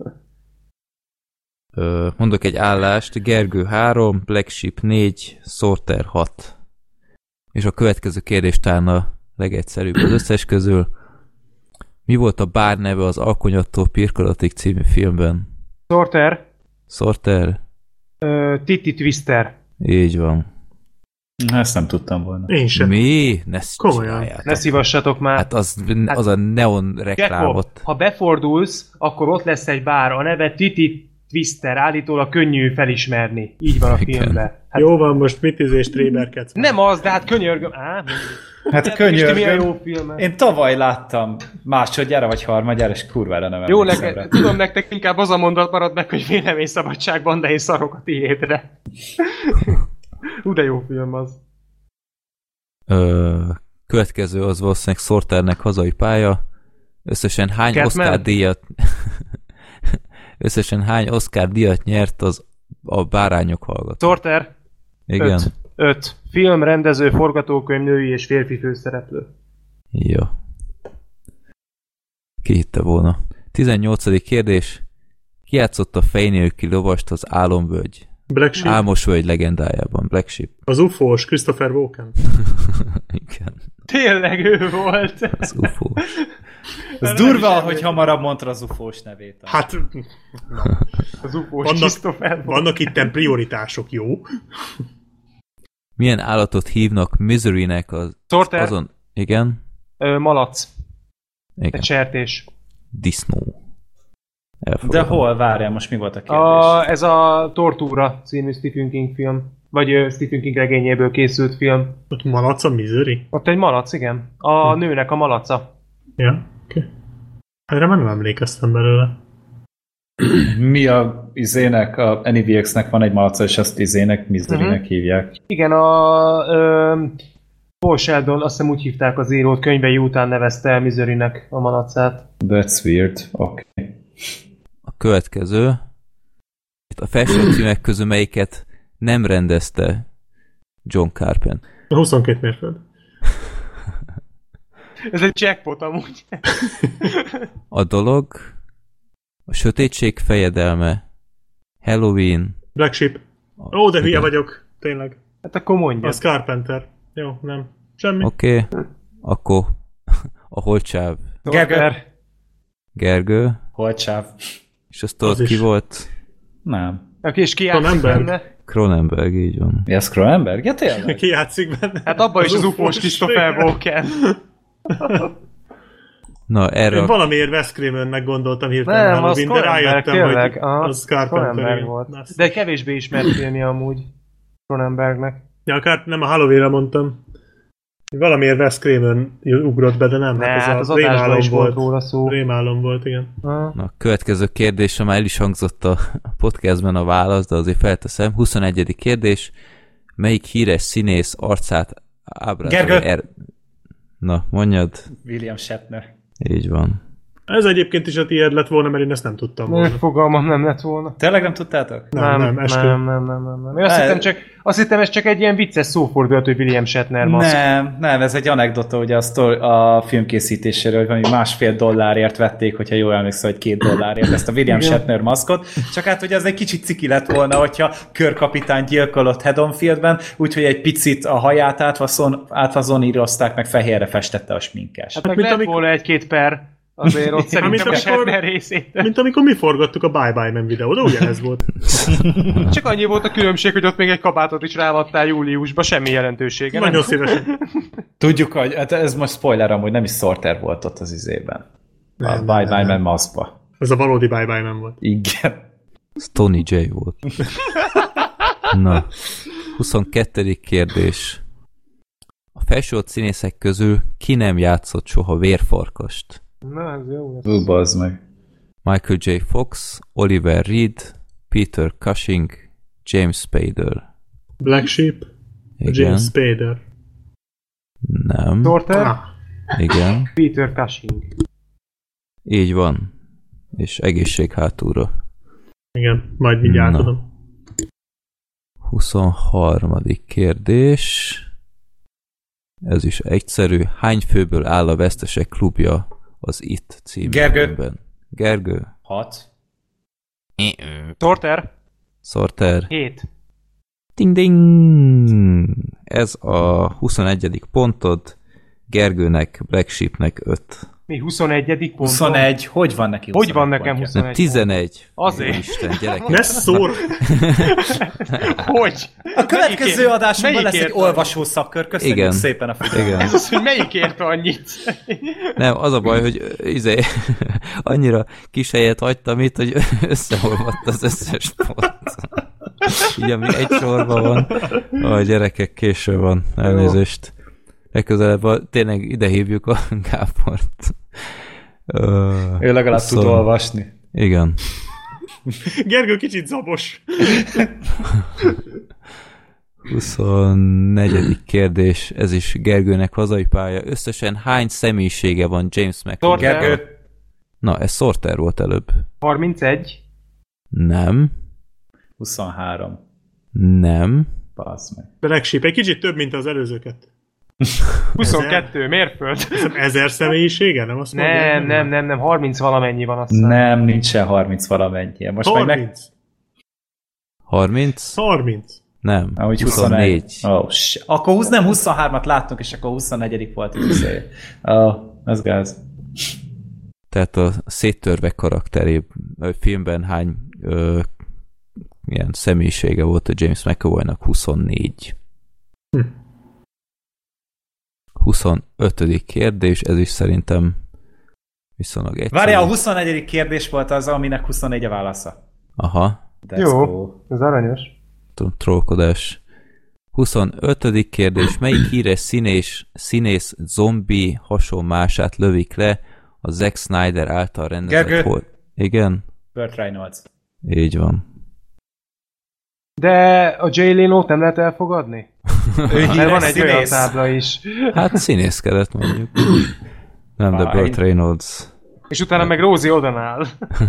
Mondok egy állást, Gergő 3, Black Sheep 4, Sorter 6. És a következő kérdés talán a legegyszerűbb az összes közül. Mi volt a bár neve az Alkonyattól Pirkadatig című filmben? Sorter. Sorter? Titi Twister. Így van. Ezt nem tudtam volna. Én sem. Mi? Ne Komolyan. csináljátok. Ne szívassatok már. Hát az a neon reklámot. Gekko, ha befordulsz, akkor ott lesz egy bár, a neve Titi Twister, állítólag könnyű felismerni. Így van a Igen. filmben. Hát Jó van, most mit és tréberkedsz? nem az, de hát könyörgöm. Hát Pisti, milyen könyörgöm. jó film. Én tavaly láttam másodjára vagy harmadjára, és kurvára nem Jó, emlékszem rá. tudom, nektek inkább az a mondat marad meg, hogy véleményszabadságban, de én szarok a tiédre. De jó film az. Következő az valószínűleg Sorternek hazai pálya. Összesen hány Catman? Oscar díjat összesen hány Oscar díjat nyert a Bárányok hallgató? Sorter. Igen. 5. Film, rendező, forgatókönyv, női és férfi főszereplő. Jó. Ki hitte volna? 18. kérdés. Ki játszott a fej nélküli lovast az Álomvölgy? Black Sheep. Álmos völgy legendájában. Black Sheep. Az UFO-s Christopher Walken. Igen. Tényleg ő volt. Az UFO. Ez durva, hogy hamarabb mondta az ufós nevét. Hát, Az ufós Vannak- Christopher volt. vannak itten prioritások, jó? Milyen állatot hívnak Misery-nek Sorter. azon... Igen? Malac. Igen. Egy sertés. Disznó. De Elfogadom. hol? Várjál, most mi volt a kérdés? Ez a Tortúra című Stephen King film. Vagy Stephen King regényéből készült film. Ott malac a Misery? Ott egy malac, igen. A nőnek a malaca. Ja, oké. Okay. Erre már nem emlékeztem belőle. Mi a izének, a NVX-nek van egy malaca, és azt izének, Misery-nek hívják. Igen, Paul Sheldon, azt hiszem úgy hívták az írót, könyvei után nevezte el Misery-nek a malacát. That's weird, oké. Okay. A következő. Itt a felső címek közül melyiket nem rendezte John Carpenter. A 22 mérföld. Ez egy jackpot amúgy. A dolog, a sötétség fejedelme, Halloween. Black Sheep. Ó, de hülye vagyok. Tényleg. Hát akkor mondja. Az Carpenter. Jó, nem. Semmi. Oké. Akkor a holcsáv. Gergő. Holcsáv. És azt tudod, ki volt? Nem. És ki játszik benne? Cronenberg, így van. Mi az Cronenberg? Ja, tényleg? Ki játszik benne? Hát abban is az ufós Christopher Walken. Na, erre... Én valamiért Wes Cravennek gondoltam hirtelen. Nem, az Cronenberg, tényleg. Az Carpenter volt. De egy kevésbé ismert filmje amúgy Cronenbergnek. Ja, nem a Halloween-re mondtam. Valamiért Wes Craven ugrott be, de nem. Ne, hát az adásban is volt róla szó. Rémálom volt, igen. Na, a következő kérdés, már el is hangzott a podcastben a válasz, de azért felteszem. 21. kérdés. Melyik híres színész arcát ábrázolja? Gergő! Na, mondjad. William Shatner. Így van. Ez egyébként is a tiéd lett volna, mert én ezt nem tudtam volna. Fogalmam nem lett volna. Tényleg nem tudtátok? Nem. Én azt hittem, ez csak egy ilyen vicces szófordulat, hogy William Shatner maszk. Nem, ez egy anekdota ugye a filmkészítéséről, hogy valami $1,5 vették, hogyha jól emlékszel, hogy $2 ezt a William Shatner maszkot. Csak hát ugye az egy kicsit ciki lett volna, hogyha körkapitány gyilkolott Haddonfieldben, úgyhogy egy picit a haját átvazonírozták, meg fehérre festette a sminkes. Hát meg lett volna egy-két per. Azért ott szerintem a Shatner részét. Mint amikor mi forgattuk a Bye Bye Man videót, ugyanez volt. Csak annyi volt a különbség, hogy ott még egy kabátot is rávattál júliusba, semmi jelentősége. Nagyon szívesen. Tudjuk, hogy ez most spoiler amúgy nem is Sorter volt ott az izében. A Bye Bye Man maszkba. Ez a valódi Bye Bye Man volt. Igen. Tony J volt. Na, 22. kérdés. A felsorolt színészek közül ki nem játszott soha vérfarkast? Na, ez jó. Bazd meg. Michael J. Fox, Oliver Reed, Peter Cushing, James Spader. Black Sheep, Igen. James Spader. Nem. Sorter? Igen. Peter Cushing. Így van. És egészség hátulra. Igen, majd mindjárt tudom. 23. kérdés. Ez is egyszerű. Hány főből áll a Vesztesek klubja az It című filmben? Gergő. 6. Sorter. 7. Ding ding! Ez a 21. pontod. Gergőnek, Black Sheepnek 5. Mi 21. pont? 21. Hogy van neki 21 Hogy van nekem pontja? 21? 11. Azért. Isten, gyerekek. Ne szól! Hogy? A következő adásunkban lesz egy olvasó szakkör. Köszönjük Igen. szépen a figyelmet. Igen. Ez az, hogy melyik ért annyit? Nem, az a baj, hogy annyira kis helyet hagytam itt, hogy összeolvadt az összes pont. Így, ami egy sorban van. A gyerekek, késő van. Elnézést. Legközelebb tényleg ide hívjuk a Gábort. Ő legalább tud olvasni. Igen. Gergő kicsit zabos. 24. kérdés, ez is Gergőnek hazai pálya. Összesen hány személyisége van James McAvoy? Gergő. Na, ez Sorter volt előbb. 31. Nem. 23. Nem. Basz meg. Black Sheep, egy kicsit több, mint az előzőket. 22 mérföld. 1000 személyisége? Nem azt mondja? Nem, 30 valamennyi van azt hiszem. Nem, nincsen 30 valamennyi. Most 30. majd meg... 30? 30. Nem. Ahogy 24. Oh, akkor nem 23-at láttunk, és akkor 24. volt itt. Ez gáz. Tehát a széttörve karakterében, filmben hány ilyen személyisége volt a James McAvoynak? 24. 25. kérdés, ez is szerintem viszonylag egyszerű. Várjál, a 24. kérdés volt az, aminek 24 a válasza. Aha. That's Jó, cool. ez aranyos. Trollkodás. 25. kérdés. Melyik híres színész zombi hasonmását lövik le a Zack Snyder által rendezett Gergő. volt? Igen? Burt Reynolds. Így van. De a Jay Leno-t nem lehet elfogadni? Mert van egy olyan színész. tábla is. Hát színészkedett mondjuk. Nem, de Burt Reynolds. És utána meg Rosie O'Donnell.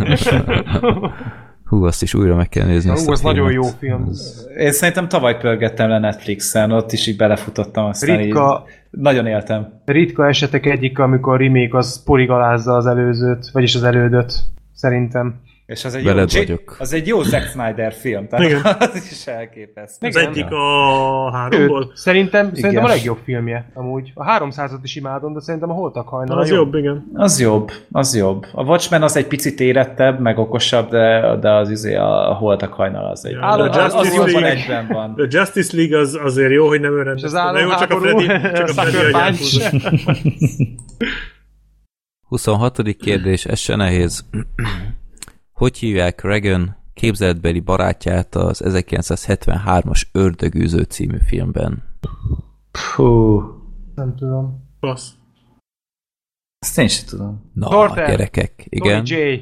Hú, azt is újra meg kell nézni. Hú, az nagyon jó film. Én szerintem tavaly pörgettem le Netflixen, ott is így belefutottam, aztán Ritka- így nagyon éltem. Ritka esetek egyik, amikor a remake az porigalázza az előzőt, vagyis az elődöt, szerintem. És az egy, Veled jó, vagyok. az egy jó Zack Snyder film, tehát Igen. az is elképesztő. Az egyik a háromból. Szerintem Igen. a legjobb filmje, amúgy. A 300-at is imádom, de szerintem a Holtak hajnala Az jobb, igen. Az jobb, az jobb. A Watchmen az egy picit érettebb, meg okosabb, de az izé a Holtak hajnal az egy. Ja, a az Justice jobban League- egyben van. A Justice League az azért jó, hogy nem És örrendezte. az De jó, csak a államháború, Freddy, csak a Freddy Sucker agyát Punch. húzza. 26. kérdés, ez se nehéz. Hogy hívják Reagan képzeletbeli barátját az 1973-as Ördögűző című filmben? Hú, Nem tudom. Passz. ezt én sem tudom. Na, Sorter. gyerekek, igen. Tony J.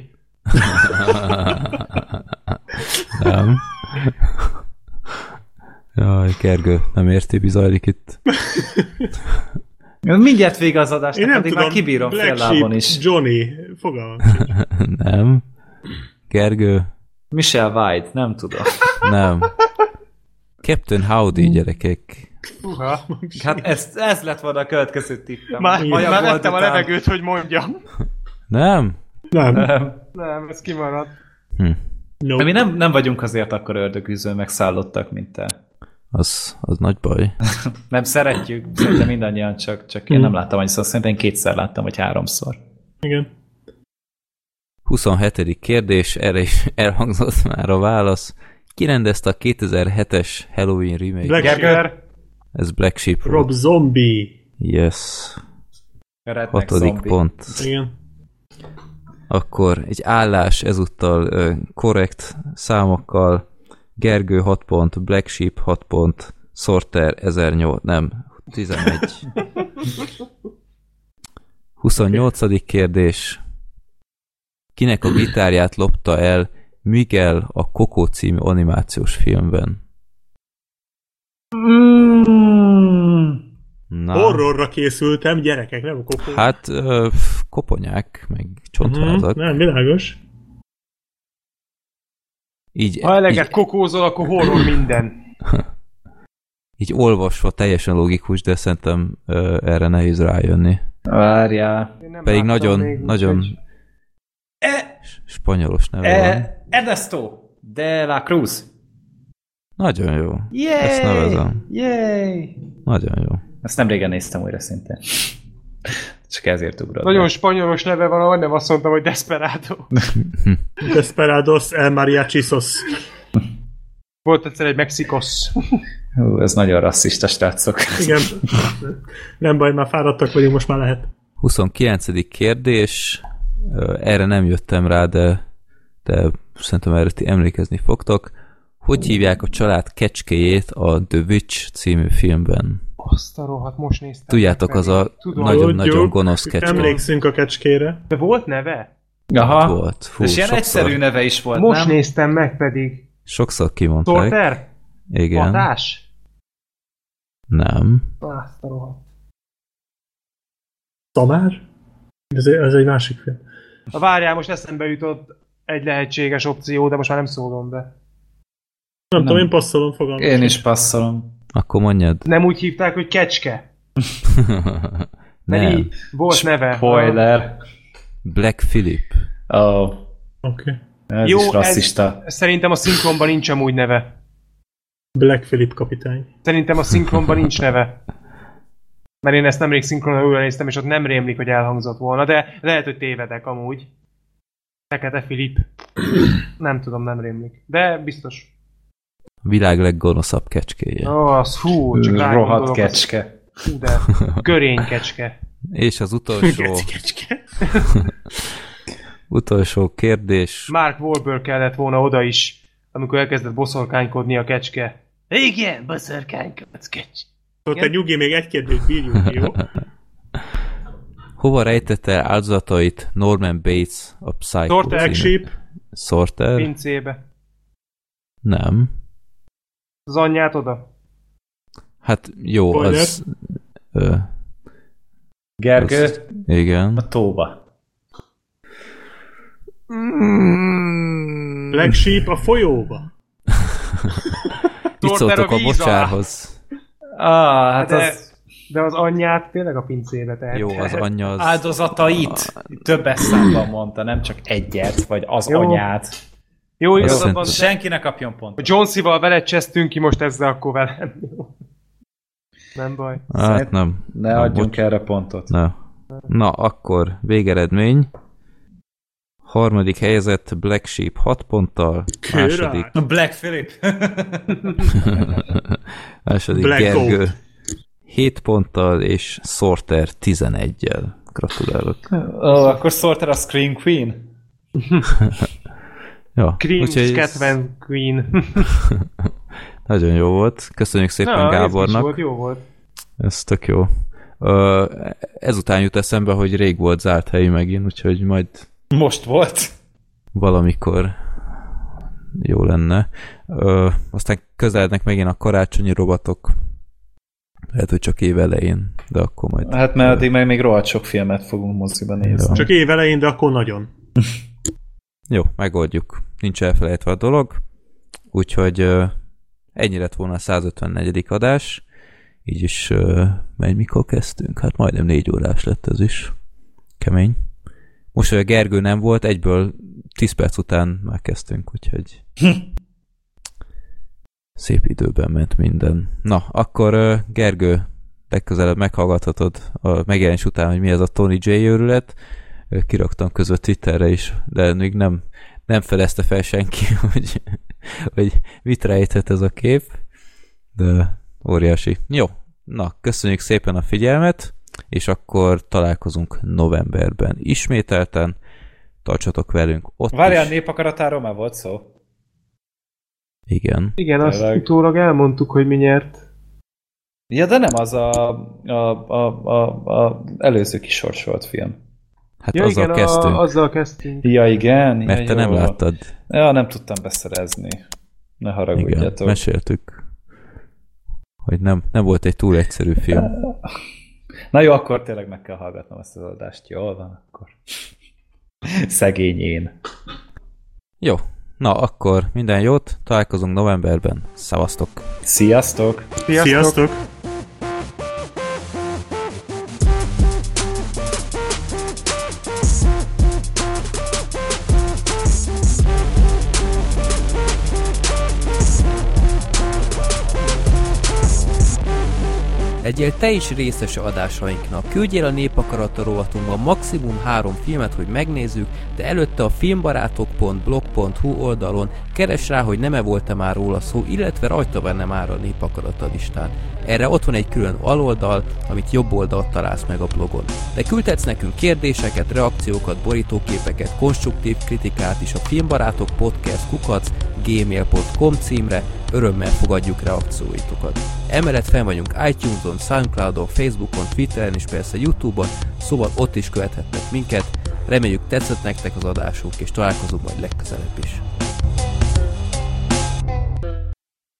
Nem. Jaj, Gergő, nem érti, mi zajlik itt. Mindjárt vége az adásnak, Én nem addig tudom. már kibírom fél Black lábon Sheep, is. Johnny. Fogalmam sincs. Nem. Gergő, Michelle White, nem tudom. nem. Captain Howdy, gyerekek. Uha. Hát ez lett volna a következő tippem. Már Majagold vettem a után. levegőt, hogy mondjam. Nem? Nem. Nem, ez kimaradt. No. De mi nem vagyunk azért akkor ördögűző megszállottak, mint te. Az nagy baj. Nem szeretjük, szerintem mindannyian, csak én nem láttam annyiszor, szerintem én 2-szer láttam, vagy 3-szor. Igen. 27. kérdés, erre is elhangzott már a válasz. Ki rendezte a 2007-es Halloween remake? Black Gergő. Sheep. Ez Black Sheep. Rob Zombie. Yes. Redneck 6. zombi. pont. Igen. Akkor egy állás ezúttal korrekt számokkal. Gergő 6 pont, Black Sheep 6 pont, Sorter 1008, nem, 11. 28. kérdés. Kinek a gitárját lopta el Miguel a Coco című animációs filmben? Na, Horrorra készültem, gyerekek, nem a kopó. hát koponyák, meg csontvázak. Nem, világos. Így, Ha eleget kokózol, akkor horror minden. így olvasva teljesen logikus, de szerintem erre nehéz rájönni. Várjál. Én nem Pedig láttam nagyon, még, nagyon úgyhogy- spanyolos neve van. Ernesto de la Cruz. Nagyon jó. Yay! Ezt nevezem. Yay! Nagyon jó. Ezt nem régen néztem újra szintén. Csak ezért ugrott. Nagyon spanyolos neve van, ahogy nem azt mondtam, hogy Desperado. Desperados El Mariachisos. Volt egyszer egy Mexikos. Hú, ez nagyon rasszista, srácok. Igen. Nem baj, már fáradtak vagyunk, most már lehet. 29. kérdés. Erre nem jöttem rá, de szerintem erre ti emlékezni fogtok. Hogy hívják a család kecskéjét a The Witch című filmben? Azt a rohadt, most néztem. Tudjátok, meg az a Tudom. nagyon-nagyon Tudjuk. gonosz kecske. Emlékszünk a kecskére. De volt neve? Aha. Volt. Fú, És ilyen sokszor, egyszerű neve is volt, Most nem? néztem meg pedig. sokszor kimondták. Sorter? Igen. Hatás? Nem. Azt a rohadt. Tamár? Ez egy másik film. Na várjál, most eszembe jutott egy lehetséges opció, de most már nem szólom be. Nem tudom, én passzolom, fogalmam. Én is passzolom. Akkor mondjad. Nem úgy hívták, hogy Kecske? Mert Nem. így volt neve. Spoiler. Black Phillip. Oh, Oké. ez Jó, is rasszista. Szerintem a szinkronban nincs amúgy neve. Black Phillip kapitány. Szerintem a szinkronban nincs neve. Mert én ezt nemrég szinkronra újra néztem, és ott nem rémlik, hogy elhangzott volna, de lehet, hogy tévedek amúgy. Fekete Filip. Nem tudom, nem rémlik. De biztos. A világ leggonoszabb kecskéje. Ó, az fú, csak Rohadt rágondolok, az- kecske. Fú, de görény kecske. És az utolsó kérdés. Mark Wahlberg kellett volna oda is, amikor elkezdett boszorkánykodni a kecske. Igen, boszorkánykodsz, kecske. Szóval te nyugi, még egy kérdést bírjunk, jó? Hova rejtette el áldozatait Norman Bates a Psycho Sorter című? Black Sheep. Sorter? Pincébe. Nem. Az anyját oda? Hát jó, Spoiler. az... Gergő, az igen. a tóba. Black Sheep a folyóba. Mit Sorter szóltok a víz alá. mocsárhoz? Hát De, az de az anyját tényleg a pincébe tehet. Jó, az anyja az... áldozatait többes számban mondta, nem csak egyet, vagy az Jó. anyát. Jó, igazad van. Senki ne kapjon pontot. John C-val veled csesztünk ki most ezzel, akkor velem. Nem baj. Hát nem. Ne Nem, adjunk erre pontot. Na, akkor végeredmény. Harmadik helyezett Black Sheep 6 ponttal, második Black Phillip. Black Gergő Goat. 7 ponttal, és Sorter 11-jel. Gratulálok. Akkor Sorter a Scream Queen. Ja, Cream úgyhogy Scatman Queen. nagyon jó volt. Köszönjük szépen Na, Gábornak. Volt, jó volt. Ez tök jó. Ezután jut eszembe, hogy rég volt zárt helyi megint, úgyhogy majd Most volt. valamikor jó lenne. Aztán közelednek megint a karácsonyi robotok. Lehet, hogy csak év elején, de akkor majd... Hát mert addig még rohadt sok filmet fogunk moziban nézni. Ja. Csak év elején, de akkor nagyon. Jó, megoldjuk. Nincs elfelejtve a dolog. Úgyhogy ennyi lett volna a 154. adás. Így is mikor kezdtünk? Hát majdnem 4 órás lett ez is. Kemény. Most, hogy a Gergő nem volt, egyből 10 perc után már kezdtünk, úgyhogy szép időben ment minden. Na, akkor Gergő, legközelebb meghallgathatod a megjelenés után, hogy mi ez a Tony J. őrület. Kiraktam között Twitterre is, de még nem felezte fel senki, hogy mit rejtett ez a kép. De óriási. Jó, na, köszönjük szépen a figyelmet, és akkor találkozunk novemberben ismételten. Tartsatok velünk ott Várjál, is. népakaratáról már volt szó. Igen. Igen, azt Tényleg. utólag elmondtuk, hogy mi nyert. Ja, de nem az a előző kisorsolt film. Hát Ja, azzal igen, kezdtünk, azzal kezdtünk. Ja, igen. mert ja, te jó. nem láttad. Ja, nem tudtam beszerezni. Ne Igen, haragudjatok. meséltük, hogy nem volt egy túl egyszerű film. Na jó, akkor tényleg meg kell hallgatnom ezt az adást. Jól van, akkor. Szegény én. Jó, na akkor minden jót, találkozunk novemberben. Szevasztok! Sziasztok! Sziasztok! Legyél te is részes adásainknak. Küldjél a Népakarata rovatunkban maximum 3 filmet, hogy megnézzük, de előtte a filmbarátok.blog.hu oldalon keres rá, hogy nem-e volt-e már róla szó, illetve rajta benne már a Népakarata listán. Erre ott van egy külön aloldal, amit jobb oldalt találsz meg a blogon. De küldhetsz nekünk kérdéseket, reakciókat, borítóképeket, konstruktív kritikát is a filmbarátok podcast@gmail.com címre, örömmel fogadjuk reakcióitokat. Emellett fenn vagyunk iTunes-on, Soundcloud-on, Facebookon, Twitteren és persze YouTube-on, szóval ott is követhetnek minket. Reméljük tetszett nektek az adásunk, és találkozunk majd legközelebb is.